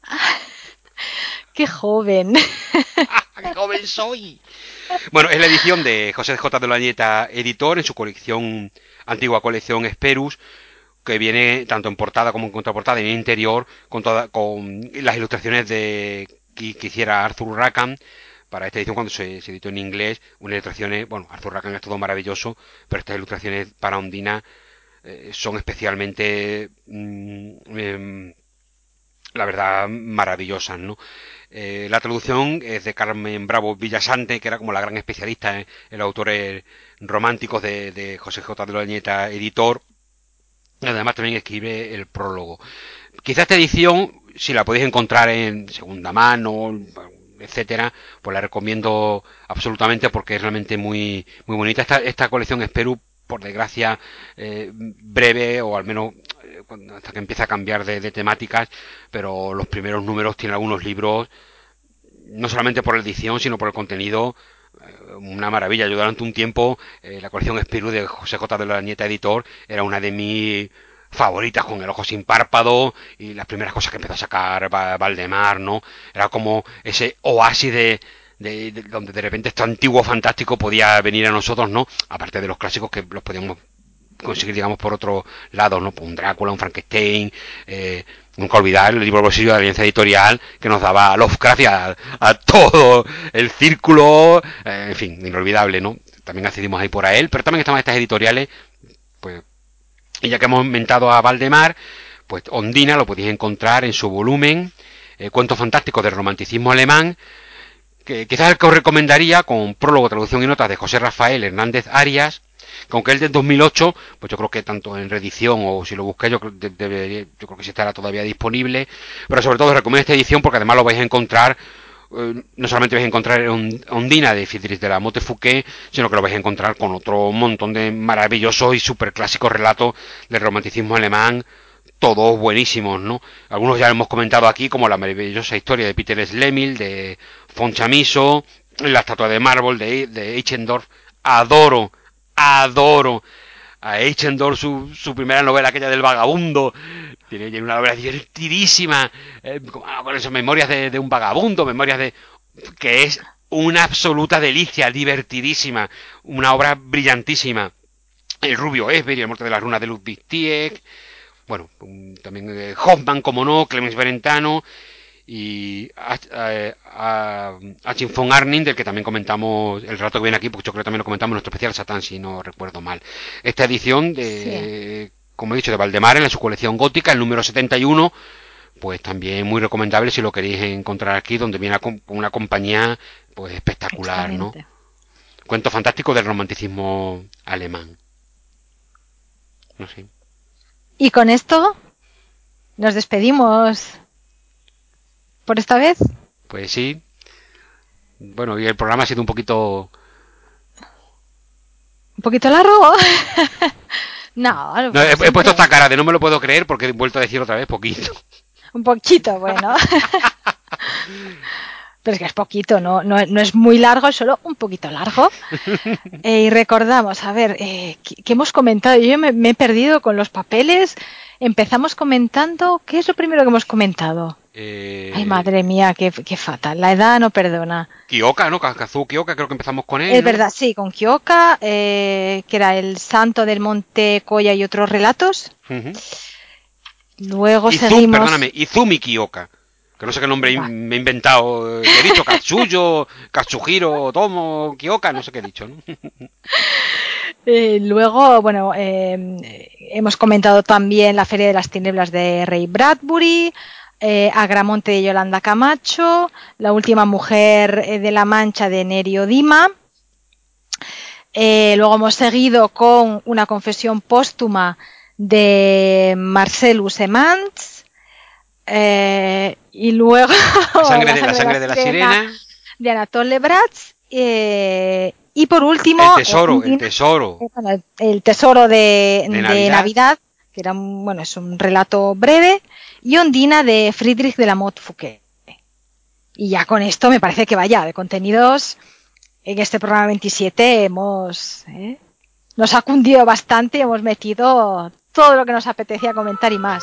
¡Qué joven! ¡Ah, qué joven soy! Bueno, es la edición de José J. de la Nieta, editor, en su colección, antigua colección Esperus, que viene tanto en portada como en contraportada y en interior, con, toda, con las ilustraciones de que, que hiciera Arthur Rackham para esta edición cuando se, se editó en inglés. Unas ilustraciones, bueno, Arthur Rackham es todo maravilloso, pero estas ilustraciones para Ondina eh, son especialmente, mmm, eh, la verdad, maravillosas, ¿no? Eh, la traducción es de Carmen Bravo Villasante, que era como la gran especialista en, en autores románticos de, de José J. de la Nieta, editor. Además también escribe el prólogo. Quizá esta edición, si la podéis encontrar en segunda mano, etcétera, pues la recomiendo absolutamente porque es realmente muy, muy bonita. Esta, esta colección espero, por desgracia, eh, breve, o al menos eh, hasta que empieza a cambiar de, de temáticas, pero los primeros números tienen algunos libros, no solamente por la edición, sino por el contenido, una maravilla. Yo durante un tiempo, eh, la colección Spirou de José J. de la Nieta Editor era una de mis favoritas, con El ojo sin párpado y las primeras cosas que empezó a sacar Valdemar, ¿no? Era como ese oasis de, de, de donde de repente este antiguo fantástico podía venir a nosotros, ¿no? Aparte de los clásicos que los podíamos conseguir, digamos, por otro lado, ¿no? Un Drácula, un Frankenstein, eh, nunca olvidar el libro bolsillo de la Alianza Editorial que nos daba a Lovecraft y a, a todo el círculo, eh, en fin, inolvidable, ¿no? También accedimos ahí por a él, pero también estaban estas editoriales, pues, y ya que hemos inventado a Valdemar, pues Ondina lo podéis encontrar en su volumen, eh, Cuentos Fantásticos del Romanticismo Alemán, que quizás el que os recomendaría, con prólogo, traducción y notas de José Rafael Hernández Arias, que aunque es del dos mil ocho, pues yo creo que tanto en reedición o si lo busqué, yo, de, de, yo creo que sí estará todavía disponible, pero sobre todo os recomiendo esta edición porque además lo vais a encontrar, eh, no solamente vais a encontrar en Ondina de Friedrich de la Motte Fouquet, sino que lo vais a encontrar con otro montón de maravillosos y super clásicos relatos del romanticismo alemán, todos buenísimos, ¿no? Algunos ya hemos comentado aquí, como la maravillosa historia de Peter Schlemil, de von Chamisso, la estatua de mármol de, de Eichendorff. Adoro, adoro a Eichendorff, su, su primera novela, aquella del vagabundo. Tiene una novela divertidísima, eh, con esas memorias de, de un vagabundo, memorias de... que es una absoluta delicia, divertidísima, una obra brillantísima. El rubio Esber y el muerte de las runas de Ludwig Tieck. Bueno, también eh, Hoffman, como no, Clemens Berentano y Achim von Arnim, del que también comentamos el rato que viene aquí, porque yo creo que también lo comentamos en nuestro especial Satán, si no recuerdo mal. Esta edición de, sí. como he dicho, de Valdemar, en su colección gótica, el número setenta y uno, pues también muy recomendable si lo queréis encontrar aquí, donde viene con una compañía pues espectacular, excelente, ¿no? Cuento fantástico del romanticismo alemán. No sé. Y con esto nos despedimos por esta vez. Pues sí. Bueno, y el programa ha sido un poquito... ¿Un poquito largo? no, no he, he puesto esta cara de no me lo puedo creer porque he vuelto a decir otra vez poquito. Un poquito, bueno. Pero es que es poquito, no, no, no es muy largo, es solo un poquito largo. Eh, y recordamos, a ver, eh, ¿qué, ¿qué hemos comentado? Yo me, me he perdido con los papeles. Empezamos comentando, ¿qué es lo primero que hemos comentado? Eh... Ay, madre mía, qué, qué fatal. La edad no perdona. Kioka, ¿no? Kazuo Kioka, creo que empezamos con él. Es ¿no? verdad, sí, con Kioka, eh, que era el santo del monte Koya y otros relatos. Uh-huh. Luego Izum, seguimos... Perdóname, Izumi Kioka. Que no sé qué nombre vale. me he inventado. He dicho Katsuyo, Katsuhiro, Tomo, Kioka, no sé qué he dicho, ¿no? eh, luego, bueno, eh, hemos comentado también la Feria de las Tinieblas de Ray Bradbury, eh, Agramonte de Yolanda Camacho, La última mujer de la Mancha de Nerio Dima. Eh, luego hemos seguido con Una confesión póstuma de Marcellus Emants. Eh, y luego la sangre, de, la sangre de la, de la sirena, sirena de Anatole Lebratz, eh, y por último el tesoro, eh, el tesoro eh, bueno, el, el tesoro de, de, Navidad. de Navidad, que era un, bueno, es un relato breve, y Ondina de Friedrich de la Motte Fouquet. Y ya con esto me parece que vaya de contenidos en este programa veintisiete hemos eh, nos ha cundido bastante y hemos metido todo lo que nos apetecía comentar y más.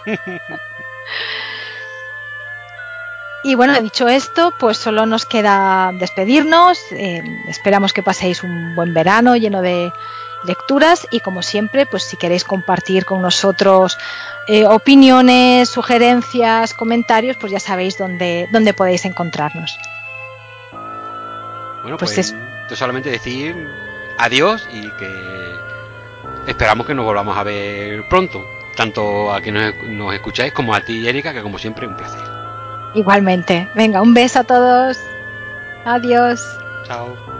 Y bueno, dicho esto, pues solo nos queda despedirnos. Eh, esperamos que paséis un buen verano lleno de lecturas y, como siempre, pues si queréis compartir con nosotros eh, opiniones, sugerencias, comentarios, pues ya sabéis dónde, dónde podéis encontrarnos. Bueno, pues, pues es... solamente decir adiós y que esperamos que nos volvamos a ver pronto. Tanto a quienes nos, nos escucháis como a ti, Erika, que como siempre un placer. Igualmente. Venga, un beso a todos. Adiós. Chao.